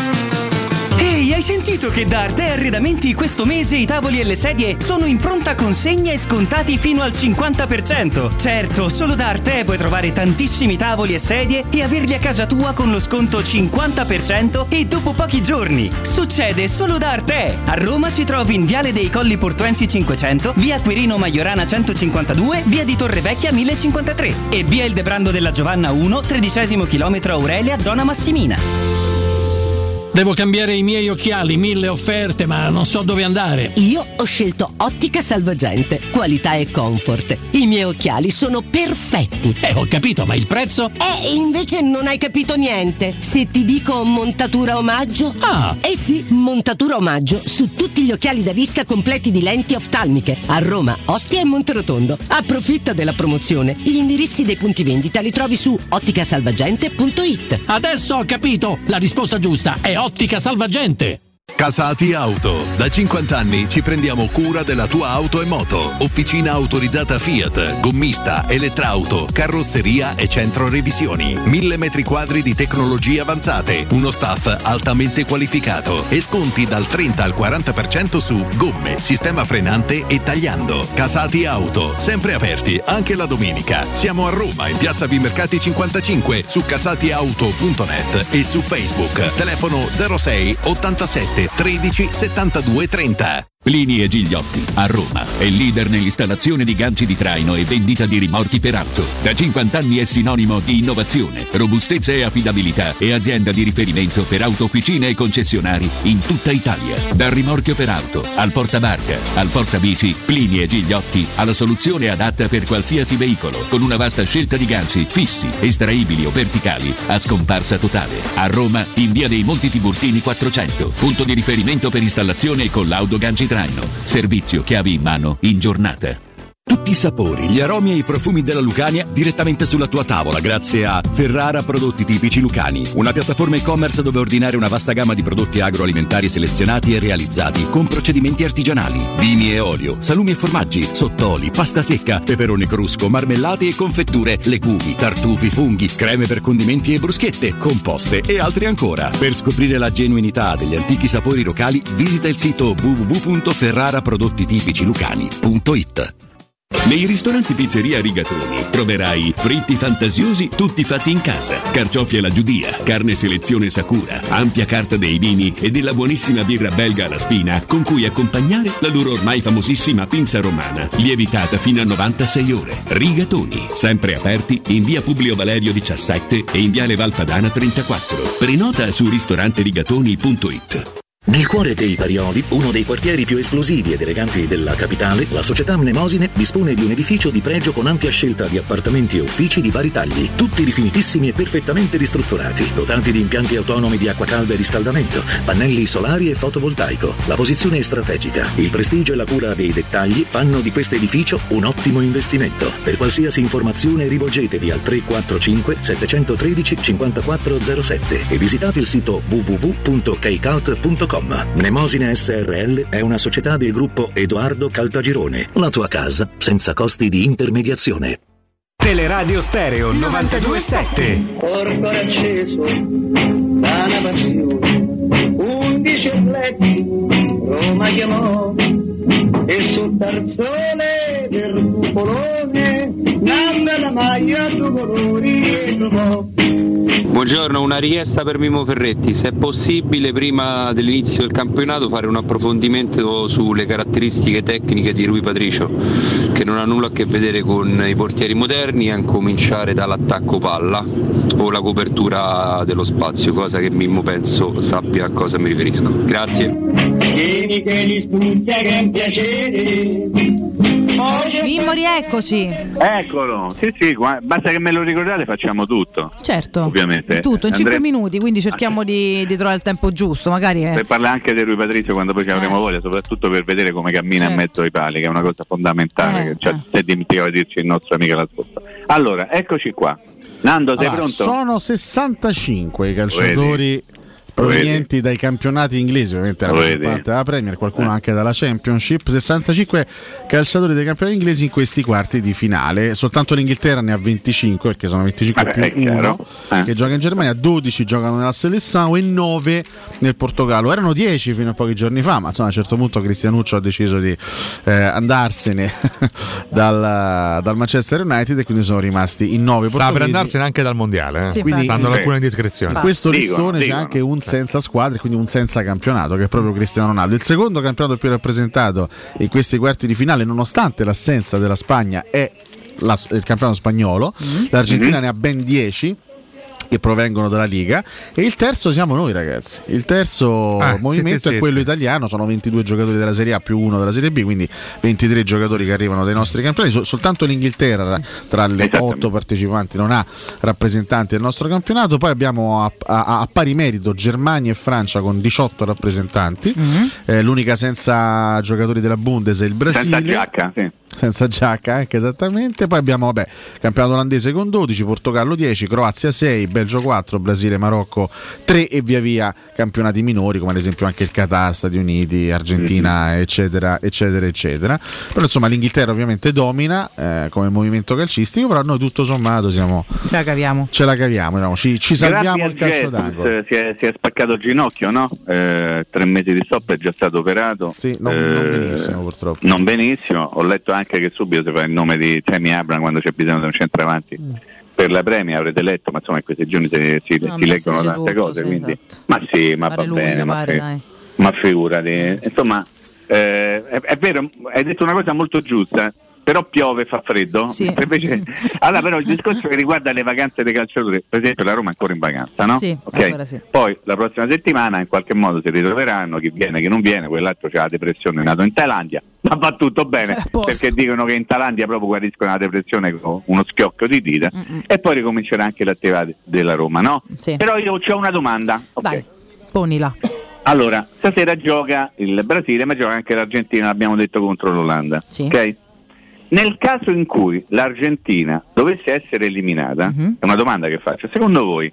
Speaker 12: Ehi, hai sentito che da Arte Arredamenti questo mese i tavoli e le sedie sono in pronta consegna e scontati fino al cinquanta per cento? Certo, solo da Arte puoi trovare tantissimi tavoli e sedie e averli a casa tua con lo sconto cinquanta per cento e dopo pochi giorni. Succede solo da Arte. A Roma ci trovi in Viale dei Colli Portuensi cinquecento, via Quirino Maiorana centocinquantadue, via di Torrevecchia mille cinquantatré e via Il Debrando della Giovanna uno, tredicesimo chilometro Aurelia, zona Massimina.
Speaker 23: Devo cambiare i miei occhiali, mille offerte, ma non so dove andare.
Speaker 24: Io ho scelto Ottica Salvagente, qualità e comfort. I miei occhiali sono perfetti.
Speaker 23: Eh, ho capito, ma il prezzo?
Speaker 24: Eh, invece non hai capito niente. Se ti dico montatura omaggio?
Speaker 23: Ah!
Speaker 24: Eh sì, montatura omaggio su tutti gli occhiali da vista completi di lenti oftalmiche. A Roma, Ostia e Monterotondo. Approfitta della promozione. Gli indirizzi dei punti vendita li trovi su ottica salvagente punto it.
Speaker 23: Adesso ho capito! La risposta giusta è Ottica Salvagente.
Speaker 2: Casati Auto. Da cinquanta anni ci prendiamo cura della tua auto e moto. Officina autorizzata Fiat, gommista, elettrauto, carrozzeria e centro revisioni. Mille metri quadri di tecnologie avanzate. Uno staff altamente qualificato. E sconti dal trenta al quaranta per cento su gomme, sistema frenante e tagliando. Casati Auto. Sempre aperti, anche la domenica. Siamo a Roma, in piazza Vimercati cinquantacinque, su casati auto punto net e su Facebook. Telefono zero sei ottantasette tredici settantadue trenta.
Speaker 4: Plini e Gigliotti, a Roma, è leader nell'installazione di ganci di traino e vendita di rimorchi per auto. Da cinquanta anni è sinonimo di innovazione, robustezza e affidabilità e azienda di riferimento per autofficine e concessionari in tutta Italia. Dal rimorchio per auto, al portabarca, al portabici, Plini e Gigliotti ha la soluzione adatta per qualsiasi veicolo, con una vasta scelta di ganci fissi, estraibili o verticali, a scomparsa totale. A Roma, in via dei Monti Tiburtini quattrocento, punto di riferimento per installazione con laudo ganci traino. Servizio chiavi in mano in giornata.
Speaker 1: Tutti i sapori, gli aromi e i profumi della Lucania direttamente sulla tua tavola grazie a Ferrara Prodotti Tipici Lucani, una piattaforma e-commerce dove ordinare una vasta gamma di prodotti agroalimentari selezionati e realizzati con procedimenti artigianali, vini e olio, salumi e formaggi, sottoli, pasta secca, peperone crusco, marmellate e confetture, legumi, tartufi, funghi, creme per condimenti e bruschette, composte e altri ancora. Per scoprire la genuinità degli antichi sapori locali visita il sito w w w punto ferrara prodotti tipici lucani punto it.
Speaker 4: Nei ristoranti Pizzeria Rigatoni troverai fritti fantasiosi tutti fatti in casa, carciofi alla giudia, carne selezione Sakura, ampia carta dei vini e della buonissima birra belga alla spina con cui accompagnare la loro ormai famosissima pinza romana, lievitata fino a novantasei ore. Rigatoni, sempre aperti in via Publio Valerio diciassette e in viale Valpadana trentaquattro. Prenota su ristoranterigatoni punto it.
Speaker 7: Nel cuore dei Parioli, uno dei quartieri più esclusivi ed eleganti della capitale, la società Mnemosine dispone di un edificio di pregio con ampia scelta di appartamenti e uffici di vari tagli, tutti rifinitissimi e perfettamente ristrutturati, dotati di impianti autonomi di acqua calda e riscaldamento, pannelli solari e fotovoltaico. La posizione è strategica, il prestigio e la cura dei dettagli fanno di questo edificio un ottimo investimento. Per qualsiasi informazione rivolgetevi al tre quattro cinque sette uno tre cinque quattro zero sette e visitate il sito w w w punto keycult punto com. Mnemosine S R L è una società del gruppo Edoardo Caltagirone. La tua casa senza costi di intermediazione.
Speaker 11: Teleradio Stereo novantadue sette.
Speaker 3: Corpo acceso da una passione, undici letti Roma chiamò e sul tarzone del cupolone nanda la maglia tu colori e trovò.
Speaker 16: Buongiorno, una richiesta per Mimo Ferretti, se è possibile prima dell'inizio del campionato fare un approfondimento sulle caratteristiche tecniche di Rui Patricio, che non ha nulla a che vedere con i portieri moderni, a cominciare dall'attacco palla o la copertura dello spazio, cosa che Mimmo penso sappia a cosa mi riferisco. Grazie.
Speaker 19: Mimmo, rieccoci.
Speaker 14: Eccolo, sì sì, basta che me lo ricordate, facciamo tutto.
Speaker 19: Certo,
Speaker 14: ovviamente.
Speaker 19: Tutto in cinque
Speaker 14: Andrei...
Speaker 19: minuti, quindi cerchiamo di, di trovare il tempo giusto, magari. È...
Speaker 14: Per parlare anche di Rui Patricio quando poi ci avremo eh. voglia, soprattutto per vedere come cammina certo. in mezzo ai pali, che è una cosa fondamentale, eh, che cioè, eh. se dimenticava di dirci il nostro amico la scorsa. Allora, eccoci qua. Nando, sei
Speaker 32: allora,
Speaker 14: pronto?
Speaker 32: Sono sessantacinque i calciatori provenienti dai campionati inglesi, ovviamente la maggior parte della Premier, qualcuno eh. anche dalla Championship. Sessantacinque calciatori dei campionati inglesi in questi quarti di finale. Soltanto l'Inghilterra ne ha venticinque, perché sono venticinque Vabbè, più uno eh. che gioca in Germania, dodici giocano nella Seleção e nove nel Portogallo. Erano dieci fino a pochi giorni fa, ma insomma a un certo punto Cristianuccio ha deciso di eh, andarsene dal, dal Manchester United e quindi sono rimasti in nove.
Speaker 8: Sta per andarsene anche dal mondiale, eh. sì, quindi stanno eh. alcune indiscrezioni.
Speaker 32: In questo
Speaker 14: dicono,
Speaker 32: listone
Speaker 14: dicono.
Speaker 32: c'è anche un senza squadre, quindi un senza campionato, che è proprio Cristiano Ronaldo. Il secondo campionato più rappresentato in questi quarti di finale, nonostante l'assenza della Spagna, è la, il campionato spagnolo. Mm-hmm. L'Argentina mm-hmm. ne ha ben dieci che provengono dalla Liga, e il terzo siamo noi, ragazzi. Il terzo ah, movimento siete, è quello siete. italiano, sono ventidue giocatori della Serie A più uno della Serie B, quindi ventitré giocatori che arrivano dai nostri campionati. Sol- soltanto l'Inghilterra tra le otto partecipanti non ha rappresentanti del nostro campionato. Poi abbiamo a, a, a pari merito Germania e Francia con diciotto rappresentanti. Mm-hmm. Eh, l'unica senza giocatori della Bundes è il Brasile.
Speaker 14: Senza giacca, sì.
Speaker 32: senza giacca anche esattamente. Poi abbiamo vabbè, campionato olandese con dodici, Portogallo dieci, Croazia sei, Belgio quattro, Brasile, Marocco tre e via via campionati minori come ad esempio anche il Qatar, Stati Uniti, Argentina, mm-hmm. eccetera eccetera eccetera. Però insomma l'Inghilterra ovviamente domina eh, come movimento calcistico, però noi tutto sommato siamo,
Speaker 19: ce la caviamo,
Speaker 32: ce la caviamo diciamo, ci, ci salviamo il calcio d'angolo.
Speaker 14: Si è, si è spaccato il ginocchio, no? Eh, tre mesi di stop, è già stato operato.
Speaker 32: Sì, non, eh, non benissimo purtroppo.
Speaker 14: Non benissimo, ho letto anche che subito si fa il nome di Tammy Abraham quando c'è bisogno di un centravanti. Mm. Per la Premier avrete letto, ma insomma in questi giorni si, si,
Speaker 19: no,
Speaker 14: si leggono tante
Speaker 19: tutto,
Speaker 14: cose,
Speaker 19: sì,
Speaker 14: quindi
Speaker 19: esatto.
Speaker 14: ma sì, ma
Speaker 19: pare
Speaker 14: va bene, ma,
Speaker 19: pare,
Speaker 14: fi- ma figurati. Insomma, eh, è, è vero, hai detto una cosa molto giusta. Però piove e fa freddo.
Speaker 19: Sì.
Speaker 14: Invece, allora però il discorso che riguarda le vacanze dei calciatori, per esempio la Roma è ancora in vacanza, no?
Speaker 19: Sì,
Speaker 14: okay.
Speaker 19: sì.
Speaker 14: Poi la prossima settimana in qualche modo si ritroveranno, chi viene, chi non viene, quell'altro c'ha la depressione, è nato in Thailandia, ma va tutto bene, perché dicono che in Thailandia proprio guariscono la depressione con uno schiocco di dita. Mm-mm. E poi ricomincerà anche l'attività della Roma, no?
Speaker 19: Sì.
Speaker 14: Però io ho una domanda. Okay.
Speaker 19: Dai, ponila.
Speaker 14: Allora, stasera gioca il Brasile, ma gioca anche l'Argentina, l'abbiamo detto, contro l'Olanda.
Speaker 19: Sì.
Speaker 14: Ok? Nel caso in cui l'Argentina dovesse essere eliminata, uh-huh. è una domanda che faccio, secondo voi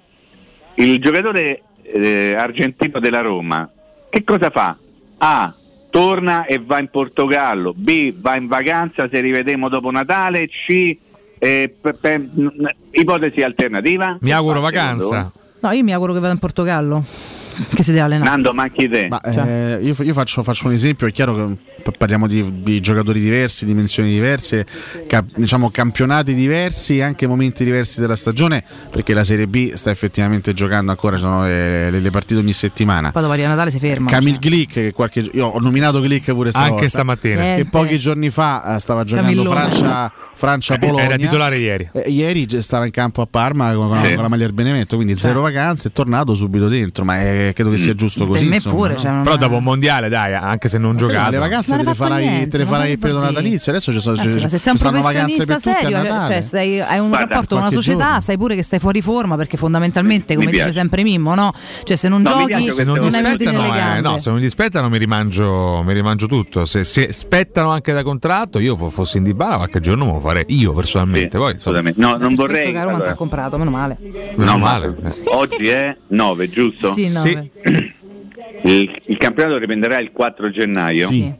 Speaker 14: il giocatore eh, argentino della Roma che cosa fa? A. Torna e va in Portogallo, B. Va in vacanza, se rivedremo dopo Natale, C. Eh, pe- pe- ipotesi alternativa?
Speaker 8: Mi auguro vacanza.
Speaker 19: No, io mi auguro che vada in Portogallo, che si deve allenare.
Speaker 14: Nando, manchi te.
Speaker 32: Ma, eh, io, io faccio, faccio un esempio, è chiaro che parliamo di, di giocatori diversi, dimensioni diverse, cap, diciamo campionati diversi, anche momenti diversi della stagione, perché la Serie B sta effettivamente giocando ancora, sono le, le, le partite ogni settimana.
Speaker 19: Poi dopo arriva Natale si ferma.
Speaker 32: Camille
Speaker 19: cioè.
Speaker 32: Glick, che qualche, io ho nominato Glick pure stavolta,
Speaker 8: anche stamattina,
Speaker 32: che pochi giorni fa stava giocando Francia, Francia Polonia.
Speaker 8: Era titolare ieri.
Speaker 32: Eh, ieri stava in campo a Parma con, con, sì. con la maglia del Benevento, quindi sì. zero vacanze, è tornato subito dentro, ma è, credo che sia giusto così.
Speaker 19: Per me
Speaker 32: insomma,
Speaker 19: pure,
Speaker 32: no?
Speaker 19: cioè,
Speaker 8: però dopo un mondiale, dai, anche se non giocato.
Speaker 32: Le vacanze te le farai, niente, te le farai il periodo natalizio. Adesso ci sono,
Speaker 19: Anzi,
Speaker 32: ci,
Speaker 19: se sei un
Speaker 32: ci
Speaker 19: professionista serio, cioè stai, hai un
Speaker 14: Guarda,
Speaker 19: rapporto con una società,
Speaker 32: giorno.
Speaker 19: sai pure che stai fuori forma, perché fondamentalmente, come dice sempre Mimmo, no? Cioè se non
Speaker 14: no,
Speaker 19: giochi,
Speaker 8: se non,
Speaker 19: non
Speaker 8: ti
Speaker 19: hai venuto nelle
Speaker 8: spettano,
Speaker 19: gambe.
Speaker 8: Eh, no, se non gli spettano mi rimangio, mi rimangio tutto. Se, se spettano anche da contratto, io fossi in Dybala qualche giorno me lo farei io personalmente.
Speaker 14: Sì,
Speaker 8: poi
Speaker 14: assolutamente. No, non vorrei.
Speaker 19: Questo che Roma
Speaker 14: allora,
Speaker 19: ti ha comprato, meno male.
Speaker 8: Meno male.
Speaker 14: Eh. Oggi è nove, giusto?
Speaker 19: Sì, nove.
Speaker 14: Sì. Il, il campionato riprenderà il quattro gennaio.
Speaker 19: Sì.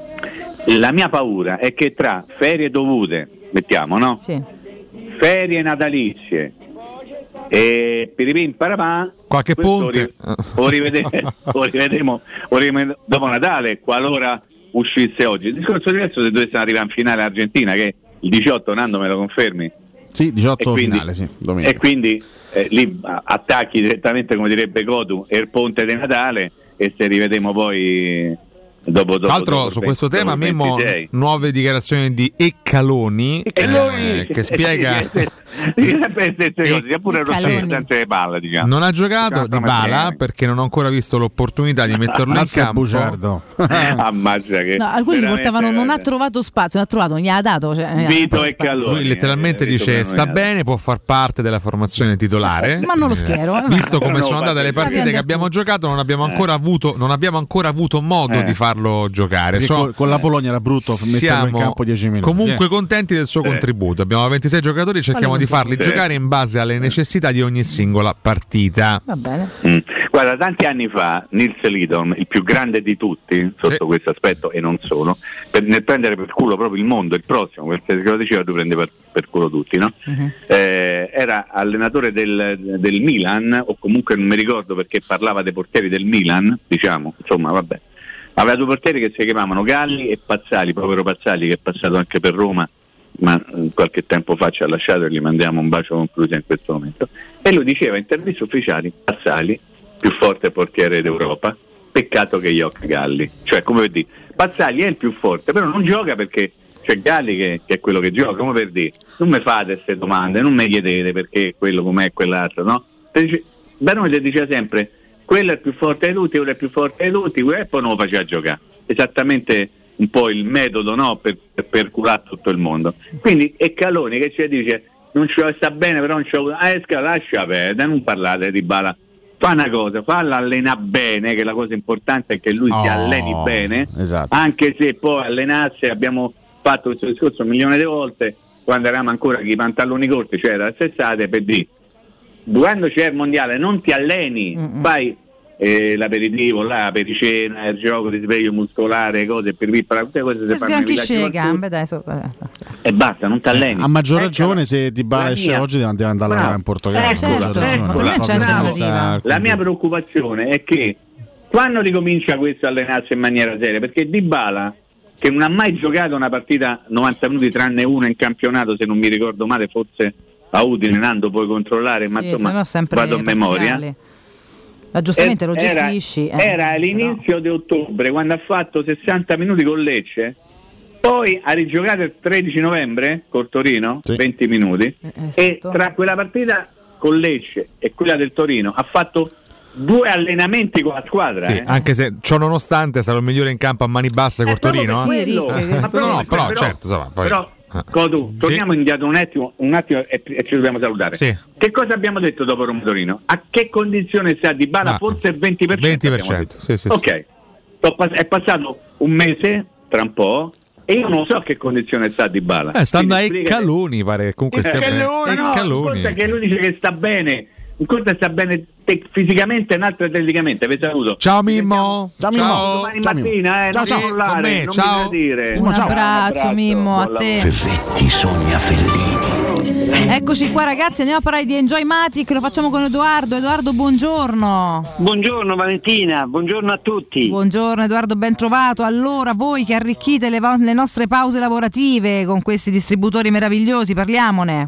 Speaker 14: La mia paura è che tra ferie dovute, mettiamo, no?
Speaker 19: Sì.
Speaker 14: Ferie natalizie e piripin parapà,
Speaker 8: qualche ponte
Speaker 14: o, rivede- o rivedremo o rivedremo dopo Natale, qualora uscisse oggi. Il discorso diverso se dovesse arrivare in finale Argentina, che il diciotto, Nando, me lo confermi?
Speaker 32: Sì, diciotto
Speaker 14: e quindi,
Speaker 32: finale, sì, domenica.
Speaker 14: E quindi eh, lì attacchi direttamente, come direbbe Cotu, il ponte di Natale, e se rivedremo poi dopo, dopo
Speaker 8: tra l'altro
Speaker 14: dopo
Speaker 8: su
Speaker 14: venti,
Speaker 8: questo tema Mimmo,
Speaker 14: ventisei.
Speaker 8: Nuove dichiarazioni di Eccaloni,
Speaker 14: Eccaloni.
Speaker 8: Eh, che spiega
Speaker 14: pure le palle, diciamo.
Speaker 8: non ha giocato Dybala perché non ho ancora visto l'opportunità di metterlo in campo.
Speaker 14: Ammazza che
Speaker 19: no, alcuni portavano non ha trovato spazio, non ha trovato, non gli ha dato, cioè,
Speaker 14: Vito e Calloni,
Speaker 8: lui letteralmente
Speaker 14: eh,
Speaker 8: dice sta bene, può far parte della formazione titolare,
Speaker 19: ma non lo schiero, eh,
Speaker 8: visto come
Speaker 14: no,
Speaker 8: sono andate le partite che abbiamo giocato, non abbiamo ancora avuto non abbiamo ancora avuto modo
Speaker 14: eh.
Speaker 8: di farlo giocare. So,
Speaker 32: con, con la Polonia era brutto metterlo in campo dieci minuti.
Speaker 8: Comunque contenti del suo
Speaker 14: eh.
Speaker 8: contributo. Abbiamo ventisei giocatori, cerchiamo di farli
Speaker 14: sì.
Speaker 8: giocare in base alle necessità di ogni singola partita.
Speaker 19: Va bene.
Speaker 14: Mm. Guarda, tanti anni fa Nils Lidholm, il più grande di tutti sotto sì. questo aspetto e non solo, per, nel prendere per culo proprio il mondo, il prossimo, perché se lo diceva tu prendi per, per culo tutti, no? Uh-huh. Eh, era allenatore del, del Milan, o comunque non mi ricordo perché parlava dei portieri del Milan, diciamo, insomma, vabbè. Aveva due portieri che si chiamavano Galli e Pazzali, povero Pazzali che è passato anche per Roma, ma qualche tempo fa ci ha lasciato e gli mandiamo un bacio concluso in questo momento. E lui diceva in interviste ufficiali: Pazzali, più forte portiere d'Europa, peccato che Jock Galli. Cioè, come per dire, Pazzali è il più forte, però non gioca perché c'è Galli che, che è quello che gioca, come per dire, non mi fate queste domande, non mi chiedete perché quello com'è quell'altro, no? Barone ti diceva sempre: quello è il più forte di tutti, quello è il più forte di tutti, e poi non lo faceva giocare. Esattamente un po' il metodo, no? Per, per perculare tutto il mondo. Quindi è Caloni che ci dice: non ci sta bene, però non ci ho ah, esca, lascia perdere, non parlate di Dybala. Fa una cosa, falla allena bene, che la cosa importante è che lui
Speaker 32: oh,
Speaker 14: si alleni bene,
Speaker 32: esatto.
Speaker 14: anche se poi allenarsi abbiamo fatto questo discorso un milione di volte quando eravamo ancora con i pantaloni corti, cioè da sessate, per dire quando c'è il mondiale non ti alleni, mm-hmm. fai eh, l'aperitivo, la pericena, il gioco di sveglio muscolare, cose per pippola, tutte cose si fanno
Speaker 19: sgranchisce le gambe, dai, so,
Speaker 14: e basta, non ti alleni.
Speaker 32: A maggior
Speaker 14: ecco,
Speaker 32: ragione se Dybala esce oggi deve andare a lavorare in Portogallo.
Speaker 14: Ecco, ecco, ecco, la mia preoccupazione è che quando ricomincia questo a allenarsi in maniera seria, perché Dybala, che non ha mai giocato una partita novanta minuti tranne una in campionato, se non mi ricordo male, forse a Udine, Nando puoi controllare, ma sì, insomma vado a memoria.
Speaker 19: Ma giustamente lo gestisci.
Speaker 14: Era, eh, era all'inizio però di ottobre, quando ha fatto sessanta minuti con Lecce, poi ha rigiocato il tredici novembre col Torino, sì. venti minuti, eh, esatto. E tra quella partita con Lecce e quella del Torino ha fatto due allenamenti con la squadra,
Speaker 8: sì,
Speaker 14: eh.
Speaker 8: anche se ciò nonostante è stato il migliore in campo a mani basse col eh, Torino,
Speaker 14: eh? Sì, ma però, no, però, però certo, insomma, poi... però Codu, torniamo sì. indietro un attimo, un attimo e, e ci dobbiamo salutare. Sì. Che cosa abbiamo detto dopo Roma Torino? A che condizione sta Dybala? Ah, forse il venti per cento.
Speaker 8: venti per cento sì, sì,
Speaker 14: ok, sì. È passato un mese tra un po'. E io non so a che condizione sta Dybala.
Speaker 8: Eh, stando ai Caluni, pare comunque stia bene.
Speaker 14: No, Caluni. Che lui dice che sta bene. Un conto sta bene te- fisicamente, un altro tecnicamente. Vi saluto.
Speaker 8: Ciao Mimmo.
Speaker 14: Ciao Mimmo. Domani ciao, mattina, eh, ciao, non ciao, con me, non ciao. Dire.
Speaker 19: Un, ciao. Abbraccio, un abbraccio Mimmo, a te.
Speaker 2: Ferretti sogna Fellini.
Speaker 19: Eccoci qua ragazzi, andiamo a parlare di Enjoymatic, lo facciamo con Edoardo. Edoardo, buongiorno.
Speaker 17: Buongiorno Valentina, buongiorno a tutti.
Speaker 19: Buongiorno Edoardo, ben trovato. Allora, voi che arricchite le, vo- le nostre pause lavorative con questi distributori meravigliosi, parliamone.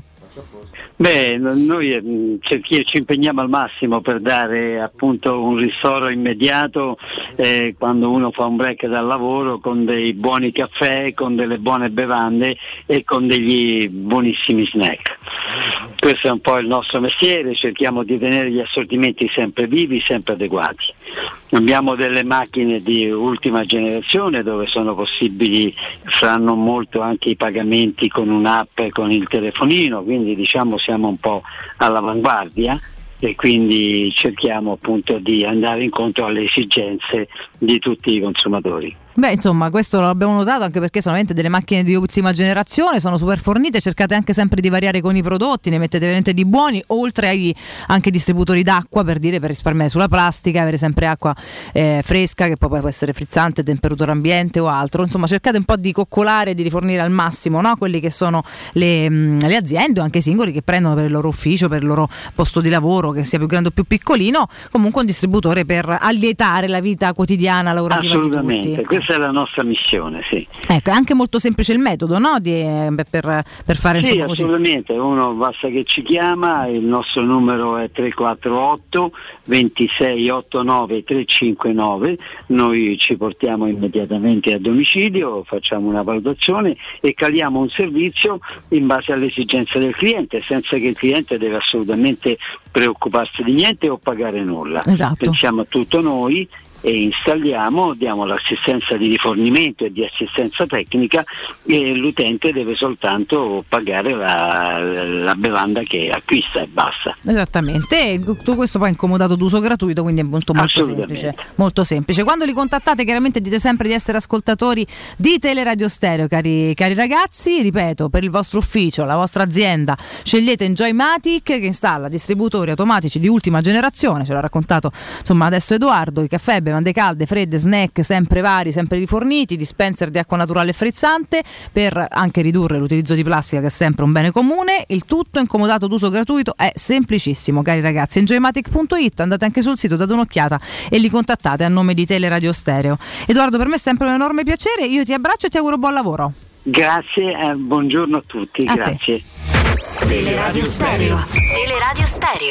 Speaker 17: Beh, noi ci, ci impegniamo al massimo per dare appunto un ristoro immediato eh, quando uno fa un break dal lavoro, con dei buoni caffè, con delle buone bevande e con degli buonissimi snack. Questo è un po' il nostro mestiere, cerchiamo di tenere gli assortimenti sempre vivi, sempre adeguati. Abbiamo delle macchine di ultima generazione dove sono possibili fra non molto anche i pagamenti con un'app e con il telefonino, quindi diciamo siamo un po' all'avanguardia e quindi cerchiamo appunto di andare incontro alle esigenze di tutti i consumatori.
Speaker 19: Beh, insomma, questo lo abbiamo notato anche perché sono veramente delle macchine di ultima generazione, sono super fornite, cercate anche sempre di variare con i prodotti, ne mettete veramente di buoni, oltre ai anche distributori d'acqua, per dire, per risparmiare sulla plastica, avere sempre acqua eh, fresca, che poi può essere frizzante, temperatura ambiente o altro. Insomma, cercate un po' di coccolare, di rifornire al massimo, no? Quelli che sono le, mh, le aziende o anche singoli che prendono per il loro ufficio, per il loro posto di lavoro, che sia più grande o più piccolino, comunque un distributore per allietare la vita quotidiana lavorativa di tutti.
Speaker 17: Assolutamente, questa è la nostra missione, sì.
Speaker 19: Ecco, è anche molto semplice il metodo, no? Di, per, per fare
Speaker 17: sì,
Speaker 19: insomma,
Speaker 17: assolutamente, così. Uno basta che ci chiama, il nostro numero è tre quattro otto ventisei ottantanove trecentocinquantanove, noi ci portiamo immediatamente a domicilio, facciamo una valutazione e caliamo un servizio in base alle esigenze del cliente, senza che il cliente deve assolutamente preoccuparsi di niente o pagare nulla.
Speaker 19: Esatto.
Speaker 17: Pensiamo a tutto noi e installiamo, diamo l'assistenza di rifornimento e di assistenza tecnica e l'utente deve soltanto pagare la, la bevanda che acquista e basta.
Speaker 19: Esattamente, e tutto questo poi è incomodato d'uso gratuito, quindi è molto molto semplice, molto semplice. Quando li contattate chiaramente dite sempre di essere ascoltatori di Teleradio Stereo, cari, cari ragazzi, ripeto, per il vostro ufficio, la vostra azienda, scegliete Enjoymatic che installa distributori automatici di ultima generazione, ce l'ha raccontato insomma adesso Edoardo, i caffè, bevande calde, fredde, snack sempre vari, sempre riforniti, dispenser di acqua naturale e frizzante per anche ridurre l'utilizzo di plastica, che è sempre un bene comune. Il tutto incomodato d'uso gratuito, è semplicissimo, cari ragazzi. Enjoymatic punto it, andate anche sul sito, date un'occhiata e li contattate a nome di Teleradio Stereo. Edoardo, per me è sempre un enorme piacere, io ti abbraccio e ti auguro buon lavoro.
Speaker 17: Grazie, eh, buongiorno a tutti,
Speaker 19: a
Speaker 17: grazie.
Speaker 18: Te. Teleradio Stereo. Teleradio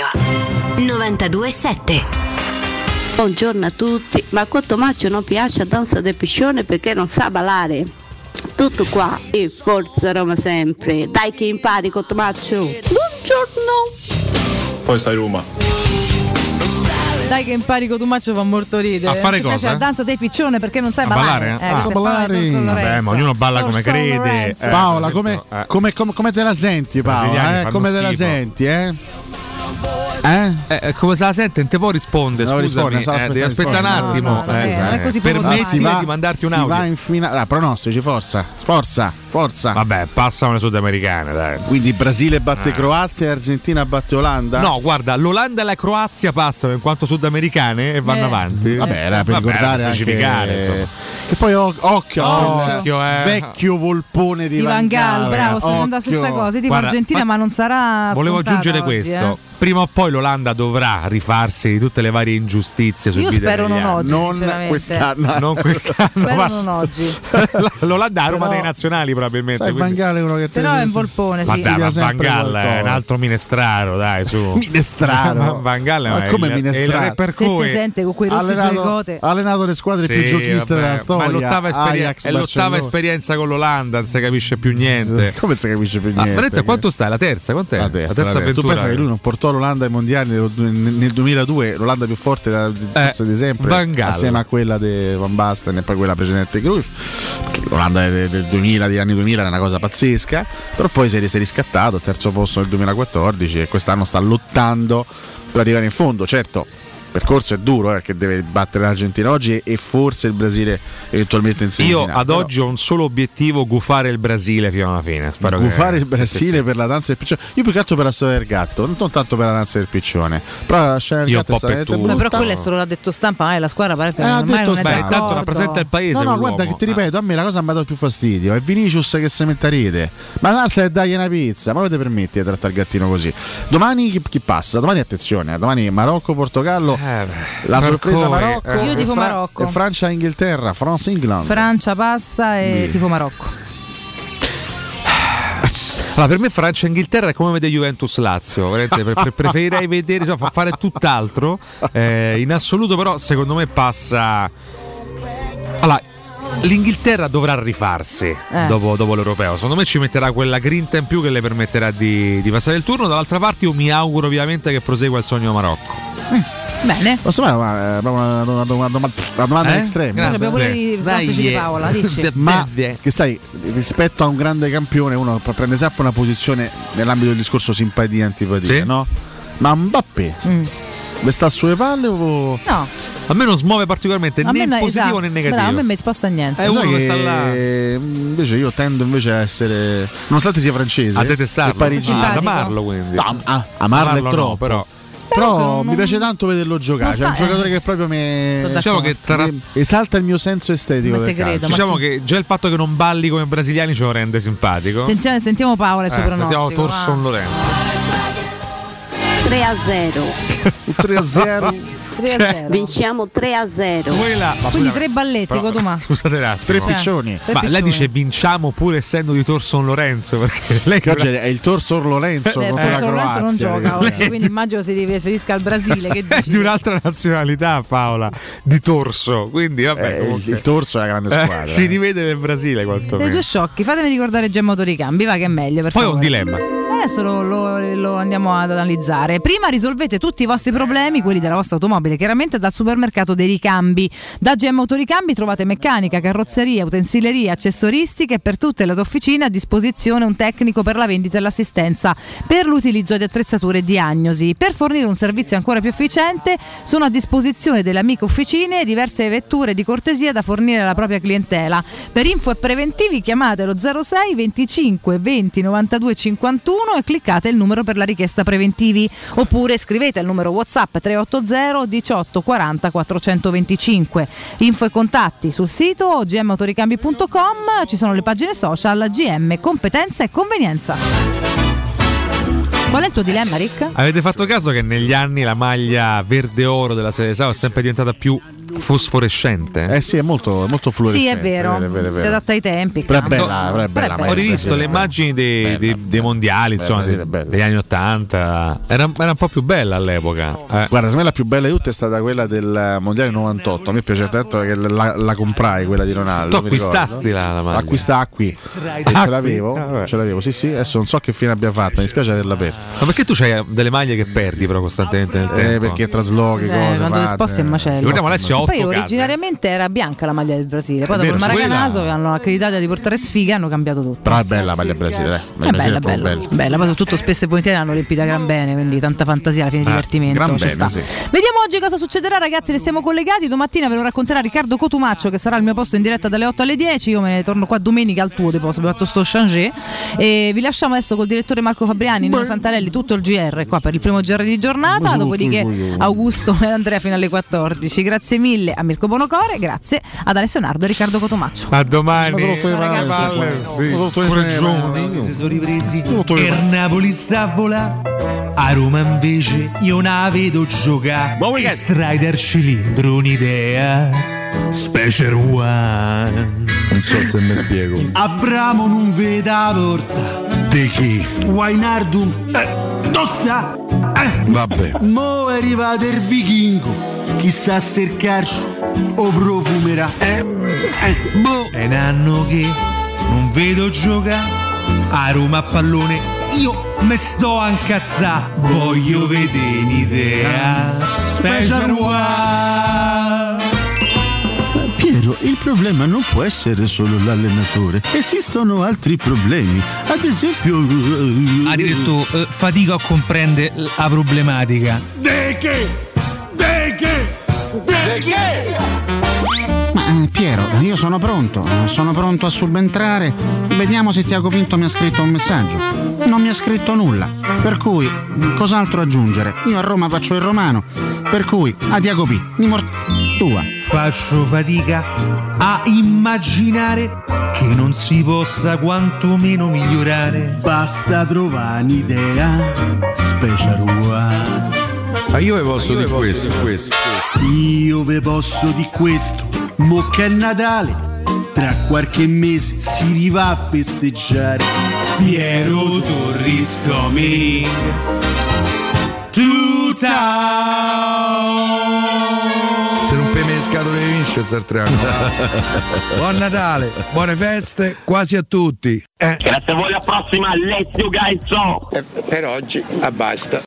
Speaker 18: Stereo novantadue sette.
Speaker 20: Buongiorno a tutti, ma a Cottomaccio non piace a danza del piscione perché non sa ballare. Tutto qua e forza Roma sempre. Dai che impari Cottomaccio. Buongiorno.
Speaker 21: Poi sai Roma.
Speaker 19: Dai che impari Cotumaccio fa molto ridere.
Speaker 8: A fare
Speaker 19: ti
Speaker 8: cosa?
Speaker 19: piace la danza dei piccione perché non sai
Speaker 8: a
Speaker 19: ballare.
Speaker 8: ballare?
Speaker 19: Eh,
Speaker 8: ah,
Speaker 32: ballare.
Speaker 8: Vabbè, ma ognuno balla come crede.
Speaker 32: Eh, Paola, come, eh. come, come, come te la senti Paola? Eh? Come te la senti? Eh?
Speaker 8: Eh? Eh, come se la sente? Non te può rispondere,
Speaker 32: no,
Speaker 8: scusami,
Speaker 32: risponde,
Speaker 8: eh, devi aspettare un attimo.
Speaker 19: No, no, no, eh, non è così
Speaker 8: permettili
Speaker 32: va,
Speaker 8: di mandarti un
Speaker 32: si
Speaker 8: audio.
Speaker 32: Va in fina- ah, pronostici, forza, forza. forza.
Speaker 8: Vabbè, passano le sudamericane, dai.
Speaker 32: Quindi Brasile batte
Speaker 8: Ah.
Speaker 32: Croazia e Argentina batte Olanda?
Speaker 8: No, guarda, l'Olanda e la Croazia passano in quanto sudamericane e vanno
Speaker 32: Eh.
Speaker 8: avanti.
Speaker 32: Vabbè, era per
Speaker 8: Vabbè,
Speaker 32: ricordare
Speaker 8: per specificare,
Speaker 32: anche
Speaker 8: insomma.
Speaker 32: che poi o- occhio,
Speaker 8: Occhio,
Speaker 32: al
Speaker 8: eh.
Speaker 32: vecchio volpone di,
Speaker 19: Di Van Gaal, bravo, sto dicendo la
Speaker 32: Occhio.
Speaker 19: stessa cosa. Tipo
Speaker 8: Guarda,
Speaker 19: Argentina,
Speaker 8: ma-
Speaker 19: ma non sarà.
Speaker 8: Volevo
Speaker 19: scontata
Speaker 8: aggiungere
Speaker 19: oggi,
Speaker 8: questo.
Speaker 19: eh.
Speaker 8: Prima o poi l'Olanda dovrà rifarsi di tutte le varie ingiustizie subite.
Speaker 19: Io spero
Speaker 8: negli
Speaker 19: non
Speaker 8: anni.
Speaker 19: oggi,
Speaker 32: Non
Speaker 19: sinceramente.
Speaker 32: quest'anno.
Speaker 8: Non quest'anno,
Speaker 19: Spero
Speaker 8: ma-
Speaker 19: non oggi.
Speaker 8: L'Olanda è a Roma
Speaker 32: Però-
Speaker 8: dei nazionali probabilmente.
Speaker 32: Sai, Van
Speaker 8: quindi-
Speaker 32: Gaal è uno che te
Speaker 19: Però è un volpone,
Speaker 8: Ma
Speaker 19: sì.
Speaker 8: dai, ma Van
Speaker 32: sempre
Speaker 8: Gaal è
Speaker 32: qualcosa.
Speaker 8: un altro minestraro, dai, su.
Speaker 32: Minestraro.
Speaker 8: Ma Van Gaal
Speaker 32: Ma
Speaker 8: è
Speaker 32: come
Speaker 8: il, è il
Speaker 32: minestraro?
Speaker 8: re per
Speaker 19: Se ti
Speaker 8: cui-
Speaker 19: sente con quei rossi sulle
Speaker 32: allenato,
Speaker 19: gote.
Speaker 32: ha allenato le squadre più
Speaker 8: Sì,
Speaker 32: giochiste
Speaker 8: vabbè,
Speaker 32: della storia.
Speaker 8: ma è l'ottava, esperien-
Speaker 32: Ajax,
Speaker 8: è l'ottava
Speaker 32: Barcellona.
Speaker 8: esperienza con l'Olanda, non si capisce più niente.
Speaker 32: Come si capisce più
Speaker 8: Ah,
Speaker 32: niente?
Speaker 8: ma detto, quanto sta? La terza? Quant'è?
Speaker 32: La terza, la terza. Tu
Speaker 8: avventura.
Speaker 32: pensa che lui non portò l'Olanda ai mondiali nel nel duemiladue, l'Olanda più forte da, forse di sempre,
Speaker 8: Van Gaal.
Speaker 32: assieme a quella di Van Basten e poi quella precedente di Cruyff. Che L'Olanda del, del duemila, degli anni duemila era una cosa pazzesca, però poi si è, si è riscattato, al terzo posto nel duemilaquattordici e quest'anno sta lottando per arrivare in fondo. Certo, il percorso è duro perché deve battere l'Argentina oggi e, e forse il Brasile eventualmente in
Speaker 8: Io
Speaker 32: semifinale.
Speaker 8: ad
Speaker 32: Però
Speaker 8: oggi ho un solo obiettivo: gufare il Brasile fino alla fine. Spero
Speaker 32: gufare
Speaker 8: che...
Speaker 32: il Brasile
Speaker 8: sì, sì.
Speaker 32: per la danza del piccione. Io più che altro per la storia del gatto, non tanto per la danza del piccione. Però la scena del
Speaker 8: Io
Speaker 32: gatto è
Speaker 8: un po' per
Speaker 32: stata
Speaker 8: tutto.
Speaker 19: Ma però
Speaker 32: brutta.
Speaker 19: quello è solo l'ha detto stampa, ma è la squadra parete
Speaker 32: Eh, ha
Speaker 19: ormai
Speaker 32: detto
Speaker 19: non è
Speaker 32: Beh,
Speaker 19: d'accordo.
Speaker 8: tanto rappresenta il paese.
Speaker 32: No, no,
Speaker 8: quell'uomo.
Speaker 32: guarda che ti ripeto, a me la cosa mi ha dato più fastidio. È Vinicius che si mette a rete. Ma l'alza è dagli una pizza. Ma come ti permetti di trattare il gattino così? Domani chi, chi passa? Domani attenzione, eh, domani Marocco, Portogallo.
Speaker 8: Eh,
Speaker 32: la
Speaker 8: per
Speaker 32: sorpresa
Speaker 8: cui,
Speaker 32: Marocco.
Speaker 8: eh.
Speaker 19: Io
Speaker 32: e
Speaker 19: tifo Marocco.
Speaker 32: E Francia Inghilterra, France England.
Speaker 19: Francia passa e
Speaker 32: Sì.
Speaker 19: tifo Marocco.
Speaker 8: Allora, per me Francia e Inghilterra è come vedere Juventus Lazio. Veramente, pre- pre- preferirei vedere, cioè, fa- fare tutt'altro. Eh, in assoluto, però, secondo me passa. Allora, l'Inghilterra dovrà rifarsi
Speaker 19: Eh.
Speaker 8: dopo, dopo l'Europeo. Secondo me ci metterà quella grinta in più che le permetterà di, di passare il turno. Dall'altra parte, io mi auguro ovviamente che prosegua il sogno Marocco.
Speaker 19: Bene.
Speaker 32: Posso fare una, una, una, una, una, una, una domanda
Speaker 8: Eh?
Speaker 32: estrema?
Speaker 8: Grazie.
Speaker 19: Abbiamo pure i pronostici di Paola, dici.
Speaker 32: Ma che sai, rispetto a un grande campione uno prende sempre una posizione nell'ambito del discorso simpatia e antipatia,
Speaker 8: Sì.
Speaker 32: no? Ma Mbappé
Speaker 19: Mm.
Speaker 32: le sta sulle palle o
Speaker 19: No,
Speaker 8: A me non smuove particolarmente
Speaker 19: a
Speaker 8: né
Speaker 19: me
Speaker 8: in
Speaker 19: no,
Speaker 8: positivo
Speaker 19: esatto.
Speaker 8: né in negativo.
Speaker 19: Bravo, a me mi sposta niente.
Speaker 8: È
Speaker 32: Sai
Speaker 8: uno che
Speaker 32: che
Speaker 8: sta là.
Speaker 32: invece io tendo invece a essere, nonostante sia francese,
Speaker 8: A detestarlo,
Speaker 32: e parigino,
Speaker 8: ah, ad amarlo quindi.
Speaker 32: No, a- amarlo è
Speaker 8: no,
Speaker 32: troppo.
Speaker 8: però.
Speaker 32: Però
Speaker 19: non-
Speaker 32: mi piace tanto vederlo giocare.
Speaker 19: non
Speaker 32: C'è un
Speaker 19: sta-
Speaker 32: giocatore
Speaker 19: eh.
Speaker 32: che proprio mi,
Speaker 19: Sono
Speaker 8: Diciamo
Speaker 19: d'accordo.
Speaker 8: che tra-
Speaker 32: mi esalta il mio senso estetico.
Speaker 19: Ma
Speaker 32: del
Speaker 19: te credo,
Speaker 32: calcio.
Speaker 19: ma
Speaker 8: diciamo
Speaker 19: chi-
Speaker 8: che già il fatto che non balli come i brasiliani ce lo rende simpatico.
Speaker 19: Sentiamo, sentiamo Paola e il suo
Speaker 8: Eh, mettiamo
Speaker 19: pronostico.
Speaker 8: Torson
Speaker 19: va.
Speaker 8: Lorenzo.
Speaker 20: tre a zero.
Speaker 32: tre a zero.
Speaker 19: tre a zero.
Speaker 20: Vinciamo tre a zero.
Speaker 8: Quella, ma
Speaker 19: Quindi
Speaker 8: scusa,
Speaker 19: tre balletti,
Speaker 8: però-
Speaker 19: Codumà.
Speaker 8: Scusate un attimo.
Speaker 32: Tre
Speaker 19: Cioè,
Speaker 32: piccioni.
Speaker 19: tre
Speaker 8: Ma
Speaker 19: piccioni.
Speaker 8: lei dice vinciamo pur essendo di Torson Lorenzo perché lei
Speaker 32: Che oggi è il Torso Lorenzo
Speaker 19: Beh,
Speaker 32: contro la
Speaker 19: Torson Lorenzo non
Speaker 32: Croazia.
Speaker 19: gioca
Speaker 32: ragazzi.
Speaker 19: oggi, quindi immagino si riferisca al Brasile. Che
Speaker 8: è
Speaker 19: dici?
Speaker 8: di un'altra nazionalità Paola, di torso, quindi vabbè,
Speaker 32: Eh, il,
Speaker 8: comunque,
Speaker 32: il Torso è una grande
Speaker 8: eh,
Speaker 32: squadra.
Speaker 8: ci
Speaker 32: eh.
Speaker 8: rivede nel Brasile
Speaker 19: Siete
Speaker 8: quantomeno.
Speaker 19: due sciocchi, fatemi ricordare Gemma Autoricambi, va che è meglio. Per
Speaker 8: Poi ho un
Speaker 19: favore.
Speaker 8: dilemma.
Speaker 19: Adesso lo, lo- lo andiamo ad analizzare. Prima risolvete tutti i vostri problemi, quelli della vostra automobile, chiaramente dal supermercato dei ricambi. Da G M Autoricambi trovate meccanica, carrozzeria, utensileria, accessoristica e per tutte le tue officine a disposizione un tecnico per la vendita e l'assistenza per l'utilizzo di attrezzature e diagnosi. Per fornire un servizio ancora più efficiente sono a disposizione delle amiche officine diverse vetture di cortesia da fornire alla propria clientela. Per info e preventivi chiamate lo zero sei venticinque venti novantadue cinquantuno e cliccate il numero per la richiesta preventivi, oppure scrivete il numero WhatsApp tre otto zero diciotto quaranta quattrocentoventicinque. Info e contatti sul sito g m autoricambi punto com, ci sono le pagine social G M Competenza e Convenienza. Qual è il tuo dilemma, Rick?
Speaker 8: Avete fatto caso che negli anni la maglia verde oro della Serie A è sempre diventata più fosforescente?
Speaker 32: Eh sì, è molto, molto fluorescente.
Speaker 19: Sì, è vero,
Speaker 32: è vero, è vero.
Speaker 19: si adatta ai tempi.
Speaker 32: Però è
Speaker 19: cambia.
Speaker 32: bella, però è bella.
Speaker 19: Però è
Speaker 8: Ho
Speaker 19: bella.
Speaker 8: rivisto le immagini dei,
Speaker 32: Bella,
Speaker 8: dei-
Speaker 32: bella.
Speaker 8: dei mondiali,
Speaker 32: Bella,
Speaker 8: insomma,
Speaker 32: sì,
Speaker 8: de-
Speaker 32: bella.
Speaker 8: degli anni Ottanta. Era, era un po' più bella all'epoca. Eh.
Speaker 32: Guarda, secondo me la più bella di tutte è stata quella del Mondiale novantotto. A me piace tanto che la, la comprai quella di Ronaldo.
Speaker 8: Tu
Speaker 32: mi ricordo.
Speaker 8: acquistasti la, la maglia?
Speaker 32: Acquista qui. E ce l'avevo, ce l'avevo, sì, sì. Adesso non so che fine abbia fatto, mi spiace averla persa.
Speaker 8: Ma perché tu c'hai delle maglie che perdi però costantemente nel tempo?
Speaker 32: Eh, perché traslochi,
Speaker 19: Eh,
Speaker 32: cose.
Speaker 19: quando ti
Speaker 32: fatte.
Speaker 19: sposti è un macello.
Speaker 8: Ricordiamo Alessio otto
Speaker 19: poi
Speaker 8: case.
Speaker 19: originariamente era bianca la maglia del Brasile, poi
Speaker 32: È
Speaker 19: dopo il
Speaker 32: vero,
Speaker 19: Maracanazo
Speaker 32: quella-
Speaker 19: che hanno accreditata di portare sfiga hanno cambiato tutto.
Speaker 32: Però è bella la maglia Brasile, dai.
Speaker 19: È bella,
Speaker 32: Brasile
Speaker 19: bella,
Speaker 32: bella.
Speaker 19: bella, poi soprattutto spesso e volentieri l'hanno riempita gran bene, quindi tanta fantasia alla fine
Speaker 32: Ah,
Speaker 19: divertimento
Speaker 32: gran
Speaker 19: ci
Speaker 32: bene,
Speaker 19: sta.
Speaker 32: sì.
Speaker 19: Vediamo oggi cosa succederà, ragazzi, restiamo collegati. Domattina ve lo racconterà Riccardo Cotumaccio, che sarà al mio posto in diretta dalle otto alle dieci. Io me ne torno qua domenica al tuo deposto, abbiamo fatto sto changer. E vi lasciamo adesso col direttore Marco Fabriani, Nino Santarelli, tutto il G R qua per il primo G R di giornata. Dopodiché Augusto e Andrea fino alle quattordici. Grazie mille a Mirko Bonocore, grazie ad Alessio Nardo e Riccardo Cotumaccio.
Speaker 8: A domani.
Speaker 19: Ciao, ragazzi.
Speaker 5: Pure giorni si sono ripresi e il Napoli sta a volare, a Roma invece io non la vedo giocare. E Strider cilindro un'idea Special One.
Speaker 9: Non so se mi spiego.
Speaker 5: Abramo non vede la porta.
Speaker 9: Di chi?
Speaker 5: Wijnaldum eh, dove sta? Eh.
Speaker 9: Vabbè.
Speaker 5: Mo è arrivato il vichingo, chissà cercarci o profumerà. Eh, eh, boh. È un anno che non vedo giocare a Roma a pallone, io me sto a incazzà, voglio vedere un'idea Special One.
Speaker 13: Piero, il problema non può essere solo l'allenatore, esistono altri problemi, ad esempio
Speaker 5: Ha detto eh, fatica a comprendere la problematica.
Speaker 13: De che? De che? De che?
Speaker 21: Ma eh, Piero, io sono pronto, sono pronto a subentrare. Vediamo se Tiago Pinto mi ha scritto un messaggio. Non mi ha scritto nulla, per cui cos'altro aggiungere? Io a Roma faccio il romano, per cui a Tiago P, mi mor... tua.
Speaker 5: Faccio fatica a immaginare che non si possa quantomeno migliorare. Basta trovare un'idea Special One.
Speaker 9: Ma io vi posso dire questo, questo.
Speaker 5: Io ve posso di questo, mo che è Natale, tra qualche mese si rivà a festeggiare. Piero Torris coming to town.
Speaker 9: Se non per me le scatole di Winchester tre anni. Buon Natale, buone feste, quasi a tutti. Eh.
Speaker 22: Grazie a voi, alla prossima, let's go guys.
Speaker 25: Per oggi, basta.